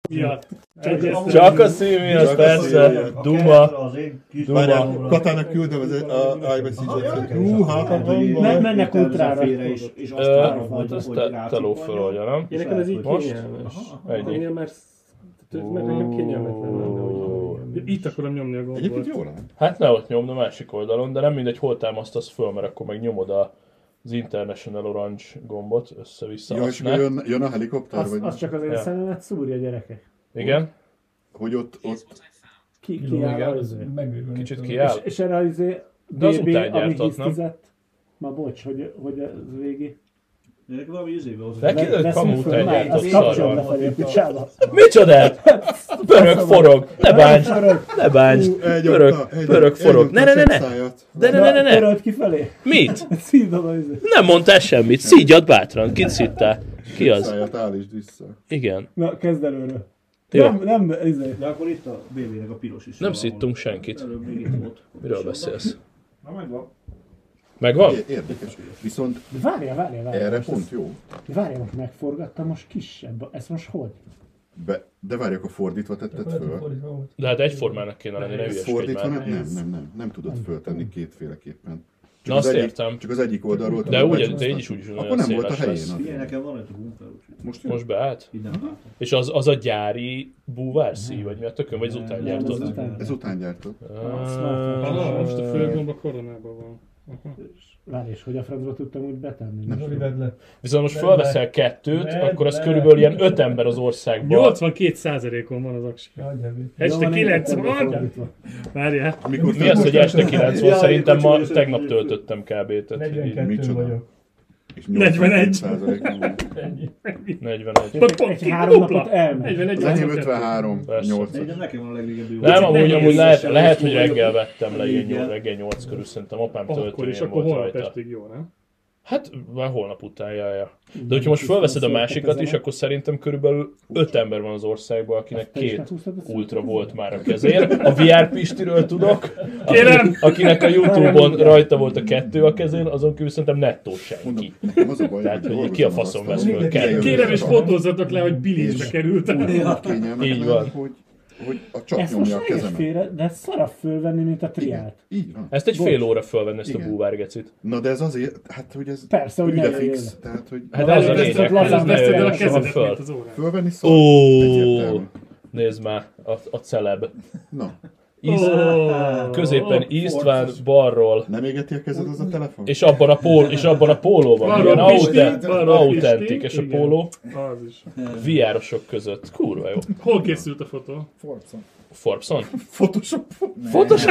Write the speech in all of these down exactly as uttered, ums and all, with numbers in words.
miatt. Csak a szív miatt, persze. Duma. Duma. Katának küldöm az iMessage-et. Húha, mennek ultrára. Hát ezt te ló föloldja, nem? Én nekem ez így Most? kényelmes. Ennyi. Ennél már mert nekem kényelmetlen lenne, hogy itt akarom nyomni a gombot. Egyébként jól áll. Hát ne ott nyomd a másik oldalon, de nem mindegy, hol támasztasz föl, mert akkor meg nyomod az International Orange gombot össze-vissza. Ja, és jön, jön a helikopter? Az, vagy? az csak az én Ja. szememet szúrja, gyerekek. Igen? Hogy ott... ott... Ki, ki áll igen. az? Kicsit kiáll. És, és erre az izé De az bé bé, után ami gyártott, nem? hisztizett. Ma bocs, hogy, hogy az végi. Ennek valami izébe hozzá. De ki a kamu után gyártott Azt kapcsolom szarral. lefelé a picsába. Micsodát? Pörög, forog, ne bánts, ne bánts, pörög, pörög, forog. Ne, ne, ne, ne, de ne, ne, ne, ne. Törölt kifelé. Mit? Szídod az izé. Nem mondtál semmit, szígyad bátran, kit szídtál? Ki az? Száját állítsd vissza. Igen. Na, kezd előről. Jó. Nem, nem, izé. De akkor itt a bé bének a piros is. Nem szittunk senkit. Előbb még itt volt. Miről beszélsz? Na megvan. Megvan? É- Érdekes. Viszont De várjál, várjál, várjál. erre most pont ezt- jó. Várjál, most megforgattam, most kisebb. Ez most hogy? Be, de várj, akkor fordítva tetted föl. De hát egyformának kéne lenni, ne hülyeskedj Fordítva már. nem, nem, nem, nem, nem tudod föltenni kétféleképpen. Csak Na, az azt egyik, értem. Csak az egyik oldalról De tudod úgy, becsúsztatni. de így is úgy is Akkor olyan nem volt a széles helyén. lesz. az. Figyelj, nekem van egy a bumper, úgyhogy Most, Most beállt? így nem látom. És az, az a gyári búvárszíj, vagy mi a tökön, vagy az után Nem, gyártott? az után. ez után gyártott. Ah, most a főgomb a koronában van. Aha. Várj, és hogy a francba tudtam úgy betenni? Nem tudom. Viszont most felveszel kettőt, akkor az körülbelül ilyen öt ember az országban. nyolcvankét százalékon van az aksi. Este kilencven. Várjál. Mikor Mi az, hogy este kilenc van? Ja, Szerintem ma kicsit tegnap is. töltöttem kb. Tehát így Micsoda? És negyvenegy. százalékon van. negyvenegy. Pont, pont, Egy három napot dupla. elmegy. negyvenegy, Az enyém nyolcvankettő. ötvenhárom, Persze. nyolc. De nekem van a legrégebbi. Nem, amúgy, nehéz amúgy lehet, sem, lehet, és hogy jó reggel vagyok. vettem le, ilyen Igen. nyolc, reggel nyolc körül, szerintem apám Akkor is, töltőjén akkor volt holnap rajta. estig jó, nem? Hát már holnap után, ja, ja. De hogyha most felveszed a másikat is, akkor szerintem körülbelül öt ember van az országban, akinek Te is két meghúztad a ultra széket? volt már a kezén. A vé er Pistiről tudok, Kérem! akinek, akinek a Youtube-on rajta volt a kettő a kezén, azon kívül szerintem nettó Mondom, senki. nekem az a baj, Tehát, hogy dolgozom ki a az faszon asztalon. vesz föl kettőt? Kérem és fotózzatok le, hogy bilincsbe kerültem. Úgy kényelmetlen, Így van. hogy, hogy a csap Ezt nyomja most a ne érts kezemet. félre, de szarabb fölvenni, mint a triát. Így van. Ezt egy Bocs. fél óra fölvenni ezt a Igen. búvárgecit. Na de ez azért, hát hogy ez Persze, hogy ne ide jöjjön. fix, tehát hogy Hát ez a Ezt lényeg, lazán ez ne Veszted el a jöjjön soha kezedet, föl. mint az órán. fölvenni szó. Ó, Egyértelmű. nézd már, a, a celeb. Na, Iszt, Ó, középen ó, István balról, nem égeti a kezed az a telefon? és abban a, pól, és abban a pólóban, Balról ilyen Pisti, autent, balról autentik, Pisti, és a igen. póló Az is. vé er-osok között. Kurva jó. Hol készült a fotó? Forbeson? Photoshop. Photoshop?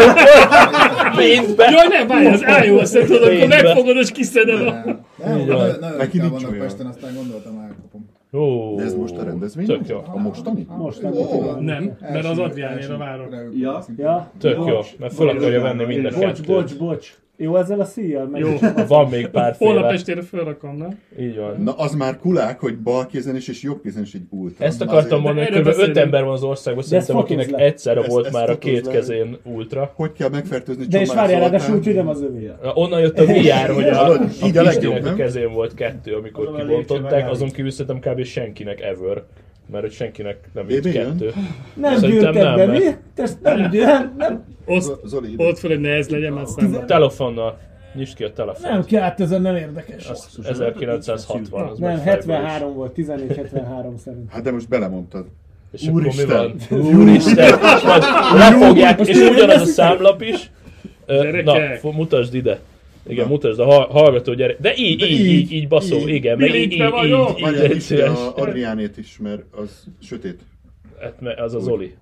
Pénzbe? Jaj, nem, várj, az iOS-et tudod, akkor Pénzbe. megfogod és kiszeded a... Nem, Így van. nagyon Neki ritkán nincs vannak olyan. Pesten, aztán gondoltam, elkapom. Ó, De ez most a rendezvény? Tök jó. A mostani? Most nem. Nem, mert az Adriánéra várok. Ja. Ja, Tök jó, mert fel akarja venni mind a bocs, kettőt. bocs, bocs. Jó ezzel a szíjjal? Meg Jó. Van még Holnap párféle. estére felrakom, nem? Így van. Na az már kulák, hogy bal kézen is és jobb kézen is egy ultra. Ezt akartam Azért- mondani, hogy erről kb. öt beszélünk. ember van az országban, De ezt szerintem akinek fotózd le. egyszerre Ezt- volt ezt már a fotózd két le. kezén ultra. Hogy kell megfertőzni De és Csomák várjál, Zoltánt? ráadásul úgy, hogy nem az övé. Onnan jött a vé er, hogy a, Hallod? a Így a legjobb, Pistinek a nem? kezén volt kettő, amikor Valami kibontották, lépcsővel azon kívül szerintem kb. Senkinek ever. Mert hogy senkinek nem bé jött bé jön? kettő. Nem Szerintem gyűrted nem, be, mert- mi? Te ezt nem gyűrted, nem? Oszt, Zoli, ide. ott fel, hogy ne ez legyen, mert számba. Telefonnal. Nyisd ki a telefon. Nem kell, hát ezen nem érdekes. Az ezerkilencszázhatvan. Az Nem, meg fejből is. hetvenhárom volt, tizennégy hetvenhárom szerint. Hát de most belemondtad. És akkor mi Úristen! van? Úristen! És majd lefogják, és ugyanaz a számlap is. Ö, Na, Gyerekek! fo- mutasd ide. Igen, Na. mutasd a ha- hallgató gyerek. De így, De így, így, így, így baszó, így. igen, meg így, így, Bilincbe így, vagyok. így, így, Várjál, légy is szíves. a Adriánét is, mert az sötét. Hát, me- az az Oli.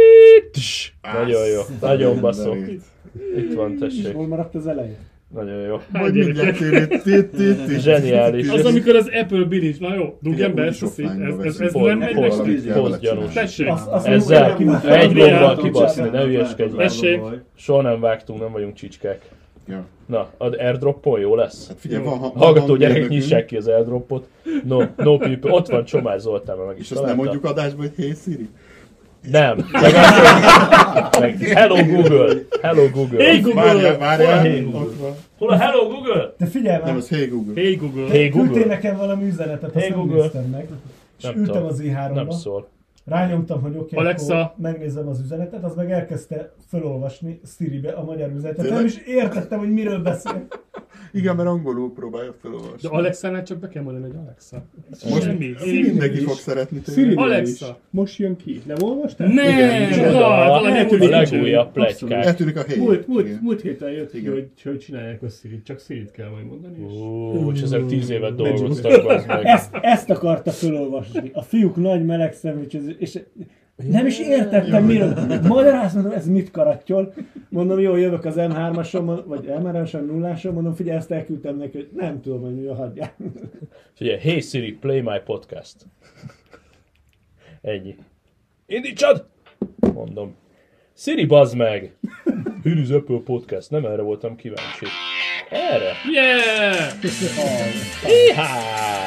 Tss, Nagyon jó, nagyon baszó. Mindenét. Itt van, tessék. Hol maradt az eleje? Nagyon jó. Majd mindjárt térít, tít, tít, tít. Zseniális. Az, amikor az Apple bilincs, na jó, dugj Igen, be úgyis ezt a szét. offline-ba Ez, ez, veszünk. ez Pont, nem megy pont. neki. Valamit kell vele Posztgyanús. csinálni. Tessék! Azt- azt Ezzel mondom, hogy egy Adrián, gombbal kibaszni, ne hülyeskedj. Tessék. Soha nem vágtunk, nem vagyunk csicskák. Ja. Na, ad airdroppon, jó lesz? Hát figyelj, van, van Hallgató van gyerekek, mérnökünk, nyissák ki az airdropot. No, no people. Ott van Csomás Zoltán, mert meg is és azt nem találta. mondjuk adásba, hogy hey Siri. Nem. Meg azt mondjuk, meg Hello Google. Hello Google. Hey Google! Várjál, várjál. Hey Google. Hol a Hello Google? De figyelj Nem, már, az hey Google. Hey Google! Hey küldtél Google. nekem valami üzenetet, azt Hey nem Google. néztem meg. És Nem ültem tudom. az i Nem háromba. szól. Rányomtam, hogy oké, okay, Alexa. akkor megnézem az üzenetet, az meg elkezdte felolvasni Siribe a magyar üzenetet. Tényleg? Nem is értettem, hogy miről beszél. Igen, mert angolul próbálja felolvasni. De Alexánál csak be kell mondani, hogy Alexa. Most Semmi. mindenki Én- fog szeretni Siri tőle. Alexa. Most jön ki. Nem olvastál? Nem! Igen, Na, a, valami a eltűnik. legújabb pletykák. Eltűnik a hely. Múlt, múlt, Igen. múlt héten jött ki, Igen. hogy, hogy csinálják a Sirit. Csak Sirit kell majd mondani. És... Ó, és ezek tíz évet dolgoztak, az meg. Ezt, ezt akarta felolvasni. A fiúk nagy meleg szemű, és nem is értettem, miről. Magyaráz, mondom, ez mit karattyol. Mondom, jó, jövök az em hármason, vagy em hármason, nulláson, mondom, figyelj, ezt elküldtem neki, hogy nem tudom, hogy mi a hagyjál. Figyelj, hey Siri, play my podcast. Ennyi. Indítsad! Mondom. Siri, bazd meg! Hűrűz Apple Podcast, nem erre voltam kíváncsi. Erre? Yeah! Ihá!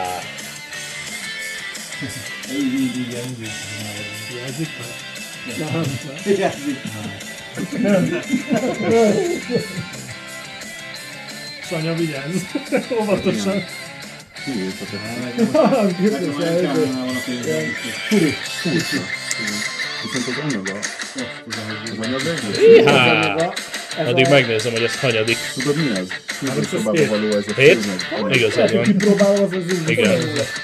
Jelzik már? Sanya, vigyázz! Óvatosan! Furi. Viszont az anyaga, az anyaga egész. Ihá! Addig megnézem, hogy ez hanyadik. Tudod mi ez? Fürdőszobába hét. való ez a Hét? főzet. Igazad van. Kipróbálom az az úgy. Igen.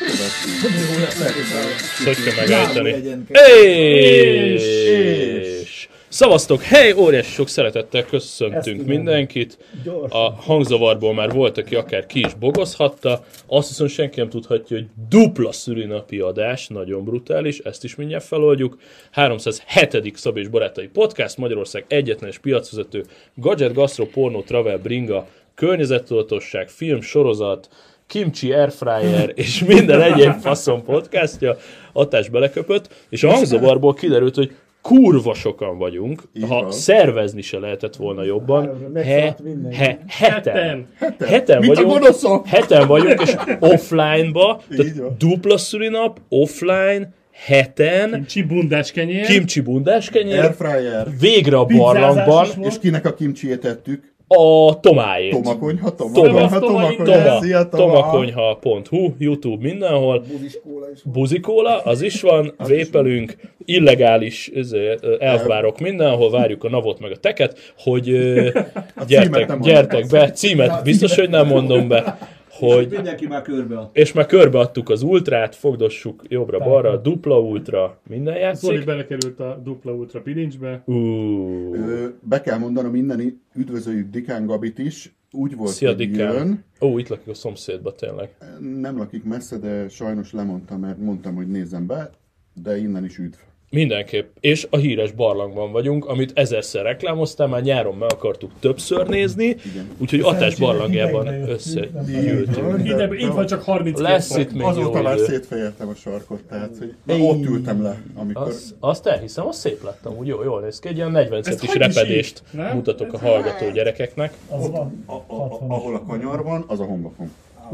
Hogy kell megejteni? És- És... Szavaztok! Hely, óriási sok szeretettel Ezt köszöntünk tudom. mindenkit. Gyorsan. A hangzavarból már volt, aki akár ki is bogozhatta. Azt viszont senki nem tudhatja, hogy dupla szülinapi adás, nagyon brutális, ezt is mindjárt feloldjuk. háromszázhetedik Szabi és Barátai Podcast, Magyarország egyetlen és piacvezető gadget, gastro, porno, travel, bringa, környezettudatosság, film, sorozat, kimchi, airfryer és minden egyéb faszon podcastja, Attás beleköpött, és a hangzavarból kiderült, hogy kurva sokan vagyunk, Így ha van. szervezni se lehetett volna jobban. Háromra He, megszállt mindenki. he, heten. Heten. Heten Mint a vagyunk, gonoszok! heten vagyunk, és offline-ba, Így tehát van. dupla szülinap, offline, heten, Kimchi bundás kenyér. kimchi bundás kenyér, Airfryer. végre a Pizzázás barlangban is volt. És kinek a kimcsiét tettük? a Tomáét. Tomakonyha, Toma, Tomakonyha, Toma, Tomakonyha. Szia, Toma, Toma. tomakonyha pont hu, YouTube mindenhol. Buziskóla is van. Buzikóla, az is van, vépelünk, illegális ezért, ö, elvárok mindenhol, várjuk a navot meg a teket, hogy ö, címet gyertek, nem gyertek be, címet biztos, hogy nem mondom be, hogy Mindenki már körbe ad. és már körbeadtuk az ultrát, fogdossuk jobbra-balra, dupla ultra, minden Zoli játszik. belekerült a dupla ultra bilincsbe. Uh, Ö, Be kell mondanom mindeni, üdvözöljük Dikán Gabit is. Úgy volt, Szia, hogy Dikán. jön. Ó, itt lakik a szomszédba tényleg. Nem lakik messze, de sajnos lemondtam, mert mondtam, hogy nézzem be, de innen is üdv. Mindenképp. És a híres barlangban vagyunk, amit ezerszer reklámoztál, már nyáron meg akartuk többször nézni, úgyhogy Atás barlangjában összegyűltünk. Ide, itt van csak harminckét Lesz fok. itt még Azóta jó már idő. szétfejeltem a sarkot, tehát hogy na, ott ültem le, amikor... Az, azt elhiszem, az szép lett amúgy, jó, jól néz ki. Egy ilyen negyven Ezt centis hogy is repedést így? Nem? mutatok a hallgató gyerekeknek. Az van. A, a, a, ahol a kanyar van, az a homlokom.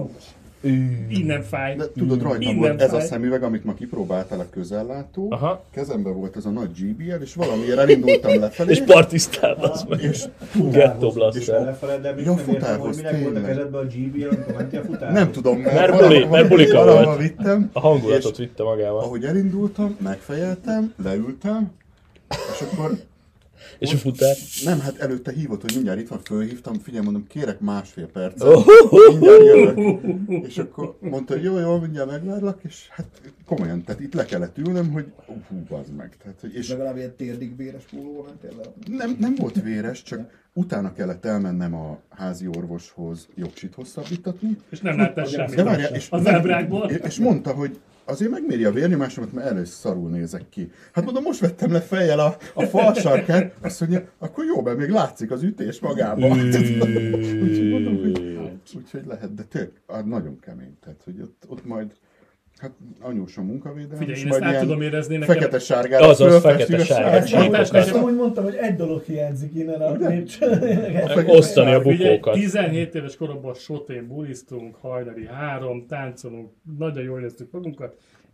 Innen fáj. De tudod, rajtam Innen volt ez a fáj. szemüveg, amit ma kipróbáltál a közellátó. Aha. Kezemben volt ez a nagy gé bé el, és valamiért elindultam lefelé. És partisztál, az meg. és Gettó blaster. Lefeled, de még Ja, nem értem, hogy futárhoz, minek volt a tényleg. kezedben a gé bé el, amikor mentél futárhoz. nem tudom, mert, Mert valahol- buli- mert bulika valahol volt. vittem. A hangulatot és vitte magával. ahogy elindultam, megfejeltem, leültem, és akkor És a futár. nem, hát előtte hívott, hogy mindjárt itt van, fölhívtam, figyelj, mondom, kérek másfél percet, Oh, mindjárt jövök. És akkor mondta, hogy jó, jó, mindjárt megvárlak, és hát komolyan, tehát itt le kellett ülnöm, hogy hú, bazd meg. Tehát, hogy, és Legalább ilyen térdig véres pólóval mentél le. nem, nem volt véres, csak utána kellett elmennem a házi orvoshoz jogsit hosszabbítatni. És nem láttál semmit. De várjál, és, Az ábrákból. és mondta, hogy azért megméri a vérnyomásomat, mert először szarul nézek ki. Hát mondom, most vettem le fejjel a, a fal sarkát, azt mondja, akkor jó, mert még látszik az ütés magában. Úgyhogy mondom, hogy, úgyhogy lehet, de tényleg ah, nagyon kemény. Tehát, hogy ott, ott majd, hát anyósom munkavédelem, Figyelj, és én ezt majd át ilyen tudom érezni nekem. fekete-sárgára Azaz, fölfestik a fekete-sárga. sárgát. Csípás Azt nekem. úgy mondtam, hogy egy dolog hiányzik innen a Meg osztani a Figyelj, bukókat. tizenhét éves koromban sotén buliztunk, hajnali három, táncolunk, nagyon jól éreztük magunkat.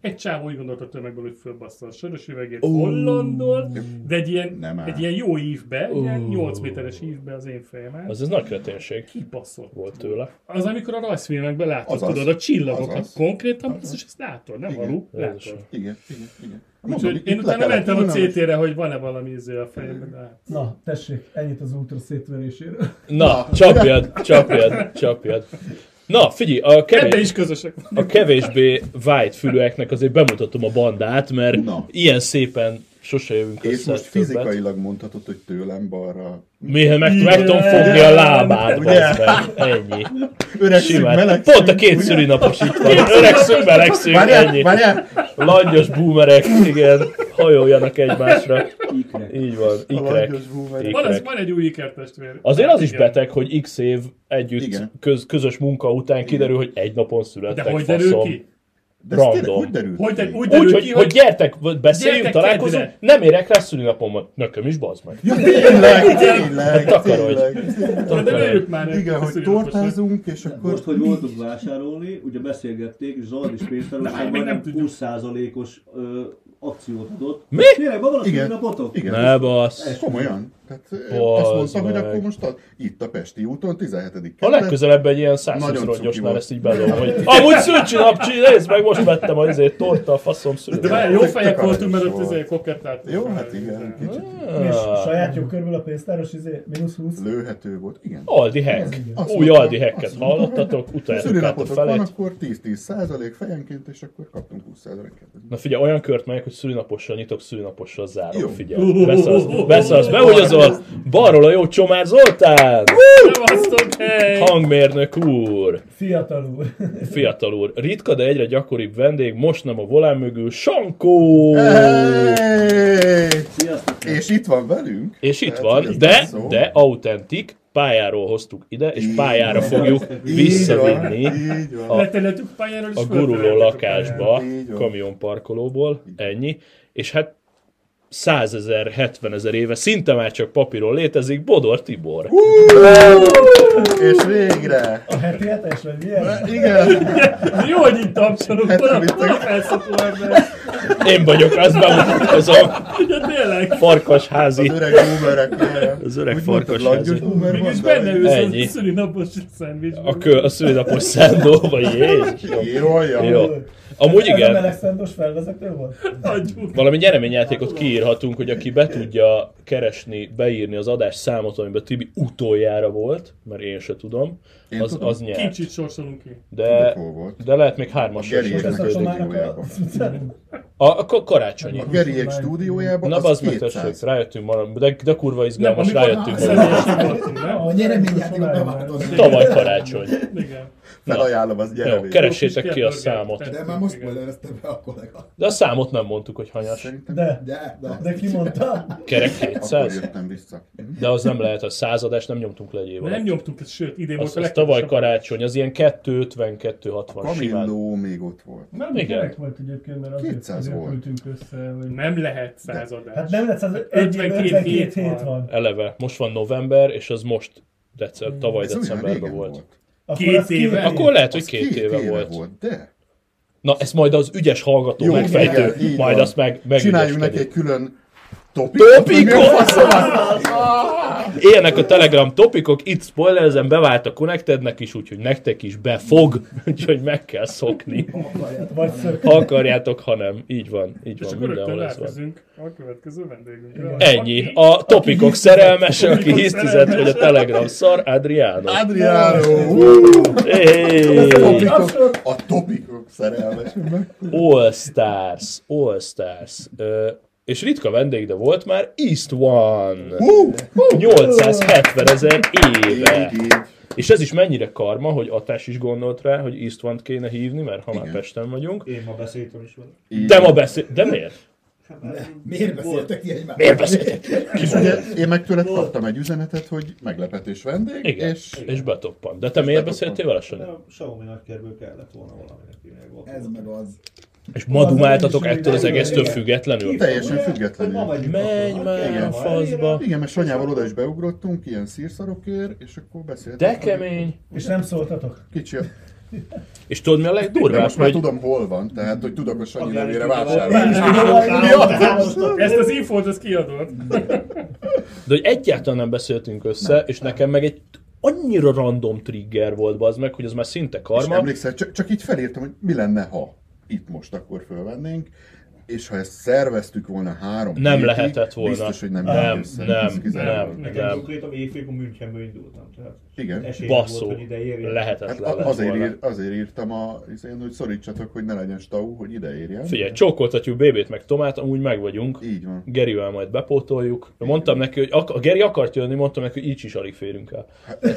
egy csávó úgy gondolt a tömegből, hogy fölbassza a sörös üvegét Hollandon, de egy ilyen, Nem áll. egy ilyen jó ívbe, egy ilyen nyolc méteres ívbe az én fejemen. Az ez nagy kreténség Kibaszott volt tőle. Az, amikor a rajzfilmekben látod, Azaz. tudod, a csillagokat Azaz. konkrétan, Azaz. és ezt látod, nem Igen. való, Igen. látod. Igen, igen, igen. Úgyhogy itt én le utána kellett mentem a ülnöm, cé té-re, hogy van-e valami izé a fejemben, de hát... Na, tessék, ennyit az ultra szétveréséről. Na, csapjad, csapjad, csapjad. Na, figyelj, a Ebben kevés, is közösek. a kevésbé white fülőeknek azért bemutatom a bandát, mert Na. ilyen szépen sose jövünk És össze most többet. fizikailag mondhatod, hogy tőlem balra. Mihez meg, meg tudom fogni a lábát, Ugye? bazd meg. Ennyi. Öregszünk, Simán. melegszünk. Pont a két szülinapos itt van. Öregszünk, melegszünk, Várjál, ennyi. várjál! Langyos boomerek, igen, hajoljanak egymásra. Így van, A ikrek. langyos boomerek. Van, az, ikrek. van egy új ikertestvér. Azért az is Igen. beteg, hogy x év együtt Igen. köz, közös munka után kiderül, hogy egy napon születtek, De hogy derül faszom. ki? De ez tényleg Random. hogy derült Hogy, ki? de, úgy Úgy, derül hogy, ki, hogy gyertek, beszéljünk, Gyertek találkozunk, kedre. nem érek rá szülinapomon. Nekem is, bazd meg. Ja, tényleg, tényleg, Takarodj. tényleg. de vegyük már Igen, egy hogy szülinaposra. tortázunk, és akkor... Most, hogy voltunk vásárolni, ugye beszélgették, és Zard és Péter De most még egy nem majdnem tudjuk. húsz százalékos ö, akciót adott. Mi? Tényleg, ma van a Igen. szülinapotok? Igen. Ne bassz. Komolyan. Tehát ö, Bazd azt mondta, hogy meg. akkor most a, itt a Pesti úton, tizenhetedik A kerület. legközelebb egy ilyen százhúsz Nagyon cuki rongyosnál volt. ezt így bedobom, hogy amúgy szülcsinap, nézd meg, most vettem az izét, torta, a faszom De szülőt. várj, jó Tök fejek aranyos voltunk, mert ott volt. izé kokettát. Jó, hát igen, kicsit És saját jó körből a pénztáros izé, mínusz húsz. lőhető volt. Igen. Aldi hack. Azt Új mondta- Aldi hacket azt mondta, hallottatok, utáljátok át a Szülinapotok van, felét. akkor tíz-tíz százalék fejenként, és akkor kaptunk húsz százalékot. Na figyelj, olyan kört megyek, hogy szülinapossal nyitok, szülinapossal zárok, Jó. figyelj. Beszarsz, beszarsz, behugyazol, balról a jó Csomár Zoltán, Szevasztok, hely! hangmérnök úr, Fiatal úr. fiatal úr, ritka, de egyre gyakoribb vendég, most nem a volán mögül, Sankó! Hey! Sziasztok! És itt van velünk. És itt Tehát, hogy van, ez de, nem szó. de autentik, pályáról hoztuk ide, és Így pályára van. fogjuk Így van, visszavinni így van. a- Leteletük pályáról, és a guruló fölteletük a lakásba, Így van. kamionparkolóból, ennyi, és hát százezer, hetvenezer éve, szinte már csak papíron létezik, Bodor Tibor. És végre. A heti hetes vagy milyen? Igen. pályára. Jó, hogy itt tapsolunk, Hát, hol a amit hol a felszapó ember. Én vagyok, azt bemutatkozom, Ugye tényleg? farkasházi. Az öreg boomerek. Az öreg Úgy mondtad, farkasházi. langyos boomer Mégis van, benne de- ülsz Ennyi. a szülinapos szendvicsben. A, kö, a szülinapos szándó, vagy Jézus. Jó, jó. Jó. Amúgy Ez a igen, melegszándos felvezető volt? Adjuk. valami nyereményjátékot kiírhatunk, hogy aki be tudja keresni, beírni az adás számot, amiben Tibi utoljára volt, mert én se tudom, Én az, tudom. az nyert. Kicsit sorsolunk ki. De, Hol volt? de lehet még hármas Geri sem és Ez a kezdődik. Tomának a... A, a ko- karácsonyi. A Geriek stúdiójában Na az bazd meg, tessék, kétszáz. rájöttünk ma, de, de kurva izgalmas, amikor rájöttünk ma. személyesen voltunk, nem? A nyereményjátékot beváltozni. Tavaly karácsony. Igen. Felajánlom, az gyere Jó, végig. keressétek ki a Kis számot. De már most spoilerezte be a kollega. De a számot nem mondtuk, hogy hanyas. Szerintem De, De, de. de ki mondta? Kerek akkor hétszáz? jöttem vissza. De az nem lehet, a századást nem nyomtunk le egy év Nem alatt. nyomtuk ezt, sőt, idén Az, volt a az tavaly legkevesebb. karácsony, az ilyen kettő ötven kettő hatvan simán. Camillo még ott volt. Nem, Igen. gyerek volt egyébként, mert azért, kétszáz azért volt. ültünk össze, hogy... Nem lehet századás. Hát nem lesz az egy év, ötvenkét ötvenkét hét hét van. van. Eleve, most van november, és az most december, tavaly Ez olyan decemberben régen volt. Akkor Két az éve? Akkor lehet, hogy Az két éve volt. De Na, ezt majd az ügyes hallgató Jó, megfejtő, igen, így majd van. azt meg csináljunk neki megügyeskedik. egy külön topikot. Topikot! Ilyenek a Telegram topikok, itt spoilerezem, bevált a Connectednek is, úgyhogy nektek is befog, úgyhogy meg kell szokni. Vagy szök. Ha akarjátok, ha nem. Így van, így És van, akkor rögtön mindenhol ez van. rátkezünk a következő vendégünkre. Ennyi. A topikok szerelmese, aki topikok hisztizett, szerelmese. hogy a Telegram szar, Adriano. Adriano! Hey! Topikok, a topikok szerelmes. All Stars, All Stars. Ö, és ritka vendég, de volt már East One. nyolcszázhetvenezer éve. Így, így. És ez is mennyire karma, hogy Atás is gondolt rá, hogy East One-t kéne hívni, mert ha már Igen. Pesten vagyunk. Én ma beszéltem is vele. Így. De ma beszél... De miért? Miért beszéltek ki egymásról? Miért beszéltek? És ugye én meg tőled kaptam egy üzenetet, hogy meglepetés vendég, Igen, és és betoppant. De te miért beszéltél vele, De Sanyi? a Xiaomi nagykerből kellett volna valaminek tényleg volt. Ez meg az. És ma dumáltatok Az ettől az igen, egésztől igen. függetlenül? teljesen Ma függetlenül. megyünk Menj akkor. már Igen. a faszba. Igen, mert Sanyával oda is beugrottunk, ilyen szírszarokért, és akkor beszéltünk. De kemény. És nem szóltatok? Kicsi. És tudod mi a De legdurvább, most már hogy tudom, hol van, tehát hogy tudok a Sanyi nevére Akár is vásárolni. Ezt az infót, ezt kiadod. de hogy egyáltalán nem beszéltünk össze, nem, és nekem meg egy annyira random trigger volt az meg, hogy az már szinte És karma. emlékszel, csak, csak így felírtam, hogy mi lenne, ha itt most akkor fölvennénk, és ha ezt szerveztük volna három Nem hétig, lehetett volna. biztos, hogy nem Nem, jött össze. nem, Ez kizárólag. nem. Nekem konkrétan éjfélkor Münchenből indultam. Tehát Igen. esélyem Basszó. volt, hogy ide érjen. Hát Lehetetlen a- lett azért, volna. ír, azért írtam, a, izén, hogy szorítsatok, hogy ne legyen stau, hogy ide érjen. Figyelj, csókoltatjuk bé bét meg Tomát, amúgy meg vagyunk. Így van. Gerivel majd bepótoljuk. Mondtam neki, hogy ak- a Geri akart jönni, mondtam neki, hogy így is alig férünk el.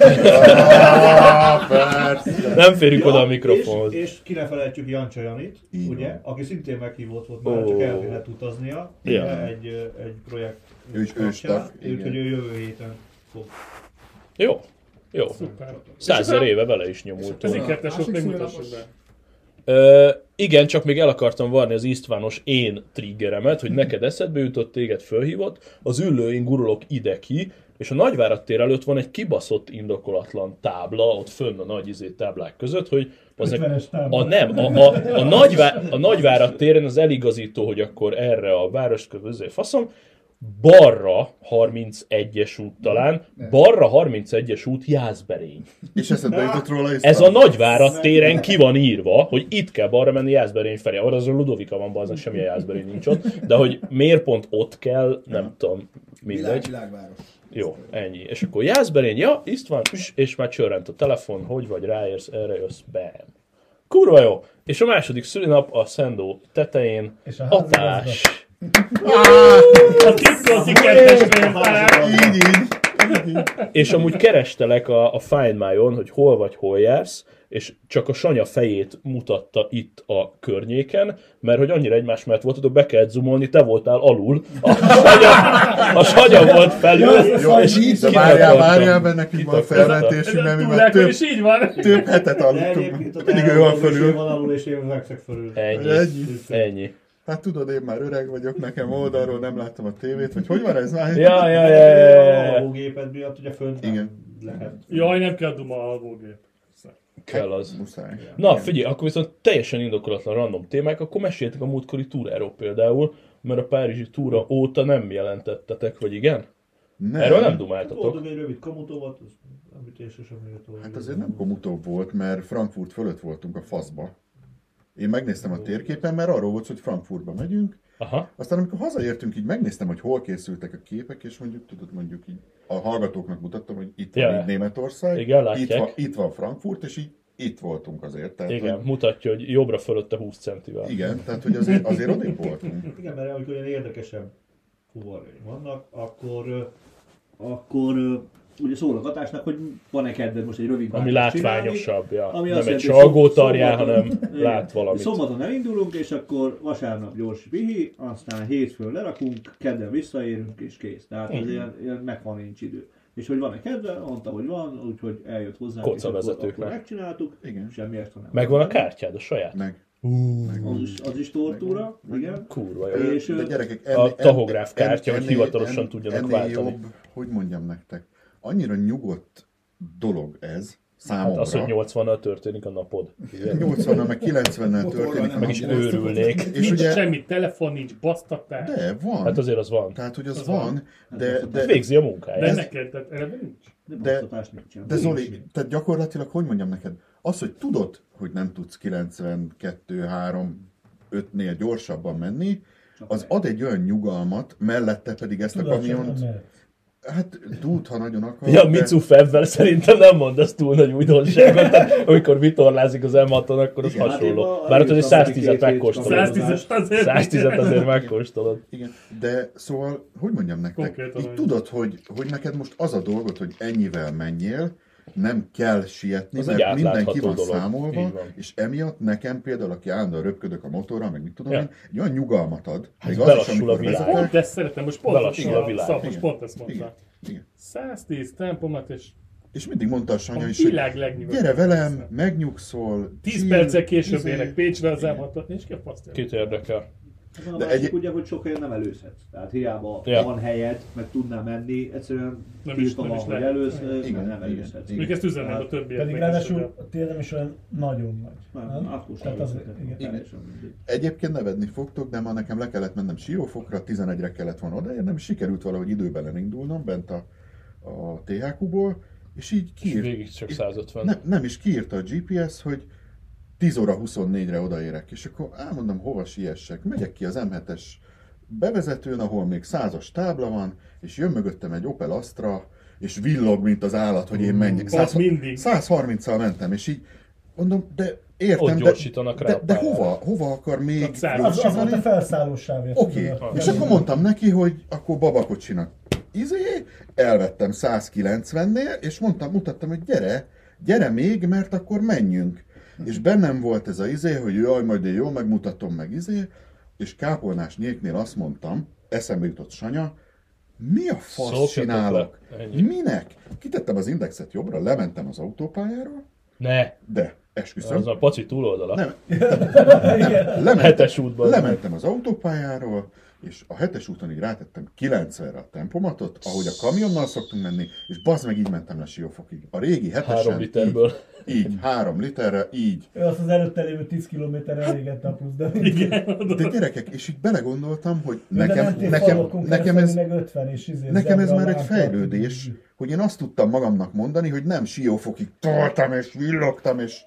Ah, persze. Nem férünk oda a és, mikrofonhoz. és ki ne felejtjük Jancsa Janit, Így ugye, van. aki szintén meghívott volt már, Ó. csak el kellett utaznia. Ja. Ugye, egy, egy projekt Ő is kapcsán, őstag, igen. úgyhogy ő jövő héten fog. Jó, jó. Szuper. Százezer éve vele is nyomult. Az volna. ikertesok Másik megmutassuk színlapos. be. Ö, igen, csak még el akartam varni az Istvános én triggeremet, hogy neked eszedbe jutott, téged fölhívott, az ülőin gurulok ide-ki, és a Nagyvárad tér előtt van egy kibaszott indokolatlan tábla, ott fönn a nagy izé táblák között, hogy az ötvenes tábla. a nem, a, a, a, Nagyvá, a Nagyvárad téren az eligazító, hogy akkor erre a városközé faszom, balra harmincegyes út talán, balra harmincegyes út Jászberény. És eszedbe jutott róla is. Ez a Nagyvárad téren ki van írva, hogy itt kell balra menni Jászberény felé. Arra az a Ludovika van, baznak, semmilyen Jászberény nincs ott. De hogy miért pont ott kell, nem tudom, Világ, mindegy. világváros. Jó, ennyi. És akkor Jászberény, ja, István, üss, és már csörrent a telefon, hogy vagy, ráérsz, erre jössz, bam. Kurva jó. És a második szülinap a Szendó tetején, És a Atás. A TikTok ikertesnél talán. Így, így. így. És amúgy kerestelek a, a Find My-on, hogy hol vagy, hol jársz, és csak a Sanya fejét mutatta itt a környéken, mert hogy annyira egymás mellett voltatok, be kellett zoomolni, te voltál alul, a Sanya, a Sanya volt felül, Jó, és így, de ki várjál, akartam. várjál, mert nekünk van felmentésünk, mert mi már Túlákon több, is így van. több hetet De aludtunk. egyébként a Mindig ő van tervezés fölül. van alul, és én fekszek fölül. Ennyi, Ennyi. ennyi. Hát tudod, én már öreg vagyok, nekem oldalról nem láttam a tévét, vagy hogy van ez már? Ja, ja, ja, ja, ja, A ja. alvógéped miatt ugye fönt nem Igen. lehet. Jaj, nem kell duma alvógép. Kell az. Muszáj. Na, figyelj, akkor viszont teljesen indokolatlan random témák, akkor meséltek a múltkori túráról például, mert a párizsi túra óta nem jelentettetek, vagy igen? Nem. Erről nem dumáltatok. Voltunk egy rövid kamutovat, az nem ütéses, amire tovább. Hát azért nem komutóbb volt, mert Frankfurt fölött voltunk a faszba. Én megnéztem a térképen, mert arról volt, hogy Frankfurtba megyünk. Aha. Aztán amikor hazaértünk, így megnéztem, hogy hol készültek a képek, és mondjuk, tudod, mondjuk így a hallgatóknak mutattam, hogy itt van Ja. így Németország, Igen, látják. itt van, itt van Frankfurt, és így itt voltunk azért. Tehát, Igen, Hogy, mutatja, hogy jobbra fölötte húsz centivel. igen, tehát hogy azért, azért odébb voltunk. Igen, mert amikor ilyen érdekesebb fuvarjai vannak, akkor, ö, akkor ö, ugye szól a Katásnak, hogy van-e kedved most egy rövid Ami vágást látványosabb, ja. Ami Nem azt egy jelenti, hogy salgótarján, szombaton- hanem Igen. lát valamit. Szombaton elindulunk, és akkor vasárnap gyors pihi, aztán hétfőn lerakunk, kedden visszaérünk, és kész. Tehát ez ilyen, ilyen meg van nincs idő. És hogy van-e kedve? Mondta, hogy van, úgyhogy eljött hozzánk, és akkor, Kocavezetőknek. akkor megcsináltuk. Igen. Semmi extra nem. Megvan a kártyád, a saját? Meg. Az is, az is tortúra, igen. Kurva jó. És, De ö, gyerekek, a tahográf kártya, hogy ennél- hivatalosan en- tudjanak ennél váltani. jobb, hogy mondjam nektek, annyira nyugodt dolog ez számomra. Hát az, hogy nyolcvannal történik a napod. Igen. nyolcvannal, meg kilencvennel Motorral történik. nem Meg is Akkor őrülnék. És Nincs ugye, semmi telefon, nincs basztatás. de van. Hát azért az van. Tehát, hogy az, Az van, van. de, de, Végzi a De munkáját. neked, tehát erre nincs. De De- basztatás nincsen. de Nincs Zoli, mit. tehát gyakorlatilag, hogy mondjam neked, az, hogy tudod, hogy nem tudsz kilencvenkettő, három, ötnél gyorsabban menni, az ad egy olyan nyugalmat, mellette pedig ezt a kamiont, hát tud, ha nagyon akar. Ja, de- Mitsu Fevvel szerintem nem mondasz túl nagy újdonságot, tehát amikor vitorlázik az em haton, akkor az Igen. hasonló. Hát én ma- Bár ott azért elírtam neki száztízet két hét megkóstolod. kamerázás. száztízes azért. száztízet azért megkóstolod. Igen, de szóval, hogy mondjam nektek, Konkrétan így hogy- tudod, hogy, hogy neked most az a dolgod, hogy ennyivel menjél, nem kell sietni, Az egy mert minden ki átlátható van dolog. számolva, Így van. és emiatt nekem például, aki állandóan röpködök a motorral, meg mit tudom Ja. én, egy olyan nyugalmat ad, Hát még az is, belassul a amikor világ. vezetek. Pont ezt szeretem, most pont Belassul a világ. Szab, most Igen. pont ezt mondta. Igen. Igen. száztíz tempomat, és És mindig mondta a Sanya a is, hogy világ legnyugodtabb. gyere velem, megnyugszol, tíz chill, perccel később izé. érek Pécsre az em hatot, nincs ki a pasztja. Kit érdekel? A De másik egy... ugye, hogy sok helyen nem előzhetsz. Tehát hiába Ja. van helyed, meg tudnál menni, egyszerűen Nem is- tiltva nem van, is hogy lehet. elősz, Igen, nem igen, előzhetsz. igen. Még ezt üzennek a többiek. Pedig meg ráadásul is, a tér nem is olyan nagyon nagy. Nem, Nem? akkor sem Tehát az, előzheted. igen. Teljesen mindegy. Egyébként nevedni fogtok, de ma nekem le kellett mennem Siófokra, tizenegyre kellett volna odaérnem, és sikerült valahogy időben elindulnom bent a, a té há kúból, és így És kiírt, végig csak százötven. nem, nem is kiírta a gé pé es, hogy tíz óra huszonnégyre odaérek, és akkor elmondom, hova siessek. Megyek ki az em hetes bevezetőn, ahol még százas tábla van, és jön mögöttem egy Opel Astra, és villog, mint az állat, hogy én menjek. Ott mindig. száz harminccal mentem, és így mondom, de értem, Ott de, gyorsítanak rá de, a de pályára. hova, hova akar még Ott száz. Az, az volt a gyorsítani? felszállós sávja. Oké, okay. És akkor mondtam neki, hogy akkor babakocsinak izé, elvettem száz kilencvennél, és mondtam, mutattam, hogy gyere, gyere még, mert akkor menjünk. És bennem volt ez a izé, hogy jaj, majd én jól megmutatom meg izé, és kápolnás nyéknél azt mondtam, eszembe jutott Sanya, mi a fasz Szopjatok csinálok? le. Ennyi. Minek? Kitettem az indexet jobbra, lementem az autópályáról, Ne! de esküszöm, Az a paci túloldala. nem, Igen. Lement, Hetes útban. lementem az autópályáról, és a hetes úton így rátettem kilencvenre a tempomatot, ahogy a kamionnal szoktunk menni, és bazd meg így mentem le Siófokig. A régi hetesen Három literből. Így, így, három literre, így. Ő azt az előtte lévő tíz kilométerre elégette a plusz, de De gyerekek, és így belegondoltam, hogy De nekem, mentél nekem, falokon nekem keresztül, ez, meg ötven, és izé, nekem ez zebra már egy lámpa. fejlődés, hogy én azt tudtam magamnak mondani, hogy nem Siófokig toltam, és villogtam, és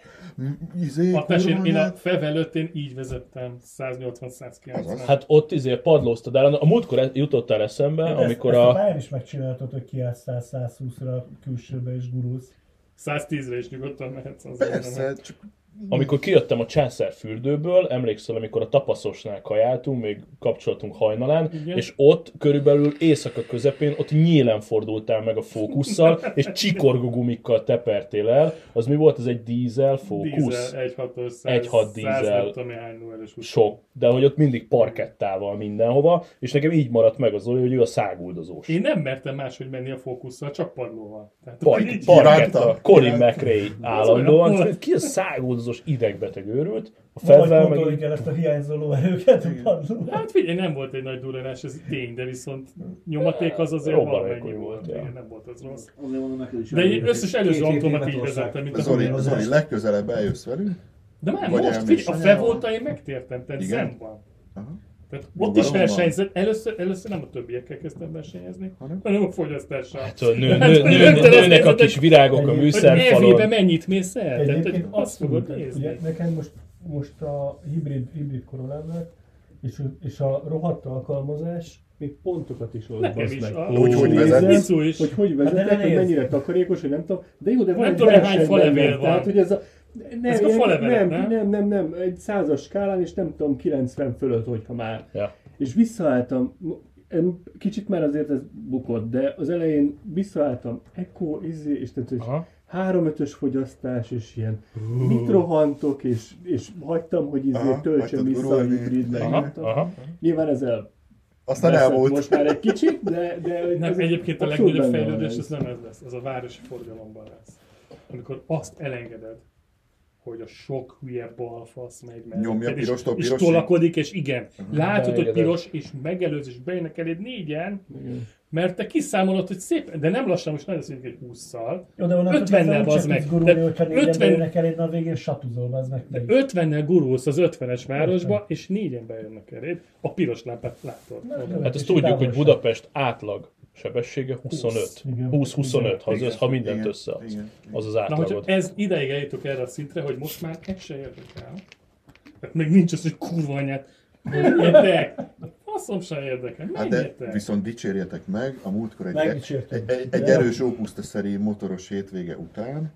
izé, A tesén, kurva én a anyát. FEV előtt én így vezettem, száznyolcvan százkilencven. Azaz. Hát ott izé padlóztad el. A múltkor e- jutottál eszembe, De ezt, amikor ezt a a... pályán is megcsináltad, hogy kiállsz száz százhúszra a külsőbe és gurulsz. száztízre is nyugodtan mehetsz az Persze, csak Amikor kijöttem a császárfürdőből, emlékszel, amikor a Tapaszosnál kajáltunk, még kapcsolatunk hajnalán, Igen. és ott körülbelül éjszaka közepén, ott nyílen fordultál meg a fókusszal, és csikorgó gumikkal tepertél el. Az mi volt? Ez egy dízel fókusz? Dízel, egy hatos, egy hat dízel. nem tudom, hány numeres úton. Sok. De hogy ott mindig parkettával mindenhova, és nekem így maradt meg az Zoli, hogy ő a száguldozós. Én nem mertem máshogy menni a fókusszal, csak padlóval. Tehát, Par- így- parketta, Iránta. Colin McRae állandóan. olyan. Ki a száguldozós idegbeteg őrült? A Valahogy fedvel pótolni meg... kell ezt a hiányzó lóerőket a padlóra. Hát figyelj, nem volt egy nagy durranás, ez tény, de viszont nyomaték az azért Robbanékony valamennyi volt, volt. ja. Igen, nem volt az rossz. Azért mondom neked is. De én elég, összes hogy előző két hét autómat így Németország. vezettem, mint a Zoli, Zoli. Zoli, legközelebb eljössz velünk. De már Vagy most, elmész figyelj, a anyával. FEV óta én megtértem, tehát Igen? zenban. Aha. Tehát ott Nyugalom is van. versenyzett, először, először nem a többiekkel kezdtem versenyezni, Hanem? hanem a fogyasztással. Hát, nő, nő, Hát, nő, nő, rögtön azt nőnek a nézed, kis virágok a hogy műszerfalon. elvébe mennyit mész el? Tehát, hogy Egyébként azt fogod abszolút, nézni. ugye nekem most, most a hibrid, hibrid koronám lett, és, és a rohadt alkalmazás még pontokat is old, Nekem bazd is. meg. A, Hogy hogy Nézem, vezetsz? Micu is. Hogy hogy Hát vezetek, de ne hogy nézd. mennyire takarékos, hogy nem tudom, de jó, de van Nem egy tudom, hogy hány verseny falevél benne, van. tehát hogy ez a... Nem, Ezek a ilyen- falevelek, nem, nem? nem, nem, nem, egy százas skálán, és nem tudom, kilencven fölött, hogyha már. Ja. És visszaálltam, em, kicsit már azért ez bukott, de az elején visszaálltam, Eco, izé, és tehát, hogy Aha. három ötös fogyasztás, és ilyen mit rohantok, és, és hagytam, hogy izé Aha, töltsön hagytad vissza a gurulni. hibridnek. Aha, aha. Nyilván ez el Aztán veszett elmúlt. most már egy kicsit, de... de Nem, ez egyébként a abszolút legnagyobb benne van fejlődés ez. az nem ez lesz, az a városi forgalomban lesz. Amikor azt elengeded, hogy a sok hülye balfasz megy mellett. Nyomja pirostól és, és pirosig. tolakodik, és igen, látod, hogy Beengeded. piros, és megelőz, és bejönnek eléd négyen, mert te kiszámolod, hogy szép, de nem lassan, most nagyon szintén egy hússzal, Jó, de onnantól ötvennel kezdve bazd úgy meg. sem tudsz gurulni, De hogyha négyen ötven bejönnek eléd, na a végén satuzol, bazd meg. te is. ötvennel gurulsz az ötvenes városba, és négyen bejönnek eléd, a piros lámpát látod. jó. Hát ezt És tudjuk, hogy távolság. Budapest átlag sebessége huszonöt. Igen. húsz-huszonöt, ha, az, ha mindent Igen, összeadsz. igen, Az az Na, hogyha átlagot. ez ideig eljutok erre a szintre, hogy most már ez se érdekel. Tehát még nincs az, hogy kurva anyát, menjetek! Faszom sem érdekel, Hát de menjetek! viszont dicsérjetek meg, a múltkor egy, Megdicsértünk. egy, egy, egy De- erős ópusztaszerű motoros hétvége után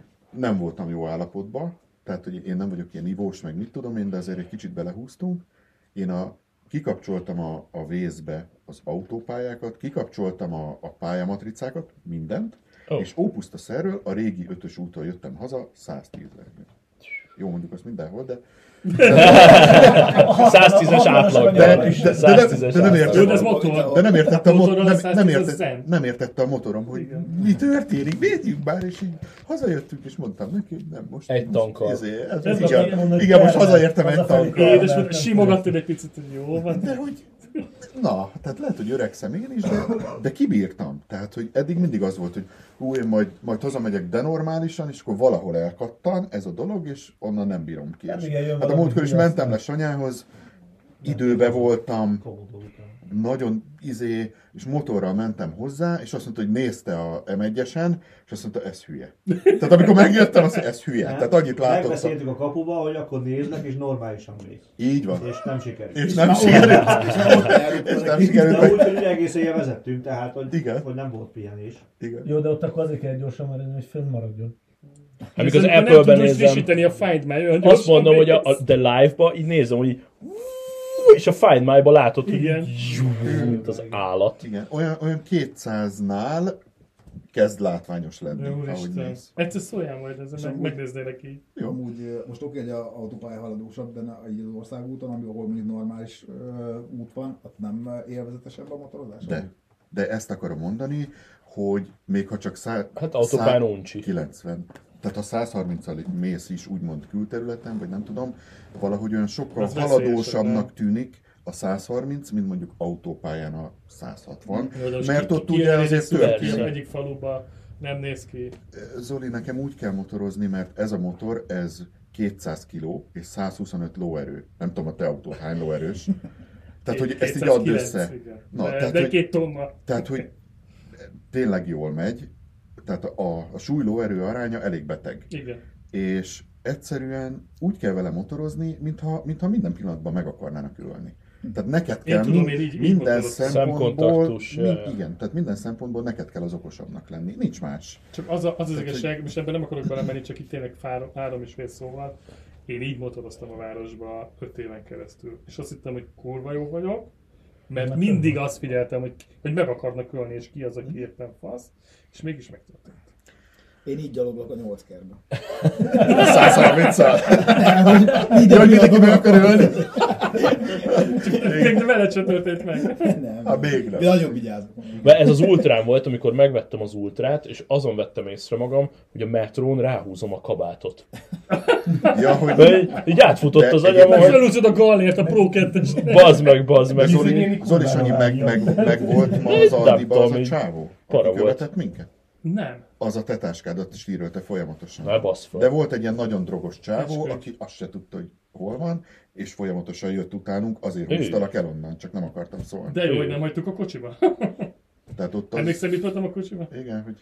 nem voltam jó állapotban, tehát hogy én nem vagyok ilyen ivós, meg mit tudom én, de azért egy kicsit belehúztunk. Én a, kikapcsoltam a, a vészbe az autópályákat, kikapcsoltam a, a pályamatricákat, mindent, Ó. és ópusztaszerről a régi ötös úton jöttem haza száztízre. Jó, mondjuk azt mindenhol, de... száztízes átlag. De, de, de, de, száztízes de, nem átlag. Jó, de ez értettem, motor. de nem értettem, a mo- Motorral nem, a nem, száztíz értett, cent. nem értette a motorom, hogy Igen. mi történik, védjünk már, és így hazajöttünk, és mondtam neki, hogy nem, most... Egy most, tankkal. ezért- ez, Ez igen, azt mondod, igen, most terve. hazaértem egy Hazafelé tankkal. Édes, hogy simogattad egy picit, hogy jó van. De hogy... Na, tehát lehet, hogy öregszem én is, de, de kibírtam. Tehát, hogy eddig mindig az volt, hogy hú, én majd, majd hazamegyek denormálisan, és akkor valahol elkattan ez a dolog, és onnan nem bírom ki. Nem, És igen, jön hát a valami múltkor is hülye mentem aztán. le Sanyához, időbe voltam, Komodó után. nagyon izé, és motorral mentem hozzá, és azt mondta, hogy nézte a em egyesen, és azt mondta, ez hülye. Tehát amikor megjöttem, azt mondta, ez hülye. Tehát annyit látottam. Megbeszéltük a kapuba, hogy akkor néznek, és normálisan mész. Így van. És nem sikerült. És nem sikerült. És már ott elrúgtad És nem neki. sikerült. De úgy, hogy egész éjjel vezettünk, tehát hogy, Igen. hogy nem volt pihenés. Igen. Jó, de ott akkor azért kell gyorsan maradni, hogy fönn maradjon. Amikor az Hiszen Apple-ben nem tudod nézem, frissíteni a Find My olyan azt gyorsan mondom, hogy a, a mész. The Live-ba így nézem, hogy így, és a Find My-ba látod, hogy Igen. így, mint az állat. Igen. Olyan, olyan kétszáznál kezd látványos lenni, ahogy Úristen. mész. Egyszer szóljál majd ezzel, meg, amúgy- megnéznélek így. Jó. Amúgy ö, most oké, hogy a autópálya haladósabb, de ne- így az országúton, ami ahol mondjuk normális ö, út van, ott nem ö, élvezetesebb a motorozás? De, de ezt akarom mondani, hogy még ha csak szá... Hát autópályán uncsi. kilencven. Tehát ha száz harminccal mész is úgymond külterületen, vagy nem tudom, valahogy olyan sokkal Az veszélyesebb, haladósabbnak nem? tűnik a száz harminc, mint mondjuk autópályán a száz hatvan. Jó, de most Mert ki- ott ki- ugye kijön egy azért szürke, történik. Egyik faluba nem néz ki. Zoli, nekem úgy kell motorozni, mert ez a motor, ez kétszáz kiló és száz huszonöt lóerő. Nem tudom, a te autó hány lóerős. Tehát, hogy ezt így add kétszázkilenc, össze. igen. Na, de, tehát, de hogy- két tonna. Tehát, hogy tényleg jól megy, tehát a, a súly-lóerő aránya elég beteg. Igen. És egyszerűen úgy kell vele motorozni, mintha, mintha minden pillanatban meg akarnának ölni. Tehát neked Én kell tudom, mind, én így- így minden motorozom. szempontból, Szemkontaktus, mind, ja. igen, tehát minden szempontból neked kell az okosabbnak lenni. Nincs más. Csak az a, az, az Tehát, igazság, most ebben nem akarok belemenni, csak itt tényleg három, három és fél szóval. Én így motoroztam a városba öt éven keresztül. És azt hittem, hogy kurva jó vagyok, mert Nem, mindig nem. azt figyeltem, hogy, hogy meg akarnak ölni, és ki az, aki éppen fasz. És mégis megtörtént. Én így gyaloglok a nyolc kertbe. száz harminccal. Nem, hogy Jaj, mindenki mindenki meg akar ölni. Még de veled sem történt meg. Nem. Hát még nem. De nagyon vigyázok. Mert ez az ultrám volt, amikor megvettem az ultrát, és azon vettem észre magam, hogy a metrón ráhúzom a kabátot. Ja, hogy... Mert így, így átfutott De az egyébként agyam, Meg hogy felúszod a Gallért, a Pro kettes. bazd meg, bazd meg. Zoli, Zoli Sanyi meg, meg, meg volt ma az Nem Aldiba az tudom, a így csávó, para aki volt. követett minket. Nem. Az a tetáskádat is írölte folyamatosan. Na, basz fel. De volt egy ilyen nagyon drogos csávó, Eskü. aki azt se tudta, hogy hol van, és folyamatosan jött utánunk, azért Ő. húztalak el onnan, csak nem akartam szólni. De jó, hogy nem hagytuk a kocsiba. Tehát ott az... Emlékszem, mit voltam a kocsiba? Igen, hogy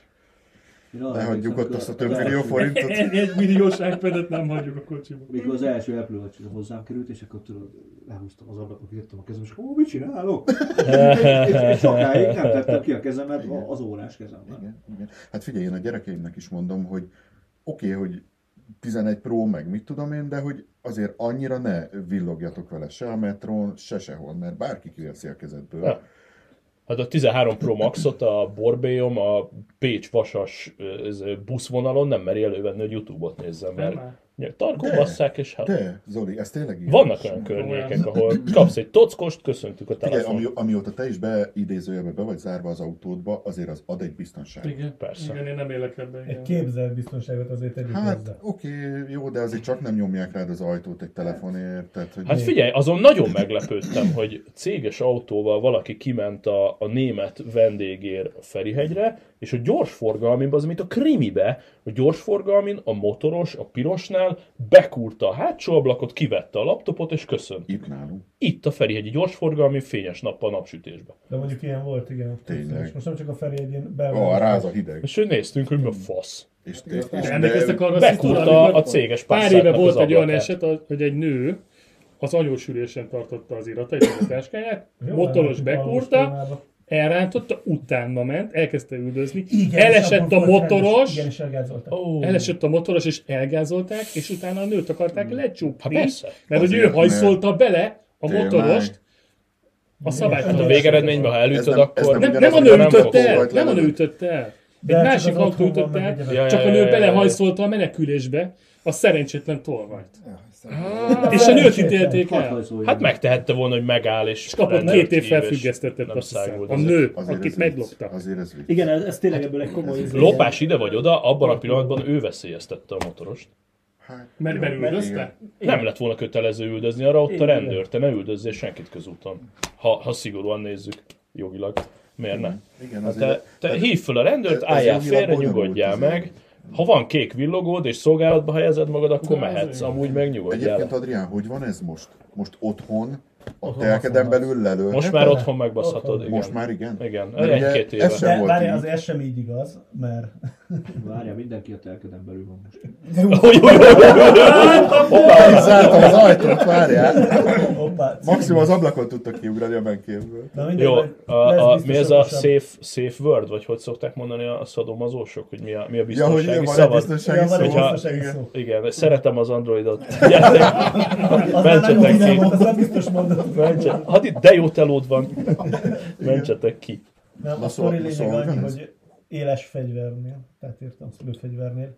Én arra ne hagyjuk emlékszem, ott azt a amikor több az millió első- forintot. Egy, egy milliós iPad-et nem hagyjuk a kocsiba. Mikor az első Apple Watch hozzám került, és akkor tudod, lehúztam az ablakot, kitettem a kezem, és ó, mit csinálok? és, és sokáig nem tettem ki a kezemet a- az órás kezemben. Igen, igen. Hát figyelj, én a gyerekeimnek is mondom, hogy oké, okay, hogy tizenegy Pro, meg mit tudom én, de hogy azért annyira ne villogjatok vele se a metrón, se sehol, mert bárki kiveszi a kezedből. Ja. Hát a tizenhárom Pro Maxot a Borbélyom, a Pécs-Vasas ez, buszvonalon nem meri elővenni, hogy YouTube-ot nézzem, Nem mert már. tarkon De, basszák, és hát De, Zoli, ez tényleg ilyen. vannak olyan környékek, ahol kapsz egy tockost, köszöntük a Figyelj, telefon. ami, amióta te is beidézőjelbe be vagy zárva az autódba, azért az ad egy biztonságot. Igen, Persze. igen, én nem élek ebben. Egy Igen. képzelt biztonságot azért tegyük Hát hozzá. oké, jó, de azért csak nem nyomják rád az ajtót egy telefonért, tehát hogy... Hát figyelj, azon nagyon meglepődtem, hogy céges autóval valaki kiment a, a német vendégér Ferihegyre, és a gyorsforgalmin, az, mint a krimibe, a gyorsforgalmin a motoros, a pirosnál bekúrta a hátsó ablakot, kivette a laptopot, és köszönt. Itt nálunk. Itt a Ferihegyi gyorsforgalmin, fényes nappal, napsütésbe. De mondjuk ilyen volt, igen. Tényleg. És most nem csak a Feri egy ilyen Ó, belváros. a ráz a hideg. És hogy néztünk, hogy mi a fasz. És, és, és De emlékeztek arra a szituációra, Bekúrta amikor a céges pár éve passzáknak volt az egy olyan ablakát. eset, hogy egy nő az anyósülésen tartotta az iratait, a táskáját, Jó, motoros elmentünk bekúrta, valós témába. elrántotta, utána ment, elkezdte üldözni, Igen, elesett és a abban volt motoros, rendes- Igen, és elgázoltak. Ó, elesett a motoros, és elgázolták, és utána a nőt akarták lecsukni, Hát persze. mert hogy ő Azért, hajszolta bele a Tényleg. motorost a hát a szabálytalan. végeredményben, ha Ez elütöd, nem- ez akkor... Nem, ugyanaz, nem a hogy nő nem ütötte fogsz el, rajta nem a nő lelőni. ütötte el. De Egy csak másik az autó otthonban ütötte el, meg egyebek. Ja, csak a ja, nő ja, ja, ja. belehajszolta a menekülésbe, a szerencsétlen tolvajt. Ja, szerintem. És a nőt ítélték el. Hadd Hát megtehette volna, hogy megáll és... És kapott rendőrt két év hív, és felfüggesztettet, nem azt hiszem. szágult. A nő, Azért akit ez meglopta. vicc. Azért ez vicc. Igen, ez, ez tényleg ebből egy komoly... izé- Lopás ide vagy oda, abban a pillanatban ő veszélyeztette a motorost. Hát, Mert jó, belüldözte? igen. Nem lett volna kötelező üldözni, arra ott a Igen. rendőr, te ne üldözzél senkit közúton. Ha, ha szigorúan nézzük jogilag. Miért ne? Igen, Hát azért. te, te hívd fel a rendőrt, ez- ez álljál jogilag félre, bonyolult nyugodjál azért. meg. Ha van kék villogód és szolgálatba helyezed magad, akkor De mehetsz, azért. amúgy meg nyugodjál. Egyébként Adrián, hogy van ez most? Most otthon, a telkeden belül lelőhet? Most már otthon megbaszhatod, igen. Most már igen? Igen, Mert ugye egy-két éve. ez sem De volt várj, így. azért ez sem így igaz, mert... Várjál, mindenki a telkeden belül van most. Zártam az ajtót, várjál. Hoppá, Maximum az ablakon tudtak kiugrani a menkéből. Na mindegy, Jó, majd a, lesz a, biztos mi ez a okosabb. safe, safe word, vagy hogy szokták mondani a szadomazósok, hogy mi a, mi a Ja, hogy biztonsági van egy szavad? biztonsági Ja, van egy szó. Hogyha- biztonsági Igen. szó. Igen, szeretem az Androidot. Gyertek, Az már nagyon mentsetek vidám ki. volt, az nem biztos mondat. Mentse, hát itt de jó telód van. Mentsetek ki. Nem, Na a szóval- sztori na lényeg szóval annyi, van ez? hogy éles fegyvernél, tehát értem, lőfegyvernél,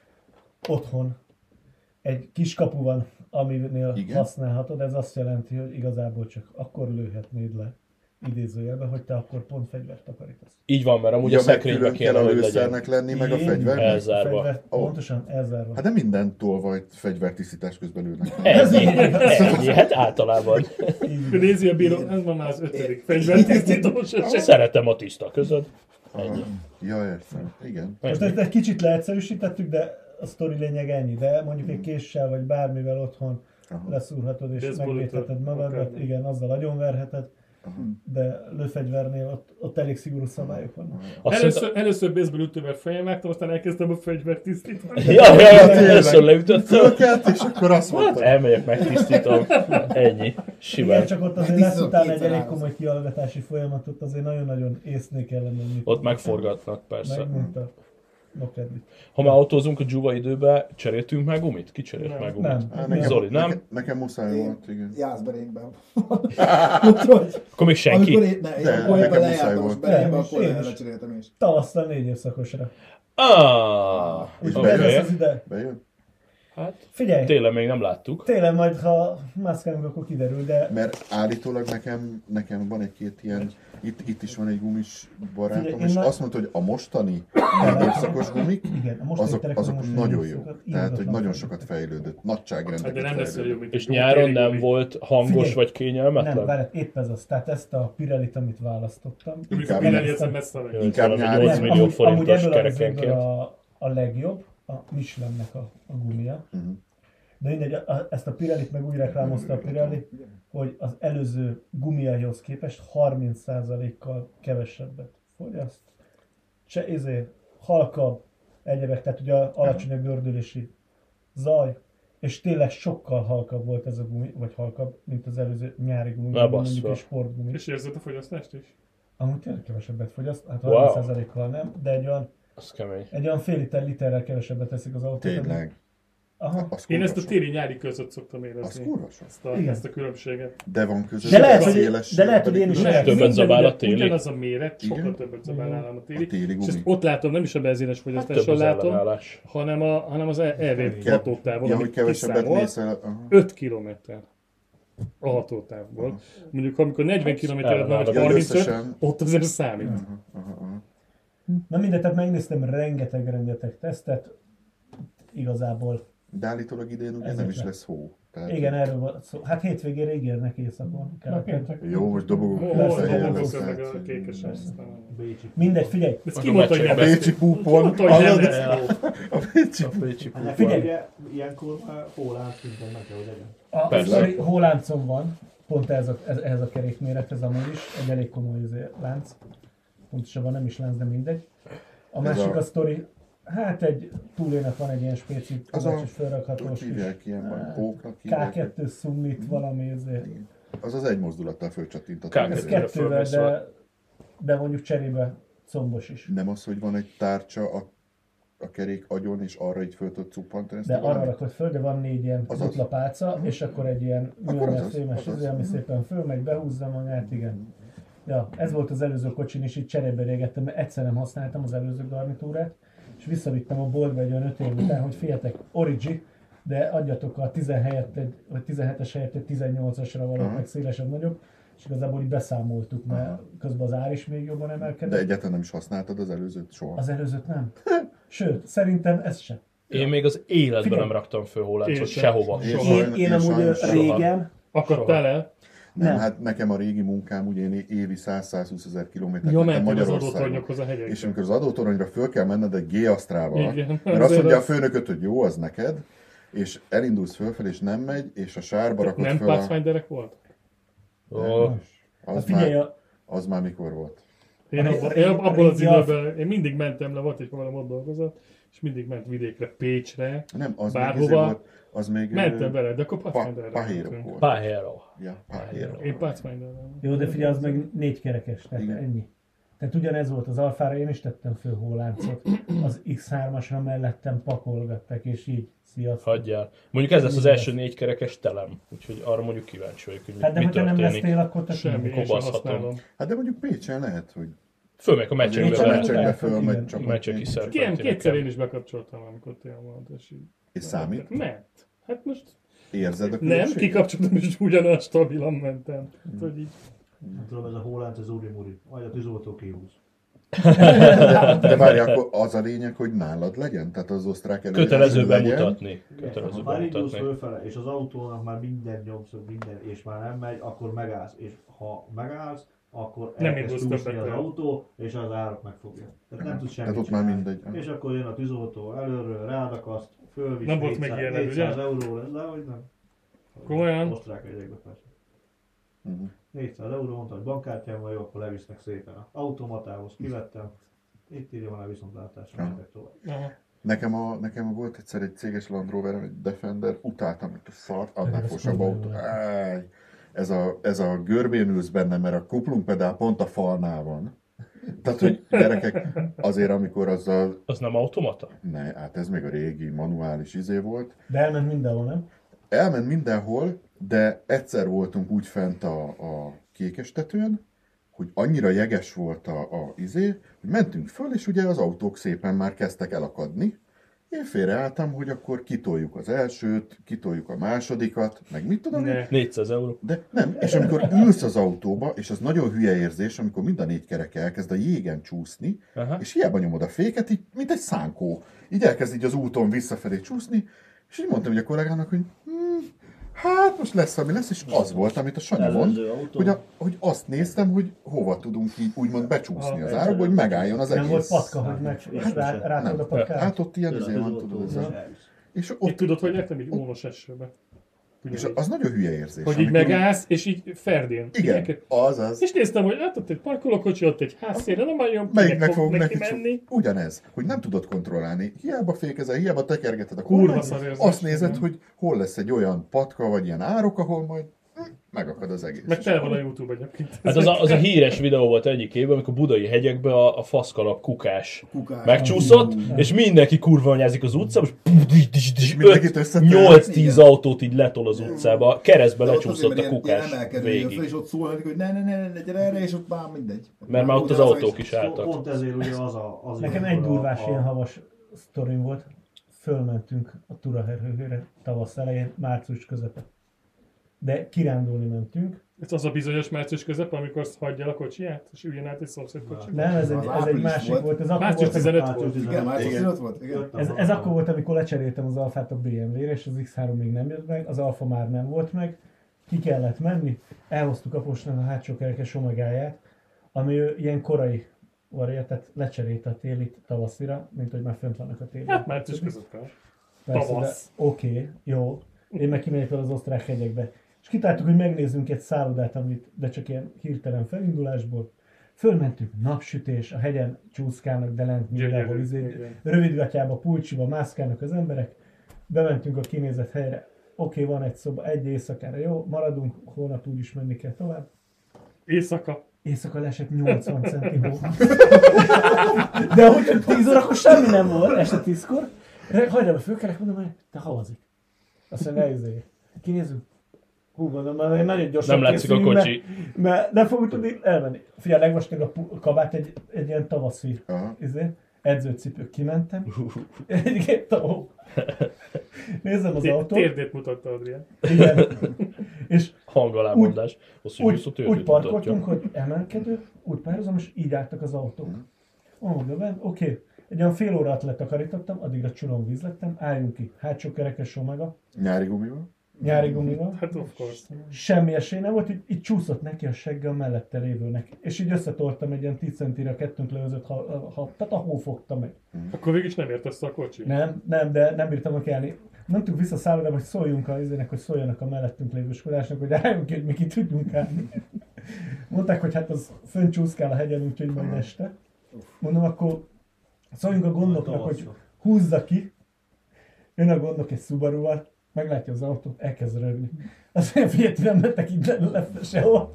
otthon egy kis kapu van, aminél Igen. használhatod, ez azt jelenti, hogy igazából csak akkor lőhetnéd le, idézőjelben, hogy te akkor pont fegyvert takarítasz. Így van, mert amúgy Ja, a meg szekrényben külön kéne, kell a hogy legyen. lőszernek lenni, meg a Így, fegyvernek. elzárva. Fegyvert, Ó. pontosan elzárva. Hát de minden tolvajt fegyvertisztítás közben ülnek. Ennyi, ennyi, hát általában. Így. Nézi a bíró, ez van már az ötödik fegyvertisztítós eset. Szeretem a tiszta közöd. Aha. Ja, értem. Igen. Most ezt egy kicsit leegyszerűsítettük, de a sztori lényeg ennyi, de mondjuk egy késsel vagy bármivel otthon Aha. leszúrhatod és Baseball megvédheted ütő, magadat, akármi. igen, azzal agyonverheted, Aha. de lőfegyvernél ott, ott elég szigorú szabályok vannak. Azt Először, hiszem- először baseball ütővel fejem vágtam, aztán elkezdtem a fegyvert tisztítani. Ja, ja, ja, Tényleg. először leütöttem. Fölkelt, és akkor azt Hát mondta. elmegyek, megtisztítom. Ennyi. Igen, Simán. csak ott azért Hát lesz tisztán utána egy kétszer elég állsz. komoly kiallgatási folyamatot, azért nagyon-nagyon észnél kell lenni. hogy mit Ott megforgatnak, persze. Meg, mint a Nokedli. Ha már autózunk a dzsuva időbe, cseréltünk meg gumit? Ki cserélt Nem. meg gumit? Nem. Á, nekem, Zoli, nem? Nekem, nekem muszáj Én volt, igen. Jászberékben. Úgyhogy, Akkor még senki? amikor én, ne, De, amikor nekem éppen muszáj lejártam volt. most berékbe, Nem, akkor én is. lecseréltem is. Tavasztal négy évszakosra. Ah, Úgyhogy bejön? ez oké. lesz az ide. Bejön? Hát, Figyelj, télen még nem láttuk. tényleg majd, ha mászkálunk, akkor kiderül, de Mert állítólag nekem, nekem van egy-két ilyen, itt, itt is van egy gumis barátom, Figyelj, és én na- azt mondta, hogy a mostani négy évszakos gumik, igen, a mostani azok, terekon azok most nagyon négy jó. évszakat, Tehát, hogy ingatlan nagyon fejlődtek. sokat fejlődött, Hát nagyságrendeket de nem lesz olyan jó, fejlődött. mint És egy nyáron téli nem gumi. volt hangos Figyelj. vagy Nem, kényelmetlen? várj, épp ez az. Tehát ezt a Pirellit, amit választottam. Amikor Inkább- Pirelli egyszer messze vagy. Jó, Inkább valami nyári. nyolc Nem, millió amúgy, amúgy forintos ebből az üzletből kerekenként. a, a legjobb, a Michelinnek a, a gumia. Mhm. De mindegy, a, ezt a Pirellit meg úgy reklámozta a Pirelli, hogy az előző gumiához képest harminc százalékkal kevesebbet fogyaszt. Se ezért halkabb, egyebek, tehát ugye alacsony a gördülési zaj, és tényleg sokkal halkabb volt ez a gumi, vagy halkabb, mint az előző nyári gumi, Na, vagy bassza. mondjuk egy sportgumi. És érzed a fogyasztást is? Amúgy tényleg kevesebbet fogyaszt, hát Wow. harminc százalékkal nem, de egy olyan, Az kemény. egy olyan fél liter literrel kevesebbet teszik az autót. Tényleg. Aha. Az Én ezt a kurva sok. téli-nyári között szoktam Az érezni. kurva sok. Ezt a, Igen. ezt a különbséget. De van között. De lehet, hogy- széles- de lehet, hogy én is pedig- lehet. Többet Minden zabál a ugye téli? Ugyanaz a méret, sokkal Igen. többet zabál nálam a téli. A téli És gumi. ezt ott látom, nem is a benzines Hát fogyasztással több az látom, ellenállás. hanem, a, hanem az E V Ke- hatótávon, Ja, hogy amit kevesebbet kiszámol, mész el. aha. öt kilométer a hatótávból. Mondjuk amikor negyven kilométered van, vagy ellenállnak. harmincöt, Összesen. ott azért számít. Aha, aha, aha. Na mindegy, tehát megnéztem rengeteg-rengeteg tesztet, igazából. De állítólag idén ugye Ezért nem is nem. lesz hó. Tehát, Igen, erről van szó. Hát hétvégére ígérnek éjszakon. Jó, most dobogok. Ó, Persze, fehér dobogok lesz, meg tehát, a kékesen. Persze. aztán- Mindegy, figyelj! Ezt ki mondta, hogy A nem lesz. Bécsi Ki púpon. mondta, hogy nem hallod? lesz ló. A Bécsi A Pécsi Hát Figyelj! ugye, ilyenkor már hólán szinten meg kell, hogy legyen. A Persze. sztori hóláncon van, pont ez a, ez, ehhez a kerékmérethez amúgy is, egy elég komoly izé lánc. Pontosabban nem is lánc, de mindegy. A Ez másik a- a sztori, hát egy túlének van egy ilyen spéci, Az a- és Hogy felrakhatós kis hívják ilyen van? Póknak K hívják? kettő Summit valami izé. Az az egy mozdulattal fölcsattintott. K Ez kettő. vízzel. kettővel, fölmész de, de mondjuk cserébe combos is. Nem az, hogy van egy tárcsa a, a kerék agyon, és arra így föl tud cuppantani ezt De a valamit? arra rakod föl, de van négy ilyen Azaz. dupla pálca, és akkor egy ilyen Akkor műanyag azaz, fémes azaz. izé, ami szépen fölmegy, behúzza magát, igen. Ja, ez volt az előző kocsin, és így cserébe régettem, mert egyszer nem használtam az előző garnitúrát, és visszavittem a boltba egy olyan öt év után, hogy figyeljetek, Origi, de adjatok a tíz helyett egy, vagy tizenhetes helyett egy tizennyolcasra való, Aha. meg szélesebb, nagyobb, és igazából így beszámoltuk, mert Aha. közben az ár is még jobban emelkedett. De egyáltalán nem is használtad az előzőt soha. Az előzőt nem. Sőt, szerintem ez sem. Én még az életben Figyelj. nem raktam föl hóláncot Én sem. sehova. Én Én, sajnos- én én amúgy sajnos régen, Akadtál el? Nem, Nem. hát nekem a régi munkám, ugye én évi száz-százhúsz ezer kilométert Ja, mentem mentél az Magyarországon. adótornyokhoz a hegyekbe. És amikor az adótoronyra föl kell menned egy G-asztrával, Igen. mert azt Azért mondja a az- főnököt, hogy jó, az neked, és elindulsz fölfelé, és nem megy, és a sárba rakod Nem föl a... Pathfinderek volt? Ó, hát Az figyelj, már, a, az már mikor volt? Én, A- abban, a- én a abból az régi alf- időben, én mindig mentem le, volt is velem ott dolgozott, és mindig ment vidékre, Pécsre, Nem, az Bárhova. még, izé volt, az még... mentem ö, vele, de akkor pa, Pathfinderre Pahérok mentünk. volt. Pályára. Ja, Pahérok. Én Pathfinderre. jó, de figyelj, az meg négy kerekes, tehát Igen. ennyi. Tehát ugyanez volt az Alfára, én is tettem föl hóláncot. Az iksz hármasra mellettem pakolgattak, és így, sziasztok. Hagyjál. Mondjuk ez lesz az első négykerekes telem, úgyhogy arra mondjuk kíváncsi vagyok, hogy Hát de mi hogyha nem történik. lesztél, akkor te Semmi, én sem Kobaszhatom. használom. Hát de mondjuk Pécsen lehet, hogy Fölmegyek a azért meccsekbe a Pécsen vele. meccsekbe lehet, fölmegy igen. csak Meccsek ott- is Ilyen szerpenti kétszer nekem. én is bekapcsoltam, amikor tél volt, és így... És számít? Ment. Hát most Érzed a nem, különbséget? kikapcsoltam, és ugyanolyan stabilan mentem. Hát, hogy így... Nem tudom, ez a Holland, ez úri-muri. Majd a tűzoltó kihúz. De, de várj, akkor az a lényeg, hogy nálad legyen? Tehát az osztrák előírás Kötelező legyen? bemutatni. Kötelező Ha már indulsz bemutatni. fölfele, és az autónak már minden nyomszok, minden, és már nem megy, akkor megállsz. És ha megállsz, akkor Nem elkezd indulsz csúszni többet az el. autó, és az árat megfogja. Tehát nem tudsz semmit Tehát ott már csinálni. mindegy. És akkor jön a tűzoltó előről, ráadakaszt, fölvisz Nem volt négyszáz még ilyened, négyszáz ugye? euró lesz, de hogy nem. Komolyan? Osztrák egyekbe persze. Mhm. négyszáz euró, mondta, hogy bankkártyám van, jó, akkor levisznek szépen a automatához, kivettem. Itt írja van a viszontlátásra, Aha. mentek tovább. Aha. Nekem, a, nekem volt egyszer egy céges Land Roverem, egy Defender, utáltam, hogy a szart, annál Pedig az fosabb kurva autó. jó lehet. Áj, ez a, ez a görbén ülsz benne, mert a kuplunkpedál pont a falnál van. Tehát, hogy gyerekek, azért amikor azzal, Az nem automata? ne, hát ez még a régi manuális izé volt, De elment mindenhol, nem? elment mindenhol, de egyszer voltunk úgy fent a, a kékestetőn, hogy annyira jeges volt a, a izé, hogy mentünk föl, és ugye az autók szépen már kezdtek elakadni. Én félreálltam, hogy akkor kitoljuk az elsőt, kitoljuk a másodikat, meg mit tudom én. Ne. négyszáz euró. De nem, és amikor ülsz az autóba, és az nagyon hülye érzés, amikor mind a négy kerek elkezd a jégen csúszni, Aha. és hiába nyomod a féket, így, mint egy szánkó. Így elkezd így az úton visszafelé csúszni, és így mondtam ugye a kollégának, hogy hm, hát most lesz, ami lesz, és az volt, amit a Sanyi mond, Előző autó. hogy, a, hogy azt néztem, hogy hova tudunk így úgymond becsúszni Ah, az árokba, hogy megálljon az Nem volt egész. patka, hogy meg Hát, rá, nem. rátod a patkát? Hát ott ilyen Jön a izé van, tűzoltó, tudod, ez a... elvisz. És, Itt ott, tudod, hogy értem így ónos esőbe. és az nagyon hülye érzés. Hogy így amikor megállsz, és így ferdén. Igen, az az. És néztem, hogy hát ott egy parkolókocsi, ott egy házszélre, nem nagyon Melyiknek fog fog neki neki menni. menni? Ugyanez, hogy nem tudod kontrollálni. Hiába fékezel, hiába tekergeted a Kurva kormányt, szar érzés, azt nézed, igen. hogy hol lesz egy olyan patka, vagy ilyen árok, ahol majd hm, megakad az egész. Meg tele van a YouTube egyébként. Hát az a, az a híres videó volt egyik évben, amikor budai hegyekben a, a faszkalap kukás Kukás. megcsúszott, és mindenki kurva anyázik az utcába, és Mindenkit összetört. nyolc-tíz autót így letol az utcába, keresztbe De ott lecsúszott azért, a mert ilyen- kukás ilyen emelkedő jön föl, végig. és ott szólnak, hogy ne, ne, ne, ne, gyere erre, és ott már mindegy. Mert már ott az Ugyanaz, autók hogy- is álltak. Pont ezért ugye az a... Az Nekem amikor egy durvás a- ilyen havas sztorim volt. Fölmentünk a Turaherhőhőre tavasz elején, március közepe. De kirándulni mentünk. Ez az a bizonyos március közep, amikor hagyja el a kocsiját, és üljön át egy szomszéd kocsiba. Nem, ez egy, Az ez egy április másik volt. volt. Ez akkor március volt, tizenöt Március volt. Igen, már Igen. tizenöt volt? Igen. Jöttem ez, haza. ez akkor volt, amikor lecseréltem az Alfát a bé em vé-re, és az iksz három még nem jött meg, az Alfa már nem volt meg. Ki kellett menni, elhoztuk a postán a hátsó kerekes omegáját, ami ő ilyen korai variant, tehát lecserélte a télit tavaszira, mint hogy már fönt vannak a téli. Hát március közepén. Persze, de Tavasz. Oké, okay, jó. Én meg kimegyek el az osztrák hegyekbe. És kitaláltuk, hogy megnézzünk egy szállodát, amit, de csak ilyen hirtelen felindulásból. Fölmentünk, napsütés, a hegyen csúszkálnak, de lent mindenhol, Gyönyörű, izé, igen. rövidgatjába, pulcsiba mászkálnak az emberek. Bementünk a kinézett helyre. Oké, okay, van egy szoba, egy éjszakára, jó, maradunk, holnap úgyis menni kell tovább. Éjszaka. Éjszaka lesett nyolcvan centi hó. De hogy tíz órakor semmi nem volt, este tízkor. Hajrában fölkelek, mondom, hogy te havazik. Azt mondja, eljözzél. Kinézzük. Hú, mondom, mert nagyon gyorsan Nem látszik a készülünk, kocsi. Mert, mert nem fogunk tudni elmenni. Figyelj, legvastagabb pu- kabát egy, egy ilyen tavaszi. Aha. Izé. edzőcipők, kimentem. Egy ó. Nézem az autót. Térdét mutatta Adrián. Igen. És hangalámondás. úgy, úgy, úgy parkoltunk, hogy emelkedő, úgy párhuzam, és így álltak az autók. Ó, oh, de oké. Okay. Egy olyan fél órát letakarítottam, addigra csulom víz lettem, álljunk ki. Hátsó kerekes Omega. Nyári gumival? Nyári gumival. Hát of course. Semmi esély nem volt, így, így csúszott neki a segge a mellette lévőnek. És így összetoltam egy ilyen tíz centire a kettőnk lehozött, ha, ha, tehát a hó fogta meg. Akkor végig is nem ért össze a kocsi. Nem, nem, de nem bírtam kelni. Nem tudjuk vissza szállodába, hogy szóljunk a izének, hogy szóljanak a mellettünk lévő skodásnak, hogy álljunk ki, hogy mi ki tudjunk állni. Mondták, hogy hát az fönn csúszkál a hegyen, úgyhogy majd este. Mondom, akkor szóljunk a gondoknak, hogy húzza ki. Jön a gondok egy Subaru-val, meglátja az autót, elkezd rögni. Azt mondja, figyelj, nem mentek így le sehol.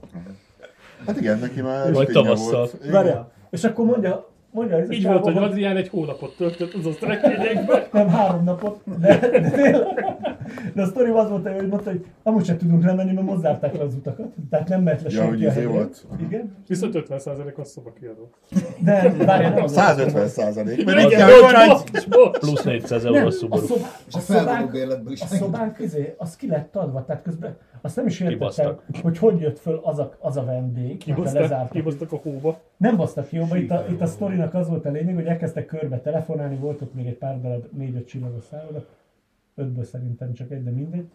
Hát igen, neki már vagy tavasszal. Várjál. És akkor mondja, mondja ez a így csávó, volt, hogy Adrián egy hónapot töltött az osztrákjegyekben. Nem, három napot, de, de, de, de a sztori az volt, hogy mondta, hogy amúgy sem tudunk lemenni, mert mozzárták le az utakat. Tehát nem mehet le Ja, senki hogy a izé hegyre. volt. Igen. Viszont ötven százalék az szobakiadó. De várjál, nem az százötven százalék. Mert Igen, igen, bocs, van egy... bocs, bocs. Plusz négyszáz Nem, euró a a, Subaru. szobá, És a a feldobó szobánk, bérletből is. a szobánk izé, az ki lett adva, tehát közben azt nem is értettem, Kibasztak. hogy hogy jött föl az a, az a vendég, mert Kibasztak, lezártak. kibasztak a hóba. Nem basztak ki jóba, itt a, itt a sztorinak az volt a lényeg, hogy elkezdtek körbe telefonálni, volt ott még egy pár darab négy-öt csillagos szálloda, ötből szerintem csak egy, de mindegy.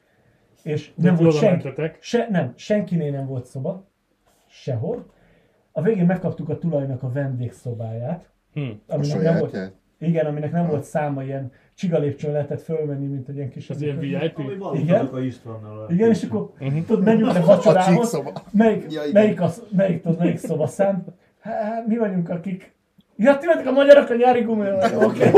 És De nem volt oda senki, mentetek. se, nem, senkinél nem volt szoba, sehol. A végén megkaptuk a tulajnak a vendégszobáját, Hm. A aminek nem volt, sajátját. igen, aminek nem volt száma, ilyen csigalépcsőn lehetett fölmenni, mint egy ilyen kis... Az ilyen vé i pé. Ami van Igen. utána a Istvánnal. Igen, és akkor tudod, menjünk le A vacsorához, csíkszoba. melyik, Ja, igen. melyik, az, melyik, tudod, melyik szobaszám? Hát, mi vagyunk akik... Ja, ti vagytok a magyarok a nyári gumival. Oké.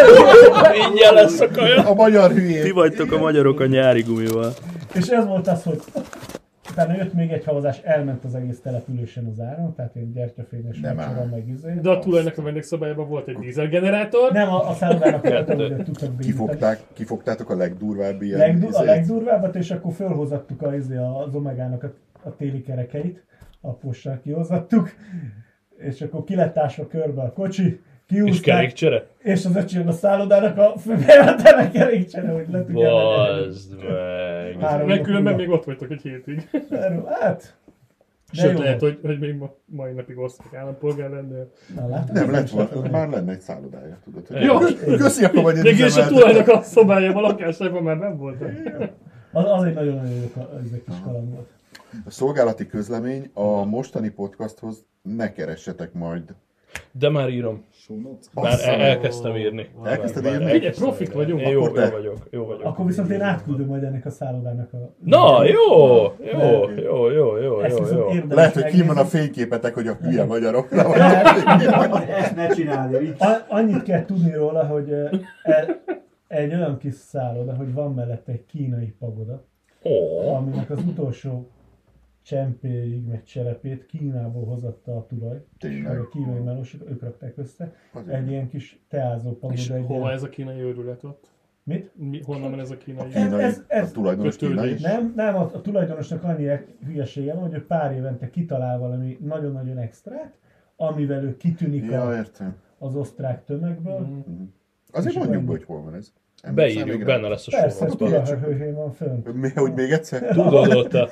Mindjárt lesz a kaja. A magyar hülyék. vagytok a magyarok a nyári gumival. És ez volt az, hogy utána jött még egy havazás, elment az egész településen az áram, tehát egy gyertyafényes Nem vacsora áll. meg izé. De a tulajnak a vendégszobájában volt egy dízelgenerátor. Nem, a, a szállodának a Kettő. hogy tudtak beírtani. Kifogták, kifogtátok a legdurvább ilyen Legdu- a izét. legdurvábbat, és akkor fölhozattuk a, izé, az Omegának a, a téli kerekeit, appossal kihozattuk, és akkor ki lett ásva körbe a kocsi, És kiúzták, kerékcsere? és az öcsém a szállodának a főbejelentene kerékcsere, hogy le tudják menni. Bazd meg. Három Meg nap különben múlva. még ott vagytok egy hétig. Hát, de Sőt, jó lehet, volt. hogy, hogy még ma, mai napig osztrák állampolgár lennél. Na, látod, Nem, ez lett is volna, lehet. már lenne egy szállodája, tudod. Hogy Jó. Köszi, akkor vagy egy Mégis a üzemeltető. tulajnak a szobájában, a lakásában már nem voltak. Az, az egy nagyon-nagyon jó ka- ez egy kis kaland volt. A szolgálati közlemény a mostani podcasthoz ne keressetek majd. De már írom. Show notes. Már Bassza el- meg. elkezdtem írni. Elkezdted Már írni? Figyelj, elkezdtem profik írni. vagyunk. Én jó, Akkor jó de. vagyok, jó vagyok. Akkor viszont én átküldöm majd ennek a szállodának a... Na, jó, jó, jó, jó, jó, Ezt jó, viszont jó. érdemes Lehet, hogy kim van a megnézni. fényképetek, hogy a hülye magyarokra vagy. Ezt ne csinálja, így. A- Annyit kell tudni róla, hogy eh, e- egy olyan kis szálloda, hogy van mellette egy kínai pagoda, Ó, aminek az utolsó csempéig meg cserepét Kínából hozatta a tulaj. Tényleg. Meg a kínai melósok, ők rakták össze. Azért. Egy ilyen kis teázó pagoda. És egy hova ilyen... ez a kínai őrület ott? Mit? Mi, honnan van ez a kínai Ez- Kínai, ez- ez- a tulajdonos kötődés. kínai. Nem, nem, a, a tulajdonosnak annyi hülyesége van, hogy ő pár évente kitalál valami nagyon-nagyon extrát, amivel ő kitűnik Ja, a, értem. az osztrák tömegből. Mhm. Azért És mondjuk akkor be, hogy hol van ez. Emlékszel beírjuk, még rá? benne lesz a Persze, sorozatban. tulajhőhén van fönn. Mi, hogy még egyszer? Tudod ott a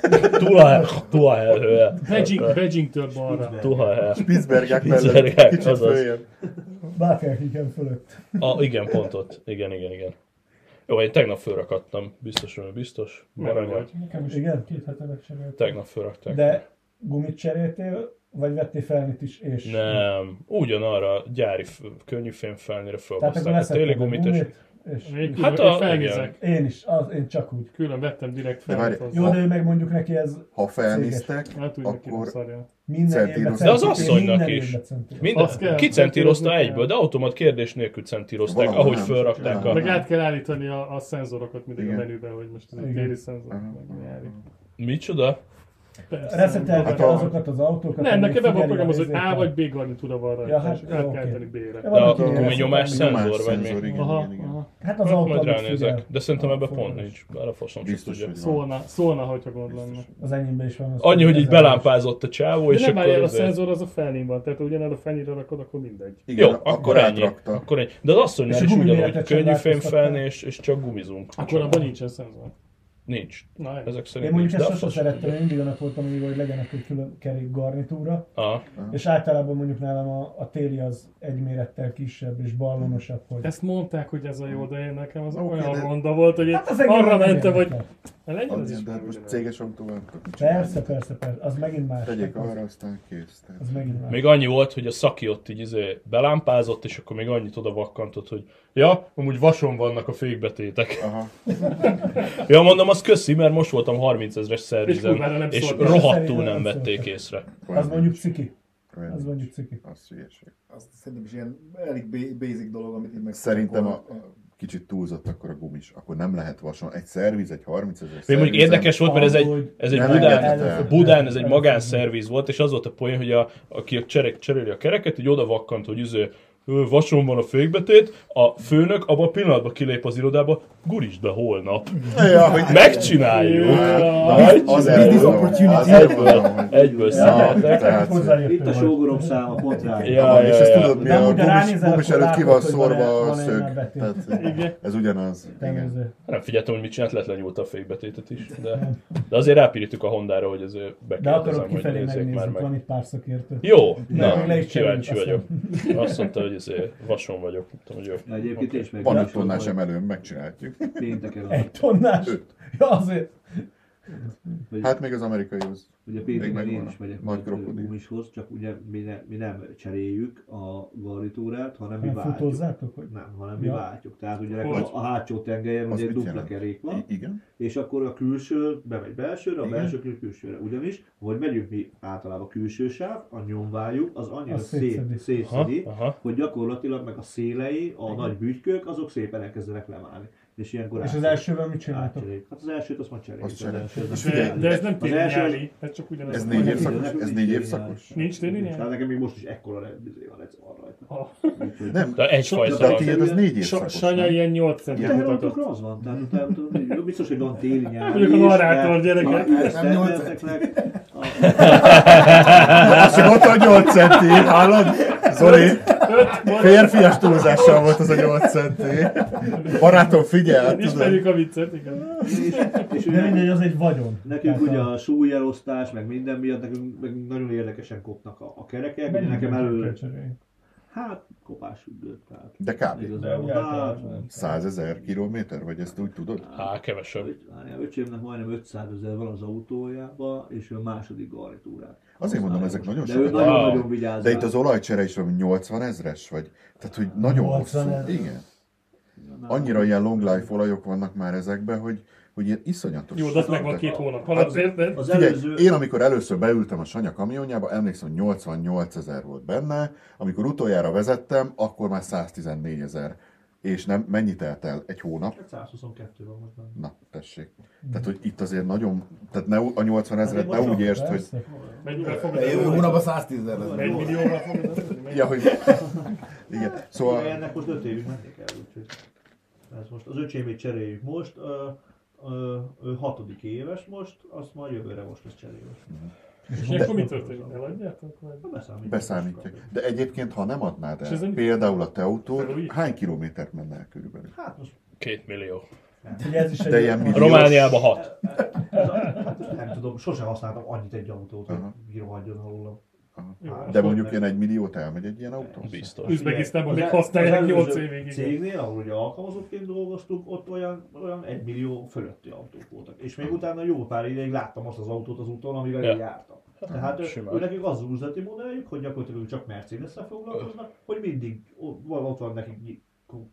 Tuhahelhője. Beijing, Beijingtől balra. Tuhael. Spitzbergek mellett, Spitzbergek, kicsit azaz. följebb. Bákjákiken fölött. A, igen, pont ott. Igen, igen, igen. Jó, én tegnap fölrakadtam. Biztos, hogy biztos. Merre Baranya. vagy? Nekem is igen, két hete megcseréltem. Tegnap fölrakták. De gumit cseréltél, vagy vettél felnit is, és... Nem, ugyanarra gyári f- könnyű fémfelnire Tehát akkor fölhozták a téli leszetted a gumit, és gumit, és... Én, Hát hát a- felnézek. Én is, az, én csak úgy. Külön vettem direkt De várj, fel. Jó, de ő meg mondjuk neki ez Ha felnéztek, Hát úgy neki nem akkor szarja. minden Centíroz. évben De az centíroz, asszonynak minden is. évben centíroz. minden, Azt kell, kicentírozta centírozni egyből, kell. de automat kérdés nélkül centírozták, Valahol ahogy nem. fölrakták Ja. a... Meg át kell állítani a, a szenzorokat mindig Igen. a menüben, hogy most ez a Igen. téli szenzor, Aha. meg nyári. Micsoda? Reszeteltek Hát a- azokat az autókat, Nem, amik nekem be van figyeli program az, hogy izét, A vagy B garnitúra van rajta, Ja, hát, és át jó, kell oké. tenni B-re. De De van, akkor aki mi ezt nyomás szokta- Nyomás szenzor, vagy szenzor, mi? igen, Aha, igen, igen. aha. Hát az Hát autó, majd amit ránézek, figyel. de szerintem ebben Forgalom. pont nincs. Bár a faszom sem Biztos, tudja. hogy van. Szólna, szólna, hogyha gond lenne. Az enyémben is van. az Annyi, hogy így ezer- belámpázott a csávó, De és nem akkor... várjál, a azért- szenzor az a felnén van, tehát ugyanaz a fenyire rakod, akkor mindegy. Igen, Jó, akkor ennyi. átrakta. Akkor ennyi. De az asszonynál És a is ugyanúgy gumiméretet sem könnyű változtatták. fémfelni, és, és csak gumizunk. Akkor abban nincsen szenzor. Nincs. Na, ennyi. Ezek szerint Én mondjuk nincs, ezt de a sosem fasz sem szerettem, tudja. én mindig annak voltam, hogy hogy legyen egy külön kerék garnitúra, Aha. és általában mondjuk nálam a, a téli az egy mérettel kisebb és ballonosabb, hogy... Ezt mondták, hogy ez a jó, de én nekem az Oké, olyan de- ronda volt, hogy én Hát az engem arra nem mentem, hogy érdekel. legyen ez is De hát már most ugyanaz. céges autóval nem tudok mit csinálni. Persze, persze, persze, az megint más. Tegyék az, arra, aztán kész. Tehát. az megint más. Még annyi volt, hogy a szaki ott így izé belámpázott, és akkor még annyit oda vakkantott, hogy ja, amúgy vason vannak a fékbetétek. Aha. Ja, mondom, az köszi, mert most voltam harmincezres szervizen, És kurvára nem és szóltak. rohadtul Szerintem nem nem vették szóltak. észre. Az mondjuk ciki. Olyan Az nincs. mondjuk ciki. Az hülyeség. Azt szerintem is ilyen elég ba- basic dolog, amit így meg... Szerintem a, a kicsit túlzott akkor a gumis. Akkor nem lehet vason. Egy szerviz, egy harmincezer Még mondjuk érdekes volt, mert ez egy, ez egy Nem Budán, engedhet el. Budán, ez egy magánszerviz volt, és az volt a poén, hogy a, aki a cserek, cseréli a kereket, így oda vakkant, hogy üző, vason van a fékbetét, a főnök abban a pillanatban kilép az irodába, gurítsd be holnap. Ja, hogy Megcsináljuk! Na, Nagy azért business mondom, opportunity. azért mondom, hogy... Egyből Ja, szemeltek. tehát- Hozzájöttem, Itt a hogy- sógorom száma pont rá. Ja, és ja, ezt ja. tudod, mi De a amúgy, de gumis, ránézel, gumis akkor előtt ki látod, van hogy van-e- szórva a van-e szög. már betét. Tehát ez ugyanaz. Igen. Tervező. Nem figyeltem, hogy mit csinált, lett lenyúlta a fékbetétet is, de, de azért rápirítjuk a Hondára, hogy azért De akarok bekérdezem, hogy kifelé nézzék már megnézni, meg. van itt pár szakértő. Jó, De na, még le is cseréljük, kíváncsi aztán. vagyok. Azt mondta, hogy azért vason vagyok. Tudom, hogy jó. Egyébként és meg Van öt tonnás emelőm, megcsináljuk. pénteken. Egy tonnás? Öt. Ja, azért. Vagy- Hát még az amerikaihoz. Ugye Még pénteken én megvan is a megyek nagy majd krokodil. gumishoz, csak ugye mi, ne, mi nem cseréljük a garnitúrát, hanem mi Nem váltjuk. futózzátok, hogy? Nem, hanem mi Ja. váltjuk. Tehát ugye nekem Hogy? a, a hátsó tengelyen Az ugye mit dupla jelent? kerék van, I- igen. és akkor a külső bemegy belsőre, a Igen. belső kerül külsőre. Ugyanis, hogy megyünk mi általában külső sáv, a nyomváljuk, az annyira Az szét, szétszedi. szétszedi, Aha, aha. hogy gyakorlatilag meg a szélei, a nagy bütykök, azok szépen elkezdenek lemálni. És ilyenkor És az át- elsővel mit csináltok? átcseréljük. Hát az elsőt azt majd cseréljük. Azt az cseréljük. elsőt. És De, figyelj, de ez nem az téli első- nyári, ez csak ugyanaz. Ez a négy fajta. évszakos? Nekünk Ez nincs négy téli évszakos? nyári. Nincs téli nyári? Hát nekem még most is ekkora izé van, ez van rajta. Ah. Úgyhogy- Nem, De egyfajta de a van. tiéd az négy Sa- évszakos. Sanya nem? ilyen nyolc A centi Igen. mutatott. teherautókra az van, tehát a teherautókra biztos, hogy van téli nyári. Mondjuk a is, narrátor, de- gyerekek. ha ezt Nem nyolc elméletileg- Azt mondta, hogy nyolc centi, hallod? Zoli, férfias túlzással volt az a nyolc centi. Barátom, figyelj, tudod. Ismerjük a viccet, igen. És, és De ugye, mindegy, az egy vagyon. nekünk Tehát ugye a súlyelosztás, meg minden miatt nekünk meg nagyon érdekesen kopnak a, a kerekek. Ugye Mennyit nekem kell elő, cserélni? hát kopás függő. Tehát De kb. igazából, De hát, általában. százezer kilométer, vagy ezt úgy tudod? Á, kevesebb. öt- várjál, öcsémnek majdnem ötszázezer van az autójában, és ő a második garnitúrát. Azért mondom, ezek nagyon De ő sok. nagyon-nagyon Wow. vigyáz De rá. itt az olajcsere is valami nyolcvan ezres, vagy? Tehát, hogy nagyon hosszú. nyolcvan ezer. Igen. Annyira ilyen long life olajok vannak már ezekben, hogy, hogy ilyen iszonyatos. Jó, de az meg van két hónap alatt, érted? Az Figyelj, előző... én amikor először beültem a Sanya kamionjába, emlékszem, hogy nyolcvannyolc ezer volt benne, amikor utoljára vezettem, akkor már száztizennégy ezer. És nem, mennyit telt el? Egy hónap? százhuszonkettő van most már. Na, tessék. Tehát, hogy itt azért nagyon, tehát ne, a nyolcvan ezeret ne úgy értsd, hogy, Persze. Mennyivel fogod Jövő el? hónapban száztízezer lesz. Egy millióval fogod el? ja, hogy, igen, Szóval... szóval, Ennek most öt évig menni kell, úgyhogy ez most az öcsémét cseréljük most, ö, ö, ő hatodik éves most, azt majd jövőre most lesz cserélve. És ilyenkor mi történik? Eladjátok? Vagy? Ha beszámítjuk. beszámítják. De egyébként, ha nem adnád És el, ez egy- például a te autód, Felújít? hány kilométert menne el körülbelül? Hát most Két millió. Ugye ez is egy De ilyen milliós- Romániában hat. ez a, hát nem tudom, sosem használtam annyit egy autót, hogy Aha. kirohadjon alólam. Jó, Hát, De azt mondjuk meg- ilyen egy milliót elmegy egy ilyen autó? Biztos. Üzbegisztánban Az még el- használják az nyolc előző évig. igen. Cégnél, ahol ugye alkalmazottként dolgoztuk, ott olyan, olyan egy millió fölötti autók voltak. És még utána jó pár ideig láttam azt az autót az úton, amivel Ja. én jártam. Tehát ő, simán. ő nekik az az üzleti modelljük, hogy gyakorlatilag csak Mercedes-szel foglalkoznak, hogy mindig ott van, ott van nekik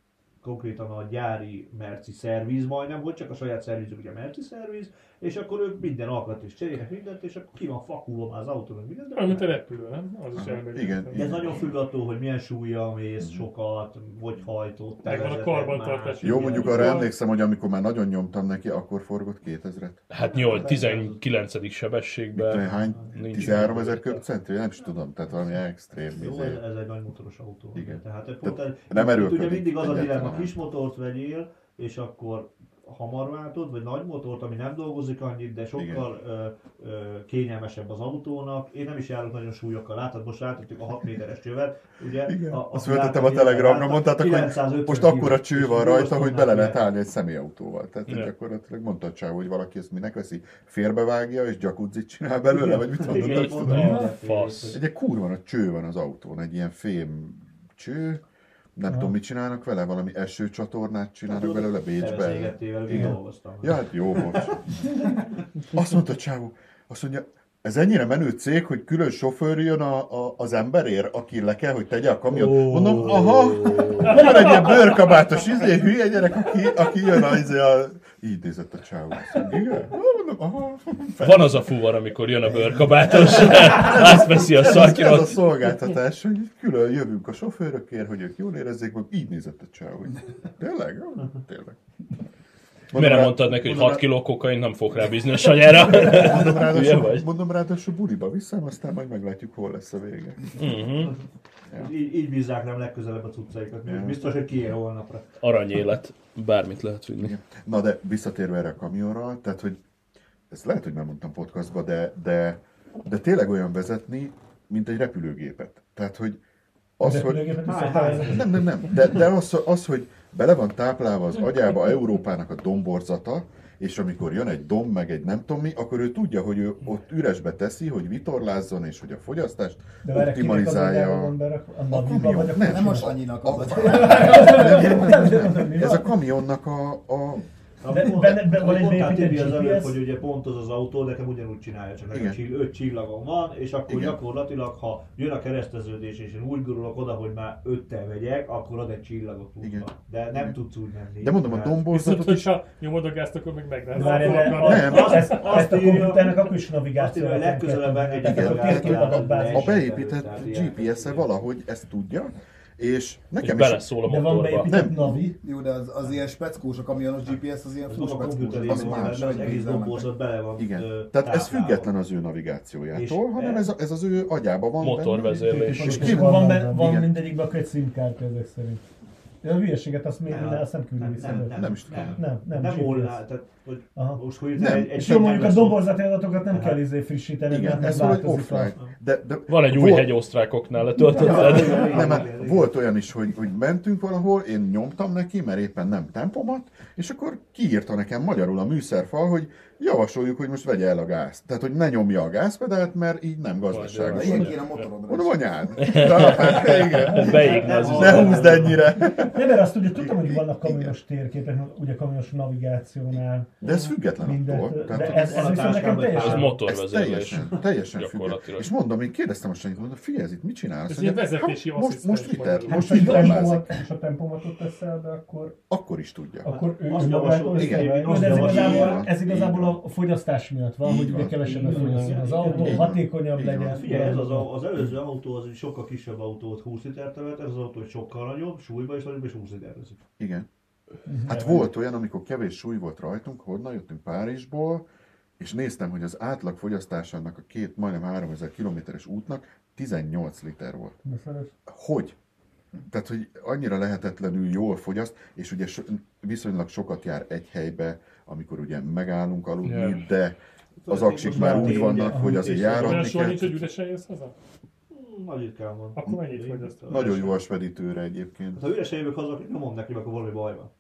konkrétan a gyári merci szerviz majdnem, hogy csak a saját szervizük ugye merci szerviz, és akkor ők minden alkat is cserélnek mindent, és akkor ki van fakulva már az autó, meg mindent. Olyan, mint a repülő, nem? Az is elmegy. Igen. De ez nagyon függ attól, hogy milyen súlya mész, sokat, hogy hajtott. Megvan a karbantartás. Jó, mondjuk arra emlékszem, hogy amikor már nagyon nyomtam neki, akkor forgott kétezret. Hát nyolc, tizenkilencedik sebességben. Hány? nincs tizenhárom ezer köbcentri? Nem is tudom, tehát valami extrém. Jó, izé. ez, ez egy nagy motoros autó. Igen. Tehát, Tehát tehát nem erőlködik ugye mindig az a dilemma, egyáltalán. kis motort vegyél, és akkor hamar váltod, vagy nagy motort, ami nem dolgozik annyit, de sokkal ö, ö, kényelmesebb az autónak. Én nem is járok nagyon súlyokkal, látod, most rátadtuk a hat méteres csövet, ugye? Igen. A, Azt föltettem a Telegramra, mondtátok, hogy most akkora cső van rajta, hogy bele lehet állni egy személyautóval. Tehát Igen. gyakorlatilag mondta a csáv, hogy valaki ezt minek veszi, félbevágja és jacuzzit csinál belőle, vagy mit mondod? Igen, Nem így tudom. mondta, tudom. mindenféle, Fasz. hogy- Egy kurva nagy cső van az autón, egy ilyen fém cső. Nem Aha. tudom, mit csinálnak vele, valami esőcsatornát csinálnak belőle Bécsben. Tevezégettével, Igen. dolgoztam. Ja, hát jó volt. Azt mondta a csávó, azt mondja, ez ennyire menő cég, hogy külön sofőr jön a, a, az emberért, aki le kell, hogy tegye a kamiont. Mondom, aha, van egy ilyen bőrkabátos izé, hülye gyerek, aki, aki jön a, izé, a... Így nézett a csávó. Azt mondja, igen? Mondom, aha. Van az a fuvar, amikor jön a bőrkabátos, átveszi a Ez, az, ez a szatyrot. szolgáltatás, hogy külön jövünk a sofőrökért, hogy ők jól érezzék, meg így nézett a csávó. hogy Tényleg? Jó, tényleg. Miért nem mondtad neki, hogy hat kiló kokain nem fog rá bízni a sanyára? Mondom Hülye ráadásul, vagy? mondom ráadásul buliba viszem, aztán majd meglátjuk, hol lesz a vége. Mhm. Így, így bízzák nem legközelebb a cuccaikat, Ja. biztos, hogy kiér holnapra. Aranyélet. Bármit lehet vinni. Igen. Na de visszatérve erre a kamionra, tehát hogy ezt lehet, hogy már mondtam podcastba, de, de, de tényleg olyan vezetni, mint egy repülőgépet. Tehát, hogy az, hogy... Repülőgépet is Háj, szokták háj. vezetni? Nem, nem, nem. De, de az, az, hogy bele van táplálva az agyába Európának a domborzata, és amikor jön egy domb, meg egy nem tudom mi, akkor ő tudja, hogy ő ott üresbe teszi, hogy vitorlázzon, és hogy a fogyasztást De várj, kinek az agyába optimalizálja. van berakva? A A Naviba kamion. vagy a Nem, Nem a kocsiba? Sanyinak az a Ez a kamionnak a, a De Pont- benne- benne van ahogy egy mondtál, beépített Tibi, az gé pé előbb, es? hogy ugye pont az az autó, nekem ugyanúgy csinálja, csak nekem Igen. csill, öt csillagon van, és akkor Igen. gyakorlatilag, ha jön a kereszteződés, és én úgy gurulok oda, hogy már öttel vegyek, akkor ad egy csillagot Igen. pluszba. De nem Igen. tudsz úgy menni. de mondom, a Tehát- Viszont, domborzatot is... hogyha nyomod a gázt, akkor meg De megrázod. várj, de Nem. azt, ezt, Azt ezt a írja- komputernek akkor is Azt navigáció. írja, hogy legközelebb engedjük Igen, a tehát, gázt, hogy tehát A ne beépített tehát gé ilyen- pé es-e valahogy ezt tudja, és Hogy nekem is... beleszól a De van motorba. beépített Nem. navi. Jó, de az, az ilyen speckós, a kamionos gé pé es, az ilyen Az full a speckós. komputerében az van, más. mert az egész dombozat bele van. Igen. ö, Tehát ez táplálva. független az ő navigációjától, És hanem ez, a- ez az ő agyában van benne. Motorvezérlés. És És ki akkor van, van be, van Igen. mindegyikben akkor egy simkártya ezek szerint. De a hülyeséget azt még Nem, nem, azt nem küldi nem, vissza. nem, be. nem, Nem is tudom. nem, Nem, nem, nem gé pé es. volna, tehát hogy Aha. most hogy Nem. egy, egy És jó, mondjuk a lesz- domborzati adatokat nem Aha. kell izé frissíteni, Igen, mert ez valahogy változik a... offline. De, de Van egy új volt- hegy osztrákoknál, letöltötted? Nem, hát volt olyan is, hogy, hogy mentünk valahol, én nyomtam neki, mert éppen nem tempomat, és akkor kiírta nekem magyarul a műszerfal, hogy javasoljuk, hogy most vegye el a gázt. Tehát, hogy ne nyomja a gázpedált, mert így nem De gazdaságos. ilyen kéne a motorodra Mondom, is. anyád. De, igen. Beégne az Ne üzem. húzd ennyire. Nem, mert azt ugye tudtam, hogy vannak kamionos térképek, ugye kamionos navigációnál. De ez független Mindent, attól. de Tehát, ez, ez viszont nekem Ez teljesen... ez motorvezérlés. teljesen, teljesen független. Gyakorlatilag. És mondom, én kérdeztem a Sanyit, mondom, figyelj, ez itt mit csinál? Ez Azt ilyen mondja, vezetési "Hát, most, asszisztens most viter, magyarul. most Most, hogy vitorlázik. tempomat, és a tempomatot teszel be, akkor, Akkor is tudja. akkor ő azt magától javasol- össze- igen, Jó, azt de ez javasol- Így igazából, van, ez így igazából van. a fogyasztás miatt van, Így hogy ugye van. kevesebbet Így van. fogyasztjon az Így autó, van. hatékonyabb Így van. legyen. Figyelj, ez az, a, az előző autó az egy sokkal kisebb autó, volt húsz liter tevet, ez az autó egy sokkal nagyobb, súlyba is nagyobb, és húsz literezik. Igen. Hát volt olyan, amikor kevés súly volt rajtunk, honnan jöttünk Párizsból, és néztem, hogy az átlag fogyasztása annak a két, majdnem háromezer kilométeres útnak tizennyolc liter volt. Hogy? Tehát, hogy annyira lehetetlenül jól fogyaszt, és ugye so, viszonylag sokat jár egy helybe, amikor ugye megállunk aludni, Ja. de az aksik már úgy vannak, hogy azért Olyan járatni soha nincs, kell. hogy üresen jössz haza? Hmm, Nagy ritkán van. Akkor mennyit fogyasztol? Nagyon jó a speditőre egyébként. Ha üresen jövök haza, akkor nyomom neki, akkor valami baj van.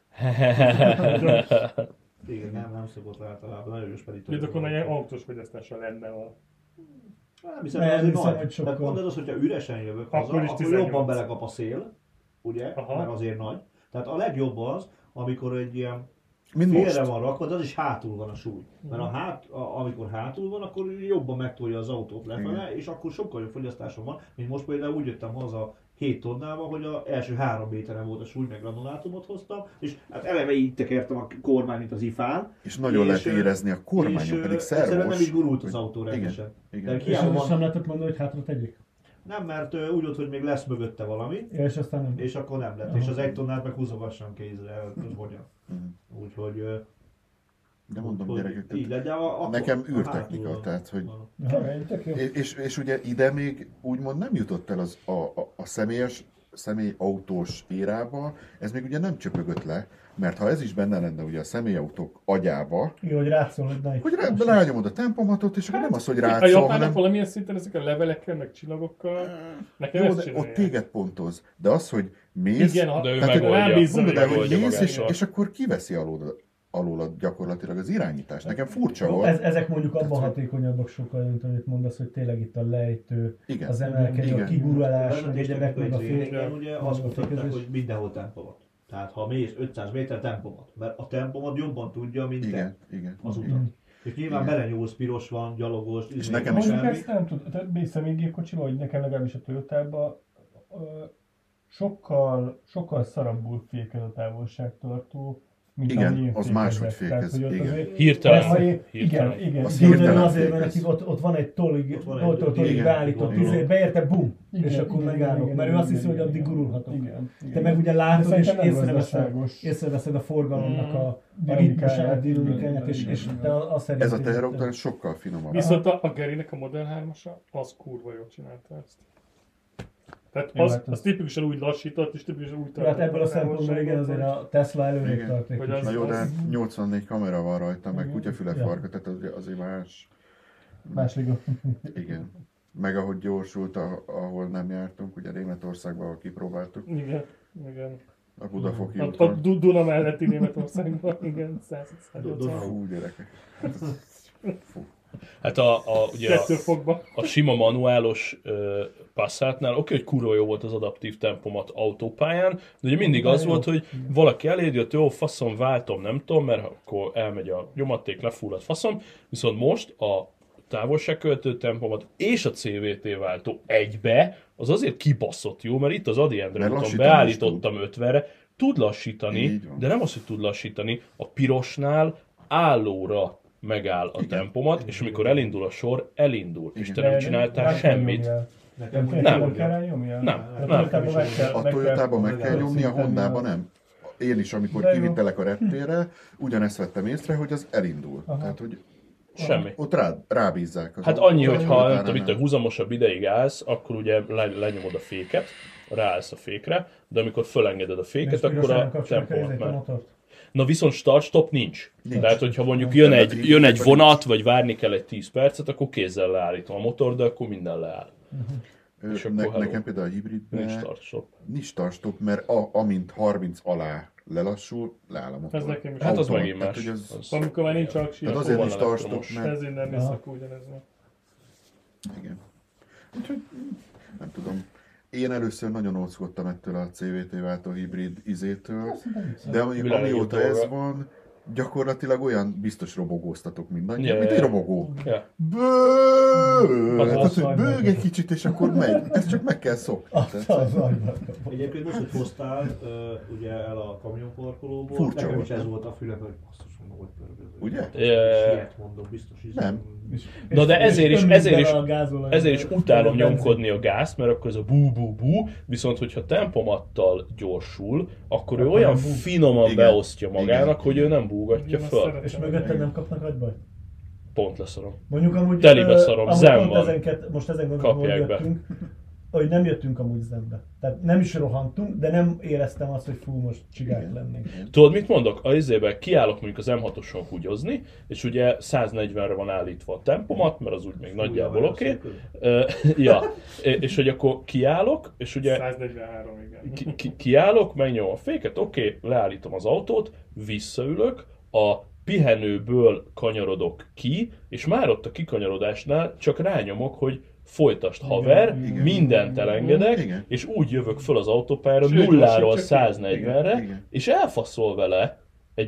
Igen, nem, nem szokott általában, nagyon jó speditőr. Jó, de akkor már ilyen autós fogyasztása lenne a... Nem hiszem, Nem, nem, azért hiszem, nagy. hogy sokkal. Tehát pont ez az, hogyha üresen jövök Akkor haza, is akkor tizennyolc. jobban belekap a szél, ugye, Aha. mert azért nagy. Tehát a legjobb az, amikor egy ilyen Mint félre most. van rakva, de az is hátul van a súly. Mert a hát, a, amikor hátul van, akkor jobban megtolja az autót lefele, és akkor sokkal jobb fogyasztásom van, mint most például úgy jöttem haza hét tonnával, hogy az első három méteren volt a súly, meg granulátumot hoztam, és hát eleve így tekertem a kormány, mint az ifán. És nagyon lehet érezni a kormányon, és, pedig egyszerűen szervos. nem is gurult az autó Igen, rendesen. igen. De És hiába most van, nem lehetett mondani, hogy hátra tegyék? nem, mert ö, úgy volt, hogy még lesz mögötte valami, Ja, és aztán nem. és akkor nem lett. Aha. És az egy tonnát meg húzogassam kézre, hogy hogyan. Mhm. Úgyhogy... ö, De mondom, hogy gyerekek, így lett, de a, a, nekem a űrtechnika, hátul tehát hogy... van. Aha, egy tök jó. És, és, és ugye ide még úgymond nem jutott el az, a, a, a személyes, személyautós érába, ez még ugye nem csöpögött le, mert ha ez is benne lenne ugye a személyautók agyába, Jó, hogy rátszól, hogy na itt. hogy rá, rányomod a tempomatot, és akkor nem az, hogy A rátszol, japánok hanem... valamilyen szinten ezek a levelekkel, meg csillagokkal, nekem Jó, ezt de csinálják. ott téged pontoz, de az, hogy mész, Igen, ha De ő tehát, hogy megoldja. rábízza mondod el, őket. hogy megoldja mész, és, magától. és akkor kiveszi alól, alól gyakorlatilag az irányítást. Nekem furcsa Jó, volt. ez, ezek mondjuk abban Tehát, hogy- hatékonyabbak sokkal, mint amit mondasz, hogy tényleg itt a lejtő, Igen. az emelkedő, a Igen. kigurulás, A meg egyebek, meg a vezetéstechnikai fél. tréningen ugye meg azt a mutatták, fékezés. hogy mindenhol tempomat. Tehát ha mész ötszáz méter tempomat, mert a tempomat jobban tudja, mint Igen, te igen. az utat. Igen. És nyilván Igen. belenyúlsz, piros van, gyalogos, izé, nekem is- Mondjuk semmi. ezt nem tudom, tehát mész személygépkocsival, hogy nekem legalábbis a Toyotában ö, sokkal, sokkal szarabbul fékez a távolságtartó, mint Igen, ahogy én az fékezek. máshogy Tehát, fékez, hogy ott igen. azért- Hirtelen. Ha én- Hirtelen. Igen, igen. Az Jó, de hirtelen azért, mert fékez. nekik ott, ott van egy tolig, Ott van egy- toltól tolig igen, beállított igen, izé, igen. beérte, bum! Igen, És akkor igen, megállok, igen, mert ő igen, azt hiszi, igen, hogy addig igen. gurulhatok. Igen, igen. Te meg ugye látod, De és szerintem nem észreveszed, gazdaságos. észreveszed a forgalomnak a, a Dinamikáját, ritmusát, dinamikáját, és, igen, és igen. te azt szerint Ez a teherautó sokkal finomabb. Viszont a, a Gerinek a Model hármasa, az kurva jól csinálta ezt. Tehát Jó, az, hát az az- tipikusan úgy lassított, és tipikusan úgy Hát tartott ebből a szempontból igen, azért a Tesla előrébb Igen. tart egy Hogy kicsit. Na jó, de az- nyolcvannégy kamera van rajta, meg Igen. kutyafüle Ja. farka, tehát az- azért más. Más liga. Igen. Meg ahogy gyorsult, a- ahol nem jártunk, ugye Németországban, ahol kipróbáltuk, Igen, igen. a Budafoki A, a úton. Du- Duna melletti Németországban, igen, száz nyolcvan. Fú, gyerekek. Hát a, a, ugye Kettő a, fokba. a sima manuálos uh, Passatnál, oké, hogy kurva jó volt az adaptív tempomat autópályán, de ugye mindig az volt, hogy valaki elér, jött, jó, faszom, váltom, nem tudom, mert akkor elmegy a nyomaték, lefullad, faszom, viszont most a távolságkövető tempomat és a cé vé té váltó egybe, az azért kibaszott jó, mert itt az Adi Endre Mert úton lassítani beállítottam ötvenre, tud lassítani, Így van. de nem az, hogy tud lassítani, a pirosnál állóra megáll a tempomat, és amikor elindul a sor, elindul. És te Igen. nem csináltál semmit. Nekem Nem, úgy Nem. nem kell rá nyomni? Nem, A nem. Toyotában meg kell- A meg kell- Toyotában meg kell nyomni, a szinteni Hondában nem. Én is, amikor De jó. kivittelek a reptérre, ugyanezt vettem észre, hogy az elindul. Aha. Tehát, hogy Semmi. ott rá, rábízzák. Az Hát autót, annyi, hogy az ha utána nem tudom, itt a húzamosabb ideig állsz, akkor ugye le, lenyomod a féket, ráállsz a fékre, de amikor fölengeded a És féket, akkor pirosan a kapcsolják tempomat ezért a már. motort. Na viszont start-stop nincs. Nincs. Tehát, hogyha mondjuk jön Tehát egy, így- jön egy így- vonat, vagy várni kell egy tíz percet, akkor kézzel leállítom a motor, de akkor minden leáll. Ö, és ne, akkor hello. nekem például a hibridben Nincs start-stop. nincs start-stop, mert a, amint harminc alá lelassul, leáll a motor. Ez nekem is. Hát az Automat, megint tehát, más. hogy az- Az- Amikor már nincs aksi, Tehát akkor azért van nincs start-stop, elektromos. mert... ez innen Aha. nézek ugyanez van. Igen. Úgyhogy nem tudom. Én először nagyon óckodtam ettől a cé vé té váltó hibrid izétől, de ami, Világ amióta legjobb ez dolga. van, gyakorlatilag olyan biztos robogóztatok mindannyian, Ja, mint ja, egy ja. robogó. Ja. Bőőőő! Az Hát az az, hogy vagy bőg meg. egy kicsit, és akkor megy. Ezt csak meg kell szokni. Az Tehát- az agyban. Egyébként most, hogy hoztál ö, ugye el a kamionparkolóból, Furcsa nekem volt, is ez nem? volt a fülem, hogy basszus, mondom, hogy pörgöző. Ugye? Ja. Siet, mondom, biztos is. Nem. Na de ezért is, És ömlik ezért is, bele a gázolaj- ezért is utálom benzin. nyomkodni a gázt, mert akkor ez a bú-bú-bú, viszont hogyha tempomattal gyorsul, akkor ő Akkor olyan nem bú. finoman Igen. beosztja magának, Igen. hogy ő nem búgatja Igen, azt föl. szeretem. És mögötted nem kapnak agybaj? Pont leszarom. Mondjuk amúgy... Telibe ö, szarom, amúgy zen pont van. Ezenket, most ezen gondolom, hogy Kapják be. jöttünk, hogy nem jöttünk amúgy zenbe. Tehát nem is rohantunk, de nem éreztem azt, hogy fú, most csigák lennénk. Tudod, mit mondok? A izébe kiállok mondjuk az em hatoson húgyozni, és ugye száznegyvenre van állítva a tempomat, mert az úgy még nagyjából oké. Okay. Ja, és hogy akkor kiállok, és ugye száznegyvenhárom, igen. ki, ki, kiállok, megnyomom a féket, oké, okay, leállítom az autót, visszaülök, a pihenőből kanyarodok ki, és már ott a kikanyarodásnál csak rányomok, hogy folytasd haver, igen. mindent elengedek, Igen. és úgy jövök föl az autópályára Sőt, nulláról lassítsa ki. száznegyvenre, Igen, igen. és elfaszol vele egy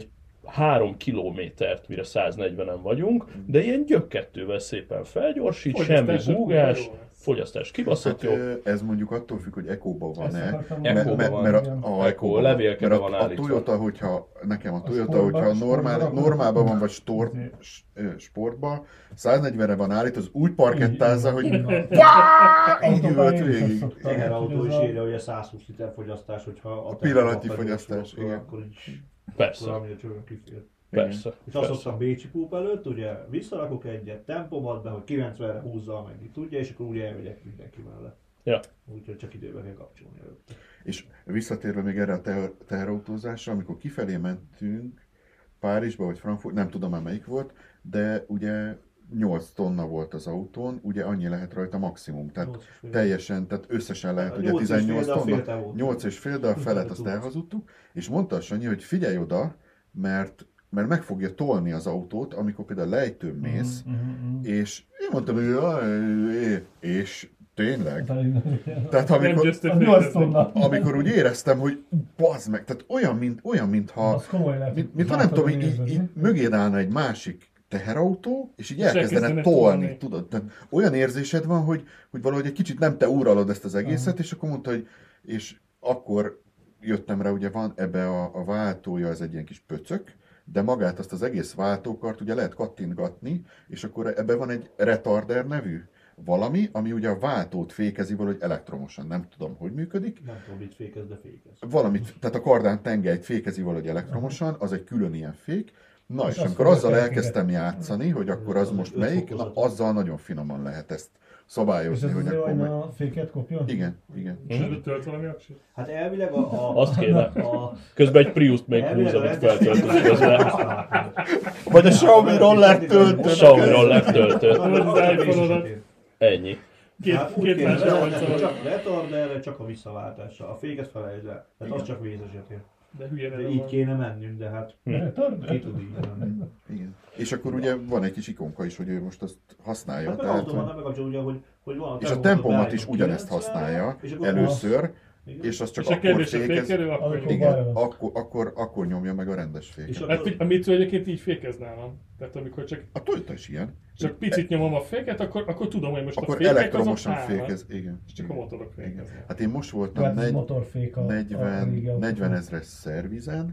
három kilométert, mire száznegyvenen vagyunk, de ilyen gyökkettővel szépen felgyorsít, semmi Fogyasztás búgás, akkor jó lesz. fogyasztás kibaszott Hát, jó. ö, ez mondjuk attól függ, hogy Eco-ban van-e. Ezt akartam Mert, Eco-ban mert, van, mert igen. a, a Eco, Eco-ban, levélkebe mert van a, a állítva. Toyota, hogyha nekem a Toyota, sportban- hogyha normál, sportban- normálban van, vagy stor, s- ö, sportban, száznegyvenre van állít, az úgy parkettázza, hogy Így van. Váááá, így Autópályán üvölt én is azt végig. szoktam, Teherautó hogy is ez a- írja, hogy a száz húsz liter fogyasztás, hogyha a pillanatnyi tempóban fogyasztás, felgyorsul, igen. Akkor így Persze, valamire csörön kifér. persze. És azt persze. szoktam Bécsi púp előtt, ugye visszarakok egyet tempomat be, hogy kilencvenre húzza, ameddig tudja, és akkor ugye elmegyek mindenki mellett. Ja. Úgyhogy csak időbe kell kapcsolni előtte. És visszatérve még erre a teher, teherautózásra, amikor kifelé mentünk Párizsba vagy Frankfurt, nem tudom már melyik volt, de ugye nyolc tonna volt az autón, ugye annyi lehet rajta maximum, tehát Nyolc és fél. teljesen, tehát összesen lehet A ugye nyolc és fél, tizennyolc de a fél tonna, te volt. nyolc és fél, de a felet azt elhazudtuk, és mondta a Sanyi, hogy figyelj oda, mert, mert meg fogja tolni az autót, amikor például lejtőn mész, Mhm, mhm. és én mondtam, hogy jaj, és tényleg, Tehát tehát Nem amikor, győztek a nyolc fékezni. tonna. amikor úgy éreztem, hogy bazd meg, tehát olyan, mint, olyan, mintha, Az komoly lehet. mint, mintha nem tudom, így, így, így mögéd állna egy másik teherautó, és így És elkezdene elkezdene tolni, tolni. tudod? Tehát olyan érzésed van, hogy, hogy valahogy egy kicsit nem te uralod ezt az egészet, és akkor mondta, hogy és akkor jöttem rá, ugye van ebbe a, a váltója, ez egy ilyen kis pöcök, de magát azt az egész váltókart ugye lehet kattintgatni, és akkor ebben van egy retarder nevű valami, ami ugye a váltót fékezi valahogy elektromosan, nem tudom, hogy működik. Nem tudom, mit fékez, de fékez. Valamit, tehát a kardán tengelyt fékezi valahogy elektromosan, az egy külön ilyen fék. Na és, És azt amikor fogja azzal felfékezni. elkezdtem játszani, hogy akkor az most melyik, na azzal nagyon finoman lehet ezt És szabályozni, ez hogy azért, akkor hogy meg... a féket kopjon? Igen, igen. És ez tölt valami aksit? Hát elvileg a... a Azt kéne. a Közben egy Priust még elvileg húz, a amit rendes feltöltött fékez- közben. Vagy a Xiaomi roller töltő. Xiaomi roller töltött. Az iPhone-odat. Ennyi. Két, Hát úgy két kéne másodperc levenni, alatt. csak retarderre, csak a visszaváltásra. A féket felejtsd el. Tehát az csak víz esetén. De hülye De nem így van. kéne mennünk, de hát Ne, tart- ki tud így menni. Igen. És akkor ugye van egy kis ikonka is, hogy ő most azt használja. Hát meg Tehát, automatán megkapcsolja, hogy, hogy van a és a tempót, tempomat beállítod is ugyanezt kilencvenre, használja és akkor először, Igen. és az csak És a akkor kérdés a fékez. fékelő, akkor Amikor jó. Igen, baj van. akkor, akkor, akkor nyomja meg a rendes És féket. a- Hát figy- a Mitsu egyébként így fékez nálam. Tehát amikor csak, A Toyota is ilyen. csak picit nyomom a féket, akkor, akkor tudom, hogy most a Akkor fékek elektromosan azok állnak. fékez. Igen. És csak a igen, motorok igen. fékeznek. Hát én most voltam Hát ez negy- motorfék a, a régi negyven, autókon. negyven ezres szervizen,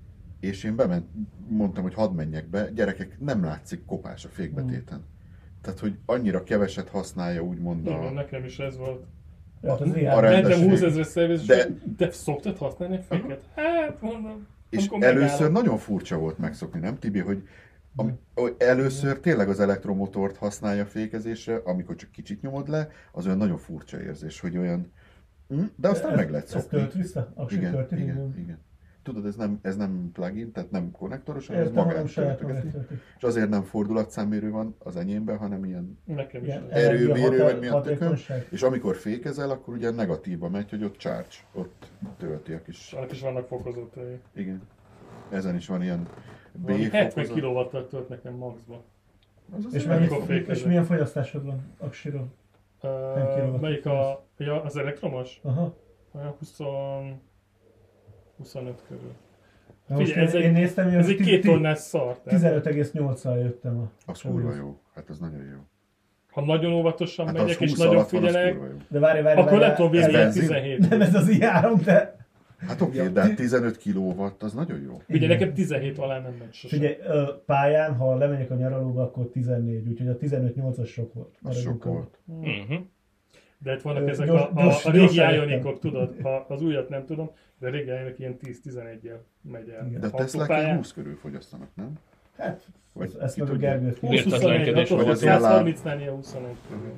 és én bement, mondtam, hogy hadd menjek be, gyerekek, nem látszik kopás a fékbetéten. Tehát, hogy annyira keveset használja úgymond Tudom, a... nekem is ez volt. Hát az a ilyen. rendes Mentem fék. húszezres szerviz, De- de... de szoktad használni a féket? Hát mondom. És amikor először megállok. nagyon furcsa volt megszokni, nem Tibi, hogy am, hogy először tényleg az elektromotort használja a fékezésre, amikor csak kicsit nyomod le, az olyan nagyon furcsa érzés, hogy olyan... Hm, de aztán Ez- meg lehet Ez szokni. tölt vissza? Aksi Igen, tölti? igen, igen. Tudod, ez nem, ez nem plugin, tehát nem konnektoros, hanem ez Értem, hanem magát saját töltögeti. magát tölti. És azért nem fordulatszámmérő van az enyémben, hanem ilyen... Nekem is. Ilyen ez. Erőmérő, energiahatá- vagy mi a tököm? hatékonyság. És amikor fékezel, akkor ugye negatívba megy, hogy ott charge, ott tölti a kis... Annak is vannak fokozatai. Igen. Ezen is van ilyen B Valami hetven fokozat. kilowattal tölt nekem maxba. Az az És, olyan- mennyi, Amikor fékezek. és milyen fogyasztásod van Aksiról? Uh, kilowatt melyik a, ja, az elektromos? Aha. Olyan húsz, huszonöt körül. Na most Figyelj, ez én, egy- én néztem, hogy Ez az egy két tonnás szar. tehát tizenöt egész nyolccal jöttem a... Az kurva jó. Hát az nagyon jó. Ha nagyon óvatosan Hát megyek az és húsz nagyon alatt van, az figyelek, kurva jó. De várj, várj, akkor várj, le tudom várj, vinni ilyen benzin? tizenhét. Nem ez az i három, de... Hát oké, okay, de hát tizenöt kilowatt, az nagyon jó. Ugye nekem tizenhét alá nem megy sosem. Figyelj, ö, pályán, ha lemegyek a nyaralóba, akkor tizennégy, úgyhogy a tizenöt nyolcas sok volt. Az sok Maradjunk volt. Mhm. De itt vannak Ö, ezek gyors- a, a, gyors- a régi gyorsan Ionicok, tudod, ha az újat nem tudom, de a régi Ionic ilyen tíz-tizenegyel megy el. Igen. De a Teslák Autópályán. ilyen húsz körül fogyasztanak, nem? Hát, Vagy ezt ki meg a tudja? Gergőt húsz kérdezni. huszonegy, Értetlenkedés, attól vagy volt az ilyen láb- százharmincnál ilyen huszonegy.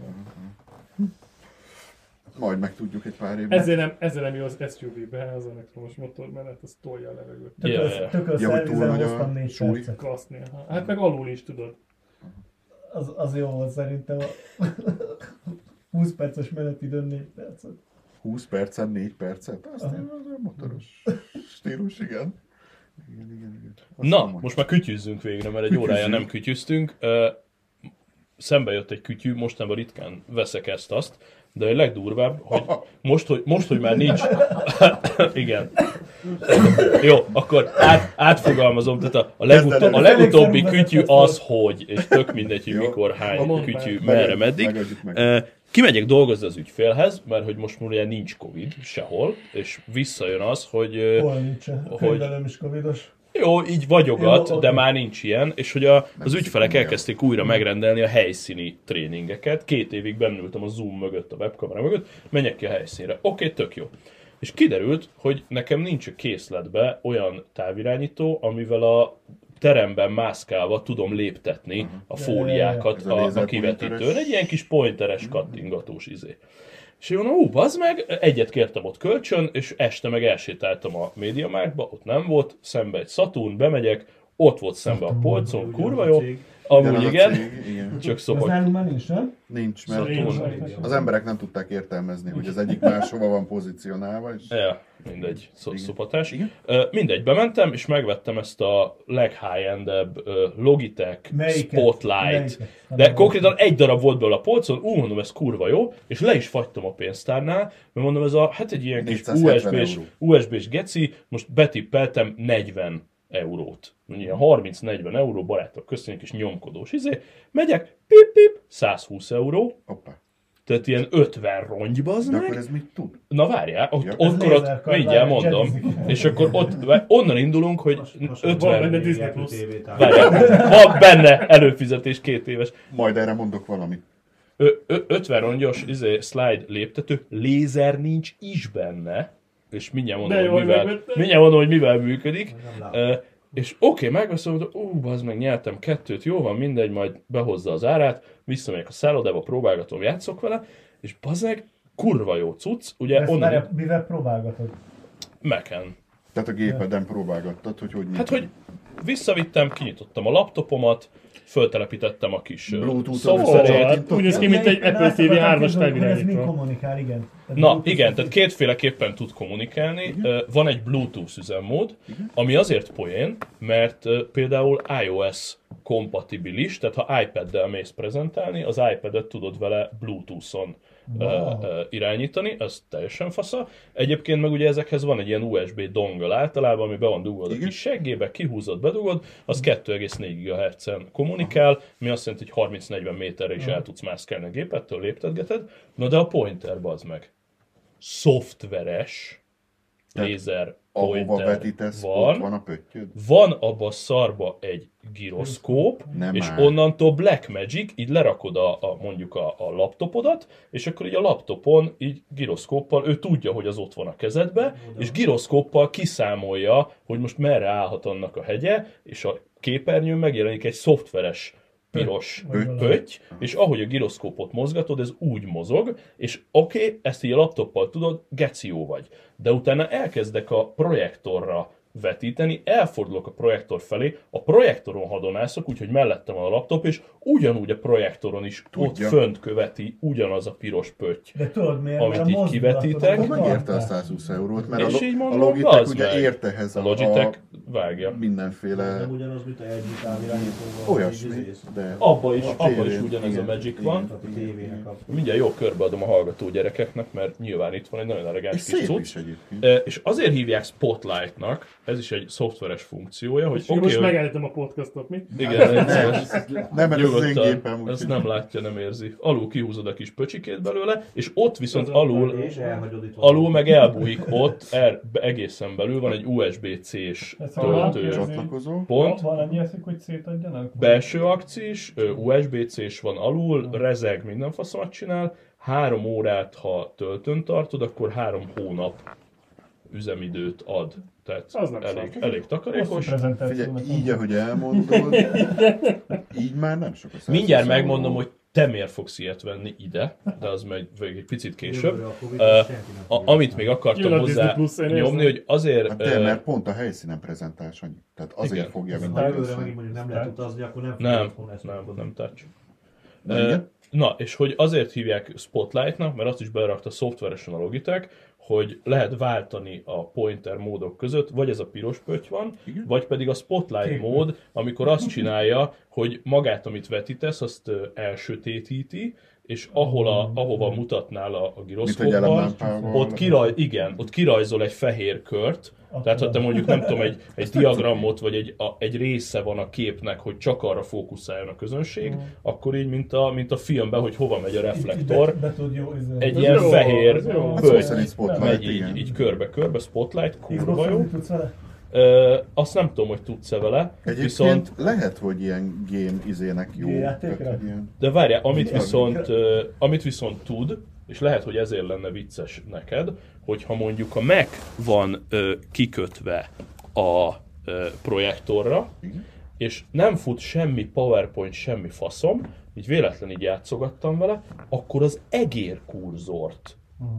Majd megtudjuk egy pár évben. Ezért nem, ezért nem jó az es u vé-be az elektromos motor, mert hát az tolja a levegőt. Ja, Tököl, ja. tököl Ja, hogy túl szervizen nagy a hoztam négy súly. percet. Klassznél. Hát meg alul is tudod. Az, az jó volt szerintem. A húsz perces menetidőn négy percet. húsz percen, négy percet? Azt Aha. én az olyan motoros stílus, igen. Igen, igen, igen. Azt Na, mondom, most már kütyüzzünk végre, mert egy órája Kütyüzzünk. nem kütyüztünk. Ö, Szembe jött egy kütyű, mostanában ritkán veszek ezt-azt. de a legdurvább, hogy most, hogy, most, hogy már nincs... Igen. Jó, akkor át, átfogalmazom, tehát a, a, legutó, a legutóbbi kütyű az, hogy, és tök mindegy, hogy mikor, hány kütyű, merre, meddig. Kimegyek dolgozni az ügyfélhez, mert hogy most ugye nincs Covid sehol, és visszajön az, hogy... Hol nincs? A könyvelőm is covidos. Jó, így vagyogat, Jó, de okay. már nincs ilyen, és hogy a, az ügyfelek elkezdték újra megrendelni a helyszíni tréningeket. Két évig bennültem a Zoom mögött, a webkamera mögött, menjek ki a helyszínre. Oké, okay, tök jó. És kiderült, hogy nekem nincs a készletbe olyan távirányító, amivel a teremben mászkálva tudom léptetni a fóliákat a, a kivetítőn. Egy ilyen kis pointeres kattingatós izé. És én mondom, ú, bazd meg, egyet kértem ott kölcsön, és este meg elsétáltam a MediaMarktba, ott nem volt, szembe egy Saturn, bemegyek, ott volt szembe a polcon, kurva jó. Amúgy igen, cég, igen, csak szopott. Ez nálunk már nincs, nem? Nincs, mert az emberek nem tudták értelmezni, hogy az egyik máshova van pozícionálva. És... Ja, mindegy, szopatás. Uh, mindegy, bementem, és megvettem ezt a leg-high-endebb uh, Logitech Melyiket? Spotlight. Melyiket? De konkrétan egy darab volt belőle a polcon, úgy mondom, ez kurva jó, és le is fagytam a pénztárnál, mert mondom, ez a, hát egy ilyen kis u es bé-s, u es bé-s geci, most betippeltem negyven eurót. Ilyen harminc-negyven euró, barátok, köszönjük, és nyomkodós izé. Megyek, pip pip, száz húsz euró. Hoppá. Tehát ilyen ötven rongy, bazd meg. De akkor ez mit tud? Na várjál, ott, ja, akkor ott, mindjárt mondom. És akkor ott, onnan indulunk, hogy ötven... Várjál, van benne előfizetés két éves. Majd erre mondok valamit. ötven rongyos izé, slide léptető, lézer nincs is benne. És mindjárt mondom, hogy mivel, mindjárt mondom, hogy mivel működik. Uh, és oké, okay, megveszem, hogy ú, bazd meg, nyertem kettőt, jó van, mindegy, majd behozza az árát, visszamegyek a szállodába, próbálgatom, játszok vele, és bazd meg, kurva jó cucc, ugye ezt onnan... Ezt mivel próbálgatod? Mac-en. Tehát a gépeden próbálgattad, hogy hogy... Hát, hogy visszavittem, kinyitottam a laptopomat, föltelepítettem a kis szoftverét. Úgy néz ki, mint egy Apple té vé hármas távirányító. Ez mind kommunikál, igen. Na igen, tehát kétféleképpen tud kommunikálni. Igen. Van egy Bluetooth üzemmód, ami azért poén, mert például iOS kompatibilis, tehát ha iPaddel mész prezentálni, az iPadet tudod vele Bluetooth-on wow. uh, uh, irányítani, ez teljesen fasza. Egyébként meg ugye ezekhez van egy ilyen u es bé dongle általában, ami be van dugod a kis seggébe, kihúzod, bedugod, az kettő egész négy gigahertzen kommunikál, mi azt jelenti, hogy harminc-negyven méterre is el tudsz mászkálni a gépettől, léptetgeted. Na de a pointer, bazd meg, szoftveres lézer pointer vetítesz, van, van a pöttyöd? Van abba a szarba egy gyroszkóp, nem és áll. Onnantól Blackmagic, így lerakod a, a mondjuk a, a laptopodat, és akkor így a laptopon így gyroszkóppal, ő tudja, hogy az ott van a kezedbe, és gyroszkóppal kiszámolja, hogy most merre állhat annak a hegye, és a képernyőn megjelenik egy szoftveres piros pötty, és ahogy a gyroszkópot mozgatod, ez úgy mozog, és oké, okay, ezt így a laptoppal tudod, geci jó vagy. De utána elkezdek a projektorra vetíteni, elfordulok a projektor felé, a projektoron hadonászok, úgyhogy mellettem van a laptop, és ugyanúgy a projektoron is tudja. Ott fönt követi ugyanaz a piros pötty, de tudod, miért? amit így kivetítek. Akkor megérte a száz húsz eurót, mert és a, így mondom, a Logitech ugye ért ehhez a, a, Logitech vágja. mindenféle... Nem ugyanaz, mint a egy távirányítóval. Olyasmi, de... Abba is, abba is ugyanez a Magic igen, van. Mindjárt jó körbeadom a hallgató gyerekeknek, mert nyilván itt van egy nagyon elegáns kis cucc. És azért hívják Spotlightnak, ez is egy szoftveres funkciója, hogy oké, okay, most hogy... megállítom a podcastot, mi? Igen, nem, nem, ez az én gépem. Ezt nem látja, nem érzi. Alul kihúzod a kis pöcsikét belőle, és ott viszont alul, alul meg elbújik ott, er, egészen belül van egy u es bé cés töltő csatlakozó. pont. Van annyi eszik, hogy szétadjanak? Belső akcis, u es bé cés van alul, rezeg, minden faszomat csinál. Három órát, ha töltőn tartod, akkor három hónap üzemidőt ad. Tehát elég, elég takarékos. Figyelj, így, ahogy elmondod, így már nem sok. Mindjárt megmondom, hogy te miért fogsz ilyet venni ide, de az meg egy picit később. Uh, a, amit még akartam hozzá nyomni, hogy azért... Hát de, mert pont a helyszínen prezentálsz annyi. Tehát azért igen. fogja mindenki össze. Mondjuk nem lehet utazni, akkor nem nem, nem, nem touch. Uh, na, és hogy azért hívják Spotlightnak, mert azt is berakta szoftveresen a Logitech, hogy lehet váltani a pointer módok között, vagy ez a piros pötty van, igen. vagy pedig a Spotlight Képen. mód, amikor azt csinálja, hogy magát, amit vetítesz, azt elsötétíti, és ahol a, ahova mutatnál a, a Mint giroszkóppal, hogy elemlámpával. ott, kiraj, igen, ott kirajzol egy fehér kört, tehát ha te mondjuk nem tudom, egy, egy diagramot, vagy egy, a, egy része van a képnek, hogy csak arra fókuszáljon a közönség, akkor így, mint a, mint a filmben, hogy hova megy a reflektor, Be, be tud jó, ez egy ez ilyen jó, fehér ez jó. Hát szó hölgy szerint Spotlight, megy igen. így, így körbe-körbe, Spotlight, kurva jó. Xboxon tudsz vele? Ö, azt nem tudom, hogy tudsz-e vele, Egyébként viszont, lehet, hogy ilyen game izének jó. G-játékra? tehát, hogy ilyen- de várjál, amit Mi az? viszont, ö, amit viszont tud, és lehet, hogy ezért lenne vicces neked, hogyha mondjuk a Mac van ö, kikötve a ö, projektorra, Igen. és nem fut semmi PowerPoint, semmi faszom, így véletlen így játszogattam vele, akkor az egérkurzort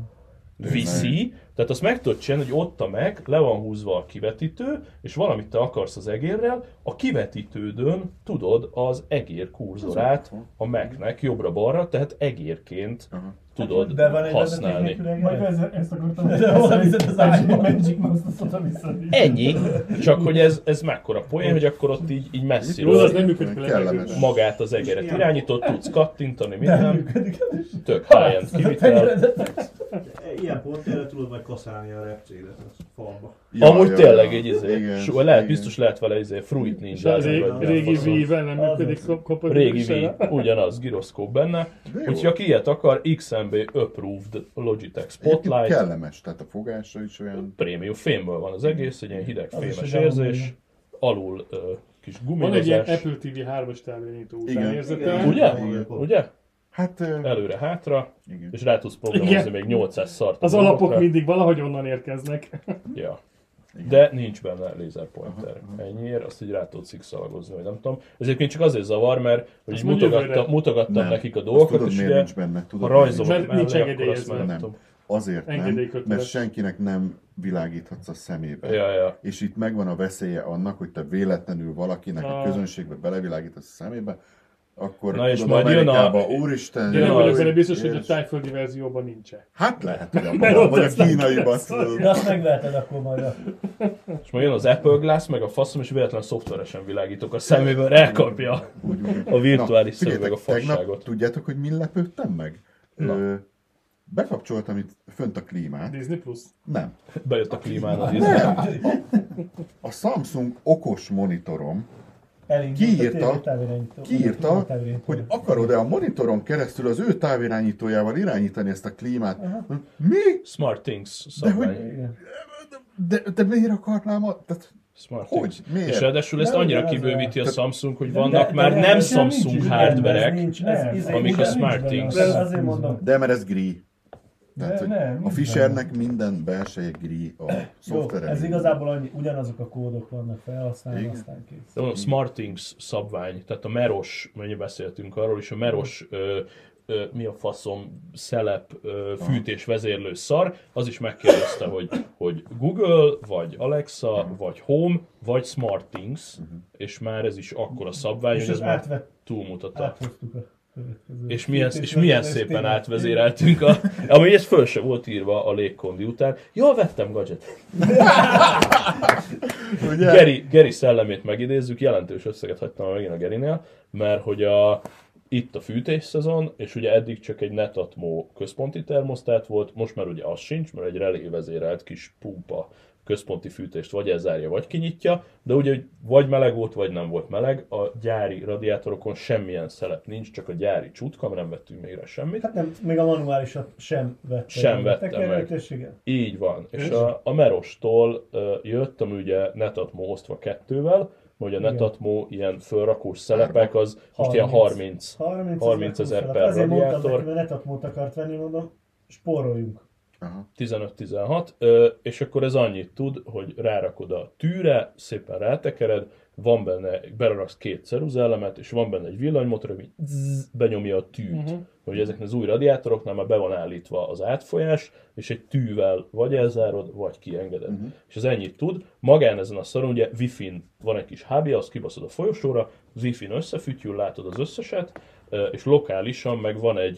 viszi, tehát azt meg tudod csinálni, hogy ott a Mac, le van húzva a kivetítő, és valamit te akarsz az egérrel, a kivetítődön tudod az egér kurzorát a Macnek jobbra-balra, tehát egérként Aha. tudod De van egy használni. Majd ezt, ezt akartam De hol viszed az ágyba? Magic Mouse-t azt oda vissza. Ennyi, csak hogy ez, ez mekkora poén, hogy akkor ott így, így Jó, az messziről nem működik a Kellemes. levegőben. magát az egeret irányított, tudsz kattintani, De minden, működik ez is. tök high-end kivitel. Ilyen pontjára tudod majd kaszálni a repcédet a falba. Ja, Amúgy ja, tényleg ja. egy izé, Igen, so, lehet, igen. biztos lehet vele izé, Fruit És Ninja. az ré- régi Wii-vel nem működik Régi kompatibilisen. Wii, ugyanaz, giroszkóp benne. De jó. Úgyhogy aki ilyet akar, iksz em bé Approved Logitech Egyébként Spotlight. kellemes, tehát a fogása is olyan... Prémium fémből van az egész, egy ilyen hideg Az is fémes egy érzés. Alul ö, kis Van egy ilyen gumimozás. Apple té vé hármas távirányító Igen. utánérzete. Ugye? Igen. Ugye? Hát... ö, Előre-hátra, Igen. és rá tudsz programozni Igen. még nyolcszáz szart. Az a alapok dolgokra. mindig valahogy onnan érkeznek. Ja. De nincs benne laser pointer. Ennyiért, azt így rá tudsz x-szalagozni, vagy nem tudom. Ezért csak azért zavar, mert hogy Azt így mondjuk, mutogattam, hogy mutogattam Nem. nekik a Azt dolgokat, tudod, és miért ugye nincs benne? ha Tudod, rajzolok Mert mellé, nincs akkor azt engedélyezve. már nem Nem. tudom. Azért nem, Engedélyköteles. mert senkinek nem világíthatsz a szemébe. Ja, ja. És itt megvan a veszélye annak, hogy te véletlenül valakinek a Ah. közönségbe belevilágítasz a szemébe, akkor Na és tudod, majd jön a- Amerikában, úristen... De Ja, nem az- vagyok benne biztos, hogy a és- tájföldi verzióban nincsen. Hát lehet, hogy Mert abban, ott vagy a ezt nem kínaiban. lesz. tudod. De azt megveheted akkor majd a... És majd jön az Apple Glass, meg a faszom, és véletlen szoftveresen világítok a szeméből, elkapja Úgy, úgy. a virtuális Na, szög meg a figyeljetek, fasságot. tegnap tudjátok, hogy min lepődtem meg? Na. Ö, bekapcsoltam itt fönt a klímát. Disney Plus. Nem. Bejött a klímán az izé. Nem. A Samsung okos monitorom Elindult Kiírta- a té vé távirányító. kiírta, A távirányító. hogy akarod-e a monitoron keresztül az ő távirányítójával irányítani ezt a klímát. Aha. Mi? Smart Things De hogy- szabvány. Igen. De, de miért akarnám a... Tehát, Smart hogy? Things. Miért? És ráadásul ezt Nem, annyira de az kibővíti a a- Samsung, hogy De- vannak de- már de nem ebben Samsung nincs, hardverek, Ez nincs, ez, Nem. izé, amik a nincs Smart benne. Things. Ez azért mondom. De mert ez gri. Tehát, De hogy nem, a nincs Fishernek minden belseje gri a Jó, szoftvere. ez igazából annyi, ugyanazok a kódok vannak felhasználva, Igen. aztán kész. De mondom, SmartThings szabvány, tehát a Meros, mennyi beszéltünk arról is, a Meros ö, ö, mi a faszom, szelep, ö, fűtés vezérlő szar, az is megkérdezte, hogy, hogy Google, vagy Alexa, vagy Home, vagy SmartThings, és már ez is akkora szabvány, És hogy ez az már átvett, túlmutatta. áthoztuk a következő. És milyen, Fűtés és milyen vezetést, szépen tényleg. átvezéreltünk a... Amúgy ez föl se volt írva a légkondi után. Jól vettem gadget. Ugye? Geri, Geri szellemét megidézzük, jelentős összeget hagytam már megint a Gerinél, mert hogy a, itt a fűtésszezon, és ugye eddig csak egy Netatmo központi termosztát volt, most már ugye az sincs, mert egy relé vezérelt kis pumpa központi fűtést vagy elzárja, vagy kinyitja, de ugye hogy vagy meleg volt, vagy nem volt meleg, a gyári radiátorokon semmilyen szelep nincs, csak a gyári csutka, mert nem vettünk még rá semmit. Hát nem, még a manuálisat sem vette. Sem meg. vette Tekerőt, meg. és igen. Így van. És a, a Merostól uh, jött, ami ugye Netatmo osztva kettővel, hogy a Igen. Netatmo ilyen fölrakós szelepek, az most ilyen harminc. harminc ezer per Azért mondtam radiátor. neki, mert Netatmót akart venni, mondom, spóroljunk. Aha. tizenöt-tizenhat, ö, és akkor ez annyit tud, hogy rárakod a tűre, szépen rátekered, van benne, beleraksz két ceruzellemet, és van benne egy villanymotor, ami zzz, benyomja a tűt. Uh-huh. Hogy ezeknek az új radiátoroknál már be van állítva az átfolyás, és egy tűvel vagy elzárod, vagy kiengeded. Uh-huh. És ez ennyit tud. Magán ezen a szaron ugye Wi-Fi-n van egy kis há bé, azt kibaszod a folyosóra, Wi-Fi-n összefütyül, látod az összeset, ö, és lokálisan meg van egy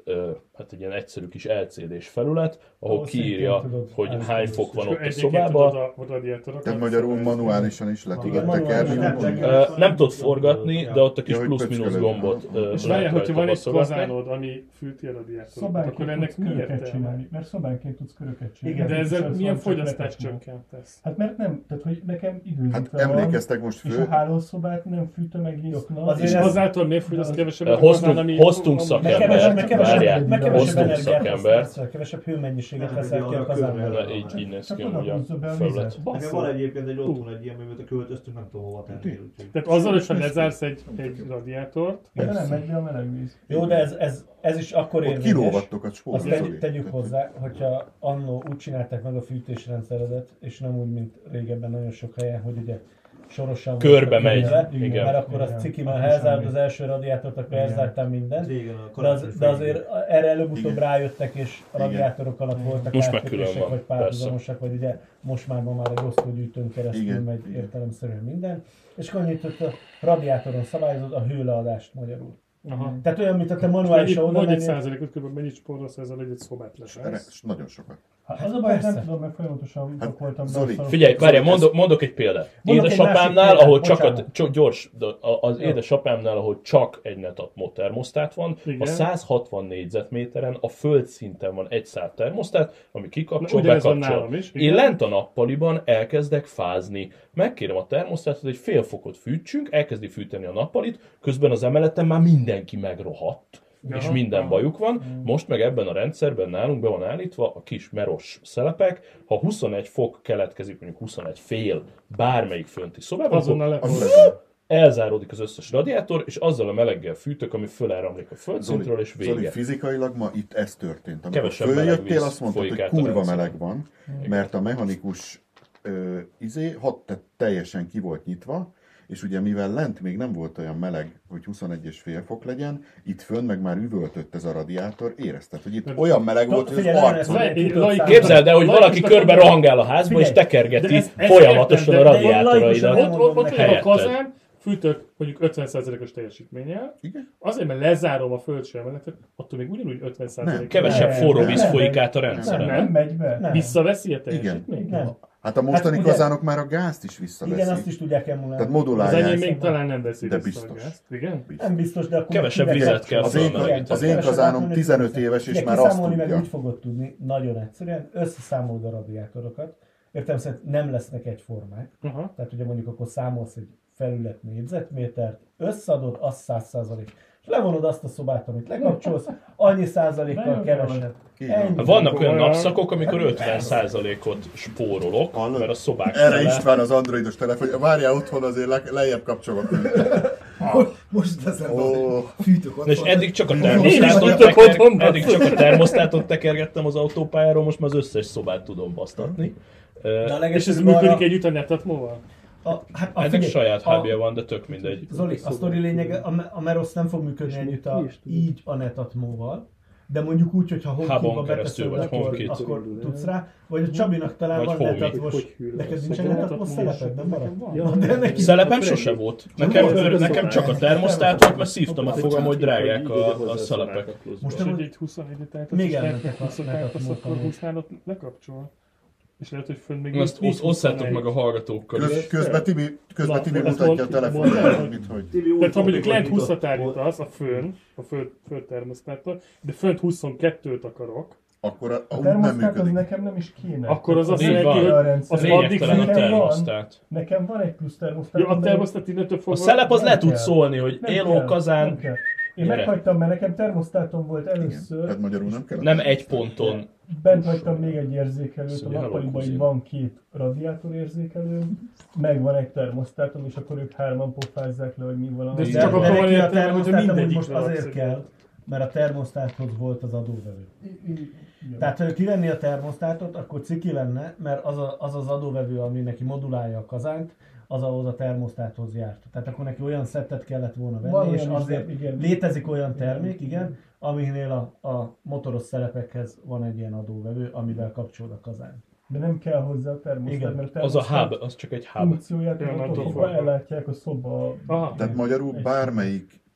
ö, hát egy ilyen egyszerű kis el cé dés felület, ahol Ahol kiírja, szintén tudod hogy állítani. hány fok van És ott akkor a egyébként szobában. tudod a radiátorokat Tehát magyarul szabályozni. manuálisan is le tudod Igen, tekerni. manuálisan úgy, lehet Ö, nem tudod forgatni, de ott a kis Ja, hogy plusz-minusz pöcköl gombot legyen. ö, És lehet várjál, hogyha van rajta egy baszogatni. kazánod, ami fűti a radiátorokat, akkor Szobánként ennek tudsz mi köröket értelme? csinálni, mert szobánként tudsz köröket csinálni. Igen, De És ezzel az milyen van, csak fogyasztás lehetett csökkentesz? Hát mert nem, tehát hogy nekem időzítve Hát van, emlékeztek most és fő, a hálószobát nem fűtöm egész nap. azért És ez- azáltal miért fogyaszt de- kevesebbet a Hoztunk- kazán, ami... hoztunk ami- Meg szakembert. kevesebb, meg kevesebb, Várjál, meg kevesebb hoztunk energiát szakembert. használsz, kevesebb hőmennyiséget Nem, veszel ugye ki a arra kazánból. körbe- Na, így, így néz Csak ki oda amúgy a húzza be a felület. vizet. Nekem van egyébként egy otthon egy ilyen, amivel költöztünk, nem tudom hova tenni. úgyhogy- Tehát azzal, hogyha lezársz egy, egy radiátort, De nem megy be a meleg víz. Jó, de ez, ez, ez is akkor ott érvényes. kilóvattokat Azt spórolsz. tegy, tegyük hozzá, hogyha annó úgy csinálták meg a fűtésrendszeredet, és nem úgy, mint régebben nagyon sok helyen, hogy ugye sorosan Körbe voltak megy, kivéve, igen. mert akkor az Igen. ciki, Akkor mert ha elzárod semmi. az első radiátort, akkor Igen. elzártál mindent. Régen a De, az, karácsony de azért erre előbb-utóbb Igen. rájöttek, és a radiátorok alatt voltak Most meg külön átkötések, van, vagy párhuzamosak, vagy ugye most már ma már egy osztógyűjtőn keresztül Igen, megy igen. értelemszerűen minden. És akkor annyit, hogy a radiátoron szabályozod a hőleadást magyarul. aha. Tehát olyan, mint a te Mennyit, manuálisan oda mondj egy mennél. százalékot, kb. Mennyit spórolsz ezzel, hogy egy szobát Erre- lesársz? Nagyon sokat. Hát az a baj, hogy nem persze. tudom, mert folyamatosan Hát, pakoltam be Zoli, a szarok- Figyelj, várjál, Zoli, mondok, ez- mondok egy példát. Mondok egy Édesapámnál, másik példát, ahol csak a, bocsánat. csak gyors, de a- az Jó. édesapámnál, ahol csak egy netatmó termosztát van, Igen. a száz hatvan négyzetméteren a földszinten van egy szál termosztát, ami kikapcsol, Na, ugyanez van bekapcsol. nálam is, Én igen. lent a nappaliban elkezdek fázni. Megkérem a termosztátot, hogy fél fokot fűtsünk, elkezdi fűteni a nappalit, közben az emeleten már mindenki megrohadt. És Aha, minden aha. bajuk van. Most meg ebben a rendszerben nálunk be van állítva a kis meros szelepek. Ha huszonegy fok keletkezik, mondjuk huszonegy fél bármelyik fönti szobában, Azonnal akkor le... Az legyen. elzáródik az összes radiátor, és azzal a meleggel fűtök, ami föláramlik a földszintről, és Zoli, vége. fizikailag ma itt ez történt. Amikor Kevesebb meleg följöttél, víz azt mondtad, folyik hogy át a kurva rendszeren. meleg van, mert a mechanikus ö, izé, hat, tehát teljesen ki volt nyitva, és ugye mivel lent még nem volt olyan meleg, hogy huszonegy és fél fok legyen, itt fönn meg már üvöltött ez a radiátor, érezted, hogy itt olyan meleg volt, hogy az Figyelj, nem, arcon... ez- Lai- tudod lai- számolni. Képzeld el, hogy valaki Laikusnak körbe mondom- rohangál a házba, és Figyelj, tekergeti de ezt- ezt folyamatosan a értem, de- de én radiátoraidat. laikusan Ott, ott, ott van a helyetted. kazán, fűtök mondjuk ötven százalékos teljesítménnyel, Igen? azért, mert lezárom a földső emeletet, attól még ugyanúgy ötven százalék. Kevesebb Nem, forró nem, víz nem, folyik nem. át a rendszeren. Nem. Nem megy be. Nem. Visszaveszi a Igen. teljesítményt? Nem. Hát a mostani Hát ugye- kazánok már a gázt is visszaveszik. Igen, azt is tudják emulálni. Tehát Az modulálják. enyém még talán nem veszi De vissza biztos. a gázt. Igen? Nem biztos, de akkor... Kevesebb meg vizet kivekapcsolod. kell Az én- fölmelegíteni. az én Kevesebb kazánom átmenő tizenöt kivekapcsolod. éves, és Ugye, már azt kiszámolni meg tudja. úgy fogod tudni, nagyon egyszerűen, összeszámolod a radiátorokat. Értem szerint nem lesznek egyformák. Aha. Tehát ugye mondjuk akkor számolsz egy felület négyzetmétert, összeadod, az száz százalék. És levonod azt a szobát, amit lekapcsolsz, annyi százalékkal Nagyon kevesebb. Így van. Ennyi. Hát vannak olyan Olyan- napszakok, amikor ötven százalékot spórolok, Hallod? mert a szobák Erre fele- István az androidos telefon, várjál otthon azért le, lejjebb kapcsolok. Most, most teszem Ó. a fűtök ott Na és van. eddig csak a Én is termosztátot, vagyok teker... otthon. eddig csak a termosztátot tekergettem az autópályáról, most már az összes szobát tudom basztatni. De a És ez legegyszerűbb működik arra- együtt a netatmóval? a, hát a, Ennek figyelj, saját a- hábja van, de tök mindegy. Zoli, a sztori lényege, a, me- a Merosz nem fog működni együtt a, így a netatmóval, de mondjuk úgy, hogyha Hubon HomeKit-ba keresztül, beteszed, vagy akkor, HomeKit. akkor tudsz rá. Vagy a Csabinak talán Vagy van Homey. netatmos, neked nincs egy netatmos szeleped, nem maradt? Ja, de neki Szelepem sose volt. Nekem, nekem csak a termosztátot, mert szívtam a fogam, hogy drágák a, a szelepek. Most Most, nem- hogy egy huszonegy tehát Még még elmentek lehet a huszonkettőt, netatmót akkor amúgy. húsznál lekapcsol. És lehet, hogy fönn még Azt még osz, osszátok meg a hallgatókkal. Köz, közben Tibi, közben Na, Tibi ezt mutatja a mond- telefonját, mondd. mit hogy. Tibi úgy Tehát ha mondjuk fogjuk, lent hogy húszat nyitott- állítasz a fönn, a föld, föld termosztáttól, de fönt huszonkettőt akarok, Akkor a, A úgy nem termosztát az működik. nekem nem is kéne. akkor az azt Így jelenti, van. hogy A rendszer. az addig Lényegtelen a nekem van. termosztát. Nekem van egy plusz termosztát. ja, a de- termosztát innentől A fogva... szelep az Nem le tud kell. szólni, hogy Nem éló kell, kazán, nem kell. Én Gyere. meghagytam, mert nekem termosztátom volt Igen. először. Tehát magyarul nem kell. nem egy ponton. Bent hagytam még egy érzékelőt, Azt a mondja, nappaliban hello, így van két radiátor érzékelőm, meg van egy termosztátom, és akkor ők hárman pofázzák le, hogy mi van. De ez De, csak de akkor van neki a értelme, hogyha termosztátom úgy mindegyikre most azért raksz. kell, mert a termosztáthoz volt az adóvevő. Igen. Tehát ha kivenni a termosztátot, akkor ciki lenne, mert az, a, az az adóvevő, ami neki modulálja a kazánt, az ahhoz a termosztáthoz járt. Tehát akkor neki olyan szettet kellett volna venni, Van és olyan is, azért de igen. létezik olyan termék, igen, aminél a, a motoros szerepekhez van egy ilyen adóvevő, amivel kapcsol a kazán. De nem kell hozzá a termosztát, Igen. mert a Az a termosztát hub, az csak egy hub. funkcióját Ja, attól attól fogva fogva. ellátják a szoba. Aha. Tehát magyarul Egy- bármelyik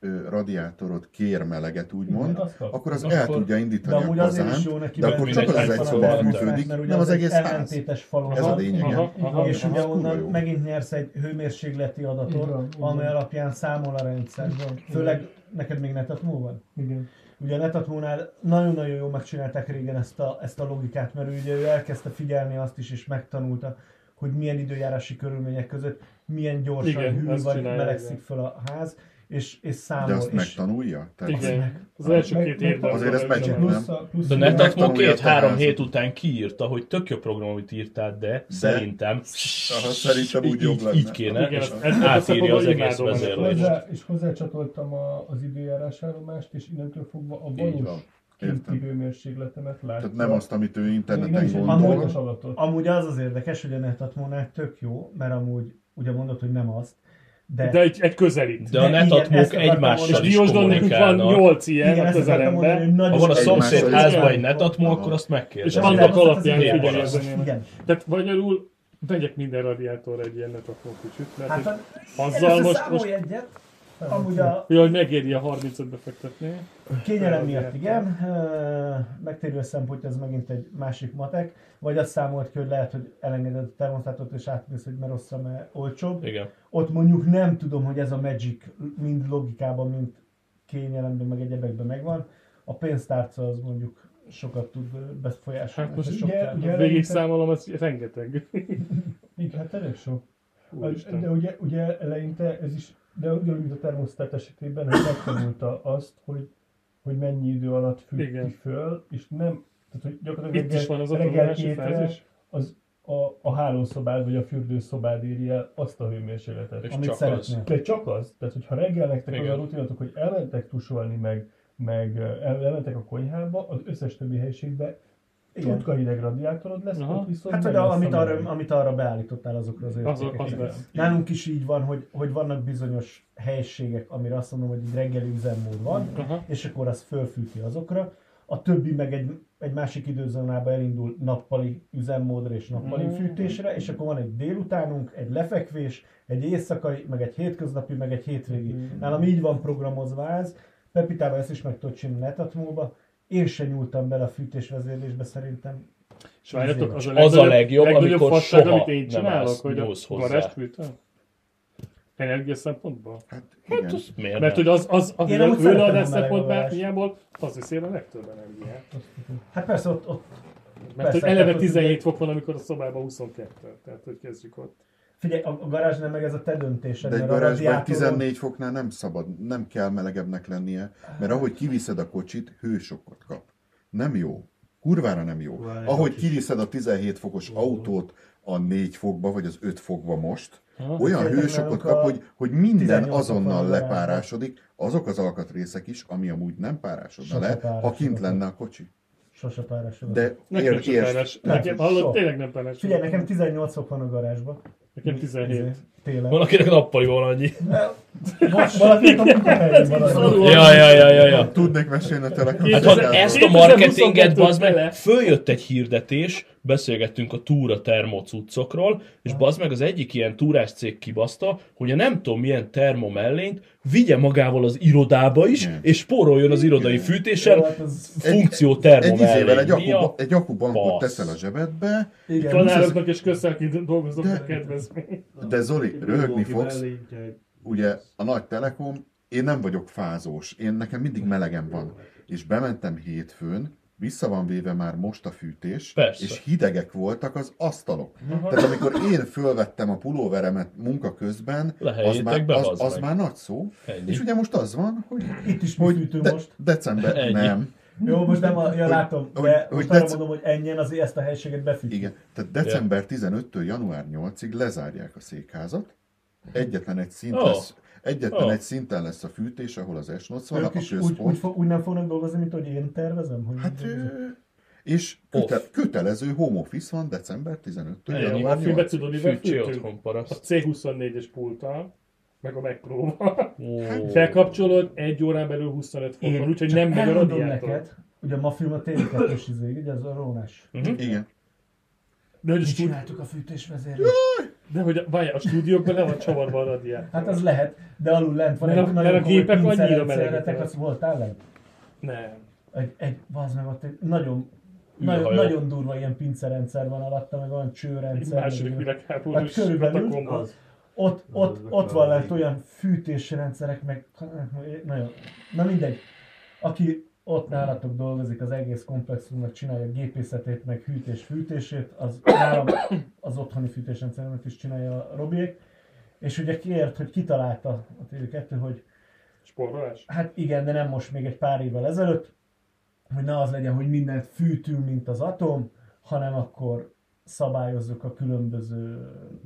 ö, radiátorod kér meleget, úgymond, Igen, azt kap. akkor az Akkor- el tudja indítani De a amúgy azért is kazánt, jó neki de akkor benni, csak az hogy az egy van a szoba termosfát, fűtődik, mert ugye nem az egy egész ház. ellentétes falon Ez a van, lényege. Aha, aha. és Az ugye kurva onnan jó. megint nyersz egy hőmérsékleti adatot, Igen, amely igen. alapján számol a rendszer. Igen, Főleg neked még Netatmo van? Igen. Ugye a Netatmo-nál nagyon-nagyon jól megcsinálták régen ezt a, ezt a logikát, mert ugye ő elkezdte figyelni azt is, és megtanulta, hogy milyen időjárási körülmények között milyen gyorsan Igen, hűl azt vagy csinálja, melegszik igen. fel a ház, és, és számol. De azt és megtanulja? Tehát Igen. Az első Meg- két meg- évben azért ezt van, megcsinálja. nem? Plusz, a- plusz De a- Netatmo megtanulja a két-három te hét házad. után kiírta, hogy tök jó program, amit írtál, de, szerintem Aha, szerintem úgy így, jobb így, lenne. így kéne, Igen, és ezt- ezt átírja az imádom egész ennek. vezérlést. Hozzá, és hozzácsatoltam a, az időjárásállomást, és innentől fogva a Így valós van. kinti Értem. hőmérsékletemet látja. Tehát nem azt, amit ő Még nem interneten is egy gondol. pontos adatot. Amúgy az az érdekes, hogy a Netatmo-nál tök jó, mert amúgy ugye mondod, hogy nem azt, de, De egy, egy közelít. De a De igen, netatmók ezt akartam egymással És mondani. is Diósdon nekünk van kommunikálnak. nyolc ilyen igen, a ezt akartam mondani, közelemben. hogy nagyon Ha van a Egymással szomszéd is. házban egy Igen. netatmó, Aha. akkor azt És megkérdezik. annak az az alapján idő figyelj paraszt. az enyémet. Igen. Tehát magyarul vegyek minden radiátorra egy ilyen netatmó kicsit, mert Hát hogy a, azzal először most, számolj most egyet, amúgy a hogy megéri a harmincot befektetni. kényelem miatt igen, ö, megtérő szempont, ez megint egy másik matek, vagy azt számolt ki, hogy lehet, hogy elengeded a termosztátot és átmész, hogy mert rosszra, mert olcsóbb. Igen. Ott mondjuk nem tudom, hogy ez a magic mind logikában, mind kényelemben, meg egyebekben megvan. A pénztárca az mondjuk sokat tud befolyásolni. Hát most Ez ugye- sok ugye- tárca. Végig számolom, ez rengeteg. Igen, hát elég sok. Úristen. De ugye, ugye eleinte ez is, de ugyanúgy, mint a termosztát esetében, hogy megtanulta azt, hogy, hogy mennyi idő alatt fűti Igen. föl, és nem, tehát hogy gyakorlatilag Itt is van az a reggel tanulási hétre fázis. az a, a hálószobád vagy a fürdőszobád éri el azt a hőmérsékletet. És Amit csak szeretnél. az. De csak az, tehát hogyha reggel nektek az Igen. a rutinatok, hogy elmentek tusolni, meg, meg el, elmentek a konyhába, az összes többi helyiségben Igen. tutka hideg radiátorod lesz, Aha. ott viszont Hát, nem hogy a, lesz amit, a arra, meleg. amit arra beállítottál azokra az Az, értékekre. az Igen. lesz. Nálunk is így van, hogy, hogy vannak bizonyos helységek, amire azt mondom, hogy egy reggeli üzemmód van, Aha. és akkor az fölfűti azokra. A többi meg egy, egy másik időzónába elindul nappali üzemmódra és nappali Mm. fűtésre, és akkor van egy délutánunk, egy lefekvés, egy éjszakai, meg egy hétköznapi, meg egy hétvégi. Mm. Nálam így van programozva ez. Pepitával ezt is meg tudod csinálni Netatmóba. Én se nyúltam bele a fűtésvezérlésbe szerintem. És várjatok, az a Az a legnagyobb, legjobb, legnagyobb amikor fasság, soha amit én nem csinálok, állsz, hogy a nyúlsz hozzá. garást fűtöm. Energia szempontból? Hát Hát igen. az miért Mert nem? hogy az, az a Én amúgy szeretem a hőleadás meleg szempontból adást. hiából az viszi el a legtöbb energiát. Hát persze ott, ott Mert Persze, hogy tehát eleve ott tizenhét ugye- fok van, amikor a szobában huszonkettő. Tehát, hogy kezdjük ott. figyelj, a, a garázsnál meg ez a te döntésed, De egy mert a garázsban radiátoron- tizennégy foknál nem szabad, nem kell melegebbnek lennie, mert ahogy kiviszed a kocsit, hősokot kap. Nem jó. Kurvára nem jó. Kurvára Ahogy jó. kiviszed a tizenhét fokos autót a négy fokba, vagy az öt fokba most, Aha. olyan Figyeljetek, hősokot nálunk kap, a hogy, hogy minden tizennyolc fok van azonnal a garázsban. lepárásodik, azok az alkatrészek is, ami amúgy nem párásodna Sose le, ha párásodnak kint le. lenne a kocsi. Sose párásodott. De Nekem ér, sem értsd, párás. Nem, Nekem, hallod, soha. tényleg nem párás. Figyelj, nekem tizennyolc fok van a garázsban. Nekem tizenhét. Télen. Van, akinek nappali van annyi. Most valakinek a munkahelyén van az. Ja, ja, ja, ja, ja. tudnék mesélni a Telekom. Hát ha ezt a marketinget, bazd meg, följött egy hirdetés, beszélgettünk a túra termocuccokról, és bazd meg az egyik ilyen túrás cég kibaszta, hogy a nem tudom milyen termomellényt vigye magával az irodába is, Igen. és spóroljon az irodai Igen. fűtésen, Jó, hát az- funkció Egy termomellény. izével, egy, Mi a akuba, egy akubankot fasz? teszel a zsebedbe, Igen, Tanároknak és közszállként dolgozok De- a kedvezmény. de Zoli, röhögni fogsz, Mellényt, ugye a nagy Telekom, én nem vagyok fázós, én nekem mindig melegem van. És bementem hétfőn, vissza van véve már most a fűtés, Persze. és hidegek voltak az asztalok. Tehát amikor én fölvettem a pulóveremet munka közben, az Lehelyétek már, be, az, bazd az meg. már nagy szó. Ennyi. És ugye most az van, hogy, Itt is hogy műfűtő de, most. december, Ennyi. nem. Jó, most nem, a, ja, látom, hogy- de hogy most arra dec- mondom, hogy ennyien azért ezt a helységet befűtik. Igen, tehát december tizenötödikétől január nyolcadikáig lezárják a székházat, egyetlen egy szint Ó. lesz, egyetlen Ó. egy szinten lesz a fűtés, ahol az es nyolcvan, Ők a is úgy, központ. úgy, fog, úgy nem fognak dolgozni, mint hogy én tervezem? Hogy Hát, ö, és köte, Off. kötelező home office van december tizenötödikétől Ennyi. január A filmbe nyolcadikáig. tudod, mivel Fűtsél fűtünk? otthon, A paraszt. cé huszonnégyes pulttal, meg a Mac Pro-val. Ó. Felkapcsolod, egy órán belül huszonöt fok van, úgyhogy csak nem megy a elmondom radiátor. neked, ugye a ma film a téli kettős izé, ugye ez a rónás. Igen. De hogy a Mi stúdió... csináltuk a fűtésvezérlést. De hogy várjál, a stúdiókban le van csavarva a radiátor. Hát az lehet, de alul lent van Mert egy a- nagyon mert a komoly gépek annyira pincerendszeretek, melegítenek. azt voltál lent? Nem. Egy, egy, bazd meg ott egy nagyon, Űrhajó. nagyon, nagyon durva ilyen pincerendszer van alatta, meg olyan Egy csőrendszer. második meg- világháború Hát is körülbelül katakomba. Az. Ott, Az ott, az ott az van az lent az. olyan fűtésrendszerek, meg nagyon, na mindegy. Aki ott nálatok dolgozik, az egész komplexumnak csinálja a gépészetét, meg hűtés-fűtését, az nálam az otthoni fűtésrendszeremet is csinálja a Robiék. És ugye kért, hogy kitalálta a té vé kettő, hogy Spórolás? hát igen, de nem most, még egy pár évvel ezelőtt, hogy ne az legyen, hogy mindent fűtünk, mint az atom, hanem akkor szabályozzuk a különböző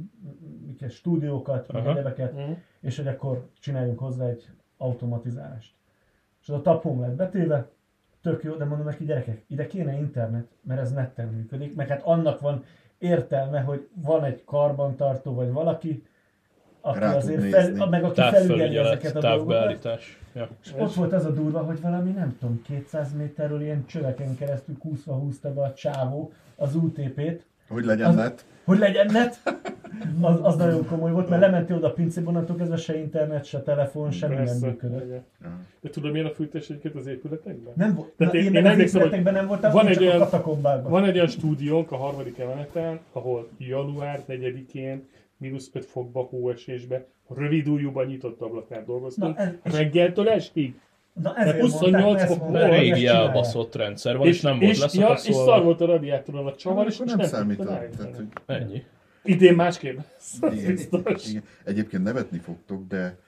miket, stúdiókat, meg Aha. egyebeket, Mhm. és hogy akkor csináljunk hozzá egy automatizálást. És az a tapom lett betéve, tök jó, de mondom neki, gyerekek, ide kéne internet, mert ez netten működik, meg hát annak van értelme, hogy van egy karbantartó, vagy valaki, aki Rá tud azért nézni. fel, meg aki felügyeli ezeket a Távfelügyelet, dolgokat. távbeállítás. Ja. És ott volt az a durva, hogy valami nem tudom, kétszáz méterről ilyen csöveken keresztül kúszva húzta be a csávó az u té pét, Hogy legyen Az- net. hogy legyen net. Az, az nagyon komoly volt, mert lementél oda a pincébe, onnantól kezdve se internet, se telefon, semmi nem Persze. működött. Igen. Ja. De tudod, milyen a fűtés egyébként az épületekben? Nem volt. Tehát Na, én- én, én meg az emlékszem, hogy épületekben nem voltam, van én egy csak a olyan- katakombákban. Van egy olyan stúdiónk a harmadik emeleten, ahol január negyedikén mínusz öt fokba hóesésbe, rövidújúban nyitott ablakán dolgoztunk, Na, ez- és- reggeltől estig. Na ezért huszonnyolc mondták, ezt fok mondták, De hogy ezt régi csinálják. elbaszott rendszer van, és, nem volt és, ja, leszakaszolva. és szar volt a radiátoron a csavar, és Akkor most nem nem számított. tudtam állítani. Tehát, hogy Ennyi. Idén másképp. Ez igen, biztos. igen. Egyébként nevetni fogtok, de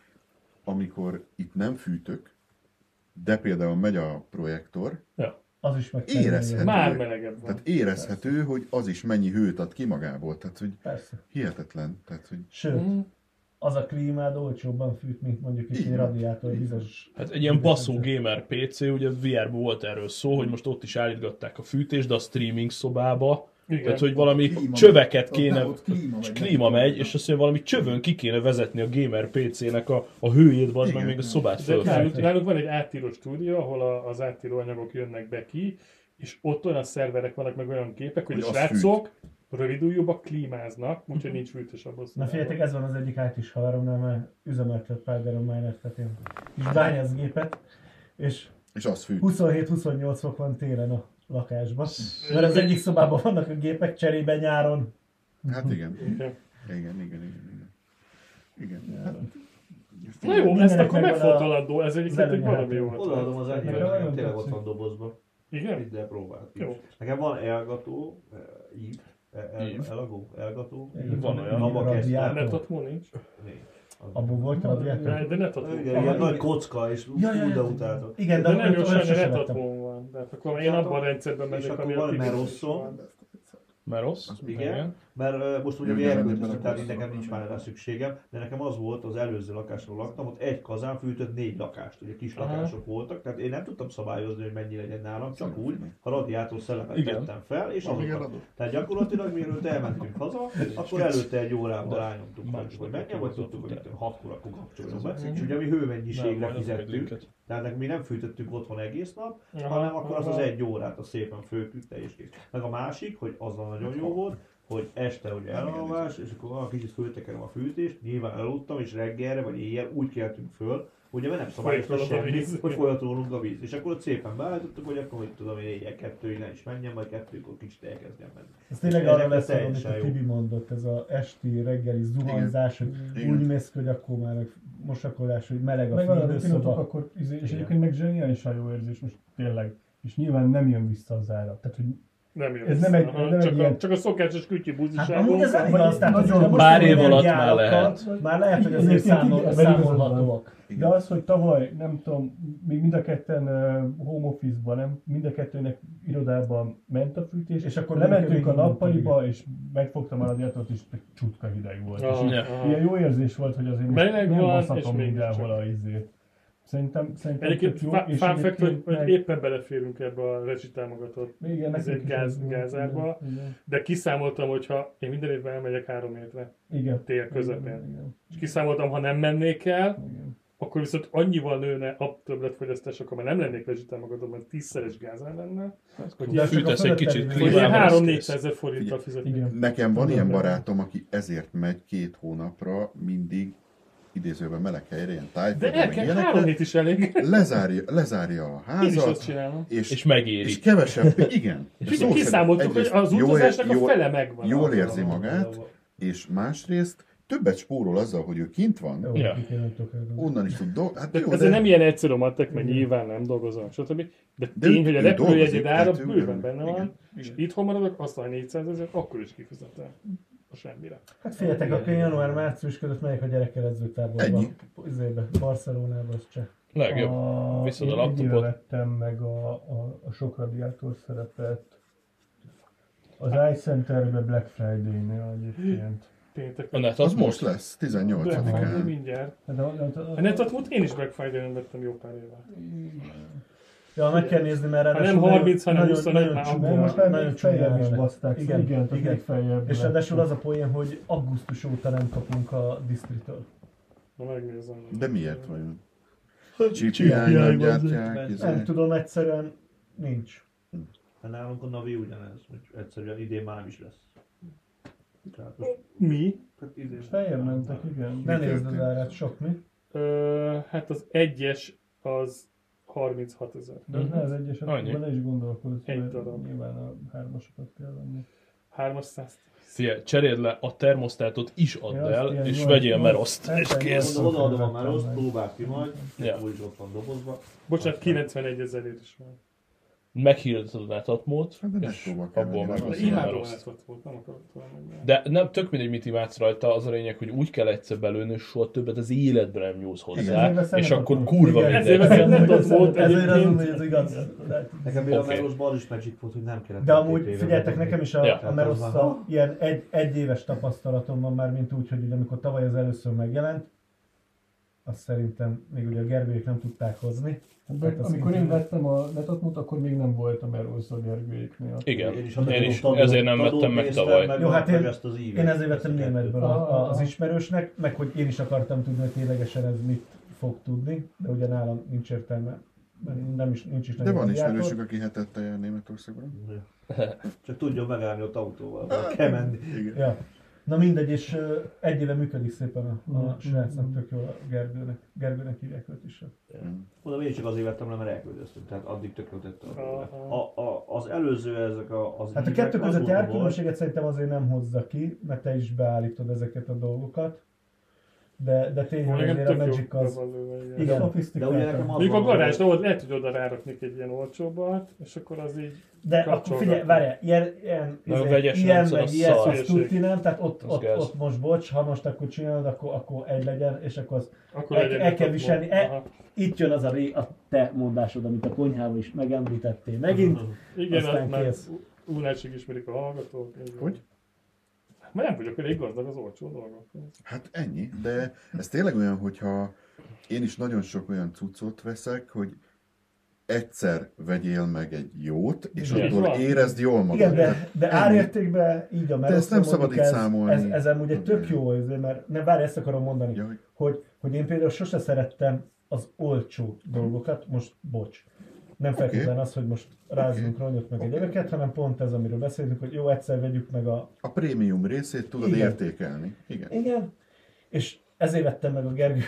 amikor itt nem fűtök, de például megy a projektor, Az is meg Érezhető. Már melegebb van. tehát érezhető, hogy az is mennyi hőt ad ki magából. Tehát, hogy Persze. hihetetlen. Tehát, hogy Sőt, Mhm. az a klímád olcsóbban fűt, mint mondjuk itt Így egy van. radiátor Így bizonyos. Hát egy ilyen baszó gamer pé cé, ugye vé er-ben volt erről szó, hogy most ott is állítgatták a fűtést, de a streaming szobába. Igen. Tehát, hogy valami Klíma- csöveket ott kéne, nem, ott klíma és megy, klíma nem megy, klíma. és azt mondja, valami csövön ki kéne vezetni a gamer pé cének a, a hőjét, vagy meg Igen. még a szobát De föl. náluk, náluk van egy átíró stúdió, ahol a, az átíró anyagok jönnek be ki, és ott olyan szerverek vannak, meg olyan gépek, hogy, Hogy a az srácok rövidújúbbak klímáznak, úgyhogy nincs fűtés abban. Na figyeljetek, ez van az egyik í té-s haveromnál, mert üzemeltet Pyderon Miner, tehát én kis bányászgépet, és és az fűt. huszonhét-huszonnyolc fok van télen a lakásban. Mert az egyik szobában vannak a gépek cserébe nyáron. Hát igen. Igen. Igen, igen, igen. Igen. igen. Hát, Na jó, ezt Mindenek akkor megvan a- megfontolandó, ez egyébként egy előnye valami jó hátul. ötlet. Odaadom az Nekem enyémet, nagyon nekem tényleg ott tetszik. van dobozba. Igen? Ide próbált. Jó. Nekem van elgató, eh, ív, el, el, Ív. elagó, elgató. Van olyan. Abba kezdtem. Nem Radiátor. Netotmó nincs. Négy. Abból volt radiátor? De de Netotmó. Igen, Aha, ilyen nagy igen. kocka, és Ja, ja, úgy ja. utáltam. Igen, de, De nem jó, olyan sajnos sose vettem. Netotmó van. Tehát akkor én abban a rendszerben És megyek, akkor ami van a Tibius Merosszom. van. Mert rossz? Igen, mert uh, most ugye Jó, mi de elköltöztünk, ebben tehát a így nekem bosszúban nincs már rá szükségem, de nekem az volt, az előző lakáson laktam, ott egy kazán fűtött négy lakást, ugye kis Aha. lakások voltak, tehát én nem tudtam szabályozni, hogy mennyi legyen nálam, csak Szerintem. úgy, ha radiátor szellemet Igen. tettem fel, és Amíg azokat. eladod. Tehát gyakorlatilag mielőtt elmentünk haza, akkor előtte egy órával rányomtuk fel, hogy menjen, vagy tudtuk, hogy itt hatkor akkor kapcsoljon be. És ugye mi hőmennyiségre fizettük, tehát mi nem fűtöttük otthon egész nap, Aha, hanem akkor az az aha. egy órát az szépen fölküldte és kész. Meg a másik, hogy azzal nagyon jó volt, hogy este ugye elalvás, és akkor ah, kicsit föltekerem a fűtést, nyilván elaludtam, és reggelre vagy éjjel úgy keltünk föl, ugye mert nem szabályozta Folyik róla a semmi, víz. hogy folyat rólunk a víz. És akkor ott szépen beállítottuk, hogy akkor mit tudom én éjjel kettőig ne is menjen, majd kettőkor kicsit elkezdjem menni. Ez tényleg És arra ezekre lesz, amit teljesen a jó. Tibi mondott, ez a esti reggeli zuhanyzás, hogy Igen. úgy mész ki, hogy akkor már meg mosakodás, hogy meleg a Meg van a pillanatok, fürdőszoba. akkor, izé- és Igen. egyébként meg zseniálisan jó érzés most tényleg. És nyilván nem jön vissza az ára. Tehát, hogy Nem jön. Ez nem egy- Aha, nem egy csak, ilyen- a, csak a szokásos kütyű Hát buziságunk. amúgy ez elég vagy az, tehát nagyon azért most pár a év alatt modern már gyárakkal lehet. Már lehet, hogy azért Egyébként számol, igen, mert igazad van. számolhatóak. de az, hogy tavaly, nem tudom, még mind a ketten uh, home office-ban, nem, mind a kettőnek irodában ment a fűtés, És akkor lementünk végig a mondtuk, nappaliba, és megfogtam a radiátort, és egy csutka hideg volt. Aha, És Ja. aha. ilyen jó érzés volt, hogy azért most Meleg nem van, baszhatom és mindenhol mégiscsak. a izét. Szerintem, szerintem Egyébként tök jó, fa- és fun fact, hogy, egyébként hogy meg- éppen beleférünk ebbe a rezsi támogatott. igen, ez nekünk egy is gáz- az volt, gázárba. igen, De kiszámoltam, hogyha én minden évben elmegyek három évre Igen. tél közepén. Igen, igen, És kiszámoltam, ha nem mennék el, igen. akkor viszont annyival nőne a többletfogyasztás, akkor már nem lennék vegetál magadon, mert tízszeres gázán lenne. Hogy ilyen, Fűtesz egy kicsit hogy ilyen klímával, három-négyszázezer forinttal fizetni. Igen. Nekem van ilyen Tudom, barátom, aki ezért megy két hónapra mindig idézőben meleg helyre, ilyen tájföldre, De el meg kell, ilyenekre, három hét is elég. lezárja, lezárja a Én is azt házat, csinálom. és, És megéri. és kevesebb, igen. És Szó ugye szerint kiszámoltuk, hogy egyrészt az jól- utazásnak a jól- fele megvan. Jól a- érzi a- magát, és másrészt többet spórol azzal, hogy ő kint van, Jó, Ja. kik nem tudok eldobni. onnan is tud dolgozni. Hát De jó, ezért de, nem ilyen egyszerű a matek, meg nyilván nem dolgozom, stb. De De tény, ő- hogy a ő repülőjegyed dolgozik, ára tehát ő bőven ugyan- benne igen, van, és igen. itthon maradok, azt a négyszázezer, akkor is kifizetem. A semmire. Hát figyeljetek, akkor január-március között megyek a gyerekkel edzőtáborba. Ennyi. Izébe, Barcelonába, az cseh. Legjobb. A, Viszed a én egy éve laptopot. vettem meg a, a, a sok radiátor szerepet. Az iCenterbe Black Friday-nél egyébként. Péntek. A net az az most most. lesz, Black Friday tizennyolcadikán. mindjárt. De, de, de, A netatmút én is Black Friday-en vettem jó pár éve. Ja, meg kell nézni, mert Ha ráadásul nem nagyon- harminc, hanem nagyon- huszonegy, nagyon már csúnya- de most már nagyon még csúnya feljebb is árak. baszták. Igen, Igen, tehát igen. még feljebb És lett. ráadásul az a poén, hogy augusztus óta nem kapunk a disztritől. Na megnézem. De miért vajon? Chip hiány hiányban van, gyártják. izé. Nem tudom, egyszerűen nincs. Hát nálunk a Navi ugyanez, hogy egyszerűen idén már is lesz. Tehát most, Mi? hát idén Feljebb mentek, igen. Ne Mi nézd az történt? árát, sok mi? Ö, hát az egyes az harminchat ezer. De az ne az egyes, Annyi. abban ne is gondolkodsz, Egy mert darab. nyilván a hármasokat kell venni. háromszáz. Figyelj, cseréld le a termosztátot is add Ja, azt el, ilyen és nyolc- vegyél nyolc- meroszt, és hetven kész. nyolc- Mondom, odaadom a Merost, próbáld ki majd, Ja. úgyis ott van dobozva. Bocsánat, kilencvenegy ezerért is van. Meghirdetted a netatmót, Hát de és nettóba kell abból venni, De megveszed a imádom a meroszt. netot volt, nem akarok tovább megvenni. De nem, tök mindegy, mit imádsz rajta, az a lényeg, hogy úgy kell egyszer belőni, és soha többet az életben nem nyúlsz hozzá, Ezért veszem és a akkor tatót. kurva Igen, mindegy. ezért veszem netot volt Ezért az, egyébként. hogy ez igaz. De- Nekem még a Oké. Merosban az is magic volt, hogy nem kellett. De amúgy két éve figyeljetek, bedobni. nekem is a, Ja. a Tehát az Merosszal már- ilyen egy, egy éves tapasztalatom van már, mint úgy, hogy ugye, amikor tavaly az először megjelent, azt szerintem még ugye a Gergőjék nem tudták hozni. Hát, Hát az amikor én internet- vettem a netatmut, akkor még nem volt a Merosz a Gergőjéknél. Igen, Én is, én is tadót- ezért nem tadót vettem meg néztem, tavaly. Meg, Jó, hát meg én- ezt az ívet. Én ezért vettem Ezt a kettőt. németből a, a, az ismerősnek, meg hogy én is akartam tudni, hogy ténylegesen ez mit fog tudni, de ugye nálam nincs értelme, mert nem is, nincs is De nagyon van radiátor. ismerősük, aki hetette jár Németországban. Csak tudjon megállni ott autóval, vagy kell menni. Igen. Ja. Na mindegy, és ö, egy éve működik szépen a, a Mm. srácnak, tök jó a Gergőnek. Gergőnek hívják őt is. Mondom, én csak azért vettem le, mert elküldöztünk, tehát addig tökre tette a dolgot. Aha. a, a, Az előző ezek a, az Hát a ívek, kettő az közötti volt a baj. árkülönbséget szerintem azért nem hozza ki, mert te is beállítod ezeket a dolgokat. De, de tény, hogy Nekem azért a tök jó Magic az... be van lőve, igen. Igen, De ugye nekem az Mondjuk a van, garázs, hogy- ahol lehet, hogy oda ráraknék egy ilyen olcsóbbat, és akkor az így... De akkor kapcsolgatni. figyelj, várjál, ilyen, ilyen, Na, a izé, vegyes ilyen rendszer meg az ilyen szar. az tudni nem, tehát ott, Az ott, gáz. ott most bocs, ha most akkor csinálod, akkor, akkor egy legyen, és akkor az, Akkor El- legyen el kell ott viselni. volt. E- Aha. itt jön az a, ré, a te mondásod, amit a konyhában is megemlítettél megint. Igen, Aztán azt már kész. unásig ismerik a hallgatók. igen. Hogy? Már nem vagyok elég gazdag az olcsó dolgok. Hát ennyi, de ez tényleg olyan, hogyha én is nagyon sok olyan cuccot veszek, hogy egyszer vegyél meg egy jót, és Igen. attól érezd jól magad. Igen, de, Tehát de ennyi. árértékben így a De ezt nem Meroszra szabad mondjuk így ez, számolni. Ez, ez amúgy egy tök jó, azért, mert nem, várj, ezt akarom mondani, Ja, hogy- hogy, hogy én például sose szerettem az olcsó dolgokat, most bocs. Nem Oké. feltétlenül az, hogy most rázunk okay. ronyot meg Oké. egyebeket, hanem pont ez, amiről beszéltünk, hogy jó, egyszer vegyük meg a... A prémium részét tudod Igen. értékelni. Igen. Igen, és ezért vettem meg a Gergő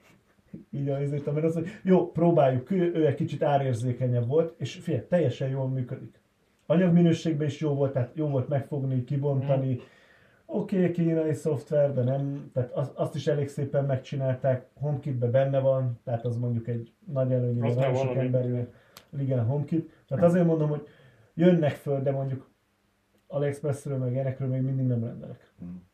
így a izét, mert az, hogy jó, próbáljuk, ő, ő egy kicsit árérzékenyebb volt, és figyelj, teljesen jól működik. Anyagminőségben is jó volt, tehát jó volt megfogni, kibontani. Oké, okay, kínai szoftver, de nem, tehát az, azt is elég szépen megcsinálták, HomeKit-ben benne van, tehát az mondjuk egy nagy előny, Az hogy már nagyon sok valami. emberül igen a HomeKit. Tehát azért mondom, hogy jönnek föl, de mondjuk AliExpressről meg ilyenekről még mindig nem rendelek.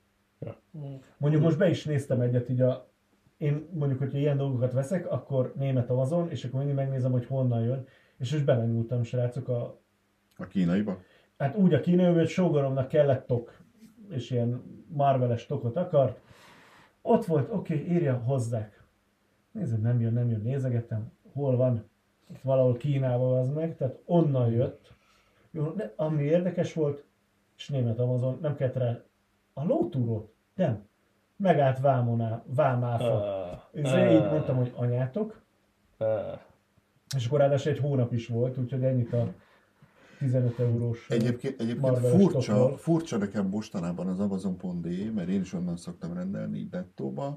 Mondjuk most be is néztem egyet így a... Én mondjuk, hogyha ilyen dolgokat veszek, akkor német Amazon, és akkor mindig megnézem, hogy honnan jön. És most belenyúltam, srácok, a... A kínaiba? Hát úgy a kínai, hogy sógoromnak kellett tok, és ilyen Marveles tokot akart. Ott volt, oké, okay, írja, hozzák. Nézd, nem jön, nem jön, nézegettem, hol van? Itt valahol Kínában az meg, tehát onnan jött. Jó, de ami érdekes volt, és német Amazon, nem kellett rá a lótúrót, nem. megállt vámoná, vámáfa. Ah, Ezért ah, így mondtam, hogy anyátok, ah. és akkor ráadásul egy hónap is volt, úgyhogy ennyit a tizenöt eurós Egyébként, egyébként Marveles furcsa, tokról. furcsa nekem mostanában az Amazon pont dé, mert én is onnan szoktam rendelni így nettóba,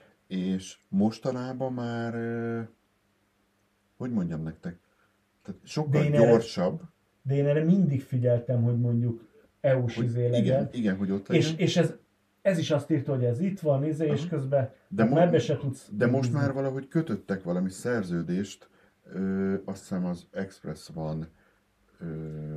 és mostanában már, ö, hogy mondjam nektek, tehát sokkal De én erre- gyorsabb, De én erre mindig figyeltem, hogy mondjuk é u-s hogy izé igen, legyen. igen, hogy ott legyen. És, és ez, ez is azt írta, hogy ez itt van, izé, és közben De de mo- ebbe se tudsz De most bízni. már valahogy kötöttek valami szerződést, ö, azt hiszem az Express van ö,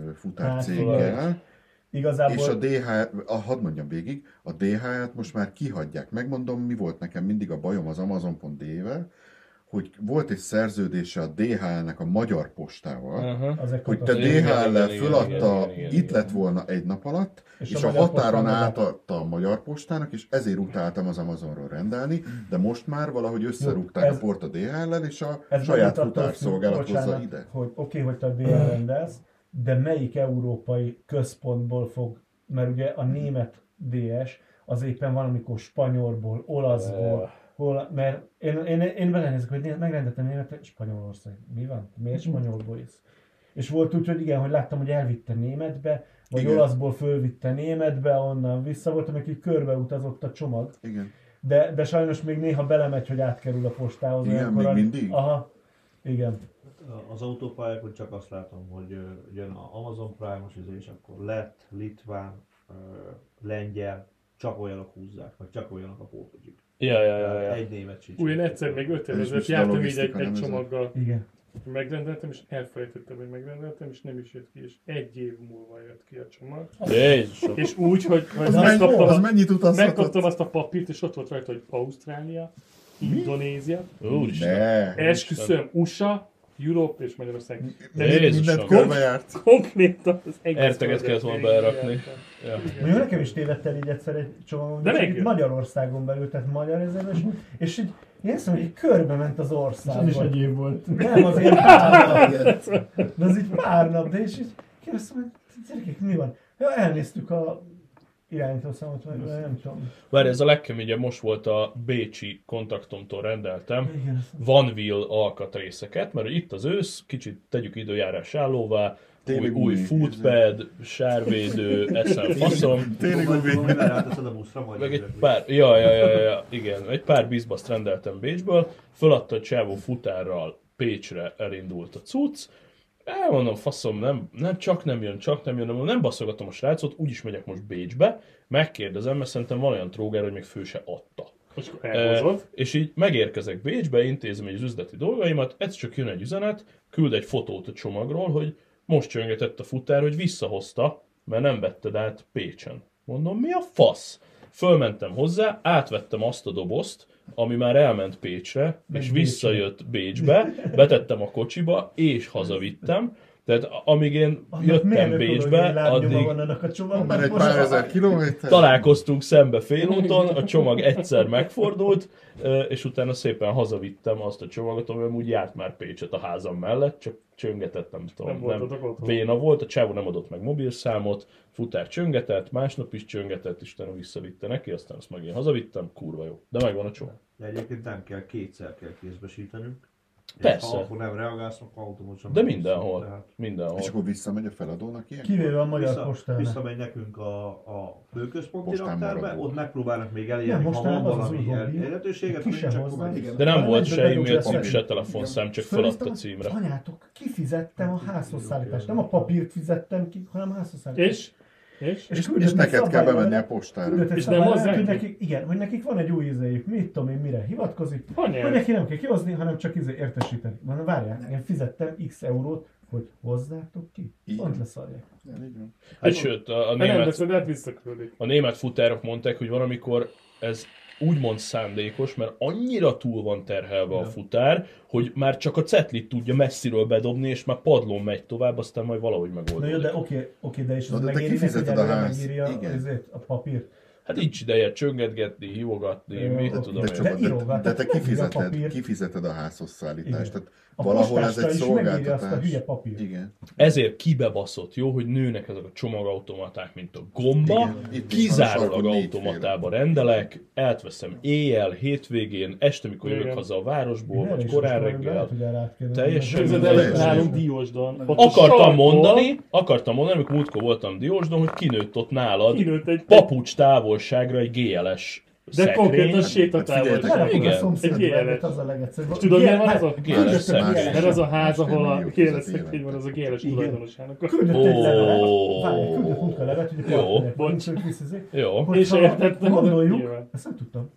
futárcéggel, Igazából és a dé há, a, hadd mondjam végig, a dé há et most már kihagyják. Megmondom, mi volt nekem mindig a bajom az Amazon pont dé-vel, hogy volt egy szerződése a dé há el-nek a magyar postával, Aha. az egy hogy te katasztrófa. Igen, dé há el-lel igen, föladta, igen, igen, itt igen. lett volna egy nap alatt, És és, a a magyar határon postán átadta a magyar postának, és ezért utáltam az Amazonról rendelni, de most már valahogy összerúgták ez- a port a dé há el-lel, és a Ez saját megint attól függ, futárszolgálat hozza bocsánat, ide. hogy oké, okay, hogy te a dé há el rendelsz, de melyik európai központból fog, mert ugye a német dé es az éppen valamikor spanyolból, olaszból, hol, mert én, én, én belenézek, hogy né- megrendeltem német, Spanyolország. Mi van? Miért spanyolból jössz? És volt úgy, hogy igen, hogy láttam, hogy elvitte németbe, vagy Igen. olaszból fölvitte németbe, onnan vissza volt, amikor így körbeutazott a csomag. Igen. De, de sajnos még néha belemegy, hogy átkerül a postához. Igen, olyankor még a- mindig? Aha, igen. Az autópályákon csak azt látom, hogy ö, jön a Amazon Prime-os izé, és akkor lett, litván, ö, lengyel, csak olyanok húzzák, vagy csak olyanok a pótkocsik. Ja, ja, ja, ja. Egy német sincs. Úgy én egyszer még öt évvel Ez is ezelőtt micsoda jártam így egy, logisztika, egy nem ez a- csomaggal, Igen. megrendeltem, és elfelejtettem, hogy megrendeltem, és nem is jött ki, és egy év múlva jött ki a csomag. Jézusom. És úgy, hogy, hogy Az, mennyi, megkaptam, az a, mennyit utazhatott? megkaptam azt a papírt, és ott volt rajta, hogy Ausztrália, Indonézia, Úristen. Ne. esküszöm, u es á, Europe és Magyarország. De Még Jézusom. mindent körbejárt. konkrétan az egész Erteget kellett volna földet belerakni. végigjártam. Ja. Mondjuk nekem is tévedt el így egyszer egy csomagon, De de csak megjött. itt Magyarországon belül, tehát magyar ezzel, és, és így én azt mondom, hogy így körbe ment az Ez is országban. egy év volt. Nem, az ilyen pár nap. De az így pár nap, de és így kérdeztem, hogy gyerekek, mi van? Ja, elnéztük a irányítószámot, vagy nem tudom. Várj, ez a legkeményebb, most volt a bécsi kontaktomtól rendeltem. Igen, azt Van Wheel alkatrészeket, mert itt az ősz, kicsit tegyük időjárás állóvá, új, Tényleg új új. footpad, sárvédő, eszem faszom, Tényleg Vagy úgy. minden ráteszed a buszra, majd meg egy jövök. pár, ja, ja, ja, ja, igen, egy pár bizbaszt rendeltem Bécsből, föladta a csávó futárral Pécsre elindult a cucc, elmondom, faszom, nem, nem, csak nem jön, csak nem jön, nem, nem baszogatom a srácot, úgyis megyek most Bécsbe, megkérdezem, mert szerintem van olyan tróger, hogy még fő se adta. És akkor elhozod. E, és így megérkezek Bécsbe, intézem egy az üzleti dolgaimat, ez csak jön egy üzenet, küld egy fotót a csomagról, hogy most csöngetett a futár, hogy visszahozta, mert nem vetted át Pécsen. Mondom, mi a fasz? Fölmentem hozzá, átvettem azt a dobozt, ami már elment Pécsre, Meg és Bécsre. visszajött Bécsbe, betettem a kocsiba, és hazavittem. Tehát amíg én jöttem Bécsbe, addig... addig van annak a csomagban. Már egy most pár már- ezer kilométer. találkoztunk szembe félúton, a csomag egyszer megfordult, és utána szépen hazavittem azt a csomagot, ami úgy járt már Pécset a házam mellett, csak csöngetett, nem tudom, Nem nem, voltatok otthon. béna volt, a csávó nem adott meg mobilszámot, futár csöngetett, másnap is csöngetett, és utána visszavitte neki, aztán azt meg én hazavittem, kurva jó. De megvan a csomag. De egyébként nem kell, kétszer kell kézbesítenünk. És Persze. ha akkor nem reagálsz, akkor automatikusan De megveszed. mindenhol, Tehát mindenhol. És akkor visszamegy a feladónak ilyen? Kivéve a magyar Vissza, postánál. visszamegy nekünk a, a főközponti Postán raktárba, marad. ott megpróbálnak még elérni, Nem, ha mostanában van az az valami új hobbi. elérhetőséget, Ki amíg sem csak hozzá. próbálj. Igen. De nem Hanem volt egyszer se bedugja e-mail a cím, se szerint. telefonszám, csak Fölnéztem, feladta címre. Anyátok, kifizettem a házhoz szállítást. Nem a papírt fizettem ki, hanem a házhoz szállítást. És? És? És, küldött és egy neked kell szabálylevelet- bemenni a postára. küldött egy És nem szabálylevelet, hozzák hogy ki? nekik, igen, hogy nekik van egy új izéjük, mit tudom én, mire hivatkozik, Anyád. hogy neki nem kell kihozni, hanem csak izé értesíteni. Mondom, várjál, én fizettem x eurót, hogy hozzátok ki. Igen. Pont leszarják. Hát sőt, a, a Ha nem német veszed, hát visszaküldik. A német futárok mondták, hogy van, amikor ez úgymond szándékos, mert annyira túl van terhelve a futár, hogy már csak a cetlit tudja messziről bedobni, és már padlón megy tovább, aztán majd valahogy Na jó, megoldódik. de oké, oké, de és Na, az de te megéri neki, hogy kifizeted a előre ház. megírja Igen. ezért, a papírt. Hát nincs ideje csöngetgetni, hívogatni, Jó, mit oké. tudom De, én. csak, De de, írogatod, de te a kifizeted, papír. kifizeted a házhoz szállítást. Tehát A valahol ez postásra egy is megírja azt a szolgáltatás. hülye papírt. Igen. Ezért kibebaszott, jó, hogy nőnek ezek a csomagautomaták, mint a gomba. Igen, itt is van a Kizárólag sarkon négy automatába rendelek, eltveszem éjjel, hétvégén, este, mikor jövök Igen. haza a városból, Erre vagy is korán most reggel. lehet, hogy erre át kéne Teljesen menni. Képzeld el, Teljesen. nálunk Diósdon. Ott a Akartam sarkon mondani, akartam mondani, amikor múltkor voltam Diósdon, hogy kinőtt ott nálad Kinőtt egy papucs távolságra egy gé el es de szekrény. konkrétan sétatávolság. figyeljetek, Lerakod a Igen. szomszédba, Egy mert élet. az a legegyszerűbb. És tudod, miért van az a gé el es Küldött egy szekrény. ilyen- Mert az a ház, ahol a Millió kéles fizet szekrény van, az a géles Igen. tulajdonosának. Küldött egy levelet, Ó. várj, küldött munka levelet, hogy a Jó. partnerek Bocs. nincs, hogy visszazik. Jó. És Hogyha értettem, gondoljuk, nyilván. ezt nem tudtam.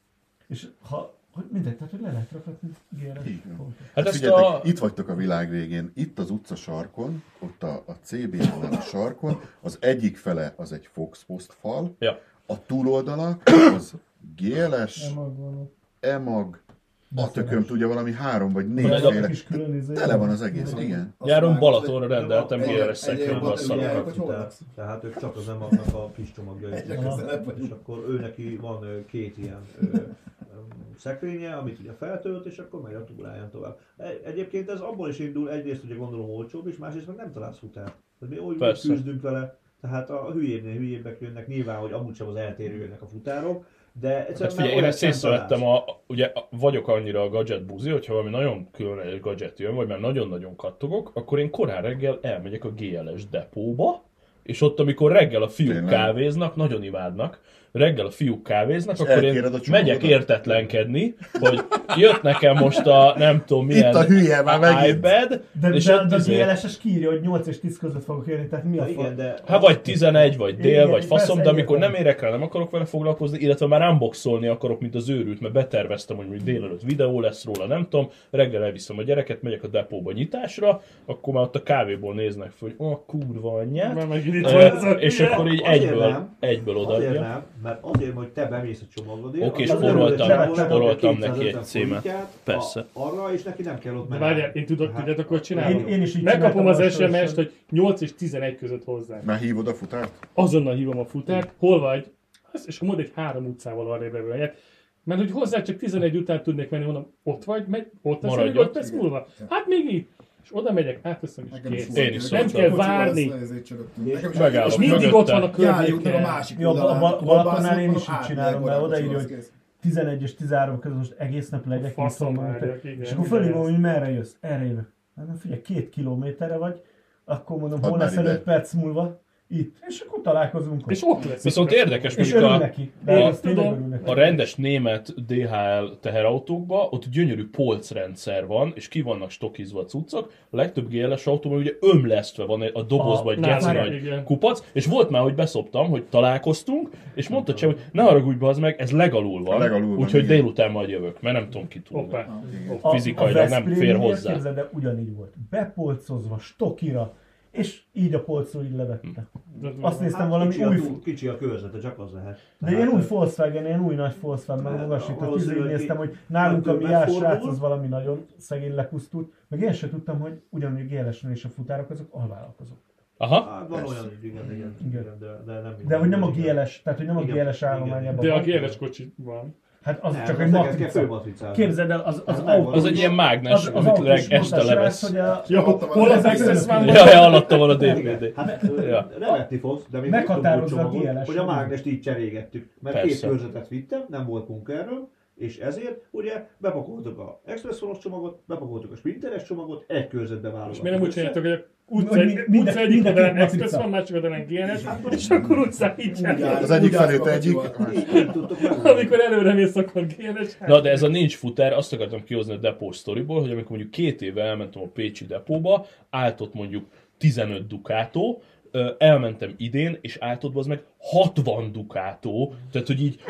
És ha, hogy mindegy, tehát hogy le lehet rakni gé el es Így van. pontot. Hát Hát ezt figyeljetek, a... itt vagytok a világ végén, itt az utca sarkon, ott a, a cé bé en-nel a sarkon, az egyik fele az egy Fox Post fal, Ja. a túloldala az gé el es, Nem aggódom. e-mag, a tököm tudja valami három vagy Van négy egy féle. kis külön izé- Tele van az egész, igen. Nyáron Balatonra rendeltem Egy- gé el es egy- szekrény egy- basszarokat. hogy hol laksz? Tehát ők csak az emagnak a kis csomagjait. Egyre Aha. közelebb És vagyunk. akkor ő neki van ö, két ilyen ö, ö, szekrénye, amit ugye feltölt, és akkor megy a túráján tovább. Egy- Egyébként ez abból is indul, egyrészt ugye gondolom olcsóbb, és másrészt meg nem találsz futárt. Tehát mi úgy Persze. küzdünk vele, tehát a hülyébbnél hülyébbek jönnek, nyilván, hogy amúgy sem az eltérőjönnek a futárok, de egyszerűen Hát figyelj, már én olyat ezt nem észrevettem, találsz. a, ugye a- vagyok annyira a gadget buzi, hogyha valami nagyon különleges gadget jön, vagy már nagyon-nagyon kattogok, akkor én korán reggel elmegyek a gé el es depóba, és ott, amikor reggel a fiúk Tényleg? kávéznak, nagyon imádnak, reggel a fiúk kávéznak, És akkor én elkéred a csomagodat? megyek értetlenkedni, hogy jött nekem most a nem tudom milyen Itt a hülye már megint. iPad, De, és de, ott de a izé- gé el es-es kiírja, hogy nyolc és tíz között fogok érni, tehát mi a Ja, igen, fa? de Hát vagy tizenegy, vagy dél, Igen, vagy faszom, persze, de amikor nem egyértelmű. érek rá, nem akarok vele foglalkozni, illetve már unboxolni akarok, mint az őrült, mert beterveztem, hogy mondjuk délelőtt videó lesz róla, nem tudom, reggel elviszem a gyereket, megyek a depóba nyitásra, akkor már ott a kávéból néznek fel, hogy oh, kurva anyját, Már megint itt Ö, van ez a és hülye. akkor így Azért egyből, nem. egyből azért odaadja. nem, mert azért, hogy te bemész a csomagodért, Oké, akkor spóroltam- előre spóroltam kétszázötven neki egy címet. forintját Persze. A, arra, és neki nem kell ott De megállni. várjál, én tudok, Hát, tudjátok, hogy csinálom? Én- én is így Megkapom csináltam az a es em es-t, sorson. hogy nyolc és tizenegy között hozzám. Már hívod a futárt? Azonnal hívom a futárt, hol vagy? Azt- És akkor mond egy három utcával arrébb levő helyet. Mert hogy hozzá csak tizenegy után tudnék menni, mondom, ott vagy, megy, ott lesz Maradj még öt ott. perc múlva. Hát még itt. És oda megyek, átveszem, és Nekem is kész. volt Én ilyen, is hogy Nem a kell kocsival várni. ezt- ezért csörögtünk. Nekem is megállok És mindig ott van a mögötte. Járjunk meg a környéken. másik Ja, a oldalán. Bal- Balatonnál én is Kolbászok, így csinálom, mert átmegyek, odaírja, az hogy kész. tizenegy és tizenhárom között most egész nap legyek, Faszom viszont várjak, igen. és akkor fölhívom, hogy merre jössz. Erre jövök. Hát nem figyelj, két kilométerre vagy, akkor mondom, Add hol már leszel ide. öt perc múlva? Itt. És akkor találkozunk. És ott lesz. Viszont érdekes, és mondjuk örül a, neki. De Én az tényleg tudom. örül neki. a rendes német dé há el teherautókban ott gyönyörű polcrendszer van, és ki vannak stokizva a cuccok. A legtöbb gé el es autóban ugye ömlesztve van a dobozba A- egy geci nálunk, nagy igen. kupac, és volt már, hogy beszoptam, hogy találkoztunk, és mondta csak, hogy ne haragudj be, az meg, ez legalul van, Legalul van, úgyhogy igen. délután majd jövök, mert nem tudom kitúlni. Hoppá. A- fizikailag a nem fér Veszprémnél, hozzá. Képzeld, de ugyanígy volt. Bepolcozva, stokira, és így a polcról így levette. Azt néztem, Hát valami kicsi, új... a túl, kicsi a körzete, csak az lehet. De ilyen új Volkswagen, ilyen új nagy Volkswagen, meg Hát, magasított, így valószínűleg néztem, hogy ki- nálunk a majd mi több jár megfordul. srác az valami nagyon szegény lepusztult, meg én sem tudtam, hogy ugyanúgy gé el es-nél is a futárok azok alvállalkozók. Aha. Hát van olyan, hogy igen, igen, Igen. igen, de, de nem minden. De hogy nem a Igen. gé el es, tehát hogy nem a Igen, gé el es igen, állományában De a van. gé el es kocsi van. Hát az Nem, csak az egy neked kell matrica. főmatricázni. Képzeld el, az, az Az autó. Az egy ilyen mágnes, az, az amit autós leg, este mondta a srác, levesz. hogy a, Ja, Hallottam hol az az Access van? Ja, ja, alattam van a dé vé dé. Hát Ja. ja. Nevetni fogsz, de még Meghatározza megkaptuk a gé el csomagot, es, hogy a hogy- mágnest így cserégettük. Mert Persze. két körzetet vittem, nem volt munkaerőm, és ezért ugye bepakoltuk a expresszonos csomagot, bepakoltuk a sprinteres csomagot, egy körzetbe válogattuk. És miért nem úgy össze. csináljátok, hogy a utca, Hogy egy, minden- utca minden- egyik minden oldalán két Express matrica. van, másik oldalán gé el es, és akkor úgy szállítják. Az egyik Úgy felét állok a egyik, kocsival. Így, így tudtok megoldani. Amikor előre mész, akkor gé el es. Na de ez a nincs futár, azt akartam kihozni a depó sztoriból, hogy amikor mondjuk két éve elmentem a pécsi depóba, állt ott mondjuk tizenöt Ducato, ö, elmentem idén, és állt ott az meg hatvan Ducato, tehát hogy így,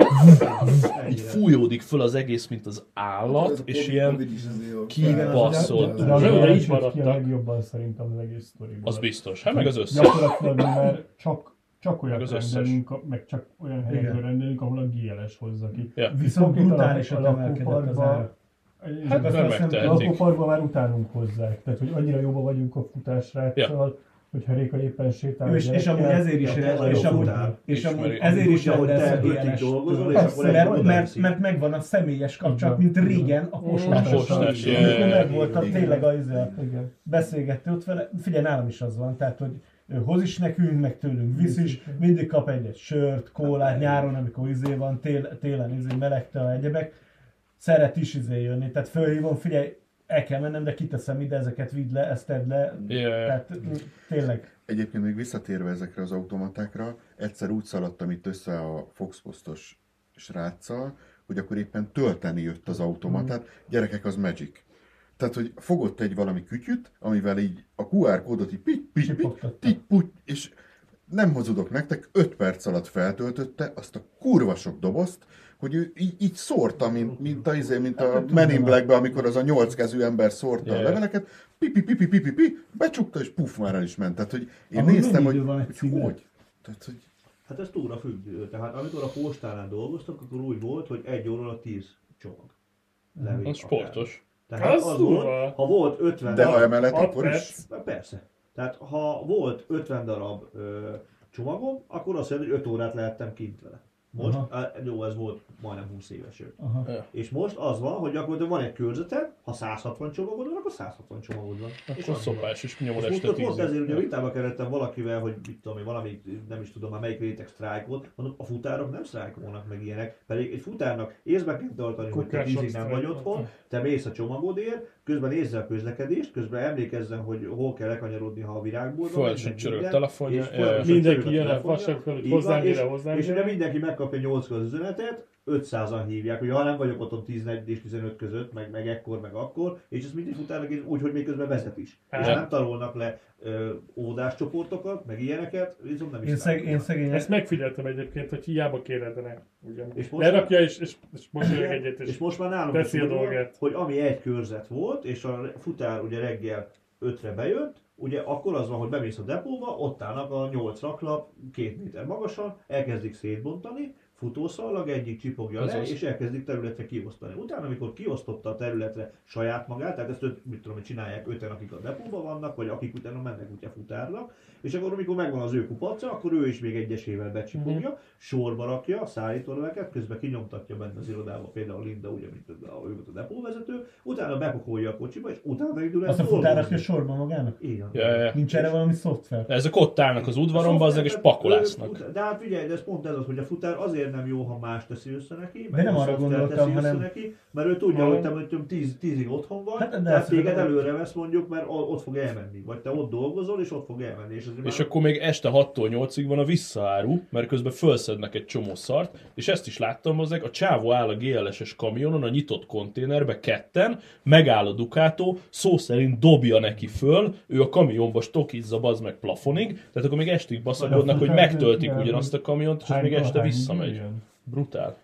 így fújódik föl az egész, mint az állat, és ilyen kibaszott. De az Zöld, olyan így is jött ki a maradtak. legjobban szerintem az egész sztoriból. Az biztos. Hát meg az összes. Gyakorlatilag, mert csak, csak olyat Meg az összes. rendelünk, a- meg csak olyan helyekről Igen. rendelünk, ahol a gé el es hozza ki. Ja. Viszont Konkrétan a- brutálisan a emelkedett az lakóparkba- ár. És Hát azt nem hiszem, megtehetik. a lakóparkban már utánunk hozzák, tehát hogy annyira jobban vagyunk a futásráccal, hogyha Réka éppen sétál. És, és amúgy ezért is, Ja, és amúgy, futár. és amúgy Ismeri. ezért is Tudja, hogy te rendelsz ötig gé el es dolgozol, és akkor egy mert, oda mert, viszi. mert, mert megvan a személyes kapcsolat, mint régen a postás. postás, Amikor yeah. megvolt a Igen. tényleg az a Igen. beszélgető ott vele, figyelj, nálam is az van, tehát hogy ő hoz is nekünk, meg tőlünk visz is, mindig kap egy-egy sört, kólát, nyáron, amikor izé van, tél, télen izé melegte a egyebek, szeret is izé jönni, tehát fölhívom, figyelj, el kell mennem, de kiteszem ide, ezeket vidd le, ezt tedd le, Yeah. tehát tényleg. Egyébként még visszatérve ezekre az automatákra, egyszer úgy szaladtam itt össze a Foxpostos sráccal, hogy akkor éppen tölteni jött az automatát, gyerekek, az Magic. Tehát, hogy fogott egy valami kütyüt, amivel így a kú er kódot így pit, pit, pit, Csipogtatta. pit, put, és nem hazudok nektek, öt perc alatt feltöltötte azt a kurva sok dobozt, hogy ő így, így szórta, mint, mint a, izé, mint a Men in Blackbe, amikor az a nyolc kezű ember szórta a Yeah. leveleket, pipi, pipi, pipi, pipi, becsukta, és puff, már el is ment. Tehát, hogy én Ahol néztem, mennyi hogy, idő van egy hogy címre? hogy. Tehát, hogy Hát ez túlra függő. Tehát amikor a postánál dolgoztak, akkor úgy volt, hogy egy óra tíz csomag. Levél Az sportos. Tehát Az az durva. volt, ha volt ötven de ha darab, emellett, hat akkor is. perc. Na, persze. Tehát ha volt ötven darab ö, csomagom, akkor azt jelenti, hogy öt órát lehettem kint vele. Most, á, jó, ez volt majdnem húsz éves ő. Aha. És most az van, hogy gyakorlatilag van egy körzeted, ha száz hatvan csomagod van, akkor száz hatvan csomagod van. És Akkor az szopás is nyomod és most este ott pont ezért ugye tízig. vitába kerettem valakivel, hogy mit tudom én, valami, nem is tudom már melyik réteg sztrájk volt, mondom, a futárok nem sztrájkolnak meg ilyenek, pedig egy futárnak észbe kell tartani, hogy te Kukások tízig nem vagy sztrájkolnak. otthon, te mész a csomagodért, közben nézze a közlekedést, közben emlékezzen, hogy hol kell lekanyarodni, ha a virágboltban Folyamatosan vagy, csörög minden, telefonja, és ja, folyamatosan Mindenki csörög a jön a telefonja. vasárnap fel, hogy Így van, hozzám és- gyere, hozzám És ugye gyere. mindenki megkapja nyolckor az üzenetet, ötszázan hívják, hogy ha nem vagyok otthon tizenegy és tizenöt között, meg, meg ekkor, meg akkor, és ezt mindig futárnak így úgy, hogy még közben vezet is. És Hát. nem tanulnak le ö, óvodáscsoportokat, meg ilyeneket, viszont nem is Én, szeg, számolnak. én szegény, Ezt megfigyeltem egyébként, hogy hiába kérdenek. Ugye. És most- Lerakja és, és, és mosolyog egyet, És és most már nálunk teszi is a úgy van, dolgát. hogy ami egy körzet volt, és a futár ugye reggel ötre bejött, ugye akkor az van, hogy bemész a depóba, ott állnak a nyolc raklap két méter magasan, elkezdik szétbontani, futószallag egyik csipogja le, Azaz. és elkezdik területre kiosztani. Utána, amikor kiosztotta a területre saját magát, tehát ezt öt, mit tudom, hogy csinálják öten, akik a depóban vannak, vagy akik utána mennek útja futárnak, és akkor amikor megvan az ő kupaca, akkor ő is még egyesével becsipogja, Mhm. sorba rakja a szállítóleveket, közben kinyomtatja benne az irodába, például Linda, ugye, mint a, ő volt a depóvezető, utána bepakolja a kocsiba, és utána indul el azt a futár dolgozni. rakja sorba magának? Igen. Ja, ja, ja. Nincs erre valami szoftver? Ezek ott állnak az udvaron, bazzeg, és pakolásznak. De hát figyelj, de ez pont ez az, hogy a futár azért nem jó, ha más teszi össze neki, De nem a arra szoftver gondoltam, teszi hanem- össze neki, mert ő tudja, hogy te mondjuk tíz, tízig otthon vagy, Hát, de tehát azt téged mondom, előre vesz mondjuk, mert o- ott fog elmenni. Vagy te ott dolgozol, és ott fog elmenni. És, És akkor még este hattól nyolcig van a visszaáru, mert közben felszednek egy csomó szart, és ezt is láttam hozzák, a csávó áll a gé el es-es kamionon, a nyitott konténerbe ketten, megáll a Ducato, szó szerint dobja neki föl, ő a kamionba stokizza bazd meg plafonig, tehát akkor még estig baszakodnak, hogy megtöltik ugyanazt a kamiont, és ez még este visszamegy. Brutál.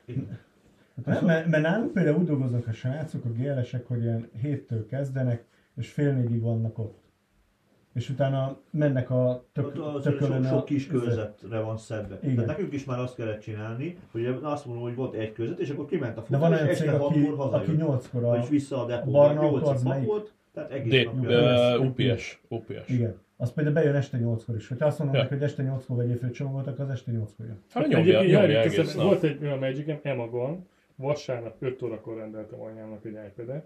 Nem, mert, mert nálunk például úgy dolgoznak a srácok, a gé el esek, hogy ilyen héttől kezdenek, és fél négyig vannak ott. És utána mennek a tök, Ott az tökölön sok, a... sok kis körzetre van szedve. Igen. Tehát nekünk is már azt kellett csinálni, hogy azt mondom, hogy volt egy körzet, és akkor kiment a De futár, van és olyan este cég, aki, hatkor aki hazajött. nyolckor a... És vissza a depóba. barna autó az nyolcig melyik? pakolt, tehát egész D, nap. uh, u pé es. u pé es. Igen. Az például bejön este nyolckor is. Hogyha azt mondom Ja. neki, hogy este nyolckor vegyél föl csomagot, akkor az este nyolckor jön. Hát nyomja, Egyébként nyomja jaj, egész köszönöm, nap. volt egy olyan Magicem, Emagon, vasárnap öt órakor rendeltem anyámnak egy iPad-et,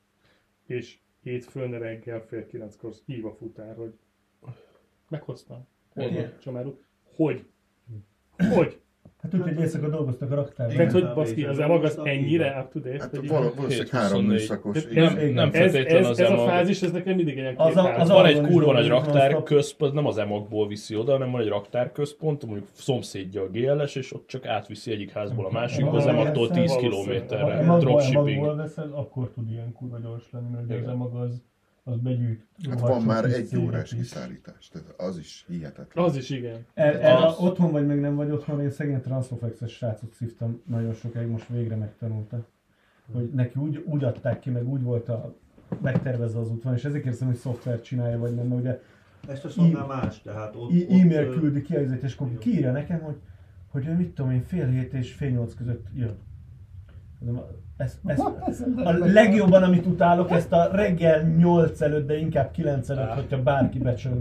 és hétfőn reggel fél kilenckor hív a futár, hogy meghoztam. Hol Igen. van Csamáru? Hogy? Hogy? Hát úgy, hogy éjszaka dolgoztak a raktárban. Tehát, Igen. hogy baszki, az Igen. emag az Igen. ennyire up to date, Hát hogy val- valószínűleg három huszonnégy. műszakos. Nem, igen. nem ez, feltétlen ez, az ez a emag. fázis, ez nekem mindig ilyen Az a- két az Van Argon egy is kurva nagy dolgozik raktárközpont, nem az emagból viszi oda, hanem van egy raktárközpont, mondjuk szomszédja a gé el es, és ott csak átviszi egyik házból a másikba, az Aha, emagtól tíz valószínű. Ha kilométerre. emagból, Dropshipping. emagból veszed, akkor tud ilyen kurva gyors lenni, mert ugye az Igen. emag az, az begyűjt. Hát rohadt van sok már kis egy céget órás is. kiszállítás, tehát az is hihetetlen. Az is igen. Er, erre Az- otthon vagy meg nem vagy otthon, én szegény Transoflex-es srácot szívtam nagyon sokáig, most végre megtanulta. Hogy neki úgy, úgy adták ki, meg úgy volt a megtervezve az útvonal, és ezért kérdezem, hogy szoftvert csinálja, vagy nem, mert ugye Ezt a szonnál más, tehát ott... e- ott, e-mail ö, küldi ki a izét, és akkor kiírja nekem, hogy, hogy ő mit tudom én, fél hét és fél nyolc között jön. Mondom, Ez, ez, a legjobban, amit utálok, ezt a reggel nyolc előtt, de inkább kilenc előtt, hogyha bárki becsönget.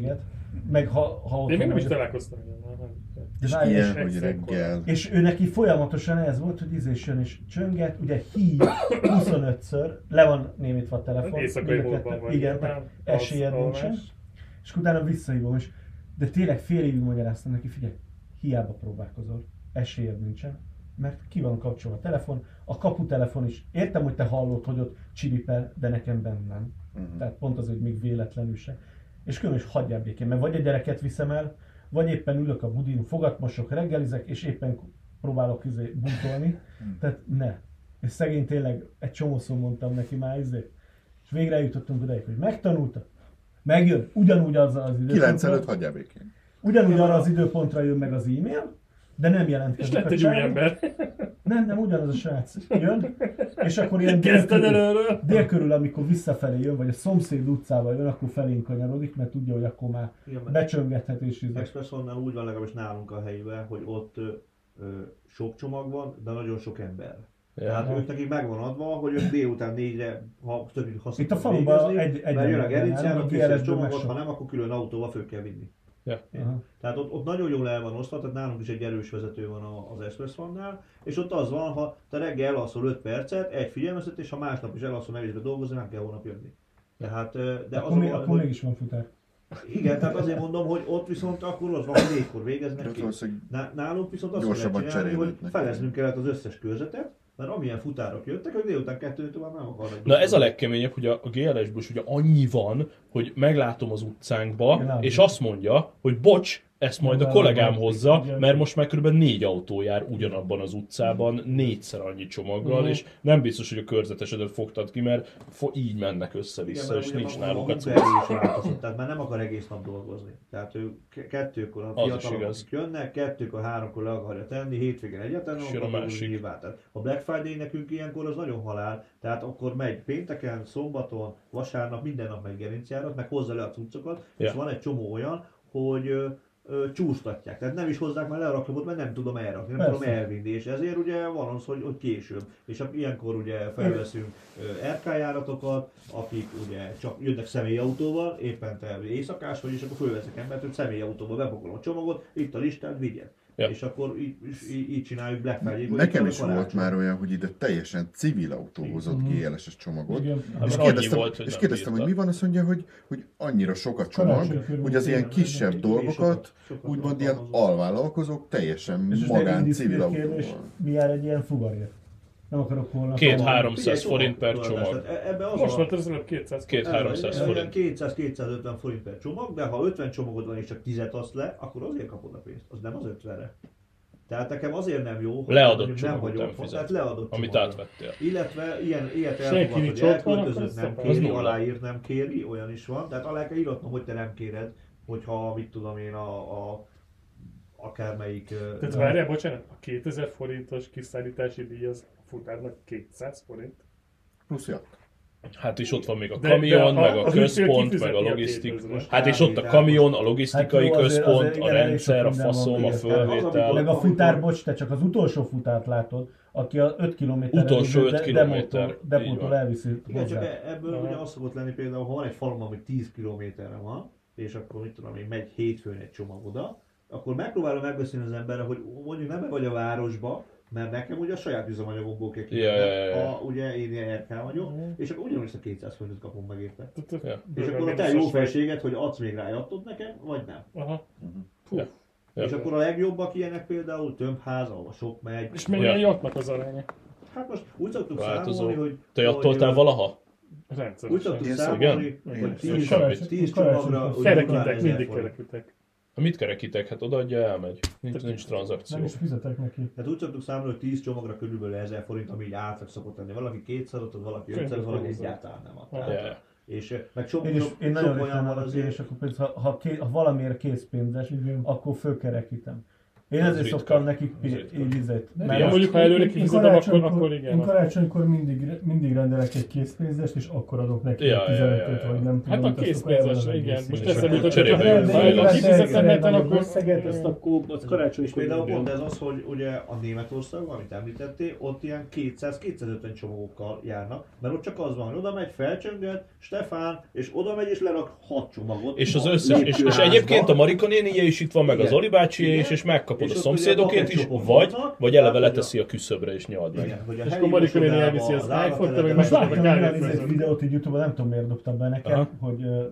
meg ha, ha ott Én még nem is vagy- találkoztam ilyennel. És Várj, ilyen, és hogy egyszer reggel. És ő neki folyamatosan ez volt, hogy ízés jön és csönget, ugye hív huszonötször, le van némítva a telefon. Éjszakai mind a módban kettő- vagy. Igen, nyilván, tehát esélyed alsz- nincsen. alvás. És utána visszahívom, és de tényleg fél évig magyaráztam neki, figyelj, hiába próbálkozol, esélyed nincsen, mert ki van kapcsolva a telefon, a kaputelefon is. Értem, hogy te hallod, hogy ott csiripel, de nekem benn nem. Uh-huh. Tehát pont az, hogy még véletlenül se. És különös hagyjál békén, mert vagy a gyereket viszem el, vagy éppen ülök a budin, fogatmosok, reggelizek, és éppen próbálok izé bútolni. Tehát ne. És szegény tényleg egy csomószor mondtam neki már izé. És végre eljutottunk odaig, hogy megtanulta, megjön, ugyanúgy azzal az időpontra. kilenc előtt hagyjál békén. Ugyanúgy arra az időpontra jön meg az e-mail, de nem jelentkezik És lett a egy csávó. új ember. Nem, nem, ugyanaz a srác jön, és akkor ilyen dél Kezdted körül, előről. dél körül, amikor visszafelé jön, vagy a szomszéd utcába jön, akkor felénk kanyarodik, mert tudja, hogy akkor már Igen, mert becsöngethet és izé. Expressonnál úgy van legalábbis nálunk a helyben, hogy ott ö, ö, sok csomag van, de nagyon sok ember. Ja. Tehát ők nekik megvan adva, hogy ők délután négyre, ha többit Itt a használnak faluban végezni, egy- egy mert jön a ember gerincjára, nálunk, a készítés gé er es-ből csomagot, meg ha sok. nem, akkor külön autóval föl kell vinni. Ja. Aha. Tehát ott, ott nagyon jól el van osztva, tehát nálunk is egy erős vezető van a- az Expressonnál, és ott az van, ha te reggel elalszol öt percet, egy figyelmeztetés, ha másnap is elalszol nevésbe dolgozni, nem kell holnap jönni. Tehát, ö, de Akkor, az még, a, akkor hogy, mégis van futár. igen, tehát azért mondom, hogy ott viszont akkor az van, hogy négykor végeznek De ott ki. valószínűleg Ná- Nálunk viszont azt Gyorsabban kellett csinálni, hogy cserélődnek. feleznünk kellett az összes körzetet, mert amilyen futárok jöttek, hogy délután kettőtől már nem akarnak. Na ez a legkeményebb, hogy a, a gé el es-ből is ugye annyi van, hogy meglátom az utcánkba, Igen, és azt mondja, hogy bocs, ezt majd a Igen, kollégám igen. hozza, Igen. mert most már kb. négy autó jár ugyanabban az utcában, négyszer annyi csomaggal, Mhm. és nem biztos, hogy a körzetesedet fogtad ki, mert fo- így mennek össze-vissza, és nincs náluk a cucc. Tehát már nem akar egész nap dolgozni. Tehát ő ke- kettőkor a Az is fiatalok, igaz. akik jönnek, kettőkor, háromkor le akarja tenni, hétvégén egyáltalán És nem jön a akar dolgozni másik. nyilván. Tehát a Black Friday nekünk ilyenkor az nagyon halál, tehát akkor megy pénteken, szombaton, vasárnap, minden nap megy gerincjárat, meg hozza le a cuccokat, Ja. és van egy csomó olyan, hogy ö, ö, csúsztatják. Tehát nem is hozzák már le a raklapot, mert nem tudom elrakni, nem Persze. tudom elvinni, és ezért ugye van az, hogy, hogy később. És ak- ilyenkor ugye felveszünk ö, er ká járatokat, akik ugye csak jönnek személyautóval, éppen te éjszakás vagy, és akkor fölveszek embert, hogy személyautóval bepakolom a csomagot, itt a listát, vigyed. Ja. És akkor így, így, így csináljuk Black Friday-kor. Nekem itt is van a volt karácsony. már olyan, hogy ide teljesen civil autó hozott Mhm. gé el es-es csomagot. Igen. És Hát annyi kérdeztem, volt, hogy és nem kérdeztem hogy mi bírta. van, azt mondja, hogy, hogy annyira sok a csomag, Karácsony körül hogy az ilyen tényleg, kisebb igen. dolgokat, Sokat- sokat úgymond ilyen alkalmazunk. alvállalkozók teljesen És most magán megint civil diszkrét kérdés, autóval. mi jár egy ilyen fuvarért? Nem akarok holnap. Két Holnap. háromszáz Figyelj, forint per csomag. csomag. Tehát e- ebbe az Most a- volt az előbb kétszáz. Két háromszáz Ez forint. olyan kétszáz-kétszázötven forint per csomag, de ha ötven csomagod van és csak tízet adsz le, akkor azért kapod a pénzt, az nem az ötvenre. Tehát nekem azért nem jó, hogy Leadott mondjuk nem csomagot vagy nem otthon, fizet. tehát leadott Amit csomagra. átvettél. Illetve ilyen, ilyet Senki elfogad, hogy nincs otthon, elköltözött, akkor nem szép. kéri, Az nulla. aláírt nem kéri, olyan is van. Tehát alá kell írhatnom, hogy te nem kéred, hogyha mit tudom én a, a akármelyik... ö, Tehát várjál, bocsánat, a kétezer forintos kiszállítási díj az a futárnak kétszáz forint. Plusz jött. Hát és ott van még a De- kamion, de meg a- a az ügyfél központ, kifizeti meg a a logisztik. kétezres. Hát és ott a kamion, a logisztikai Hát jó, azért- központ, azért a igen, elég rendszer, sok a minden van faszom, a még. fölvétel. Meg a futár, bocs, te csak az utolsó futárt látod, aki a öt kilométerre Utolsó lévő öt de- kilométer, demótól- így Depótól van. elviszi Igen, csak hozzá. e- ebből Aha. ugye az szokott lenni például, ha van egy falum, ami tíz kilométerre van, és akkor mit tudom én, megy hétfőn egy csomag oda, akkor megpróbálom megbeszélni az emberre, hogy mondjuk nem vagy a városba, mert nekem ugye a saját üzemanyagomból kell Ja, ja, ja, ja. ha ugye én ilyen er ká vagyok, és akkor ugyanúgy ezt a kétszáz forintot kapom meg érte. Ja. És akkor a te jó felséget, hogy adsz még rá, adtad nekem, vagy nem. Aha. Ja. Ja. És akkor a legjobbak ilyenek például tömbház, ahol sok megy. És mennyire Ja. jóknak az aránya? Hát most úgy szoktuk Változó. számolni, hogy... Te hogy, jattoltál ö, valaha? Úgy Rendszeresen. szoktuk Én számolni, igen. hogy tíz, Semmit. tíz csomagra... úgy Kerekítek, ezer mindig forint. kerekítek. Ha mit kerekítek? Hát odaadja, elmegy. Nincs, nincs tranzakció. Nem is fizetek neki. Tehát úgy szoktuk számolni, hogy tíz csomagra körülbelül ezer forint, ami így átlag szokott lenni. Valaki kétszázat ad, valaki Könyvbe ötszáz, valaki hozzá. egyáltalán nem ad. Ja. Tehát, Ja. És eh, meg sok, Én, is, sok, én nagyon sok olyan ritkán van adok azért, és akkor pénzt, ha, ha, ké, ha valamiért készpénzes, Igen. akkor fölkerekítem. Én Az ezért ritka. szoktam nekik Az így ritka. így izét. Igen, Mert mondjuk, ha előre Én kifizetem, akkor, karácsonykor- akkor igen. Én karácsonykor mindig, mindig rendelek egy készpénzest, és akkor adok neki Ja, egy ja, tizenötöt, ja, ja. vagy nem tudom. Hát a azt akkor készpénzesre, elveszem igen. egész Most évben. eszembe jutott, cserébe hogy jön. ha előre kifizetem heten, akkor... összeget, ezt akkor az karácsonykor például Igen. pont ez az, hogy ugye a Németország, amit említettél, ott ilyen kétszáz-kétszázötven csomagokkal járnak, mert ott csak az van, hogy oda megy, felcsönget, Stefán, és oda megy és lerak hat csomagot. És az a összes, és, és lépcsőházba. egyébként a Marika nénije is itt van, meg az Igen. Oli bácsié is, Igen. és megkapod És a ott szomszédokét ugye is, papírcsomagok vagy, vannak, vagy eleve tehát, leteszi a küszöbre és nyald meg. Igen, hogy a És helyi akkor Marika néni irodában, elviszi az az iPhone-t, te meg állateletet- Most megkapod a láttam olyan kávéfőzőt. izét videót így YouTube-on, nem tudom miért dobtam be neked, Aha. hogy ö,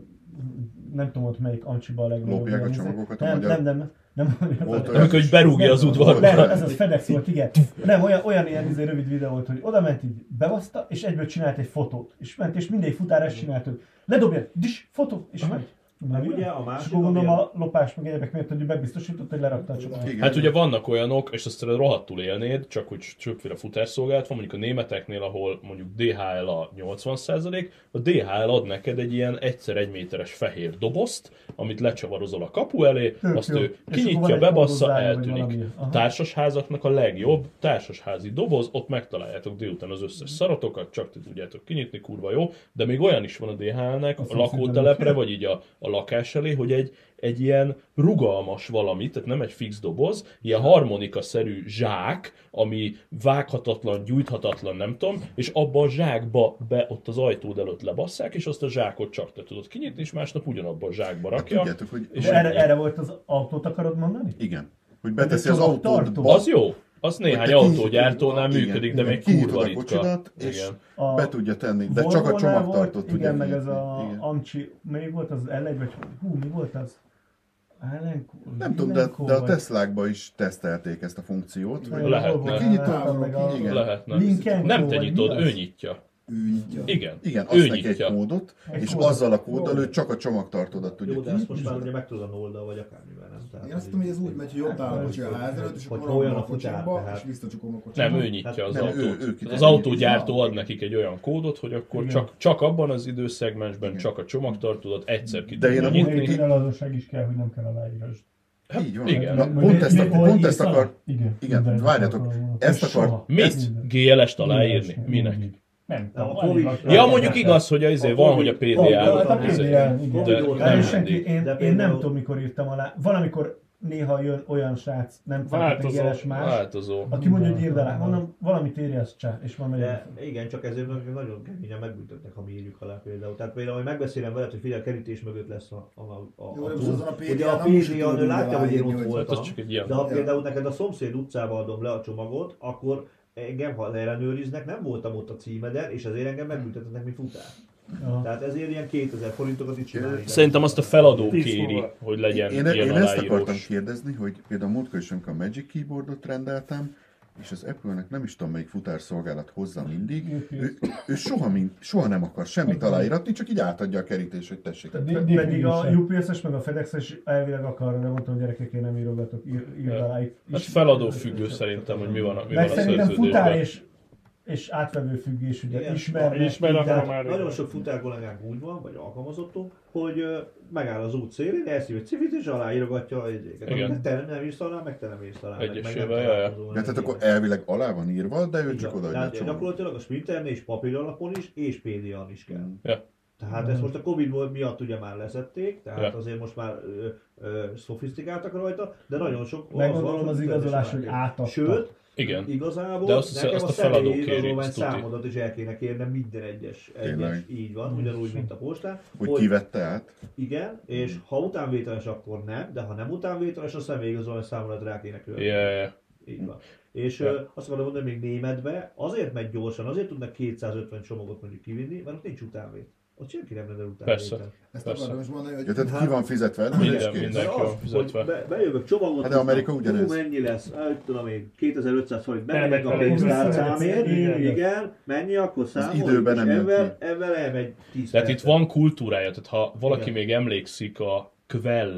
nem tudom ott melyik Amcsiba a legnagyobb. Lopják a ilyen izé. csomagokat a nem, magyar- nem, nem, nem, nem, Volt nem, olyan- Amikor hogy berúgja az udvarba. nem, ez az FedEx volt, igen. Nem, olyan, olyan ilyen izé rövid videó volt, hogy oda ment így, bebaszta, és egyből csinált egy fotót. És ment, és mindegy futár ezt csinált, hogy ledobja, dis, fotó, és megy. Meg ugye a És másik, akkor gondolom ami a lopás meg egyebek miatt, hogy megbiztosított, hogy lerakta a csomagot. Igen. Hát ugye vannak olyanok, és azt rohadtul élnéd, csak hogy sokféle futásszolgálat van, mondjuk a németeknél, ahol mondjuk dé há el a nyolcvan százalék, a dé há el ad neked egy ilyen egyszer egy méteres fehér dobozt, amit lecsavarozol a kapu elé, Tök azt jó. ő És akkor kinyitja, van egy bebassza, kódozzája, vagy eltűnik. valami. Aha. A társasházaknak a legjobb társasházi doboz, ott megtaláljátok délután az összes szaratokat, csak ti tudjátok kinyitni, kurva jó, de még olyan is van a dé há el-nek, a Azt lakótelepre, hiszem, vagy így a, a lakás elé, hogy egy, egy ilyen rugalmas valami, tehát nem egy fix doboz, ilyen harmonika-szerű zsák, ami vághatatlan, gyújthatatlan, nem tudom, és abban a zsákba be ott az ajtód előtt lebasszák, és azt a zsákot csak te tudod kinyitni, és másnap ugyanabban a zsákba rakja. Tudjátok, hogy... És De erre, erre volt az autót akarod mondani? Igen. Hogy beteszi az Hogy egy autódba. csomagtartó? Az jó. Az néhány te autógyártónál kinyitod- működik, igen, de még igen, kinyitod kurva a ritka. kocsidat, és Igen. A be tudja tenni, de csak a Volvo-nál csomagtartót volt, tudja igen, meg ez nyitni. a Igen. Amcsi, melyik volt az L egy, vagy hú, mi volt az? Ellenko, Nem tudom, de, de a Teslákban is tesztelték ezt a funkciót. Hogy Lehetne. Kinyitod, meg a igen. Lehetne. Lincoln Nem Co, te vagy nyitod, mi ő az? nyitja. Ő nyitja. Igen, Igen, ő azt neki egy nyitja. kódot, Egy és kódot. azzal a kóddal ő csak a csomagtartódat tudja jó, de ezt most kinyitni. már ugye meg tudod oldal, vagy akármivel, nem? Tehát Én azt hiszem, hogy ez úgy megy, hogy ott áll a kocsi a ház előtt, és Hogy akkor olyan olyan a a futár, kocsiba, tehát. és visszacsukom a kocsiba. Nem, ő nyitja az Nem, ő- autót. ő Tehát kinyitja. az autógyártó ad Igen. nekik egy olyan kódot, hogy akkor Igen. csak, csak abban az időszegmensben, Igen. csak a csomagtartódat egyszer ki De én tudja amúgy- nyitni. Még eladóság is kell, hogy nem kell aláírás. Így van. Igen. Na, Hogy pont egy- ezt, egy- pont hogy ezt írsz akar... alá? Igen. Igen, minden várjatok, alkalommal. ezt És akar- soha. Mit? gé el est aláírni? Mindig. Minek? Mindig. Nem Nem, a tudom. Covid- elég- Ja, mondjuk igaz, hogy a izé A van, Covid- hogy a pé dé Covid- á-ot, Hát a izé, pé dé á, igen. de Covid- nem Nem, senki, mindig. én, De én például- nem tudom, mikor írtam alá. Valamikor néha jön olyan srác, nem Változó, feltétlenül más, Változó. aki mondja, hogy írd alá. Mondom, valamit írja, azt csá, és van megy. De igen, csak ezért meg nagyon keményen megbüntetnek, ha mi írjuk alá például. Tehát például, hogy megbeszélem veled, hogy figyelj, a kerítés mögött lesz a, a, a, Jó, a de most azon a pé dé ugye á a nem is pé dé á tudod nő látja, hogy én aláírni, ott hogy- Hát voltam. az csak egy ilyen. De ha Ja. például neked a szomszéd utcába adom le a csomagot, akkor engem, ha ellenőriznek, nem voltam ott a címeden, és ezért engem megbüntetnek, mint futár. Aha. Tehát ezért ilyen kétezer forintokat itt csinálni. Szerintem azt a feladó Tíz kéri, szóval. hogy legyen Én, ilyen én ezt akartam aláírós. kérdezni, hogy például múltkor is, amikor a Magic Keyboardot rendeltem, és az Apple-nek nem is tudom melyik futárszolgálat hozza mindig, ő, ő soha, mind, soha nem akar semmit aláíratni, csak így átadja a kerítés, hogy tessék. De- de- Pedig a sem. u pé es-es meg a FedEx-es elvileg akar, de mondtam, hogy gyerekek, én nem írogatok, ír, írd Ja. alá itt. Hát is. feladó függő szerintem, hogy mi van a, mi van Meg a szerintem futár szerződésben. és, és átvevő függés, ugye Igen. ismer. Ismer Tehát akarom már. nagyon sok futár kollégánk úgy van, vagy alkalmazottunk, hogy ö, megáll az út szélén, elszív egy civit és aláírogatja a jegyzéket. Igen. Amit te nem írsz alá, meg te nem írsz alá. meg- meg nem Egyesével, jaj, jaj. találkozol, Mert meg tehát akkor ilyenek. elvileg alá van írva, de ő Így csak van. odaadja a Tehát csomagot. gyakorlatilag a sprinternél és papír alapon is, és pé dé á-n is kell. Ja. Tehát ezt most a Covid volt miatt ugye már leszették, tehát Ja. azért most már ö, ö, szofisztikáltak rajta, de nagyon sok... Meg van, gondolom az hogy igazolás, hogy fizetés átadta. Sőt, Igen. igazából De azt- nekem azt a, a feladó személyi kéri, igazolvány azt tuti. számodat is el kéne kérnem minden egyes, egyes Tényleg. így van, ugyanúgy, mint a postán. Hogy kivette át. Igen, és ha utánvételes, akkor nem, de ha nem utánvételes, a személyigazolvány számodat rá kéne költeni. Ja, ja, ja. Így van. És Ja. ö, azt akarom mondani, hogy még németbe azért megy gyorsan, azért tudnak kétszázötven csomagot mondjuk kivinni, mert ott nincs utánvét. Ott senki nem rendel utánvétel. Persze. Ezt Persze. akarom is mondani, hogy Ja, tehát Hát- ki van fizetve? Minden, ellenőrzésként? minden. Mert Mindenki az, van fizetve. hogy be, bejövök csomagot, Hát de Amerika hoztam, ugyanez. hú, mennyi lesz? Hát tudom én, kétezer-ötszáz forint, bemegy Elmegy a vele, pénztárcámért, igen. igen, mennyi, akkor számol, időben és nem jön ebben, ki. ebben elmegy tíz Tehát itt percet. van kultúrája, tehát ha valaki Igen. még emlékszik a Quelle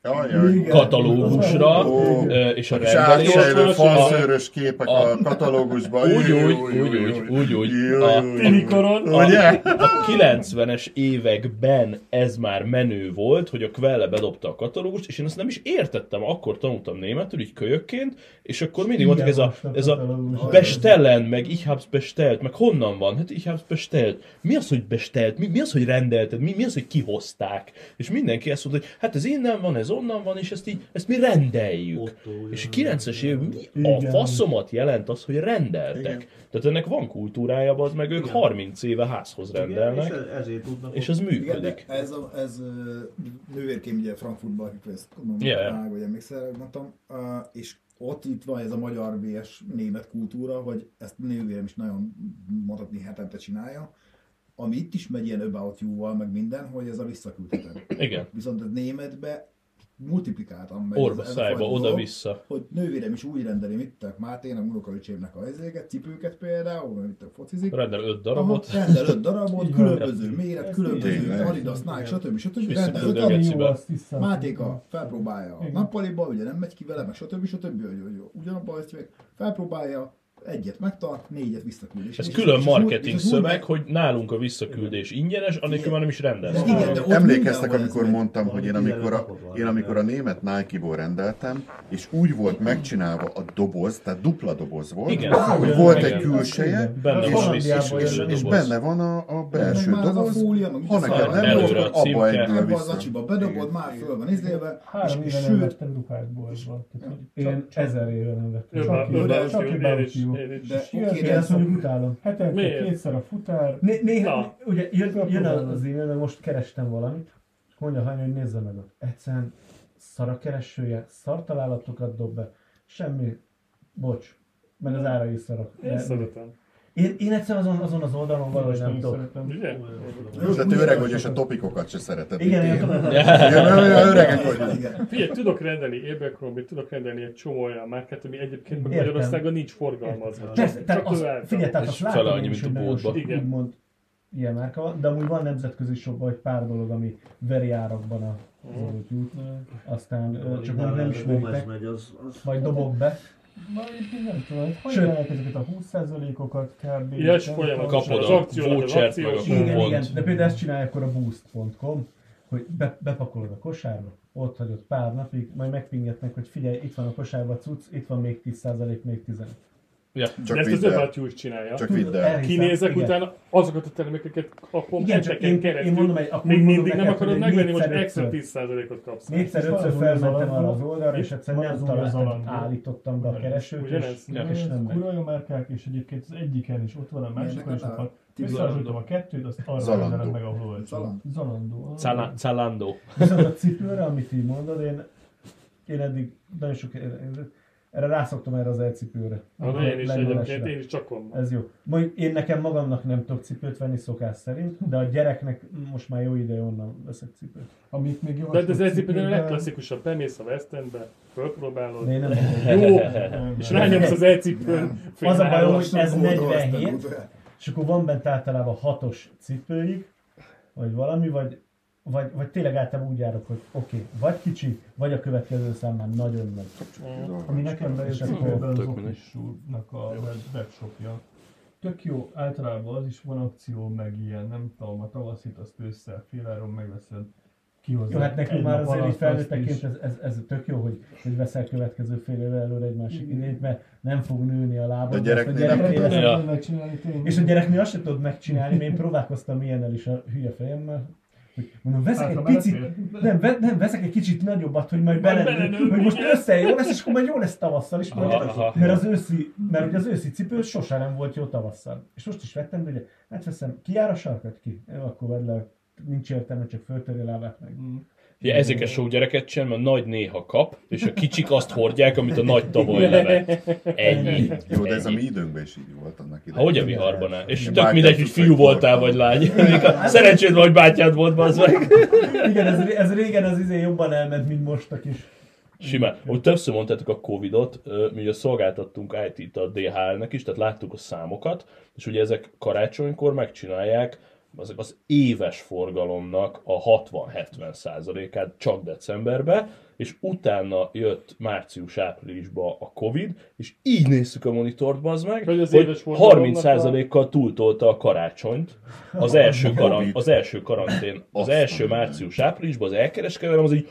Ajaj. katalógusra, Ó. ö, és a És rendelés... átsejlő a- falszőrös képek a- a katalógusban. Úgy, Júj, úgy, júj, úgy, júj, úgy, júj. úgy, úgy. Júj, A- júj, Tini júj. koron. Ugye? A kilencvenes években ez már menő volt, hogy a Quelle bedobta a katalógust, és én azt nem is értettem, akkor tanultam németül, így kölyökként, és akkor mindig mondtak ez a, ez a bestellen, meg ich hab's bestellt, meg honnan van? Hát ich hab's bestellt. Mi az, hogy bestellt? Mi, mi az, hogy rendelted? Mi, mi az, hogy kihozták? És mindenki ezt mondta, hogy hát ez innen van, ez onnan van, és ezt így, ezt mi rendeljük. Otto, És a kilencvenes években mi a Igen. faszomat jelent az, hogy rendeltek? Igen. Tehát ennek van kultúrája, az meg ők Igen. harminc éve házhoz rendelnek, Igen, és e- ezért tudnak és ez Igen, de működik. ez, a, ez ö, nővérkém ugye Frankfurtban, akik ezt mondom, Yeah. yeah. vagy emlékszel, mondtam, uh, és ott itt van ez a magyar vs német kultúra, hogy ezt nővérem is nagyon mondhatni hetente csinálja, ami itt is megy ilyen about you-val, meg minden, hogy ez a visszaküldheted. Igen. Viszont a németbe multiplikáltam meg. Orba ez- ez a szájba, fajta dolog, oda-vissza. hogy nővérem is úgy rendeli, mit tök Máténak, unokaöcsémnek a ezéget, cipőket például, mert mit tök focizik. Rendel öt Aha, darabot. rendel öt darabot, Így van. különböző méret, Ez különböző tényleg. Adidas, Nike, stb. stb. És Rendel öt visszaküldöm. darabot. Ami jó, gecibe. azt hiszem. Mátéka felpróbálja a Igen. nappaliba, ugye nem megy ki vele, meg stb. stb. Hogy, hogy ugyanabban ezt meg felpróbálja, egyet megtart, négyet visszaküld. És- Ez és- külön és az úgy- marketing és az úgy szöveg, meg- hogy nálunk a visszaküldés ingyenes, anélkül már nem is rendelsz. Igen, de ott Emlékeztek, mindenhol ez amikor megy. mondtam, hogy én amikor, a, Kapod valami. én amikor a német Nike-ból rendeltem, és úgy volt megcsinálva a doboz, tehát dupla doboz volt, Igen. hogy volt Igen. egy külseje, Benne és, van a Hollandiából és, visszaküldő és doboz. benne van a, a belső Meg már az a doboz, fólia, meg ha mit nekem szar- nem előre volt, a akkor abba címke. egyből Ebbe az vissza. acsiba bedobod, már föl van izélve, és, Három és éve nem sőt, vettem ruhát boltban. Tehát, hogy Én csak- csak- ezer éve nem vettem. Ő Csak már- jó, ő de már- csak ő- egy én is- barbecue. én is. de Igen, oké, én de ezt mondjuk utálom. Hetente Miért? kétszer a futár. Né- néha, Na. ugye jön, jön Megpróbálom. az e-mail, meg most kerestem valamit, és mondja Hany, hogy nézze meg ott. Egyszerűen szar a keresője, szar találatokat dob be, semmi, bocs, meg az ára is szarok. Én De- szeretem. Én, én egyszerűen azon, azon az oldalon valahogy nem tudok. szeretem. Ugye? Jó, de te öreg vagy, és a topikokat se szereted. Igen, mint én én. tudom. Igen, olyan öregek vagyunk. igen. Figyelj, tudok rendelni Abercrombie, tudok rendelni egy csomó olyan márkát, ami egyébként meg Értem. Magyarországon nincs forgalmazva. Persze, Csak, tehát csak az, ő által. figyelj, tehát És azt fele látom annyi, én is, mint hogy a nagyon sok boltban. Igen. úgymond ilyen márka van, de amúgy van nemzetközi shopban egy pár dolog, ami veri árakban a az adott jut. Aztán ö, csak mondjuk nem ismeritek, megy, az, az... majd dobok be. Majd nem tudom, hogy hogy Sőt. csinálják ezeket a húsz százalékokat kb. Ja, és Nem folyamatosan. tudom. Kapod Az a akciónak, az vouchert, meg a akciós. Igen, kupont. igen, de például ezt csinálja akkor a boost pont com, hogy be, bepakolod a kosárba, ott hagyod pár napig, majd megpingetnek, hogy figyelj, itt van a kosárba a cucc, itt van még tíz százalék, még tizenöt. Ja. De Csak ezt az vidd el. Öbátyú is csinálja. Csak vidd el. Elhiszem, Kinézek igen. utána azokat a termékeket kapom Igen, csak heteken én- keresztül. én mondom, hogy akkor még mondom mindig nem neked, akarod hogy megvenni, most négyszer, extra ötször. tíz százalékot kapsz. Négyszer, Van ötször az új felmentem Zalando, arra az oldalra, és egyszerűen van nem az új találtam, Zalando. állítottam be a keresőt, és, Ugyanez? Ja. és nem megy. Kurva jó márkák, és egyébként az egyiken is ott van, a másikon is ott van. Összehasonlítom a kettőt, azt arra Zalando. rendelem meg, ahol olcsó. Zalando. Zalando. Zala- Zalando. Viszont a cipőre, amit így mondod, én, én eddig nagyon sok, erre rászoktam erre az elcipőre. Ah, én is Lenyelesre. egyébként, én is csak onnan. Ez jó. Majd én nekem magamnak nem tudok cipőt venni szokás szerint, de a gyereknek most már jó ideje onnan veszek cipőt. Amit még jó. De ez egy a legklasszikusabb. Bemész a West Endbe, fölpróbálod. De én nem Jó, Nem, és nem. rányomsz az elcipőn. Az a bajom, hogy Lassan ez kódolsz, negyvenhét, te és akkor van bent általában hatos cipőig, vagy valami, vagy, vagy, vagy tényleg általában úgy járok, hogy oké, okay, vagy kicsi, vagy a következő szám már nagyon nagy. Ami nekem bejött És a akkor cipőben az tök mindegy. Official-nak a web- webshopja. Tök jó, általában az is van akció, meg ilyen, nem tudom, a tavaszit azt ősszel féláron megveszed, kihozzák. Jó, hát nekünk egy már nap azért így alatt felnőtteként azt is. ez, ez, ez tök jó, hogy, hogy veszel következő fél évvel előre egy másik idét, mert nem fog nőni a lábad. De a azt gyereknél nem gyereknél- tudod. Ja. Nem megcsinálni tényleg. És a gyereknél azt sem tudod megcsinálni, mert én próbálkoztam ilyennel is a hülye fejemmel, hogy mondom, veszek Hát, egy ha picit, belefér. nem, ve- nem, veszek egy kicsit nagyobbat, hogy majd Majd belenő, belenő, hogy most igen. össze jó lesz, és akkor majd jó lesz tavasszal is, Aha, mert, aha. mert az őszi, mert ugye az őszi cipő sosem nem volt jó tavasszal. És most is vettem, de ugye, hát veszem, ki jár a sarkat ki? Jó, akkor vedd le, nincs értelme, csak föltöri a lábát meg. Ja, ezeket sok gyereket csinál, mert nagy néha kap, és a kicsik azt hordják, amit a nagy tavaly levett. Ennyi. Jó, de ez a mi időnkben is így volt annak Ha idején. hogy a viharban áll. És Igen, tök bátyád mindegy, hogy tudsz, fiú hogy voltál, volt. vagy lány. Szerencséd van, hogy bátyád volt, bazd meg. Igen, ez, ez régen az izé jobban elment, mint mostak is. Simán. Úgy többször mondtátok a Covidot, ö, mi ugye szolgáltattunk í té-t a dé há el-nek is, tehát láttuk a számokat, és ugye ezek karácsonykor megcsinálják az, az éves forgalomnak a hatvan-hetven százalékát csak decemberben, és utána jött március-áprilisban a Covid, és így néztük a monitort, bazd meg, Hogy az hogy éves forgalomnak harminc százalékkal túltolta a karácsonyt, az első, karan, az első karantén, az első március-áprilisban az elkereskedelem az így,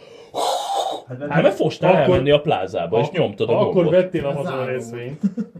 hát mert fostál akkor- elmenni a plázába, és nyomtad a Akkor gombot. vettél Ez Amazon záró. részvényt.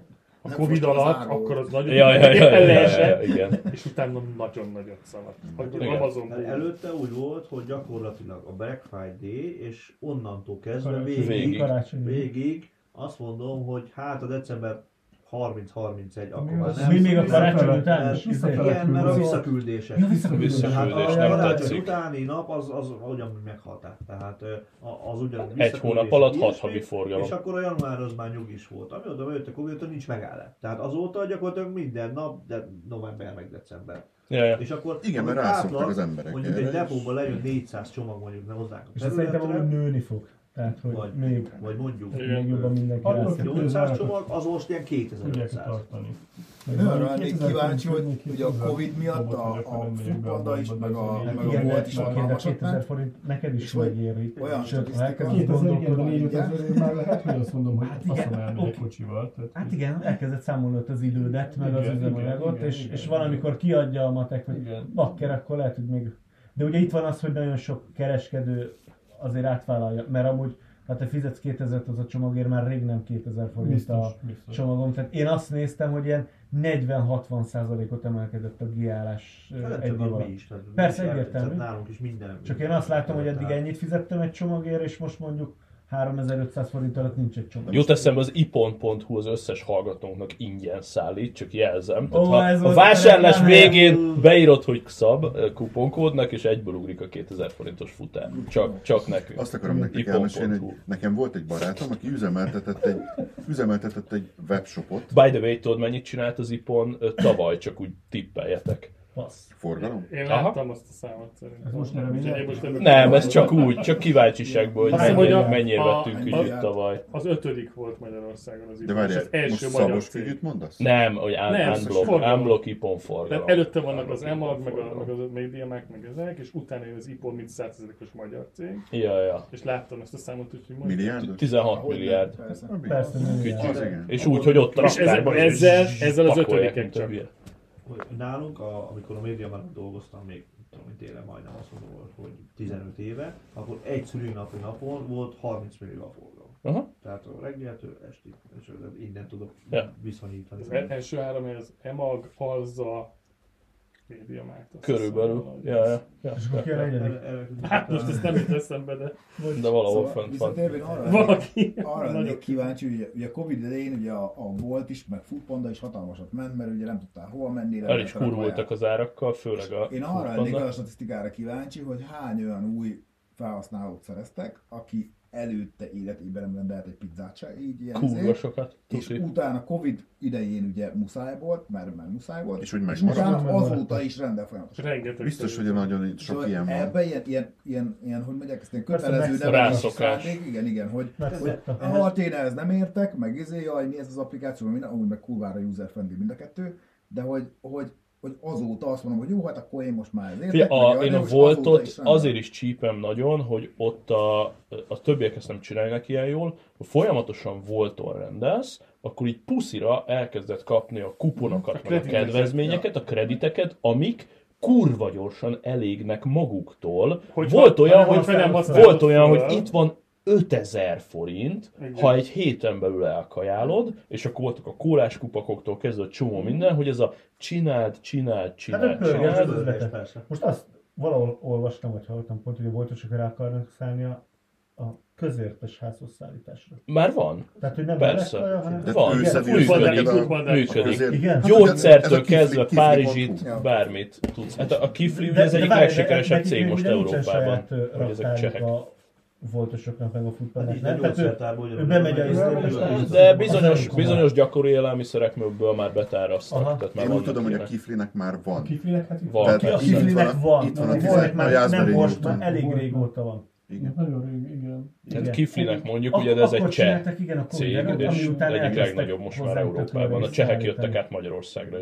A Nem Covid most az alatt, záró. akkor az nagyon Ja, ja, ja, ja, ja, leesett, ja, igen. és utána nagyon-nagyon szaladt. Akkor Igen. Amazon Mert előtte úgy volt, hogy gyakorlatilag a Black Friday, és onnantól kezdve Karácsony. végig, Végig. Karácsony. végig azt mondom, hogy hát a december harminc harmincegy, akkor Mi már az? nem. Mi még a Visszafele- karácsony után? mert- Visszafele Igen, mert a küldöző. visszaküldések. Ja, visszaküldés. Visszaküldés. Hát a nem karácsony tetszik. utáni nap az, az ugyanúgy meghalták. Tehát ö, a- az ugyanúgy Egy visszaküldés, hónap alatt hat ilyesmi, havi forgalom. És akkor a január az már nyugis volt. Amióta jött a Covid, nincs megállás. Tehát azóta gyakorlatilag minden nap, de november meg december. Ja, ja. És akkor Igen, mert amikor rászoktak átlag, az emberek mondjuk egy erre, depóba lejön négyszáz csomag mondjuk ne hozzánk a És azt szerintem területre, amúgy nőni fog. Tehát, hogy vagy, még, vagy mondjuk még jobban mindenki Attól rász. függ, nyolcszáz csomag, az most ilyen Tudják kétezer-ötszáz. tartani. Én arra lennék kíváncsi, hogy ugye a Covid miatt a, a Foodpanda is, meg a, meg a Igen, Volt is de alkalmasat kétezer ment. forint neked is És hogy megéri. olyan Sőt, ha statisztika- elkezdesz kétezer gondolkodni, négy-ötezer már lehet, hogy azt mondom, hogy Hát azt igen, hiszem elmegy egy oké. kocsival. Tehát, Hát igen, elkezdett számolni ott az idődet, meg az Igen, üzemanyagot, igen, és, igen, és igen. valamikor kiadja a matek, hogy Igen. bakker, akkor lehet, hogy még... De ugye itt van az, hogy nagyon sok kereskedő azért átvállalja, mert amúgy, ha te fizetsz kétezret az a csomagért, már rég nem kétezer forint Biztos, a biztos. csomagom. Tehát én azt néztem, hogy ilyen negyven-hatvan százalékot emelkedett a giálás ö, Nem egy csak év mi alatt. is. Tehát Persze, mi is, egyértelmű. tehát nálunk is minden. Csak én azt látom, hogy eddig Tehát- ennyit fizettem egy csomagért, és most mondjuk háromezer-ötszáz forint alatt nincs egy csomag. Jut eszembe, az ipon pont hu az összes hallgatónknak ingyen szállít, csak jelzem. Ó, Tehát, ez ha a volt vásárlás a végén beírod, hogy Xab eh, kuponkódnak, és egyből ugrik a kétezer forintos futár. Csak, csak nekünk. Azt akarom nektek ipon elmesélni, pont hu. hogy nekem volt egy barátom, aki üzemeltetett egy, üzemeltetett egy webshopot. By the way, tudod mennyit csinált az ipon Ö, tavaly, csak úgy tippeljetek. Passz. Forgalom? Én Aha. láttam azt a számot szerintem. Ez most nyereménye? Úgyhogy én most nem- Nem, ez csak úgy, csak kíváncsiságból, hogy Azt hiszem, mennyi, hogy a- mennyire a- vettünk a- ügyet tavaly. Az ötödik volt Magyarországon az De idő. várjál, És az első most magyar Szabos cég. Figyüt mondasz? Nem, hogy un- Nem, unblock, forgalom. unblock ipon Tehát forgalom. előtte vannak az Unblock EMAG, ipon meg, a, meg forgalom. az MediaMarkt, meg ezek, és utána jön az ipon, mint száz százalékos magyar cég. Ja, ja. És láttam ezt a számot, úgyhogy mondjuk. Milliárdos? tizenhat milliárd. Persze. Persze, milliárd. Az igen. És úgy, hogy ott És raktárban ezzel- ezzel- is ezzel az pakolják, ötödiken mint a csak. hülye. Hogy nálunk, a, amikor a médiamarkton dolgoztam még, tudom, mint télen majdnem azt mondom, hogy tizenöt éve, akkor egy szülinapi napon volt harminc millió a forgalom. Aha. Tehát a reggeltől estig, és innen tudok Ja. viszonyítani. Az e- első három, az EMAG, Alza, MediaMarkt. azt Körülbelül. hiszem, valahogy Ja, ez. ja. ja. És akkor ki a negyedik? Erre- erre- Hát most ezt nem jut eszembe, de De valahol Szóval fent van. visszatérvén arra lennék, valaki arra nagyon lennék kíváncsi, hogy ugye, ugye a Covid idején ugye a, a Volt is, meg Foodpanda is hatalmasat ment, mert ugye nem tudtál hova menni. El is rendeltek a kurvultak kaját. az árakkal, főleg a Én arra lennék Foodpanda. a statisztikára kíváncsi, hogy hány olyan új felhasználót szereztek, aki előtte életében nem rendelt egy pizzát se, így ilyen Kurva izé. sokat. És Tuti. utána Covid idején ugye muszáj volt, mert, mert muszáj volt, És hogy és megmaradt. utána azóta is rendel folyamatosan. rengeteg. Biztos, hogy nagyon sok Szóval ilyen van. ebben ilyen, ilyen, ilyen, ilyen, hogy mondják, ezt ilyen Persze, kötelező megszokás. nevelési Rászokás. szándék, igen, igen, hogy, hogy Megszokta. ha én ehhez nem értek, meg izé, jaj, mi ez az applikáció, minden, amúgy meg kurvára user-friendly mind a kettő, de hogy, hogy, hogy azóta azt mondom, hogy jó, hát akkor én most már ez Figyelj, értek, a, meg jaj, én de a most azóta Voltot is rendel. azért is csípem nagyon, hogy ott a, a többiek ezt nem csinálják ilyen jól, hogy folyamatosan Volton rendelsz, akkor így puszira elkezdett kapni a kuponokat, A meg a krediteket, kedvezményeket, a krediteket, amik kurva gyorsan elégnek maguktól. Hogyha- volt olyan, ha hogy, fel nem használod volt olyan, fel. hogy itt van ötezer forint, Igen. ha egy héten belül elkajálod, és akkor voltak a kólás kupakoktól kezdve a csomó minden, hogy ez a csináld, csináld, Hát csináld, a pörgés, csináld. az üzletet. Persze. Most azt valahol olvastam, vagy hallottam pont, hogy a boltosok rá akarnak szállni a, a közértes házhoz szállításra. Már van. Tehát, hogy nem Persze. meleg kaja, hanem... De Van, ő szedi működik, ezeket a- Foodpandák. működik. Azért- Igen. Hát, Gyógyszertől ez a kifli- kezdve kifli Párizsit, pont hu. bármit tudsz. Hát a a Kifli ugye ez egyik várj, legsikeresebb nekik cég még most ugye nincsen Európában. saját, ö, Hogy ezek raktárjuk csehek. a voltosoknak, meg a Hát futballnak. így a Nem? Tehát ő, gyógyszertárból ő bemegy a ugyanúgy- De bizonyos, bizonyos gyakori élelmiszerekből már betárasztak. Aha. Tehát már Én úgy vannak tudom, hogy a ilyenek. Kiflinek már van. Kiflinek, hát itt Van. Tehát Ki a itt van kiflinek a- van, itt van a van, tizen- van, a már Jászberi nem most, úton. már elég régóta van. Igen. nagyon rég, igen. Tehát Igen. Kiflinek mondjuk, Ak- ugye de ez egy akkor cseh csináltak, igen, a cég, Covid előtt, és ami után egyik elkezdtek legnagyobb most már hozzánk Európában. tökölni A csehek visszaállítani. jöttek át Magyarországra is.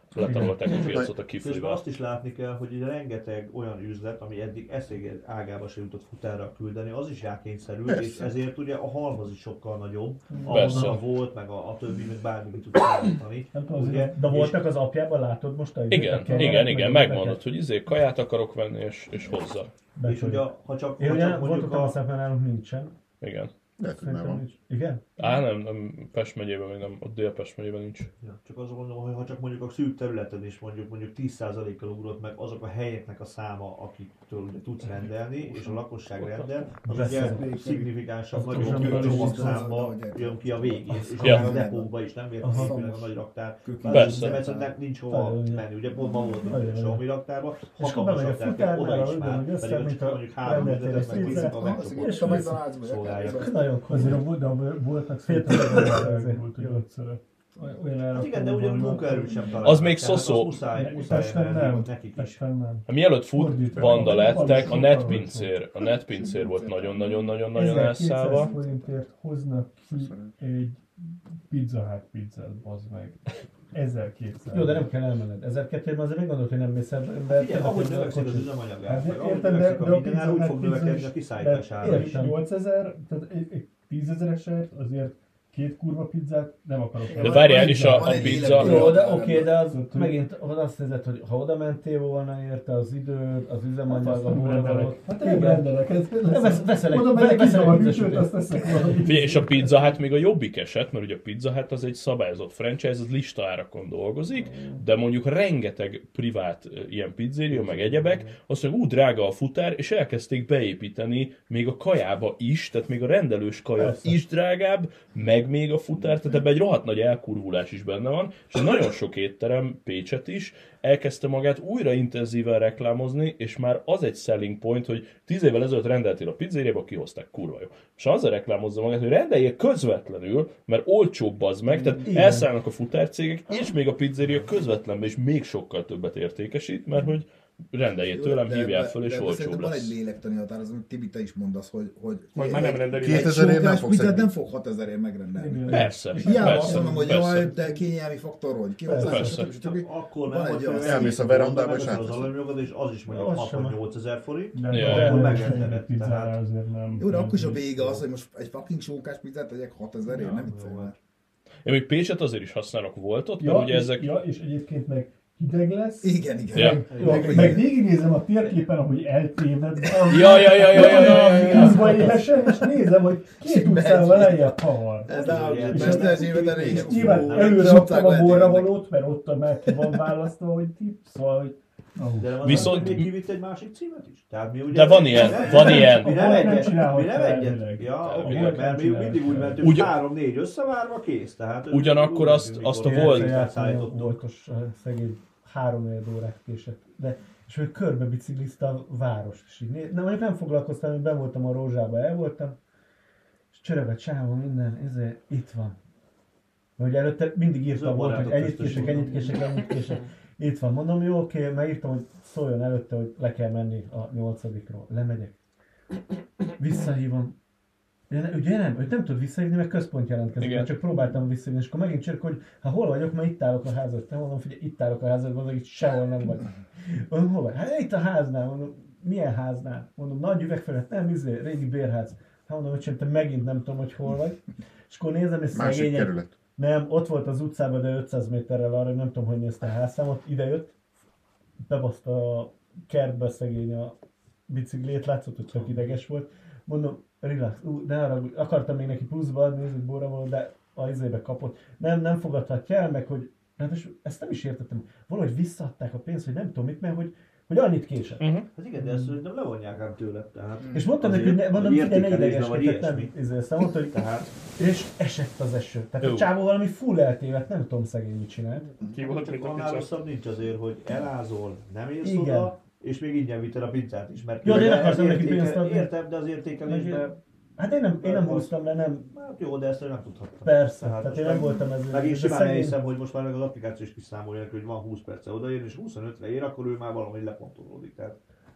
letarolták a piacot a Közben kiflivel. azt is látni kell, hogy ugye rengeteg olyan üzlet, ami eddig eszége ágába se jutott futárra küldeni, az is rákényszerült, Persze. és ezért ugye a halmaz is sokkal nagyobb, Persze. ahol a volt, meg a, a többi, meg bármit tud szállítani. Nem tudom, Ugye, de és- voltak az apjában, látod most a Igen, a igen, igen, megmondod, hogy izé kaját akarok venni, és, és hozza. És ugye, ha csak, Én ha ugye csak mondjuk voltam a a, szemmel, nálunk nincsen. Igen. Lehet, hogy már Szerintem van. nincs. Igen? Á, nem, nem, Pest megyében még nem, ott Dél-Pest megyében nincs. ja, csak azt gondolom, hogy ha csak mondjuk a szűk területen is mondjuk, mondjuk tíz százalékkal ugrott meg azok a helyeknek a száma, akiktől ugye tudsz rendelni, és a lakosság rendel, az ugye Beszélünk. szignifikánsabb, Azt nagyobb tudom, hogy csomagszámba az- jön ki a végén, és Ja. akár a depóba is, nem Aha. értem a nagy raktár. Persze. Nem, egyszerűen nem, nincs hova Nagyon jó. menni, ugye pont ma voltunk Nagyon a jó. Xiaomi raktárba, És akkor bemegy a hatalmas futárnál, oda is ugyanúgy már, össze, pedig mint csak a mondjuk három rendeltél üzletet, egy meg tízet, tízet a Ah, megszokott és a McDonald's-ba szolgálja. Nagyon Azért komoly. a, de voltak Féltelen volt, hogy ötszörök. Olyan Hát igen, de ugyanúgy munkaerőt sem találnak. Az még tehát szoszó. azt Muszáj, muszáj Pesten emelni nem, nekik is. Pesten nem. Hát mielőtt fut Fordítva. banda lettek, a Sokkal netpincér, a netpincér volt nagyon-nagyon-nagyon-nagyon ezerkétszáz elszállva. forintért hoznak ki egy Pizza Hut pizzát, bazd meg. ezerkétszáz. Jó, de nem kell elmenned. ezerkétszázban azért még gondolod, hogy nem mész el, de Figyelj, ahogy növekszik az üzemanyag ár, Hát meg ahogy értem, de, növekszik de a a minden ár, pizza úgy Hut fog pizza növekedni is- a kiszállítás de ára is. értem, nyolcezer, tehát egy, egy tízezeresért azért két kurva pizzát nem akarok. De várjál, és a, Van a egy pizza... életű- Jó, de oké, de az Tudod, megint azt nézed, hogy ha oda mentél volna érte az időd, az üzemanyag, a nem borravalót. rendelek. Hát nem rendelek. Ez, ez, Vesz- veszel egy- oda megyek, veszel izom a egy hűtőt, pizzasütőt. azt teszek valamit. Figyelj, és a Pizza Hut még a jobbik eset, mert ugye a Pizza Hut az egy szabályozott franchise, az lista árakon dolgozik, de mondjuk rengeteg privát ö, ilyen pizzeria, meg egyebek, azt mondja, ú, drága a futár, és elkezdték beépíteni még a kajába is, tehát még a rendelős kaja Persze. is drágább, meg még a futár, tehát ebben egy rohadt nagy elkurvulás is benne van, és nagyon sok étterem, Pécset is, elkezdte magát újra intenzíven reklámozni, és már az egy selling point, hogy tíz évvel ezelőtt rendeltél a pizzériába, kihozták, kurva jó. És azzal reklámozza magát, hogy rendeljél közvetlenül, mert olcsóbb az meg, tehát Igen. elszállnak a futárcégek, és még a pizzeria közvetlenben is még sokkal többet értékesít, mert hogy rendeljél tőlem, De- hívjál de- föl, és de olcsóbb szerintem van egy lesz. lélektani határ, az, amit Tibi, te is mondasz, hogy, hogy Majd már nem rendeli meg. kétezerért nem sókás fogsz pizzát egy... nem fog hatezerért megrendelni. Persze, És hiába azt persze, mondom, hogy persze. jaj, de kényelmi faktor, hogy ki hozzá, Persze. stb. stb. Akkor Van nem, egy hogy olyan- elmész a verandába, és és az átveszed. alanyjogod, és az is mondjuk Az sem. hatvannyolc ezer forint. Nem, Ja. de Akkor nem megrendeled, egy pizzára tehát- azért nem. Jó, de nem akkor is a tudsz. vége az, hogy most egy fucking sókás pizzát tegyek hatezerért, nem viccelj már. Én még Pécset azért is használok, volt ott, Ja, mert ugye és, ezek... ja, és egyébként meg hideg lesz. Igen, igen. Ja. Jó, Meg- meg végignézem a térképen, ahogy eltéved. Ja, ja, ja, ja, ja, ja, ja. Az baj élesen, és nézem, hogy két utcával lejjebb hal. Ez a És- mesterségben, de régen. És nyilván Fú, előre kis utcák adtam a lehet borra élnek. valót, mert ott már ki van választva, hogy tip, szóval, hogy... Oh. De nem az, Viszont- hogy még kivitt egy másik címet is? Tehát mi ugye... De van ilyen, mi nem- van ilyen. Mi nem A volt nem egyet, mi csinálhat nem fel egyet. elvileg. Ja, A oké, volt nem mert mi csinálhat mindig úgy fel. mentünk, Ugyan- három-négy összevárva kész. Tehát Ugyanakkor úgy azt- mentünk, azt a mikor volt- pizzát szállítottunk. Voltos uh, szegény három négy órát késett. De, és hogy körbe biciklizte a város. És így, né- nem, mondjuk nem foglalkoztam, hogy ben voltam a Rózsába, el voltam, és csörög a csávó minden, ezért itt van. Hogy előtte mindig írtam volt, hogy ennyit kések, ennyit kések, ennyit kések. Itt van, mondom, jó, oké, megírtam, hogy szóljon előtte, hogy le kell menni a nyolcadikról. Lemegyek. Visszahívom. Ugye, ne- ugye nem, őt nem tud visszahívni, mert központ jelentkezik, Igen. mert csak próbáltam visszahívni, és akkor megint csörök, hogy ha hol vagyok, mert itt állok a házat. Nem mondom, figyelj, itt állok a házadban, mondom, itt sehol nem vagy. Mondom, hol vagy? Hát itt a háznál, mondom, milyen háznál? Mondom, nagy üveg felett, nem, izé, régi bérház. Hát mondom, hogy te megint nem tudom, hogy hol vagy. És akkor nézem, és Másik szegények, kerület. nem, ott volt az utcában, de ötszáz méterrel arra, nem tudom, hogy nézte a házszámot, idejött, bebaszta a kertbe szegény a biciklét, látszott, hogy csak ideges volt. Mondom, relax, ú, ne arra, akartam még neki pluszba adni, nézzük borra de a izébe kapott. Nem, nem fogadhatja el, meg hogy, hát és ezt nem is értettem, valahogy visszaadták a pénzt, hogy nem tudom mit, mert hogy, hogy annyit késett. Uh-huh. Hát igen, de ezt szerintem levonják ám tőled. Tehát És mondtam neki, azért, hogy ne, mondom, hogy figyelj, ne értékelésbe vagy idegeskedj, nem, ilyesmi. izé, aztán mondta, hogy Tehát és esett az eső. Tehát Jó. a csávó valami full eltévedt, nem tudom szegény mit csinált. Ki volt, mint a annál pizza? rosszabb nincs azért, hogy elázol, nem érsz Igen. oda, és még ingyen vitted a pizzát is, mert Jó, de én ez akartam neki értéke- pénzt adni. Értem, de az értékelésben, Hát én nem, én nem Az- húztam le, nem, hát jó, de ezt nem tudhattam. persze, Tehát tehát én most nem meg- voltam ezzel. Meg én de simán szegény- elhiszem, hogy most már meg az applikáció is kiszámolja, hogy van húsz perce odaér, és huszonötre ér, akkor ő már valahogy lepontolódik. Tehát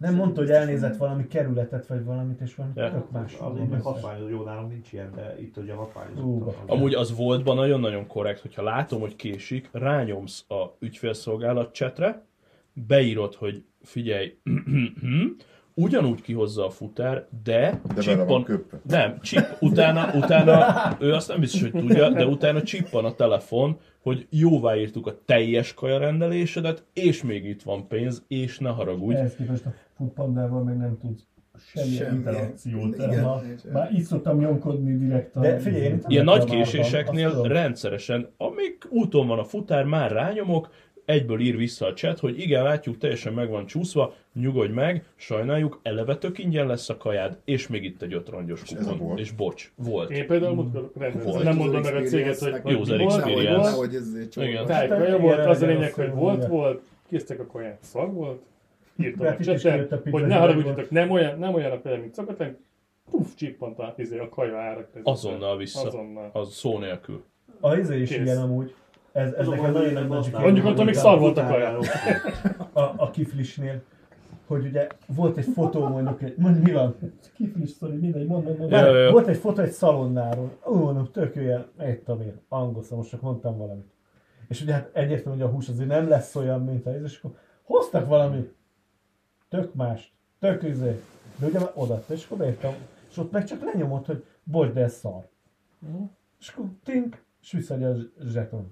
Nem mondta, hogy elnézett valami kerületet, vagy valamit, és valami Ja. tök más. Azért meg hatványozó, jó, nálam nincs ilyen, de itt ugye hatványozottan. Amúgy az voltban nagyon-nagyon korrekt, hogyha látom, hogy késik, rányomsz a ügyfélszolgálat chatre, beírod, hogy figyelj, ugyanúgy kihozza a futár, de, De bele csippan, van köpve. nem, chip, utána, utána, ő azt nem biztos, hogy tudja, de utána csippan a telefon, hogy jóváírtuk a teljes kajarendelésedet, és még itt van pénz, és ne haragudj. Ehhez képest a Foodpandával meg nem tudsz semmilyen Semmi. interakciót. Igen, Igen, ha, nincs. már így szoktam nyomkodni direkt a... De figyelj, én Ilyen nem nagy tudom, késéseknél azt tudom. rendszeresen, amíg úton van a futár, már rányomok, egyből ír vissza a chat, hogy igen, látjuk, teljesen meg van csúszva, nyugodj meg, sajnáljuk, eleve tök ingyen lesz a kajád, és még itt egy öt rongyos És ez a kupon. volt. És bocs, volt. Én például múltkor rendeltem, Volt. nem mondom meg a céget, hogy hogy User mi volt, experience. volt. Hogy ez egy Igen. csomó. Tájkaja Igen, volt, az a igen, lényeg, azt hogy mondom, volt, igen. volt, késztek a kaját, szag volt, írtam Hát a itt is chaten, kijött a pizza hogy ne zsebben haragudjatok, nem olyan, nem olyan a kaja, mint szokott lenni, puff, csippant a, izé, a kaja ára. Azonnal vissza. Azonnal. Az szó nélkül. A izé is Kész. ilyen amúgy. Ez, ez Ez a nekem baj, nagyon hogy nagy nem magic. Mondjuk ott, amíg szar volt a kaja. A, a kiflisnél, hogy ugye volt egy fotó mondjuk, egy, mondjuk mi van? Kiflis sztori, mindegy, mondom, mondom. Ja, ja, ja. Volt egy fotó egy szalonnáról. Ó, mondom, tök ilyen, egy tavér, angolszom, most csak mondtam valamit. És ugye hát egyértelmű, hogy a hús azért nem lesz olyan, mint a íz, és akkor hoztak valami tök mást, tök izé. De ugye már odaadta, és akkor beírtam, és ott meg csak lenyomott, hogy bocs, de ez szar. És akkor tink, és visszaadja a zseton.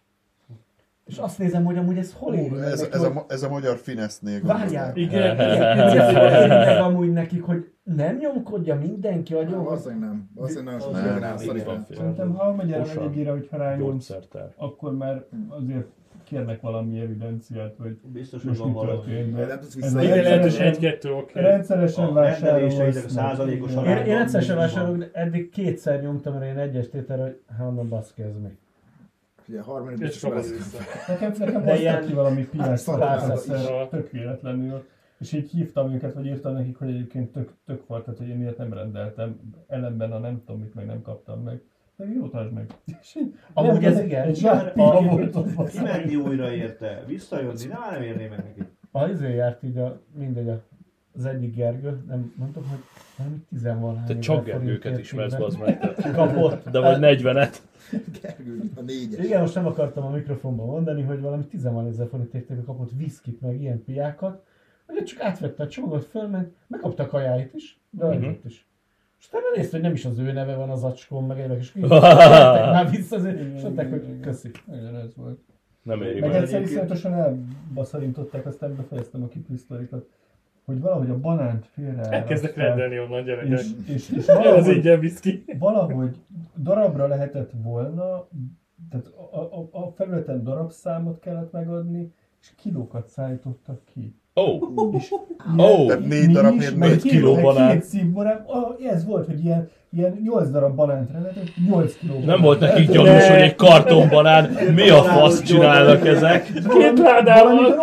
És azt nézem, hogy amúgy ez hol éri meg Ez, neki, ez, hogy- a, ez a magyar finesznél Várjál! Igen, Ez hol éri meg amúgy nekik, hogy nem nyomkodja mindenki Nem, agyon? valószínűleg nem. Valószínűleg nagyon Nem, sokan nem, rászorítani. van. Szerintem, ha megy el a Osan. egyére, hogyha rányomsz, Gyógyszertár. akkor már azért kérnek valami evidenciát, vagy Biztos, hogy most van mi valami. történt. Nem de tudsz Ez a igen, lehet, hogy rendszeresen, egy-kettő oké. rendszeresen A rendelésre vásárolsz. ide százalékos meg- arány. Én, én rendszeresen Van. vásárolok, de eddig kétszer nyomtam rá én egyes tételre, hogy honnan baszki ez mi. Ugye harmadik És biztos kapod lesz. vissza. Nekem, nekem De hoztak ilyen- ki valami piacra szarvázat egyszer, is. tök véletlenül, és így hívtam őket, vagy írtam nekik, hogy egyébként tök, tök volt, tehát hogy én ilyet nem rendeltem, ellenben a nem tudom mit meg nem kaptam meg. De jó, tartsd meg. És így, Amúgy nem, ez egy- igen. Egy zsák pia volt ott. basszus. Kimenni újra érte, visszajönni, de már nem érné meg neki. A izé járt így a, mindegy, a- az egyik Gergő, nem mondtam, hogy valami tizenvalahány Te ezer csak forintért Gergőket ismersz, minden bazd meg. te. kapott. De vagy negyvenet. Gergő, a négyes. Igen, most nem akartam a mikrofonban mondani, hogy valami tizenvalahány ezer forint értékű kapott viszkit, meg ilyen piákat, hogy csak átvette a csomagot, fölment, megkapta a kajáit is, de Mhm. uh-huh. is. És utána nézte, hogy nem is az ő neve van az acskón, meg egyébként, és jöttek már vissza, azért, és mondták, hogy köszi. Igen, ez volt. Nem éri Meg meg. egyszer iszonyatosan elbaszarintották, aztán befejeztem a kiplisztorikat, hogy valahogy a banánt félre Elkezdek rendelni onnan gyerekek. és, és, és Jön az valahogy, ingyen viszki. valahogy darabra lehetett volna, tehát a, a, a felületen darabszámot kellett megadni, és kilókat szállítottak ki. Ó, És Ó, Tehát négy mi darabért is, négy meg kiló meg banán. Két szív banán. Ah, ez volt, hogy ilyen, ilyen nyolc darab banánt rendeltek, nyolc kiló banán. nem volt nekik gyanús, hogy egy kartonbanán mi a fasz csinálnak ezek. Két ládával.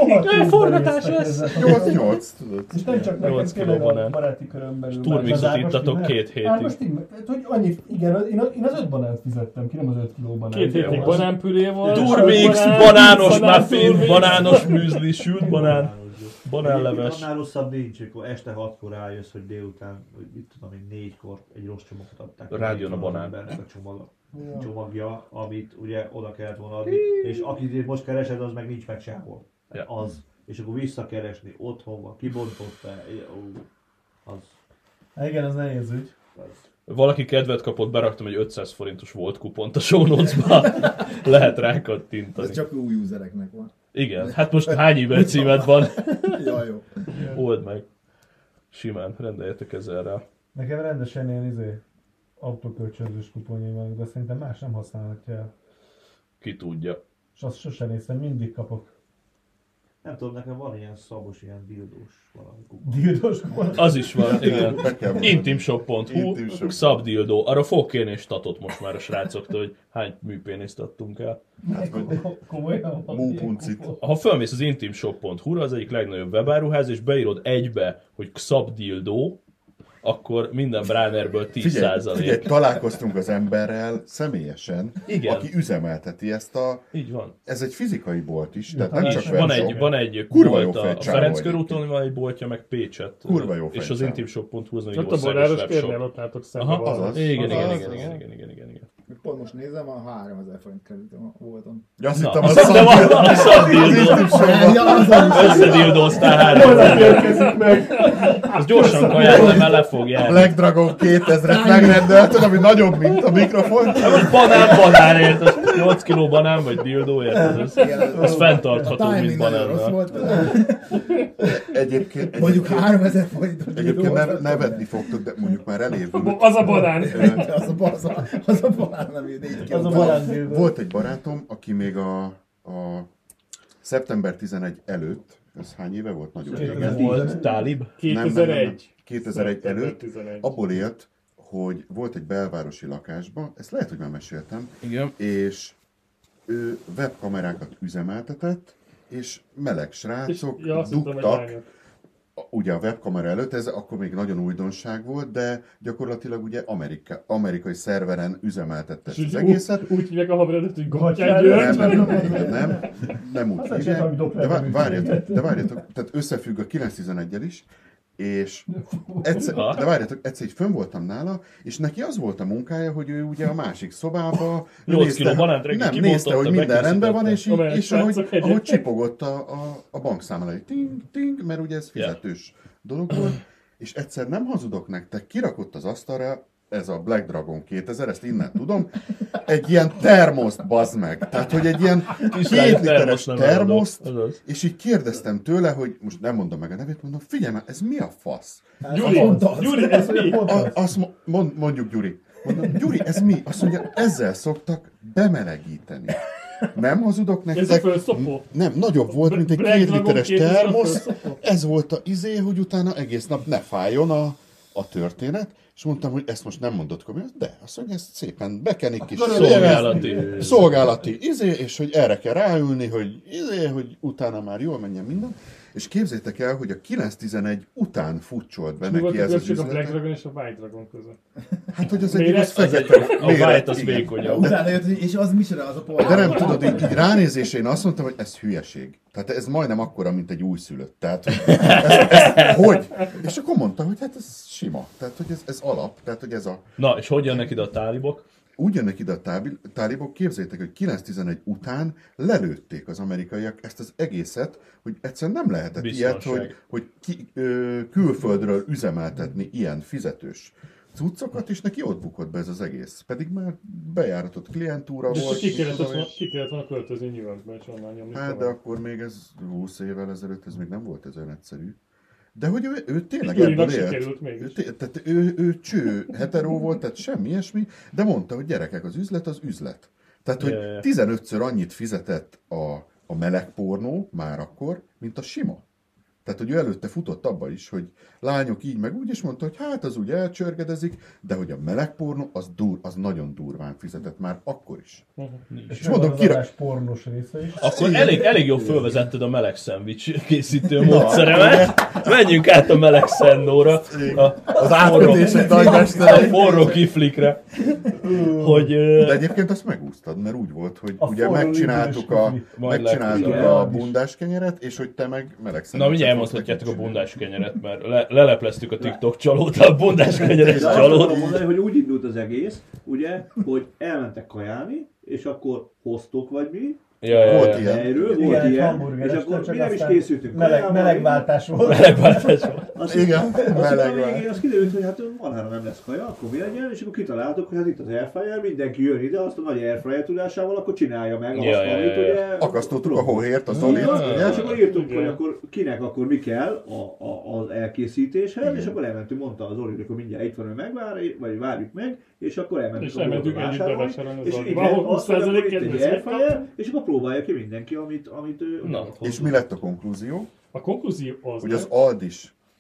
nyolc nyolc, tudod. És nem csak nekem, nyolc kiló tényleg a banán. baráti köröm belül. Turmixot Már az ittatok Ágos két stimmel. Ágos hétig. stimmel. Tehát, hogy annyi, igen, én, a- én az öt banánt fizettem ki, nem az öt kiló banán. Két hétig Az- banánpüré volt. Turmix, banán, banános banán muffin, turmix. banános műzli, sült banán, banánleves. Annál rosszabb nincs, amikor este hatkor rájössz, hogy délután, hogy mit tudom én, négykor egy rossz csomagot adták. Rádión a Itt van az banán. embernek a csomaga, csomagja, amit ugye oda kellett volna adni, és akit most keresed, az meg nincs meg sehol. Ja. Az. És akkor visszakeresni otthon van, kibontotta, ó, az, Igen, az nehéz ügy. az. Valaki kedvet kapott, beraktam egy ötszáz forintos volt kupont a show notes-ba. Lehet rá kattintani. Ez csak új usereknek van. Igen, hát most hány e-mail címed van? Ja, jó. Old meg. Simán, rendeljetek ezerrel. Nekem rendesen ilyen izé, autókölcsönzős kuponjaim vannak, de szerintem más nem használhatja el. Ki tudja. És azt sosem néztem, mindig kapok Nem tudom, nekem van ilyen szabos, ilyen dildós valami kupon. dildos kupont. Az is van, igen. Be kell mondani. intimshop pont hu, Intimshop. szabdildó. Arra fog kérni és statot most már a srácoktól, hogy hány műpénészt adtunk el. Komolyan van. Múpuncit. Ha felmész az intimshop pont hu-ra, az egyik legnagyobb webáruház, és beírod egybe, hogy szabdildó, akkor minden Bránerből tíz Figyelj, százalék. figyelj, találkoztunk az emberrel személyesen, Igen. aki üzemelteti ezt a... Így van. Ez egy fizikai bolt is, tehát nem És csak van webshop. egy, van egy Kurva bolt jó a, a fejcsávó Ferenc körúton, egyébként. van egy boltja, meg Pécset. Kurva jó És az fejcsávó. intimshop pont hu az nagyon Ott jó a boráros szerves kérnél, webshop. ott látok szembe Aha, valamit. azaz. igen, igen, Azaz, igen, azaz. igen, igen, igen, igen, igen. Pont most nézem, a háromezer forint került a voltam. Ja, azt Na, hittem, azt a hittem, szandildó. a szandildó. Ja, azon is. Összedildóztál három. Az gyorsan kajálni, mert le fog járni. Black Dragon kétezret megrendelted, ami nagyobb, mint a mikrofon. Most banán banánért, az nyolc kiló banán vagy dildóért, az, az A fenntartható, mint timing nagyon rossz banánnal. volt. Egyébként, Mondjuk egyébként, háromezer forintot. egyébként ne, nevetni fogtok, de mondjuk már elévült. Az a banán. Az a az a, az a banán, ami négy kiló. Az a banán. Volt egy barátom, aki még a, a szeptember tizenegy előtt, ez hány éve volt? Nagyon régen. Volt Tálib. kétezer-egy. kétezer-egy Szeptember előtt tizenegy. abból élt, hogy volt egy belvárosi lakásban, ezt lehet, hogy már meséltem, Igen. és ő webkamerákat üzemeltetett, és meleg És, srácok ja, azt hittem, hogy dugtak, lányok. ugye a webkamera előtt, ez akkor még nagyon újdonság volt, de gyakorlatilag ugye Amerika, amerikai szerveren üzemeltette És ezt az úgy, egészet. úgy, úgy hívják a haveredet, hogy Gatyán Gatyán Nem, György. nem, nem, nem, nem úgy Az hívják. eset, ami Doppler De, vá- nevű várjatok, céget. de várjatok, tehát összefügg a kilenc tizeneggyel is, és egyszer, Ha. de várjatok, egyszer így fönn voltam nála, és neki az volt a munkája, hogy ő ugye a másik szobába ő nyolc nézte- kiló banánt reggel nem, kibontotta, nézte, hogy minden rendben van, és, így, Amelyek és ahogy, srácok egyet. ahogy csipogott a, a, a bankszámla, hogy ting, ting, mert ugye ez fizetős dolog volt, és egyszer nem hazudok nektek, kirakott az asztalra, ez a Black Dragon kétezer, ezt innen tudom, egy ilyen termoszt, bazd meg. Tehát, hogy egy ilyen két literes termoszt, és így kérdeztem tőle, hogy most nem mondom meg a nevét, mondom, figyelj már, ez mi a fasz? Gyuri, Gyuri, ez mi? A, azt mo- mond, mondjuk Gyuri. Mondom, Gyuri, ez mi? Azt mondja, ezzel szoktak bemelegíteni. Nem hazudok Ez a nektek. fölszopó? Nem, nagyobb volt, mint egy Black két Dragon literes kétezer termosz. fölszopó? Ez volt a izé, hogy utána egész nap ne fájjon a, a történet. És mondtam, hogy ezt most nem mondott komolyan. De azt mondja, ezt szépen bekenik kis Szolgálati. szolgálati izé, és hogy erre kell ráülni, hogy izé, hogy utána már jól menjen minden. És képzétek el, hogy a kilenc tizenegy után futcsolt be Mi volt neki a ez az különbség a Black üzlet. Dragon és a White Dragon között? Hát, hogy az Méret? egyik az Az egy, fekete. a méret, white az igen. vékonyabb. Utána jött, és az micsoda, az a polgár. De nem tudod, így, így ránézésén azt mondtam, hogy ez hülyeség. Tehát ez majdnem akkora, mint egy újszülött. Tehát, hogy ez, ez, hogy? És akkor mondta, hogy hát ez sima. Tehát, hogy ez, ez alap. Tehát, hogy ez a... Na, és hogy jönnek ide a tálibok? Úgy jönnek ide a tábi- tálibok, képzeljétek, hogy kilenc tizenegy után lelőtték az amerikaiak ezt az egészet, hogy egyszerűen nem lehetett Biztonság. ilyet, hogy, hogy ki, ö, külföldről üzemeltetni ilyen fizetős cuccokat, és neki ott bukott be ez az egész. Pedig már bejáratott klientúra De volt. ki kellett, mit tudom én. volna, ki kellett volna költözni New Yorkba, és onnan nyomni Hát, de tovább. akkor még ez húsz évvel ezelőtt, ez még nem volt ez olyan egyszerű. De hogy ő, ő tényleg Gyurinak ebből élt. sikerült mégis. Ő, té- tehát ő, ő cső, hetero volt, tehát semmi ilyesmi, de mondta, hogy gyerekek, az üzlet az üzlet. Tehát, hogy Ja, ja, ja. tizenötször annyit fizetett a, a meleg pornó már akkor, mint a sima. Tehát, hogy ő előtte futott abba is, hogy lányok így meg úgy, és mondta, hogy hát az úgy elcsörgedezik, de hogy a meleg pornó az, dur, az nagyon durván fizetett már akkor is. És És mondom, az kira- adás pornos része is. Akkor elég, elég jól fölvezetted a meleg szendvics készítő módszeremet. Menjünk át a meleg szendóra. A, Az átkötések nagymesterei. a forró kiflikre. Hogy... ö, De egyébként azt megúsztad, mert úgy volt, hogy A ugye forró megcsináltuk lidős a, kifli. Majd megcsináltuk legközelebb. a bundás kenyeret, és hogy te meg melegszenet. Na, mindjárt elmondhatjátok a bundás kenyeret, mert le, lelepleztük a TikTok csalót, a bundás kenyeres De azt csalót. akarom mondani, hogy úgy indult az egész, ugye, hogy elmentek kajálni, és akkor hoztok vagy mi, Ja, ja, Volt ja. ilyen. helyről, Igen, volt egy ilyen, hamburgeres, és akkor csak mi nem is aztán készültünk Meleg, kajával, melegváltás volt. Melegváltás volt. Azt Igen, Azt a melegváltás. végén az kiderült, hogy hát marhára nem lesz kaja, akkor mi legyen, és akkor kitaláltuk, hogy hát itt az airfryer, mindenki jön ide, azt a nagy airfryer tudásával, akkor csinálja meg azt, Ja, ja, amit ja, ja. ugye... Akasztottuk a hóhért, a zolit, Igen, ugye? és akkor írtunk, Igen. hogy akkor kinek akkor mi kell a, a, az elkészítéshez, és akkor elmentünk, mondta az Zoli, hogy akkor mindjárt itt van, hogy megvár, vagy várjuk meg, és akkor elmentünk És a elmentünk boltba együtt vásárolni, bevásárolni az és Zoliba, igen, ahol azt mondja, húsz hogy itt százalék egy kedvezményt airfryer, és akkor próbálja ki mindenki, amit, amit ő Na, hozott. És mi lett a konklúzió? A konklúzió az, Hogy az Aldis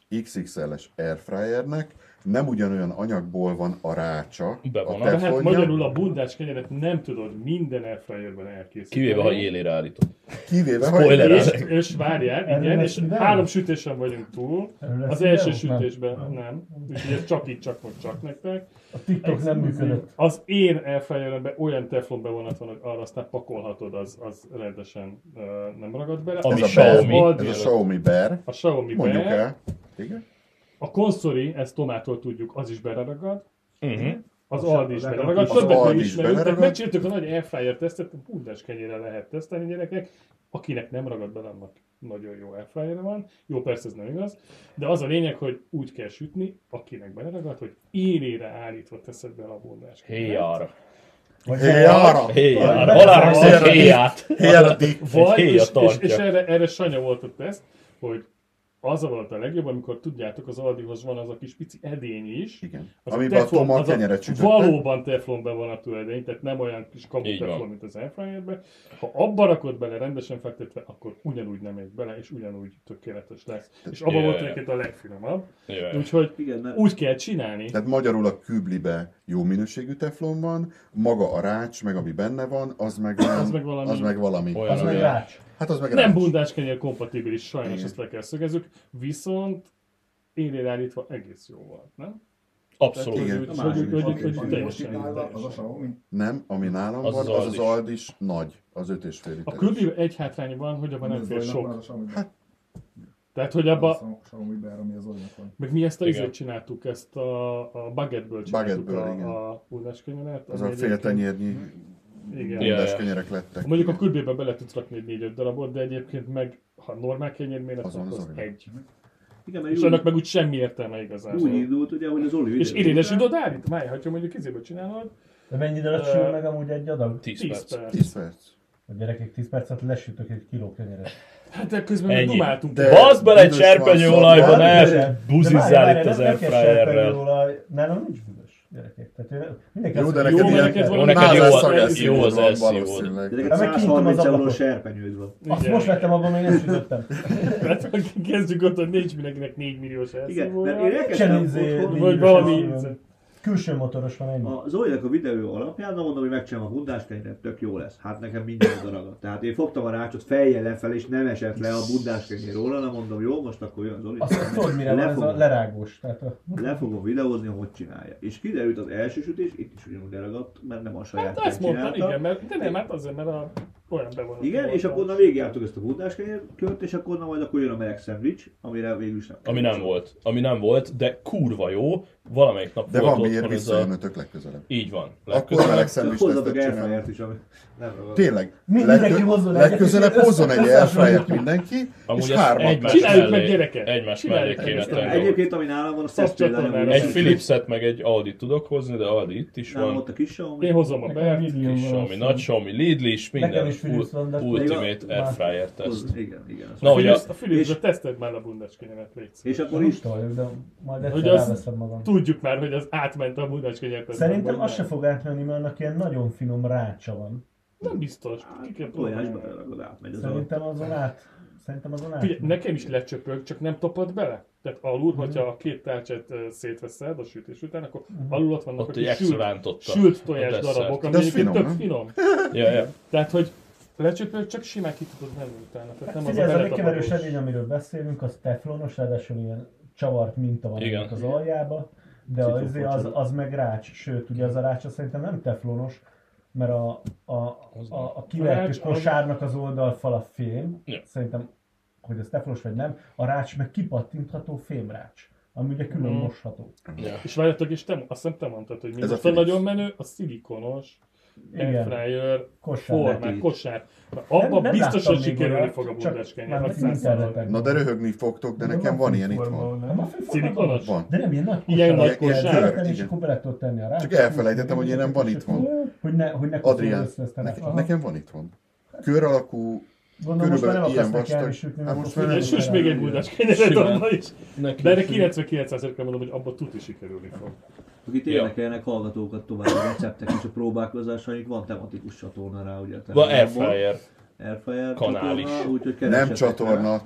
iksz iksz el-es airfryernek nem ugyanolyan anyagból van a rácsa, Be van a a- Hát teflonja, magyarul a bundás kenyeret nem tudod minden airfryerben elkészíteni. Kivéve, ha élére állítod. kivéve, ha Spoiler. És, és várjál, Erről igen, lesz és videó? három sütésen vagyunk túl. Erről lesz Az videó? első Nem. sütésben nem. nem. Úgyhogy ez csak így, csak most csak nektek. A TikTok nem működött. Az én airfryeremben olyan teflon bevonat van, hogy arra aztán pakolhatod, az, az rendesen uh, nem ragad bele. Ami ez a, Xiaomi. Bear, Aldi- ez a Xiaomi Bear, A Xiaomi mondjuk Bear. el. Igen? A konszoli, ezt Tomától tudjuk, az is beleragad. Uh-huh. Az Az Aldi is az beleragad. az Többet Aldi nem is ismerünk, tehát beleragad. megcsináltuk a nagy airfryer tesztet, bundás kenyérre lehet tesztelni gyerekek. Akinek nem ragad bele, annak nagyon jó airfryer van. Jó, persze ez nem igaz. De az a lényeg, hogy úgy kell sütni, akinek beleragad, hogy élére állítva teszed bele a bundás kenyeret. Héjára. Hé, arra! Héjára. Hol állsz a héját? Héjára, Dick! Vagy, Egy héja és, és, tartja. és erre, erre Sanya volt a teszt, hogy az volt a legjobb, amikor tudjátok, az Aldihoz van az a kis pici edény is. Igen. Az Amiben a teflon- Toma a az a kenyeret sütötte. Valóban teflon bevonatú edény, tehát nem olyan kis kamu Így teflon, van. mint az airfryerben. Ha abba rakod bele rendesen fektetve, akkor ugyanúgy nem megy bele, és ugyanúgy tökéletes lesz. És abban Yeah. volt egyébként a legfinomabb. Jaj. Úgyhogy Igen, mert úgy kell csinálni. Tehát magyarul a küblibe jó minőségű teflon van, maga a rács, meg ami benne van, az meg, nem, Az meg valami- Az meg valami. Olyan, Az meg olyan. rács. Hát az meg Nem rács. bundáskenyér kompatibilis, sajnos Igen. ezt le kell szögezzük. Viszont élére állítva egész jó volt, nem? Abszolút. Tehát, Igen. hogy- A hogy- másik hogy- is hogy- hogy van. teljesen Most itt nála az a teljesen. Xiaomi. Nem, ami nálam Az van, az az az Aldis. Aldis nagy, az öt és fél A literes. kübében egy hátrány van, hogy abban nem Az fér Zolinak van, sok. az a Xiaomi. Hát, Tehát, hogy Az abba, a Xiaomi Bear, ami az Zolinak van. meg mi ezt a Igen. izét csináltuk, ezt a, a baguette-ből csináltuk Baguette-ből, igen. a, a bundáskenyeret. az ami a fél egyébként- tenyérnyi Igen. Ja, bundás ja. kenyerek lettek. Mondjuk a kübében bele tudsz rakni egy négy-öt darabot, de egyébként meg, ha normál kenyér méret, Azon akkor az az Zoli. egy. igen, mert És úgy, annak meg úgy semmi értelme igazából. úgy indult, ugye, hogy az Oli És élédes időt állít? Várj, ha mondjuk izébe csinálod, De mennyire alatt sül meg amúgy egy adag? tíz tíz perc. perc. tíz perc. A gyerekek tíz percet lesütök egy kiló kenyeret. Hát de közben még Ennyi. dumáltunk. De- Baszd bele egy Büdös van, serpenyőolajban, szóval. el buzizzál itt az airfryerrel. Nálam nincs büdös, gyerekek. Tehát ő- mindenki Jó, azt de mondja, neked Jó, ilyen neked Jó, valami neked jó nálás az- szageszívód jó az van elszívód. valószínűleg. De Hát neked meg kinyitom az száz harminc eurós ablakot. serpenyőd van. azt Igen. most vettem abban, még nem sütöttem. Tehát kezdjük ott, hogy nincs mindenkinek négy milliós Igen, elszívója. mert én Sem elkezdtem izé- otthon, Vagy Milliós valami... elszívó. Külső motoros van ennyi. a Zolinak a videó alapján, na mondom, hogy megcsinálom a bundáskenyeret, tök jó lesz. Hát nekem minden daragadt. Tehát én fogtam a rácsot fejjel lefelé, és nem esett le a bundáskenyér róla, na mondom, jó, most akkor jön Zoli. Azt tudod mire van, ez a Lefogom. lerágós. Tehát a... Le fogom videózni, hogy csinálja. És kiderült az első sütés, itt is ugyanúgy leragadt, mert nem a saját Hát ezt mondtam, csinálta. igen, mert, de nem, hát azért, mert a, olyan bevonatú Igen, volt és a- akkor na végigjártuk ezt a bundáskenyérkört, és akkor na majd akkor jön a meleg szendvics, amire végül is nem. Ami nem volt. Ami nem volt, de kurva jó. Valamelyik nap De volt van miért otthon ez a... visszajönötök legközelebb. Így van. Akkor Legközelebb. meleg szendvicset Hozzatok tett csinálni. airfryert is, ami nem ragad. Tényleg, Mindenki legkö- hozzon egyet, legközelebb és hozzon egy össze- airfryert mindenki, Amúgy és ezt hármat. egymás Csináljuk meg, mellé- gyerekek! Egymás Csináljuk mellé meg kéne ezt. tenni. Egyébként, ami nálam van, a Szab Szesz például csatornára. nem Egy volt. Philipset meg egy Audit tudok hozni, de Audi itt is Nálam van. ott a kis Xiaomi. Én hozom a Nekem Bert, Medium Kis van, Xiaomi, azt nagy Xiaomi, Lidl is, Nekem minden is Philips van, de- ultimate Még a- airfryer teszt. Hoz- Igen, igen. Na, ugye a Philipsbe teszted már a bundáskenyeret, légy szíves. És akkor Nem is toljuk, de majd Hogy egyszer az- ráveszem magam. Tudjuk már, hogy az átment a bundáskenyeret. Szerintem az se fog átmenni, mert annak ilyen nagyon finom rácsa van. Nem biztos. Ki kell próbálni. tojásba beleragod átmegy az a... Szerintem azon át. Szerintem azon át. Figyelj, nekem is lecsöpög, csak nem topod bele. Tehát alul, hogyha a két tálcsát ö, szétveszed a sütés után, akkor alul ott vannak Ott a egy kis extra sült, rántotta. sült tojás a desszert. darabok, ami De az egyébként finom, tök nem? finom. Ja, ja. Tehát, hogy lecsöpög, csak simán ki tudod venni utána. Tehát nem az Figyelj, a ez a megkeverős beletapadós. edény, amiről beszélünk, az teflonos, ráadásul ilyen csavart minta van Igen. ennek az aljába, de az, az, az, az meg rács, sőt, ugye az a rács az szerintem nem teflonos, mert a, a, a, a kivertő rács, kosárnak az oldalfala fém, Ja. szerintem, hogy ez teflonos vagy nem, a rács meg kipattintható fémrács, ami ugye külön Mm. mosható. Ja. És várjátok, és te, azt hiszem te mondtad, hogy mi Ez most a a Philips. nagyon menő, a szilikonos Igen. airfryer Kosár. formák, Neki. kosár. Na, abban Nem- nem biztos, láttam hogy még sikerülni olyat, fog a csak bundáskenyér. már azt meg százszázalék. interneten. Na de röhögni fogtok, de nekem van ilyen itthon. Nem a fő Szilikonos? Van. De nem ilyen nagy Ilyen kosár, nagy ilyen kosár? zöldben, és Igen. akkor bele tudod tenni a rácsot. Csak elfelejtettem, hogy ilyen nem van itthon. Hogy ne, hogy ne Adrián, össze ezt a ne, rácsot. nekem van itthon. Kör alakú, Gondolom, most már nem körülbelül akarsz ilyen neki vastag. elmesülni, Hát mert most akkor már És nem- süss még egy bundáskenyeret Simán. abban is. Neki De erre is. kilencvenkilenc százalékra mondom, hogy abban tuti sikerülni fog. Akit Ja. érdekelnek hallgatókat tovább a receptek és a próbálkozásaink, van tematikus csatorna rá, ugye? Van airfryer. Airfryer Kanál csatorna, is. úgyhogy Nem keressetek csatorna, rá.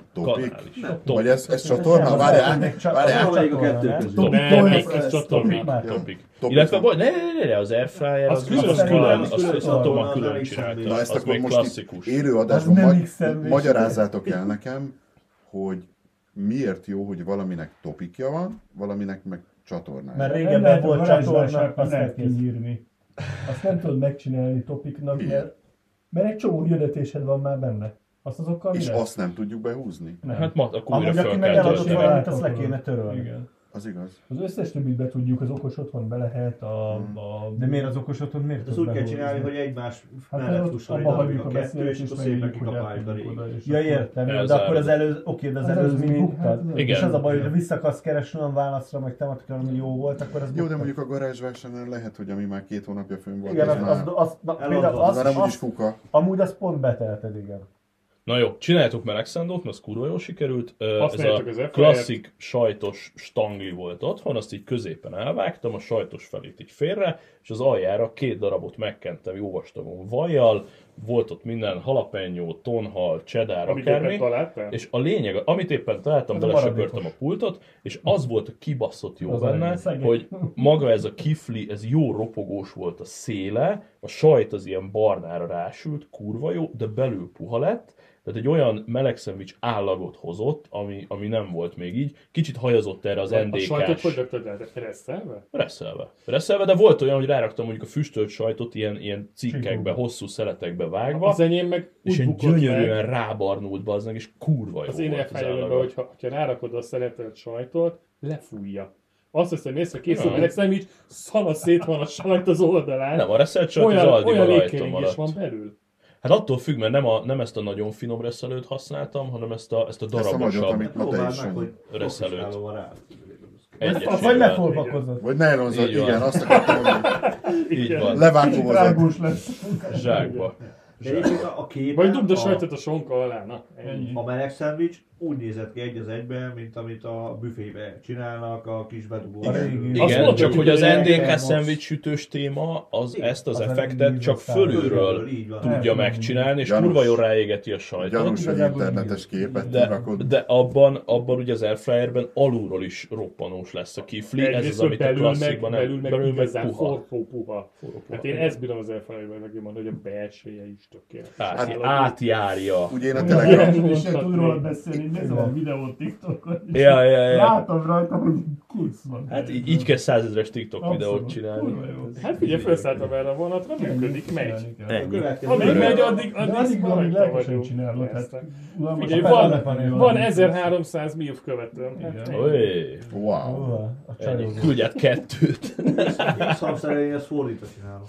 Topik? Kanál is. Nem. Vagy ez, ez csatorna? Várjál, várjál. Valamelyik a kettő közül. Topik, Nem, nem, ez ez Topik, csatorna. Topik. Topik. Illetve, vagy, ne, ne, ne, ne, az Airfryer, az, Az külön, az az külön, külön, az, külön az a Toma csatorna, külön az csinálta, Na ezt az akkor még most klasszikus. itt élő adásban Az nem magy- X-en magyarázzátok el nekem, hogy miért jó, hogy valaminek topikja van, valaminek meg csatornája. Mert Nem régebben lehet a volt csatorna, garázsvásárban azt lehet lehet kinyírni. Azt nem tudod megcsinálni topiknak, Miért? mert, mert egy csomó hirdetésed van már benne. Azt azokkal mi És lesz? azt nem tudjuk behúzni. Nem. Hát ma, akkor újra Amúgy aki fel meg kell eladott tölteni. valamit, azt le kéne törölni. Igen. Az igaz. Az összes többit be tudjuk, az okos otthon be lehet, a... Hmm. a De miért az okos otthon miért Ezt tud úgy kell behúzni? csinálni, hogy egymás Hát mellett ott husson egy abba darabig hagyjuk a a kettő, és beszélgetést, akkor meg szépen így, hogy kikapáljuk a átmegyünk oda, régi. és Ja, akkor- értem, jó, Ez de akkor áll. az előző, oké, de az Az előzmény előzmény, buktad. hát az Igen. És az a baj, hogy vissza akarsz keresni olyan válaszra, meg tematikra, ami jó volt, akkor az Jó, de buktad. mondjuk a garázsvásárnál lehet, hogy ami már két hónapja fönn volt, Igen, az az, már... az, az, na, Eladva. például Az az, már amúgy is az, kuka. amúgy az pont betelted, igen. Na jó, csináljátok Melexandót, mert az kurva jól sikerült. Ö, Ez Használjátok a az Airfryert. klasszik sajtos stangli volt otthon, azt így középen elvágtam, a sajtos felét így félre, és az aljára két darabot megkentem jó vastagon vajjal, volt ott minden jalapeno, tonhal, cheddar, Amit éppen akármi. találtál? És a lényeg, amit éppen találtam, Ez a belesöpörtem maradékos. a pultot, és az volt a kibaszott jó Az benne, a szegény. hogy maga ez a kifli, ez jó ropogós volt a széle, a sajt az ilyen barnára rásült, kurva jó, de belül puha lett, tehát egy olyan meleg szendvics állagot hozott, ami, ami nem volt még így. Kicsit hajazott erre az A sajtot en dé kás. hogy raktad el? Reszelve? Reszelve. Reszelve, de volt olyan, hogy ráraktam mondjuk a füstölt sajtot ilyen, ilyen cikkekbe, hosszú szeletekbe vágva, Az enyém meg és úgy egy bukott gyönyörűen meg, rábarnult bazdmeg, és kurva jó az én volt az elfájolomban, állaga. hogyha ha rárakod a szeretelt sajtot, lefújja. Azt hiszem, észre készül Ja. meleg szendvics, szana szét van a sajt az oldalán. Nem, a reszelt sajt az olyan, Aldiba olyan rajta légkeringés maradt. van belül. Hát attól függ, mert nem, a, nem ezt a nagyon finom reszelőt használtam, hanem ezt a, ezt a Ezt a nagyot, darabosabb amit ma te Próbáld is meg, Sanyi. hogy reszelőt. professzionálóan rá. egyesével. Vagy lefolvakozott. Vagy nylonzat, Így van. igen, azt akartam mondani. Így van, Levágózat. Rágós lesz. zsákba. De egyébként a, a képen, Vagy dugd a a, sajtot a sonka alá, na. Ennyi. a meleg szendvics úgy nézett ki egy az egyben, mint amit a büfébe csinálnak a kis bedugó. A régi. Azt Igen, mondjuk, csak hogy az hogy en dé el kell ká most- szendvics sütős téma, az Igen, ezt az az effektet a csak vízasztál. fölülről így van. tudja megcsinálni, és Gyanús. kurva jól ráégeti a sajtot. Gyanús, hogy Igazából internetes képet De, rakod. de abban, abban ugye az airfryerben alulról is roppanós lesz a kifli, ez az, Egyrészt, hogy amit a belül meg, klasszikban nem, belül meg belül meg igazán puha. forró puha. Forró puha. Hát én ezt bírom az elfelejtben legjobban, hogy a belseje is tökéletes. Át, Állandó. átjárja. Ugye én a Olyan Telegram... nem is tud róla beszélni, nézem a videót TikTokon, és Ja, ja, ja. látom rajta, hogy kész van. Hát így, így kell százezres TikTok Abszolút. videót csinálni. Kurva jó. Hát figyelj, felszálltam erre a vonatra, működik, megy. Csinálni kell. Ennyi. Következő. Amíg megy, addig, De addig addig, amíg rajta lelkesen vagyunk. csinálod, hát Persze. unalmas Figyelj, a van, felnek olyan- van ezerháromszáz milf követőm. Hát Igen. ennyi. Oly, Wow. A ennyi. csajok. Küldj át kettőt. X-hamszer elején ezt fordítva csinálom.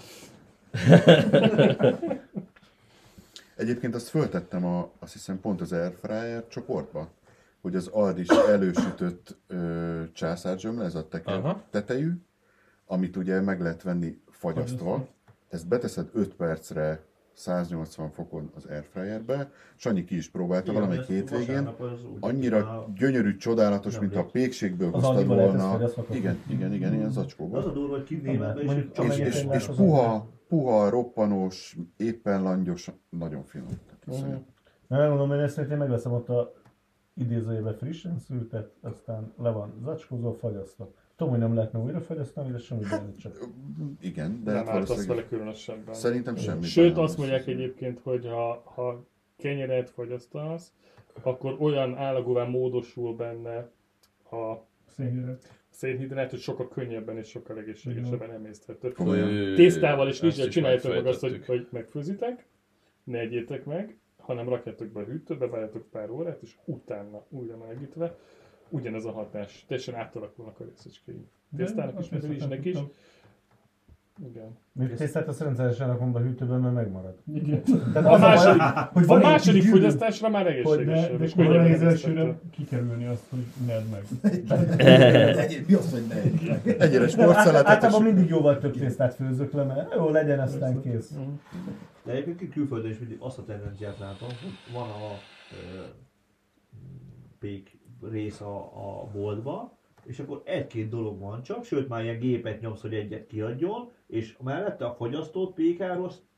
Egyébként azt föltettem a, azt hiszem pont az Airfryer csoportba, hogy az Aldis elősütött ö, császárgyömle, ez a teker Aha. tetejű, amit ugye meg lehet venni fagyasztva. Ezt beteszed öt percre száznyolcvan fokon az Airfryerbe. Sanyi ki is próbálta valamelyik hétvégén. Annyira gyönyörű, csodálatos, mint a pékségből Az hoztad Aldiba lehet ezt volna. fagyasztva Igen, igen, igen, ilyen Az a zacskóban. durva, hogy kint németben Mondjuk is csak És, csak és, megértem, és az puha, puha, roppanós, éppen langyos, nagyon finom. Tehát iszonyat. Na, megmondom, hogy ezt én megveszem ott a idézőjében frissen szültet, aztán le van zacskózó, fagyasztva. Tudom, hogy nem lehetne újra fagyasztani, de semmi baj nincs csak. Igen, de Nem hát ártasz valószínűleg vele különösebben. szerintem semmi. Sőt, baj nem azt mondják lesz. egyébként, hogy ha, ha kenyeret fogyasztasz, akkor olyan állagúvá módosul benne a Szénhidrát. szénhidrát, hogy sokkal könnyebben és sokkal egészségesebben emészthető. Komolyan. Tésztával és Ezt rizssel is csináljátok meg azt, hogy, megfejtettük. hogy megfőzitek, ne egyétek meg, hanem rakjátok be a hűtőbe, várjátok pár órát, és utána újra melegítve, ugyanez a hatás. Teljesen átalakulnak a részecskéink. Tésztának is, meg a rizsnek is. Igen. Még tésztát azt rendszeresen rakom be a hűtőben, mert megmarad. Igen. Tehát A az második, baj, hogy a van egy második kis gyűrű, fogyasztásra már Hogy egészségesebb. de, és de kurva könnyebben nehéz emészthető. elsőre kikerülni azt, hogy nerd meg. Egy- Mi az, hogy ne egyek? Egyre át- sportszeletet, általában és mindig jóval több tésztát főzök le, mert jó legyen, aztán kész. De egyébként külföldön is mindig azt a tendenciát látom, hogy van a ö, pék rész a, a boltba, és akkor egy-két dolog van csak, sőt már ilyen gépet nyomsz, hogy egyet kiadjon, és mellette a fogyasztót pékároz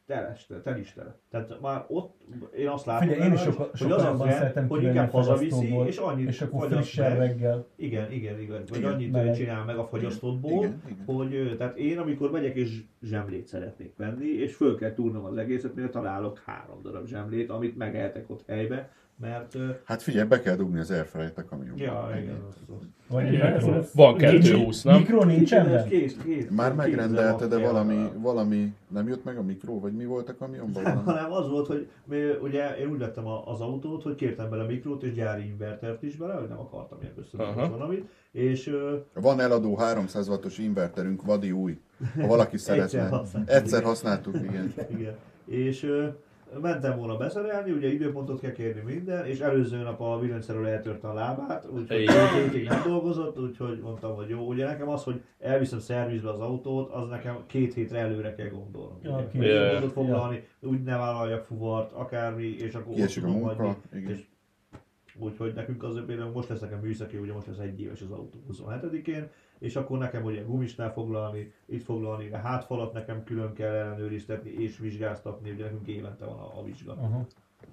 teles, telis tele. Tehát már ott én azt látom, Figyelj, én is benne, sokkal, hogy sokkal az a jobban trend, szeretem hogy kivenni a inkább hazaviszi, fagyasztóból, és annyit és akkor fagyaszt frissen meg. reggel. Igen, igen, igen. Vagy Igen, annyit meleg. csinál meg a fagyasztottból, Igen, igen. hogy ö, tehát én amikor megyek és zsemlét szeretnék venni, és föl kell túrnom az egészet, mert találok három darab zsemlét, amit megehetek ott helybe, mert... ö, Hát figyelj, be kell dugni az airfryert a kamionba. Ja, igen. az- az- Vagy Igen, ez- ez- van nincs- kettőhúsz, nem? Mikro nincsen Ez benne? kész, kész, Már kész megrendelte, de kézzel valami, van. valami nem jött meg a mikró, vagy mi volt a kamionban? Nem, Valami? hanem az volt, hogy mi, ugye én úgy vettem a, az autót, hogy kértem bele mikrót és gyári invertert is bele, hogy nem akartam ilyen összedugni Aha. valamit, és ö, Van eladó háromszáz wattos inverterünk, vadi új. Ha valaki szeretne. használtuk. Egyszer használtuk, igen. igen. És ö, mentem volna beszerelni, ugye időpontot kell kérni minden, és előző nap a villanyszerelő eltörte a lábát, úgyhogy Ej. két hétig nem dolgozott, úgyhogy mondtam, hogy jó. Ugye nekem az, hogy elviszem szervizbe az autót, az nekem két hétre előre kell gondolnom. Ja, Ugye, két hogy hétre. időpontot foglalni, úgy ne vállaljak fuvart, akármi, és akkor ott Kiesik a tudom munka, hagyni, igen. és úgyhogy nekünk az például most lesz nekem műszaki, ugye most lesz egy éves az autó huszonhetedikén, és akkor nekem ugye gumisnál foglalni, itt foglalni, a hátfalat nekem külön kell ellenőriztetni és vizsgáztatni, ugye nekünk évente van a, a vizsga. Aha.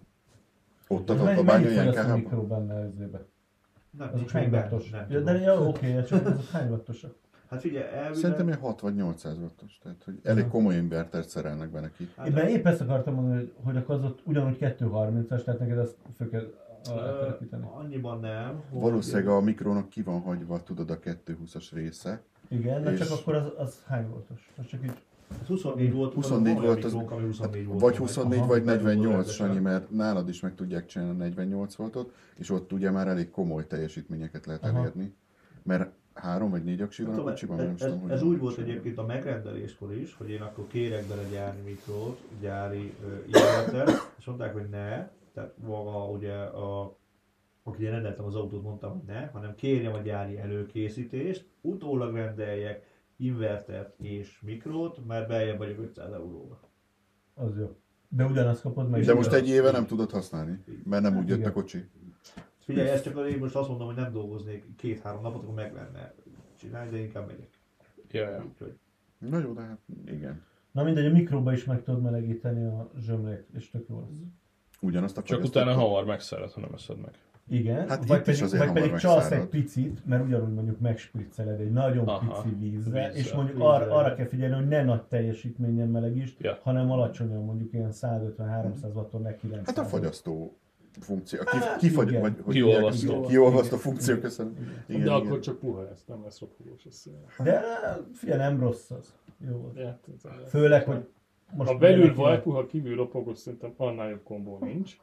Ott adott a Mennyi bánya mennyi ilyen fogyaszt a kehában? mikro benne ezébe? Nem, Azok nincs hány még benne, wattos? nem Ja, tudom. de ja, oké, csak azok hány wattosak? Hát figyelj, elvileg... Szerintem ilyen hat vagy nyolcszáz wattos, tehát hogy elég komoly invertert szerelnek be neki. Hát, Én épp ezt akartam mondani, hogy, hogy akkor az ott ugyanúgy kettőszázharmincas, tehát neked ezt föl kell ö, alá annyiban nem. hogy- Valószínűleg a mikrónak ki van hagyva, tudod, a kétszázhúszas része. Igen, na és- csak akkor az, az hány voltos? Az csak így... huszonnégy volt, huszonnégy van olyan volt az- mikrónk, ami huszonnégy volt. Vagy huszonnégy, Aha. vagy negyvennyolc, Rendesen. Sanyi, mert nálad is meg tudják csinálni a negyvennyolc voltot, és ott ugye már elég komoly teljesítményeket lehet Aha. elérni. Mert három vagy négy aksi van a Tudom, kocsiban, nem ez, is ez, tudom, hogy ez van úgy a volt kocsiban. egyébként a megrendeléskor is, hogy én akkor kérek bele gyári mikrót, gyári uh, invertert, és mondták, hogy ne, tehát maga ugye a aki rendeltem az autót, mondtam, hogy ne, hanem kérjem a gyári előkészítést, utólag rendeljek invertert és mikrót, mert beljebb vagyok ötszáz euróba. Az jó. De ugyanazt kapod meg. De most egy éve nem tudod használni, mert nem úgy jött a Igen. kocsi. Figyelj, ez csak én most azt mondom, hogy nem dolgoznék két-három napot, akkor meg lenne csinálni, de inkább megyek. Ja, ja. Úgyhogy Na jó, de hát igen. Na mindegy, a mikróba is meg tudod melegíteni a zsömlét, és tök jó lesz. Ugyanazt a Csak fogyasztót- utána hamar megszárad, ha nem eszed meg. Igen, Hát vagy itt is pedig, azért vagy pedig hamar csalsz megszárad. egy picit, mert ugyanúgy mondjuk megspricceled egy nagyon Aha. pici vízre, Vízzel, és mondjuk vízzel. arra, arra kell figyelni, hogy ne nagy teljesítményen melegítsd, Ja. hanem alacsonyan, mondjuk ilyen százötven-háromszáz watton, ne kilencszáz. Hát a fogyasztó funkció, a Hát, kif, kifagy, igen. vagy hogy Kiolvasztó. hívják? Kiolvasztó funkció, köszönöm. Igen, De igen. akkor csak puha lesz, nem lesz ropogós a szél. De figyelj, nem rossz az. Jó volt. Ja, ez- Főleg, hogy most... Ha belül mindenki- vagy puha, kívül ropogós, szerintem annál jobb kombó nincs.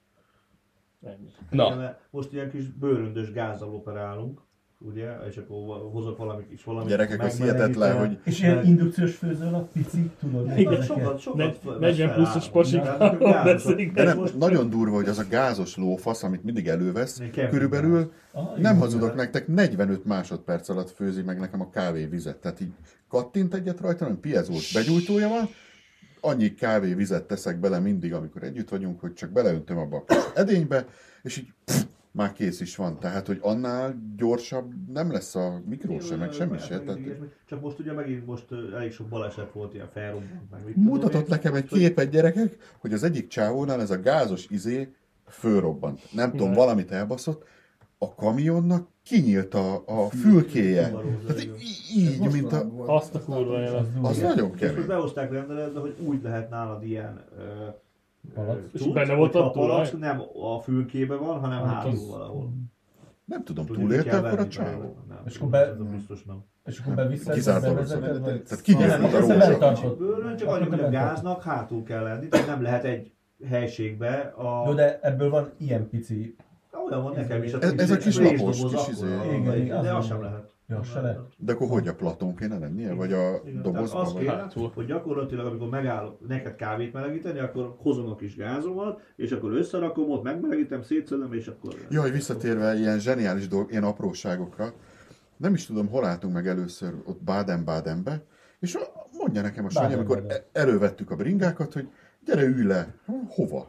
Ennyi. Na, Na. Most ilyen kis bőröndös gázzal operálunk, ugye, és akkor hozok valami kis valamit. Gyerekek, az megmelegítem. hihetetlen, hogy És ilyen indukciós főzőlap, pici, tudod? Igen, ezeket? sokat, sokat Ne- vesz negyven fel pluszos áron. pasik Tehát nekünk gázosak. veszik, de nem, most- nagyon durva, hogy az a gázos lófasz, amit mindig elővesz, Egy camping körülbelül Ah, nem igen. hazudok nektek, negyvenöt másodperc alatt főzi meg nekem a kávévizet. Tehát így kattint egyet rajta, hogy piezós begyújtója van, annyi kávévizet teszek bele mindig, amikor együtt vagyunk, hogy csak beleöntöm abba a kis edénybe, és így pff, már kész is van. Tehát, hogy annál gyorsabb nem lesz a mikró sem, meg semmi se. Tehát, Csak most ugye megint most ö, elég sok baleset volt, ilyen felrobbant, meg mit tudom mutatott én. nekem egy képet, gyerekek, hogy az egyik csávónál ez a gázos izé fölrobbant. Nem tudom, Ne. valamit elbaszott, a kamionnak kinyílt a, a fülkéje. Fuvarózza, Tehát igen. í- így, mint a... Mostanában volt. Azt a kurva élet. Az durva. Az nagyon És most kemény. behozták rendeletbe, hogy úgy lehet nálad ilyen ö, Palack. ö, És cucc, benne volt hogyha a a palack tulaj? nem a fülkébe van, hanem Hát hátul az- valahol. Nem tudom, Tudni túlélte kell akkor a venni csávó? belőle. Nem, És akkor be- ez a biztos nem. És akkor beviszed, Kizárt bevezeted, dolog. vagy... Tehát kinyílt, Nem, mint a ez rózsa. bent tartod. Bőrön csak Akkor annyi, hogy a bent gáznak hátul kell lenni, tehát nem lehet egy helységbe a... Jó, de ebből van ilyen pici... Olyan van nekem is. Ez- ez a kis lapos kis izé. Igen, igen, de az az van. sem lehet. Ja, se lehet. De akkor hogy a platón kéne lennie? Vagy a Igen, dobozban? tehát az Vagy... kéne, hátul. hogy gyakorlatilag amikor megállok neked kávét melegíteni, akkor hozom a kis gázomat, és akkor összerakom, ott megmelegítem, szétszedem, és akkor... Jaj, visszatérve ilyen zseniális dolgok, ilyen apróságokra, nem is tudom, hol álltunk meg először ott Baden-Badenbe, és mondja nekem a Sanyi, amikor Baden-Baden. e- elővettük a bringákat, hogy gyere, ülj le. Hova?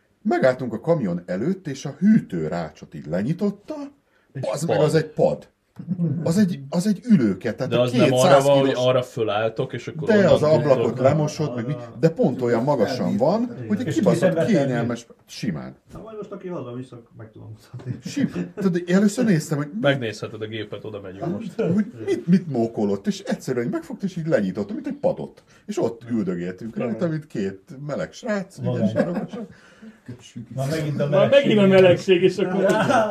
Megálltunk a kamion előtt, és a hűtőrácsot így lenyitotta, az meg az egy pad. Az egy, az egy ülőke, tehát De az nem kétszáz arra van, hogy kilós- arra fölálltok, és akkor De onnan az ablakot tudtok- lemosod, meg mi, de pont olyan magasan van, hogy egy És kibaszott két ember kényelmes, simán. Na majd most aki haza-vissza, meg tudom mutatni. Simán. Tehát először néztem, hogy, Megnézheted a gépet, oda megyünk most. hogy mit, mit mókolott, és egyszerűen így megfogta, és így lenyitott, mint egy padot. És ott üldögéltünk rajta, mint két meleg srác, ügyes sarogosan. Már megint a Már megint a melegség, és akkor...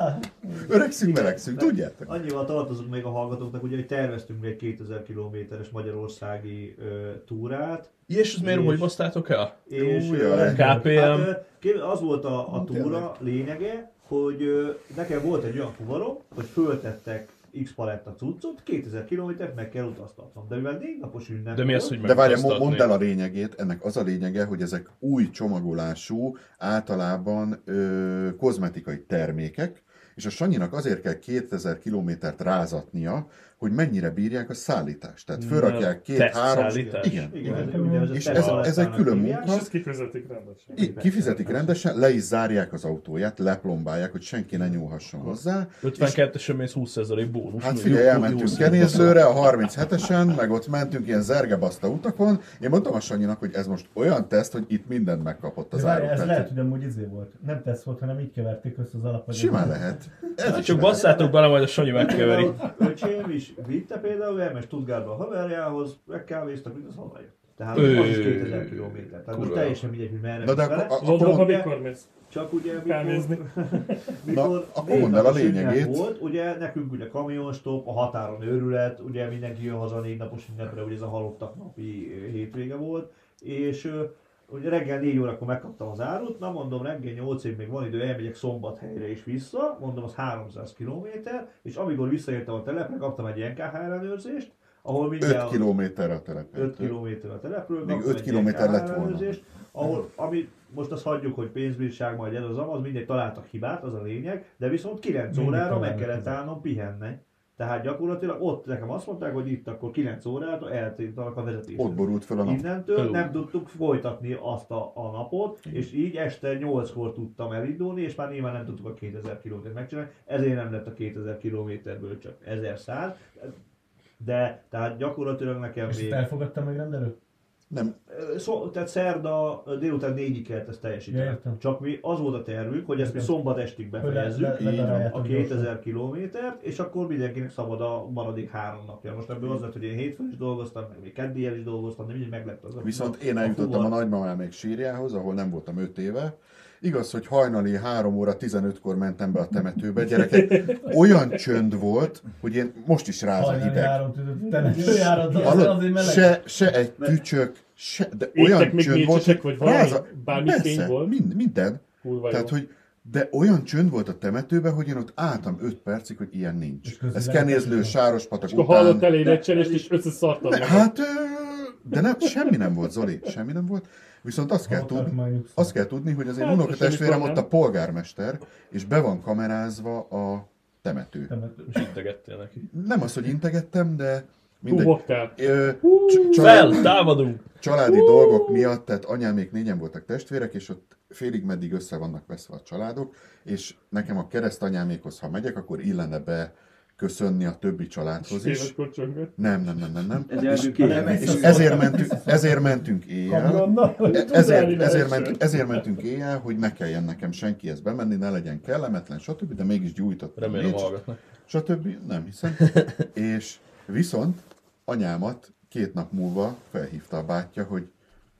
Öregszünk, melegszünk, tudjátok? Annyival tartozunk még a hallgatóknak, ugye, hogy terveztünk még kétezer kilométeres magyarországi ö, túrát. És ez miért És- hogy basztátok el? És Jó, ö, jaj. ká pé em. hát, ö, kép- az volt a, a túra lényege, hogy ö, nekem volt egy olyan fuvarom, hogy föltettek X paletta cuccot, kétezer kilométert meg kell utaztatnom. De mivel négy napos ünnep De mi az, volt, hogy De várjál, mo- megutaztatni? mondd el a lényegét, ennek az a lényege, hogy ezek új csomagolású, általában ö, kozmetikai termékek, és a Sanyinak azért kell kétezer kilométert rázatnia, hogy mennyire bírják a szállítást. Tehát fölrakják két-három... Tesztszállítás? Igen. Igen, ez egy úgynevezett És ez- tesztpalettának ez egy külön hívják. munka. És ezt kifizetik rendesen. I- Kifizetik rendesen, le is zárják az autóját, leplombálják, hogy senki ne nyúlhasson hozzá. ötvenkettesen mész húsz százalék bónusz. Hát Jó, figyelj, jó, elmentünk jó. Kenézőre a harminchetesen, meg ott mentünk ilyen zergebaszta utakon. Én mondtam a Sanyinak, hogy ez most olyan teszt, hogy itt mindent megkapott az De várj, áru. ez Tehát lehet, hogy amúgy izé volt. Nem tesz volt, hanem így keverték össze az alapanyagot. simán lehet. Ez is Csak lehet. basszátok bele, majd a Sanyi megkeveri. Például öcsém is vitte például, elment Stuttgartba a haverjához, megkávéztak, mint az hazajött. Tehát Ő. az is kétezer kilométer. Tehát most Kurva. teljesen mindegy, hogy merre Na de mész vele. akkor, Londonba akkor, mikor mész? Csak ugye Kávézni. mikor, mikor akkor négy mondd el a napos ünnep lényegét. volt, ugye nekünk ugye kamionstop, a határon őrület, ugye mindenki jön haza négy napos ünnepre, ugye ez a halottak napi ö, hétvége volt, és ö, ugye reggel négy órakor megkaptam az árut, na mondom reggel nyolcig még van idő, elmegyek Szombathelyre és vissza, mondom az háromszáz kilométer, és amikor visszaértem a telepre, kaptam egy en ká há ellenőrzést, ahol öt mindjárt kilométerre a telepet. öt kilométer a telepről, Még kaptam öt egy kilométer en ká há lett volna. ellenőrzést, ahol, ami, most azt hagyjuk, hogy pénzbírság majd ez az amaz, mindegy találtak hibát, az a lényeg, de viszont kilenc Mindig órára meg találnak kellett hibát. állnom pihenni. Tehát gyakorlatilag ott nekem azt mondták, hogy itt akkor kilenc órától eltiltanak a vezetésre. Ott borult fel a nap. Innentől Jó. nem tudtuk folytatni azt a, a napot, és így este nyolckor tudtam elindulni, és már nyilván nem tudtuk a kétezer kilométert megcsinálni, ezért nem lett a kétezer kilométerből csak ezerszáz. De tehát gyakorlatilag nekem És ezt még... elfogadta meg rendelő? Nem, Szó, tehát szerda délután négyig kellett ezt Ja, teljesíteni. értem. Csak mi, az volt a tervünk, hogy ezt mi Értem. szombat estig Hogy le- befejezzük, le- ledaráljátok a gyorsan. kétezer kilométert, és akkor mindenkinek szabad a maradék három napja. Most ebből az lett, hogy én hétfőn is dolgoztam, meg még keddi is dolgoztam, de mindig meglett az a viszont a- én a eljutottam a fuvar. nagymamám még sírjához, ahol nem voltam öt éve. Igaz, hogy hajnali három óra tizenötkor mentem be a temetőbe, gyerekek. Olyan csönd volt, hogy én most is ráz a Hajnali hideg. három tüzet, temetőjárat, az Hallod? azért meleg. Se, se egy tücsök, se, de Éttek olyan még csönd volt, mécsesek, hogy vagy valami? ráza- Bármi Persze, fény volt? Mind, minden. Kurva Tehát, jó. hogy de olyan csönd volt a temetőben, hogy én ott álltam öt percig, hogy ilyen nincs. És közben Ez lehetett Kenézlő, tudni. Sárospatak És akkor hallottál után. egy lecserést, és összeszartad Ne, magad. hát, ö, de nem, semmi nem volt, Zoli, semmi nem volt. Viszont azt kell, Hallottak tudni, már nyugszor. azt kell tudni, hogy az én Hát, unokatestvérem semmikor ott a nem. polgármester, és be van kamerázva a temető. Temető. És integettél neki. Nem az, hogy integettem, de mindegy. Húbogtál. Ö, c- család- Fel, támadunk! családi dolgok miatt, tehát anyámék négyen voltak testvérek, és ott félig meddig össze vannak veszve a családok, és nekem a keresztanyámékhoz, ha megyek, akkor illene be köszönni a többi családhoz is. Évetkor csöngött. Nem, nem, nem, nem, nem. Ez És, eltűnt nem, és, ez- és ezért, mentünk, ezért mentünk éjjel. Kameronnal? E- Ezért, ezért, mentünk, ezért mentünk éjjel, hogy ne kelljen nekem senkihez bemenni, ne legyen kellemetlen, stb. De mégis gyújtottam. Remélem nincs, hallgatnak. stb. Nem hiszem. És viszont anyámat két nap múlva felhívta a bátyja, hogy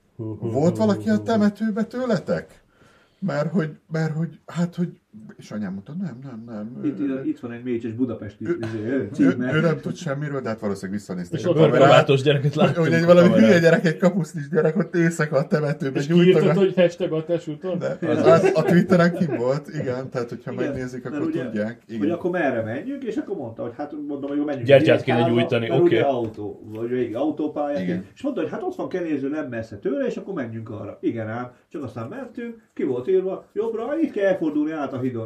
volt valaki a temetőbe tőletek? Mert hogy, mert hogy, hát hogy, és anyám mondta, nem, nem, nem. itt, Ő, itt van egy Mécses Budapesti ő, izé, ő, címe. ő nem tud semmiről, de hát valószínűleg visszanézték És a ott kamerát. Örkölátos gyereket Hogy, láttunk. hogy egy valami kamerán. hülye gyerek, egy kapusznis gyerek ott éjszaka a temetőbe És kiírtad, gyújtogat. hogy hashtag a tesúton? De az, a Twitteren kim volt, igen, tehát hogyha Igen, megnézik, mert akkor ugye- tudják. Hogy Igen. akkor merre menjünk, és akkor mondta, hogy hát mondom, hogy menjünk. Gyertyát egy kéne házba, gyújtani, mert oké. ugye autó, vagy végig autópálya, Igen. és mondta, hogy hát ott van Kenéző, nem messze tőle, és akkor menjünk arra. Igen ám, csak aztán mentünk, ki volt írva, jobbra, itt kell elfordulni át a hidon.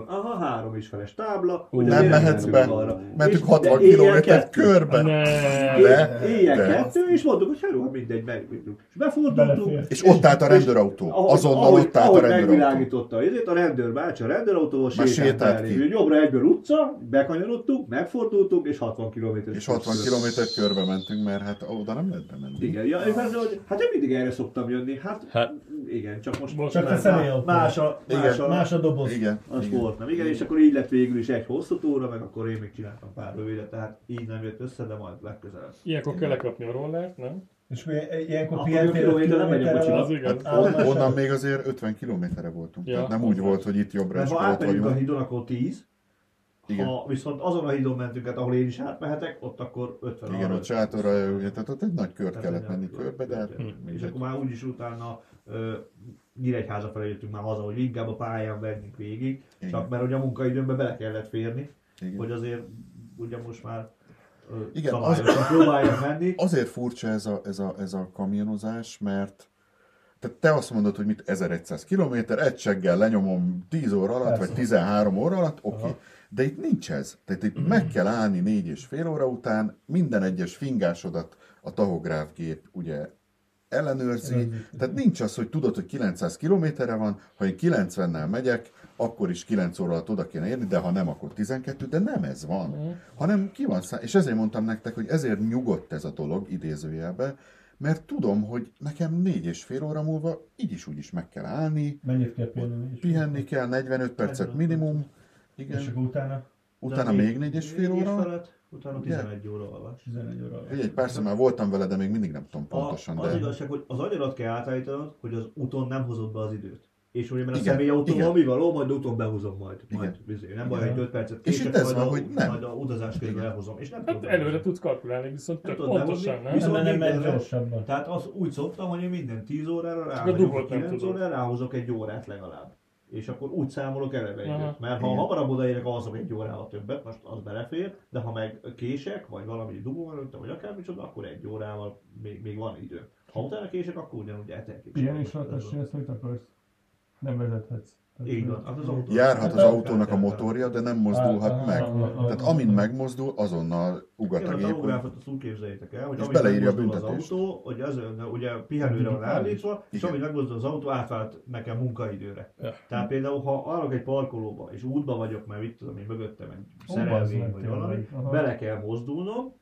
van, aha, három is feles tábla, Ugye Nem azért mehetsz be. arra. Mentünk És- hatvan de éjjel kilométert kettő. körbe. Ne. De, Éjjel de. kettő, és mondtuk, hogy hát jó, mindegy, megvívjuk. És befordultunk. Belefér. És ott állt a rendőrautó. ahogy- Azonnal ahogy- ott állt a ahogy rendőrautó. megvilágította a izét, a rendőr bácsi, a rendőrautóval Már sétált sétált el. ki. Jobbra egyből utca, bekanyarodtunk, megfordultunk, és hatvan kilométer. És hatvan kilométert körbe mentünk, mert hát oda nem lehet bemenni. Igen, ja, és persze, hogy hát én mindig erre szoktam jönni, hát, Hát. igen, csak most, Most Csak a más, személyautó. más a, más Igen. a, Más a doboz. Igen. a igen. sport, nem? Igen, és akkor így lett végül is egy hosszú túra, meg akkor én még csináltam pár rövidet, tehát így nem jött össze, de majd legközelebb. Ilyenkor kell lekapni a rollert, nem? És akkor ilyenkor Akkor pihentél kilométer öt nem megyek, kilométerrel bocsánat, az igaz. a- On, állomással? onnan még azért ötven kilométerre voltunk. Ja, Tehát nem az úgy van. volt, hogy itt jobbra Mert és ha akkor ott átmegyünk a vagyunk. hídon, akkor tíz. Igen. Ha viszont azon a hídon mentünk át, ahol én is átmehetek, ott akkor ötven. Igen, ott sátorra, ugye, tehát ott egy nagy kört Tehát kellett egy menni nagy körbe, de hát kört, és mindegy. akkor már úgyis utána ö, Nyíregyháza felé jöttünk már haza, hogy inkább a pályán menjünk végig, Igen. csak mert ugye a munkaidőmbe bele kellett férni, Igen. hogy azért ugye most már ö, Igen, szabályosan próbáljunk menni. Azért furcsa ez a, ez a, ez a kamionozás, mert tehát te azt mondod, hogy mit ezerszáz kilométer, egy seggel lenyomom tíz óra alatt, Persze. vagy tizenhárom óra alatt, oké. Okay. Aha. De itt nincs ez. Tehát itt meg kell állni négy és fél óra után, minden egyes fingásodat a tahográfgép ugye ellenőrzi. Ellenőrzi. Tehát nincs az, hogy tudod, hogy kilencszáz kilométerre van, ha én kilencvennel megyek, akkor is kilenc óra alatt oda kéne érni, de ha nem, akkor tizenkettő, de nem ez van. Hanem ki van szá- és ezért mondtam nektek, hogy ezért nyugodt ez a dolog, idézőjelben, mert tudom, hogy nekem négy és fél óra múlva így is úgy is meg kell állni, Mennyit kell pihenni? pihenni kell, negyvenöt percet minimum, És igen, akkor utána utána De még négy és fél négy óra. felett, utána Ugye? tizenegy óra alvás. tizenegy óra. Egy persze már voltam vele, de még mindig nem tudom pontosan, a, az de... igazság, hogy az agyarat kell átállítanod, hogy az úton nem hozod be az időt. És ugye, mert a Igen, személyautóval igen. mi való, majd úton behúzom majd. majd bizony, nem baj, Igen. egy öt percet És kések, itt ez majd, van, a, hogy nem. majd a utazás közben elhozom. És nem Hát tudom előre behozni. tudsz kalkulálni, viszont Nem tök tudod pontosan, behozni. nem? Viszont Nem, nem megy mindenre- gyorsabban. Tehát az úgy szoktam, hogy én minden tíz órára a rámegyek, dugót nem kilenc tudod. órára ráhozok egy órát legalább. És akkor úgy számolok eleve Aha. időt. Mert ha Igen. hamarabb odaérek, alszok egy órával többet, most az belefér, de ha meg kések, vagy valami dugó van előtte, vagy akármicsoda, akkor egy órával még, még van idő. Ha utána kések, akkor ugyanúgy eltelkék. Pihenés alatt azt csinálsz, amit akarsz. Nem vezethetsz. Tehát, Így van. Hát az autó- Járhat az Hát, autónak a hát, motorja, de nem mozdulhat Ah, meg. ah, ah, Tehát ah, amint ah. megmozdul, azonnal ugat a Igen, a gép. hogy- tahográfot azt úgy képzeljétek el, hogy És amíg beleírja a megmozdul az büntetést. autó, hogy az ugye pihenőre van állítva, és Igen. amíg megmozdul az autó, átvált nekem munkaidőre. Ja. Tehát például, ha állok egy parkolóba, és útba vagyok, mert mit tudom én mögöttem egy Ó, szerelvény bazd vagy meg, valami, tényleg. Aha. bele kell mozdulnom,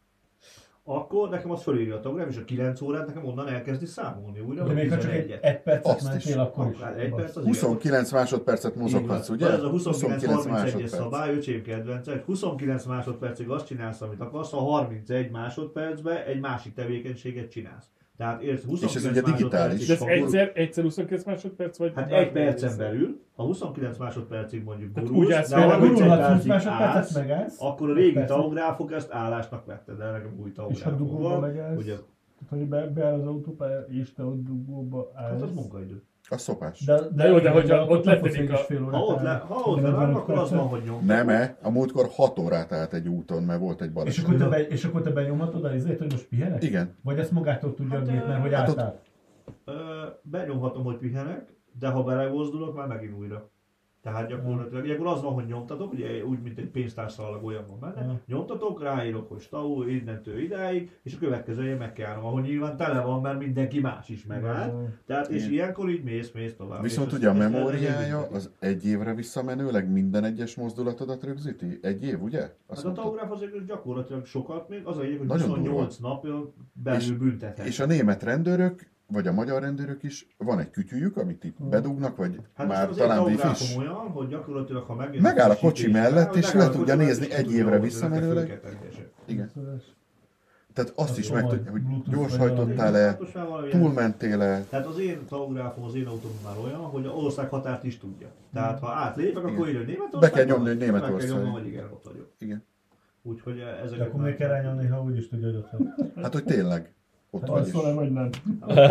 akkor nekem az fölírja a tahográf, és a kilenc órát nekem onnan elkezdi számolni újra, De vagy még ha csak egy, tizenegyet. egy percet Azt is. mentél, akkor is. Hát egy perc az igen. huszonkilenc másodpercet mozoghatsz, ugye? Van ez a huszonkilenc harmincegyes másodperc. szabály, öcsém kedvence, hogy huszonkilenc másodpercig azt csinálsz, amit akarsz, ha harmincegy másodpercben egy másik tevékenységet csinálsz. Tehát érsz, huszonkilenc ugye digitális. másodpercig, De ez ha gurul- egyszer, egyszer huszonkilenc másodperc, vagy? Hát bármilyen egy percen része? belül, ha huszonkilenc másodpercig mondjuk Tehát gurulsz, úgy állsz de fel, harmincegy Gurulhatsz húsz percig másodpercet, állsz, megállsz. akkor a egy régi percet. tahográfok ezt állásnak vetted, de nekem új És ha tahográfok dugóba van. megállsz, Ugye, tehát, hogy be, beáll az autópálya, és te ott dugóba állsz. hát az munkaidő. A szopás. De, De jó, de hogyha ott nem letelik fogsz a- egy fél órát Ha ott, le, állni. ha ott negyvenöt levág, akkor az percet. van, hogy nyom. Nem-e? A múltkor hat órát állt egy úton, mert volt egy És baleset. akkor, te be, és akkor te benyomhatod a izét, hogy most pihenek? Igen. Vagy ezt magától tudja Hát, a gép, mert hogy hát ott- átáll? Ö, benyomhatom, hogy pihenek, de ha belemozdulok, már megint újra. Tehát gyakorlatilag, ilyenkor az van, hogy nyomtatok, ugye úgy, mint egy pénztárszalag olyan van benne, Ja. nyomtatok, ráírok, hogy stau, innentől idáig, és a következő ilyen meg kell állnom, ahol nyilván tele van, mert mindenki más is megállt. Tehát, és Igen. ilyenkor így mész, mész tovább. Viszont És ugye a ezt- ezt memóriája elég az egy évre visszamenőleg minden egyes mozdulatodat rögzíti? Egy év, ugye? Hát Azt a mondtad? tahográf azért gyakorlatilag sokat még, az a lényeg, hogy Nagyon huszonnyolc napon belül És- büntethet. És a német rendőrök, vagy a magyar rendőrök is, van egy kütyűjük, amit itt bedugnak, vagy Hát már most az én talán wifi is. tahográfom olyan, hogy gyakorlatilag, ha megjön Megáll a frissítés kocsi rá, mellett, hogy és megáll le a tudja kocsi nézni mellett, és egy tudja, évre hogy visszamenőleg. őket föl kell tenni, és- Igen. Szóval Tehát azt Az is komoly. meg tudja, hogy Bluetooth gyors vagy hajtottál-e, Hát most már valamilyen- túlmentél-e. Tehát az én tahográfom, az én autóm már olyan, hogy az ország határt is tudja. Tehát ha átlépek, akkor írja, hogy Németország. Be kell nyomni, hogy Be kell Németország. nyomnom, hogy igen, ott vagyok. Igen. Úgyhogy ezeket De akkor még kell rányomni, ha úgyis tudja, hogy ott van. Hát, hogy tényleg ott Hát vagy az is. szól, vagy nem.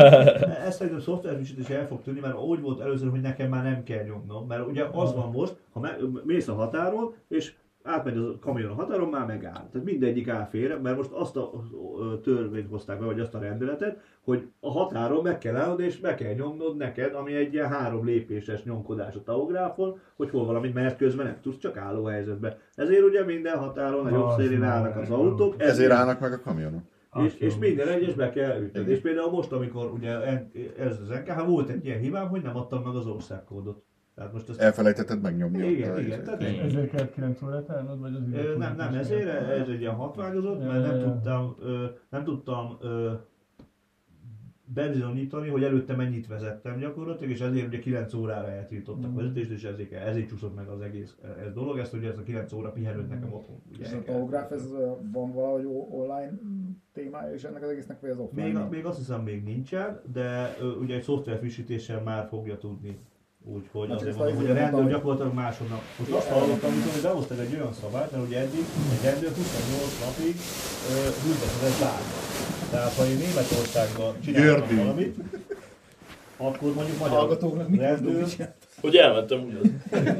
Ezt szerintem szoftverfrissítés is el fog tűnni, mert úgy volt először, hogy nekem már nem kell nyomnom. Mert ugye az van most, ha me- mész a határon, és átmegy a kamion a határon, már megáll. Tehát mindegyik áll félre, mert most azt a törvényt hozták be, vagy azt a rendeletet, hogy a határon meg kell állnod, és meg kell nyomnod neked, ami egy ilyen három lépéses nyomkodás a tahográfon, hogy hol valamit, mert közben nem tudsz, csak álló helyzetben. Ezért ugye minden határon a jobb szélén állnak az autók. Ezért, ezért állnak meg a kamionok. És, és minden egyes be kell ütni. És például most, amikor ugye ez az en ká há, volt egy ilyen hibám, hogy nem adtam meg az országkódot. Tehát most ezt... Elfelejtetted megnyomni. Igen, ott, igen. Tehát ezért kell kilenc órát állnod, vagy az idő? nem, nem ezért, ez egy ilyen hatványozott, mert nem tudtam, nem tudtam bebizonyítani, hogy előtte mennyit vezettem gyakorlatilag, és ezért ugye kilenc órára eltiltottak vezetést, és ezért, ezért csúszott meg az egész ez dolog, ezt ugye ez a kilenc óra pihenőt nekem otthon. És a tahográf, ez van valahogy online témája is ennek az egésznek, vagy az offline? Még, még azt hiszem még nincsen, de ugye egy szoftver frissítéssel már fogja tudni. Úgyhogy azért mondom, hogy a rendőr gyakorlatilag másodnak. Most azt hallottam, hogy behoztak egy olyan szabályt, mert ugye eddig egy rendőr huszonnyolc napig büntetett bármit. Tehát ha én Németországban csináltam valamit, akkor mondjuk magyar rendőr... Hogy elmentem ugyan.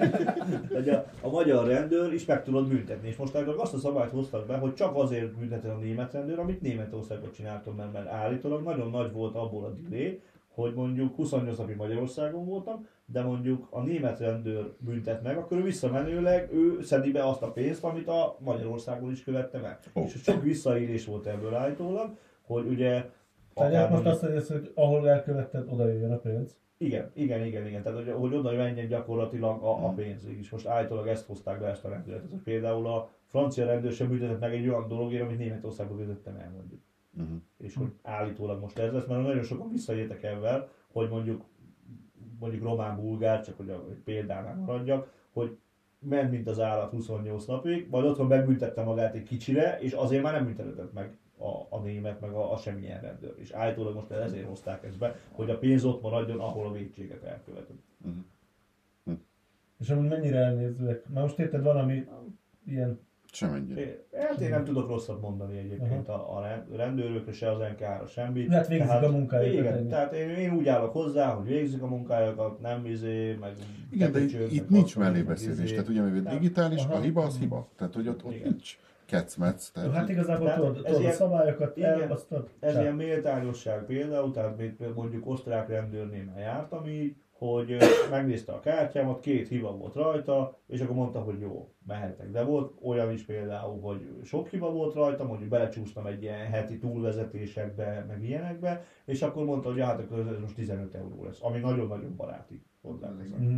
a, a magyar rendőr is meg tudod büntetni. És most azt a szabályt hoztak be, hogy csak azért büntetett a német rendőr, amit Németországban csináltam, mert, mert állítólag nagyon nagy volt abból a delay, hogy mondjuk huszonnyolc napig Magyarországon voltam, de mondjuk a német rendőr büntet meg, akkor ő visszamenőleg ő szedi be azt a pénzt, amit a Magyarországon is követte meg. Oh. És sok visszaélés volt ebből állítólag, hogy ugye... Tehát most azt mondja, hogy ahol elkövetted, oda jöjjön a pénz? Igen, igen, igen, igen. Tehát hogy, hogy oda menjen gyakorlatilag a, a pénzig is. Most állítólag ezt hozták be, ezt a rendőret. Ez például a francia rendőr sem büntetett meg egy olyan dologért, amit Németországban büntettem el mondjuk. Uh-huh. És hogy állítólag most ez lesz, mert nagyon sokan visszaéltek ebben, hogy mondjuk mondjuk román-bulgár, csak hogy a példánál maradjak, hogy ment mint az állat huszonnyolc napig, majd otthon megbüntette magát egy kicsire, és azért már nem büntetett meg a, a német, meg a, a semmilyen rendőr. És állítólag most ezért hozták ezt be, hogy a pénz ott maradjon, ahol a vétséget elkövetett. Uh-huh. Uh-huh. És amúgy mennyire elnézőek? Már most érted valami ilyen... Semennyire. Hát én nem tudok rosszat mondani egyébként uh-huh. a, a rendőrökre, se az en ká há-ra, semmit. Hát végzik tehát, a munkájukat. Igen, ennyi. Tehát én, én úgy állok hozzá, hogy végzik a munkájukat, nem izé, meg... Igen, de itt, itt nincs mellébeszélés, izé. Tehát ugye mivel digitális, aha. A hiba az hiba. Tehát hogy ott, ott nincs kecmec. Tehát, hát igazából tudod, tudod a szabályokat elbasztod. Ez ilyen méltányosság például, tehát mondjuk osztrák rendőrnél már jártam így, hogy megnézte a kártyámat, két hiba volt rajta, és akkor mondta, hogy jó, mehetek. De volt olyan is például, hogy sok hiba volt rajta, mondjuk belecsúsztam egy ilyen heti túlvezetésekbe, meg ilyenekbe, és akkor mondta, hogy ja, hát akkor ez most tizenöt euró lesz, ami nagyon-nagyon baráti hozzá. Mm.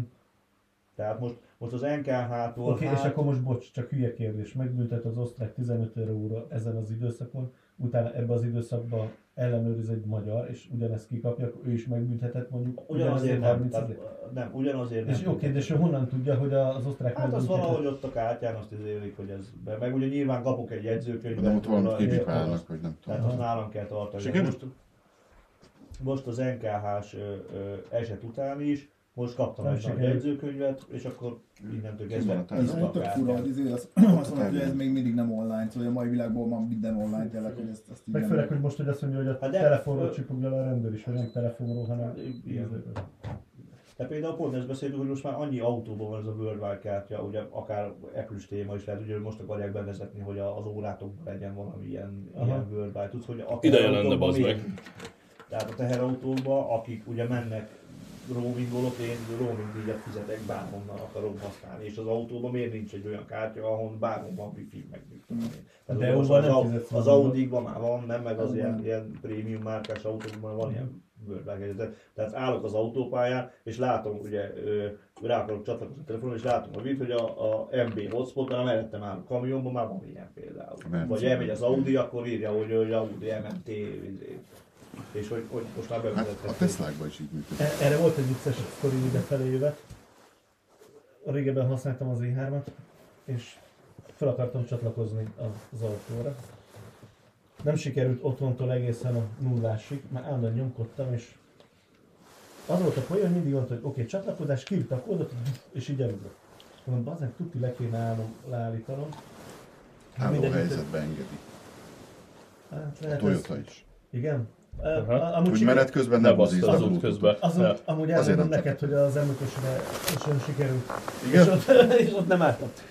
Tehát most, most az en ká há-tól... Oké, okay, hát... és akkor most bocs, csak hülye kérdés, megbüntet az osztrák tizenöt euróra ezen az időszakon, utána ebben az időszakban ellenőriz egy magyar, és ugyanezt kikapja, akkor ő is megbüntetett mondjuk ugyanazért nem, tehát, nem, ugyanazért nem. És oké, okay, de és honnan tudja, hogy az osztrák hát az valahogy ott a kártyán azt izélik, hogy ez be, meg ugye nyilván kapok egy jegyzőkönyvet. De ott valamit kipipálnak, hogy nem tudom. Tehát azt nálam kell tartani. Most, most az en ká há-s eset után is, most kaptam egy nagy jegyzőkönyvet, és akkor innentől kezdve ez a tök fura, hogy azt mondja, hogy ez még mindig nem online, szóval a mai világban van minden online tényleg, hogy ezt, ezt meg főleg, hogy most, hogy azt mondja, hogy a hát telefonról csipogja a rendőr is, vagy nem telefonról, hanem ilyen. De például pont ezt beszéltünk, hogy most már annyi autóban van ez a Worldwide kártya, ugye akár Apple-s téma is lehet, ugye most akarják bevezetni, hogy az órátokban legyen valami ilyen, ilyen Worldwide. Tudsz, hogy a ideje lenne, bazd meg. Tehát a teherautókban, akik ugye mennek roamingolok, én roaming díjat fizetek, bárhonnan akarom használni, és az autóban miért nincs egy olyan kártya, ahol bárhol van wifi, meg mit tudom én. De most az, az, az Audi-ban már van, nem, meg az ilyen, ilyen prémium márkás autókban van ilyen Worldwide. Tehát állok az autópályán, és látom, ugye rá akarok csatlakozni a telefonon, és látom a videót, hogy a, a em bé hotspot, a mellettem álló kamionban már van ilyen például. Nem, vagy elmegy az Audi, akkor írja, hogy, hogy Audi em en té, és hogy, hogy most már bevezettek. Hát a Teslákban is így működik. Erre volt egy vicces sztori idefelé jövet. Régebben használtam az i hármat, és fel akartam csatlakozni az autóra. Nem sikerült otthontól egészen a nullásig, már állandóan nyomkodtam, és az volt a poén, hogy mindig mondta, hogy oké, okay, csatlakozás, kiírta a kódot, és így elugrott. Mondom, bazdmeg tuti le kéne állnom, leállítanom. Álló helyzetbe engedi. Hát, a Toyota ez... is. Igen? Uh, úgy menet közben nem baszít az út közben. Azon, amúgy elmondom neked, hogy az em ötösre sem sikerült. Igen? És ott, és ott nem álltam.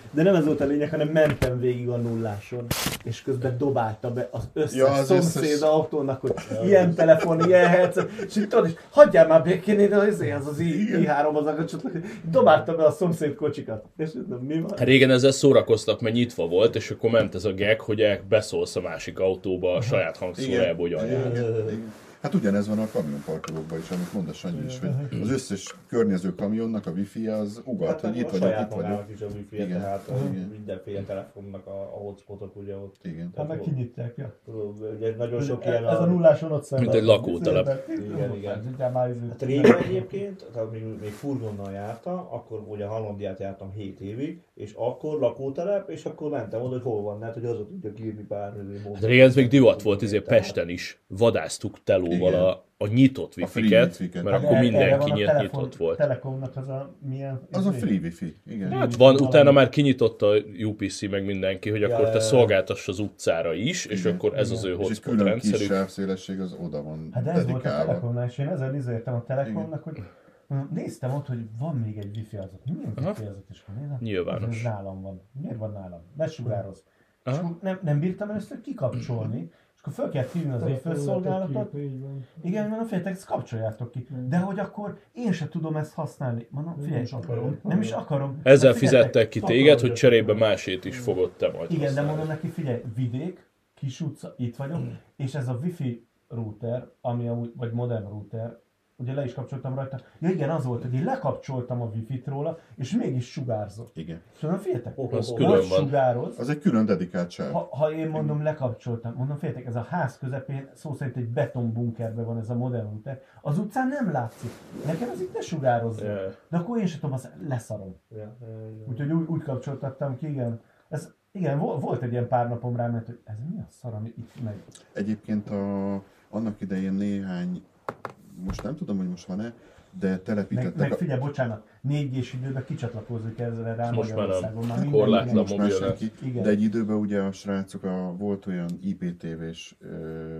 De nem ez volt a lényeg, hanem mentem végig a nulláson, és közben dobálta be az összes Ja, az szomszéd összes- autónak, hogy ilyen telefon, ilyen headset, és így tudod, és hagyjál már békén, de az az, az i három az a csatlakozó, dobálta be a szomszéd kocsikat. És tudom, mi van? Régen ezzel szórakoztak, mert nyitva volt, és akkor ment ez a gag, hogy el- beszólsz a másik autóba a saját hangszórájába, hogy anyád. Igen. Hát ugyanez van a kamionparkolókban is, amit mondasz Sanyi is, hogy az összes környező kamionnak a wifi-je az ugat, hogy itt vagyok, itt vagyok. is a wifi-je, Igen. tehát Igen. mindenféle telefonnak a, a hotspotok ugye ott. Igen. Hát meg kinyitják, ja. Tudod, ugye nagyon sok ilyen Ez a nulláson ott szemben. Mint egy lakótelep. Igen, igen. Hát, már izé- Hát régen egyébként, tehát még, még furgonnal jártam, akkor ugye Hollandiát jártam hét évig, és akkor lakótelep, és akkor mentem oda, hogy hol van, hát hogy haza tudjak írni pár módon. Hát régen ez még divat volt, ezért Pesten is vadásztuk telóval Igen. a, a nyitott A wifi-ket, free wifi-ket. mert Hát akkor erre mindenki van a nyit, telefon- nyitott volt. Telekomnak az a milyen... Az a izé? free wifi, igen. Hát van, utána már kinyitott a u pé cé meg mindenki, hogy Ja, akkor ja, te ja. szolgáltass az utcára is, és Igen. akkor ez az ő És egy hotspot külön kis rendszerük. sávszélesség az oda van Hát de ez volt a dedikálva. Telekomnál, és én ezzel izéltem a Telekomnak, hogy néztem ott, hogy van még egy wifi az ott. Milyen Aha. wifi az ott? És akkor nézem, Nyilvános. Ez nálam van. Miért van nálam? Ne sugároz. És Aha. akkor nem, nem bírtam először kikapcsolni, és akkor fel kellett hívni az ügyfélszolgálatot. Igen, mondom, figyeljetek, ezt kapcsoljátok ki. De hogy akkor én se tudom ezt használni. Mondom, figyelj, Nem is akarom. Nem is akarom. Ezzel Hát figyeljetek, fizettek ki téged, hogy cserébe másét is fogod te majd igen, de használni. mondom neki, figyelj, vidék, kis utca, itt vagyok, és ez a wifi router, ami amúgy, vagy modem router, ugye le is kapcsoltam rajta. Ja igen, az volt, hogy én lekapcsoltam a wifi-t róla, és mégis sugárzott. Igen. És mondom, figyeljetek, Az hogy külön van. sugároz, Az egy külön dedikált sáv. ha, ha én mondom lekapcsoltam, mondom, figyeljetek, ez a ház közepén szó szerint egy betonbunkerben van ez a modem router, az utcán nem látszik. Nekem ez itt ne sugározzon. Ja. De akkor én sem tudom, azt leszarom. Ja, ja, ja. Úgyhogy úgy, úgy kapcsoltattam ki, igen. Ez, igen, vo- volt egy ilyen pár napom rá, mert hogy ez mi a szar, ami itt megy. Egyébként a, annak idején néhány, most nem tudom, hogy most van-e, de Meg, telepítettek meg a... figyelj, bocsánat, négy G-s időben kicsatlakozik ezzel rá Most már nem. Magyarországon. Már minden- Korlátlan minden- Most már mobil senki. Igen. De egy időben ugye a srácok, a, volt olyan I P T V-s ö,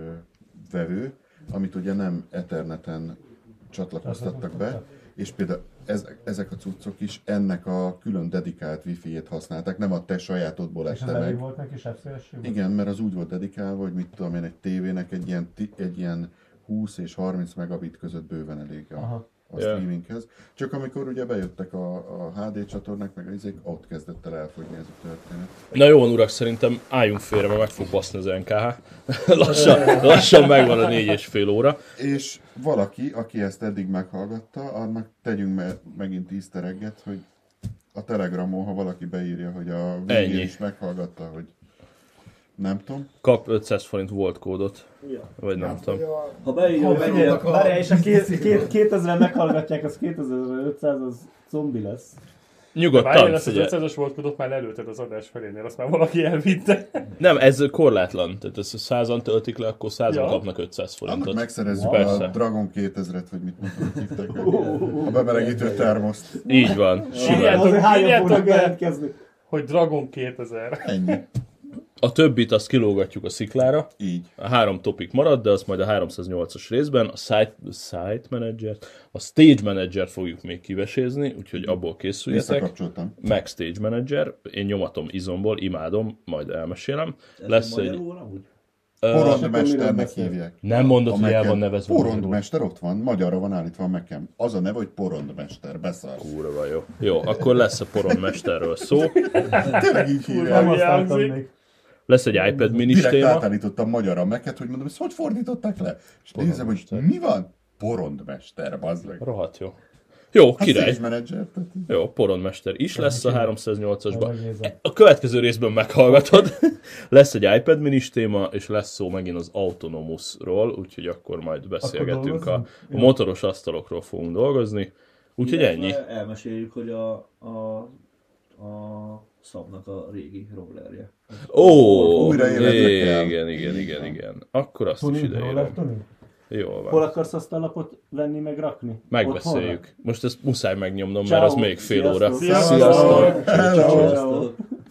vevő, amit ugye nem Etherneten csatlakoztattak be, és például ez, ezek a cuccok is ennek a külön dedikált wifi-ét használták, nem a te sajátodból És ez lette elég meg. volt neki sávszélesség? Igen, mert az úgy volt dedikálva, hogy mit tudom én, egy tévének egy ilyen, ti- egy ilyen húsz és harminc megabit között bőven elég a, Aha. a Ja. streaminghez. Csak amikor ugye bejöttek a, a há dé csatornák, meg a izék, ott kezdett el elfogyni ez a történet. Na jó van, urak, szerintem álljunk félre, mert meg fog baszni az en ká há. lassan, lassan megvan a négy és fél óra. És valaki, aki ezt eddig meghallgatta, annak tegyünk me- megint easter egget, hogy a Telegramon, ha valaki beírja, hogy a végén Ennyi. is meghallgatta, hogy nem tudom. Kap ötszáz forint volt kódot. Ja. Vagy nem tudom. Ha beírja, Ha hogy figyelj, a- várjál, és a két- két- kétezren meghallgatják, az kétezer-ötszáz, az zombi lesz. Nyugodtan, Várjál, ezt az figyelj. ötszázas volt kodot már előtted az adás felénél, azt már valaki elvitte. Nem, ez korlátlan. Tehát ez százan töltik le, akkor százan Ja. kapnak ötszáz Annak forintot. megszerezzük Persze. a Dragon kétezret, vagy mit mondtam, hogy hívták, a bemelegítő termoszt. Így van. Simán. Írjátok, Azért hányan írjátok fognak be, jelentkezni? hogy Dragon kétezer. Ennyi. A többit azt kilógatjuk a sziklára. Így. A három topik marad, de azt majd a háromszáznyolcas részben a site, site manager, a stage manager fogjuk még kivesézni, úgyhogy abból készüljetek. Visszakapcsoltam. Meg stage manager, én nyomatom izomból, imádom, majd elmesélem. Ez Lesz egy egy... magyarul amúgy? Ö, Porondmesternek beszél? hívják. nem mondod, A hogy el Mac-en. van nevezve. Porondmester ott van, magyarra van állítva a Mac-en. Az a neve, hogy porondmester, beszarsz. Kurva jó. Jó, akkor lesz a porondmesterről szó. Tényleg így Nem hívják. használtam hangzik. még. Lesz egy iPad mini Direkt téma. átállítottam magyarra a Mac-et, hogy mondom, ezt hogy fordították le? És nézem, hogy mi van? Porondmester, bazd meg. Rohadt jó. Jó, Hát király. stage manager, tehát Jó, porondmester is lesz a háromszáznyolcasban. Megnézem. A következő részben meghallgatod. Lesz egy iPad minis téma, és lesz szó megint az Autonomusról, úgyhogy akkor majd beszélgetünk a, dolgozunk? a motoros asztalokról fogunk dolgozni. Úgyhogy ennyi. Illetve elmeséljük, hogy a, a, a Szabnak a régi rollerje. Ó, Újra életre kell. igen, igen, igen, igen. Akkor azt is Tony, ideírom. Roller Tony? Jól Hol van. akarsz azt a lapot venni, meg rakni? Megbeszéljük. Most ezt muszáj megnyomnom, Ciao. mert az még fél óra. Sziasztok. Sziasztok! Hello. Sziasztok!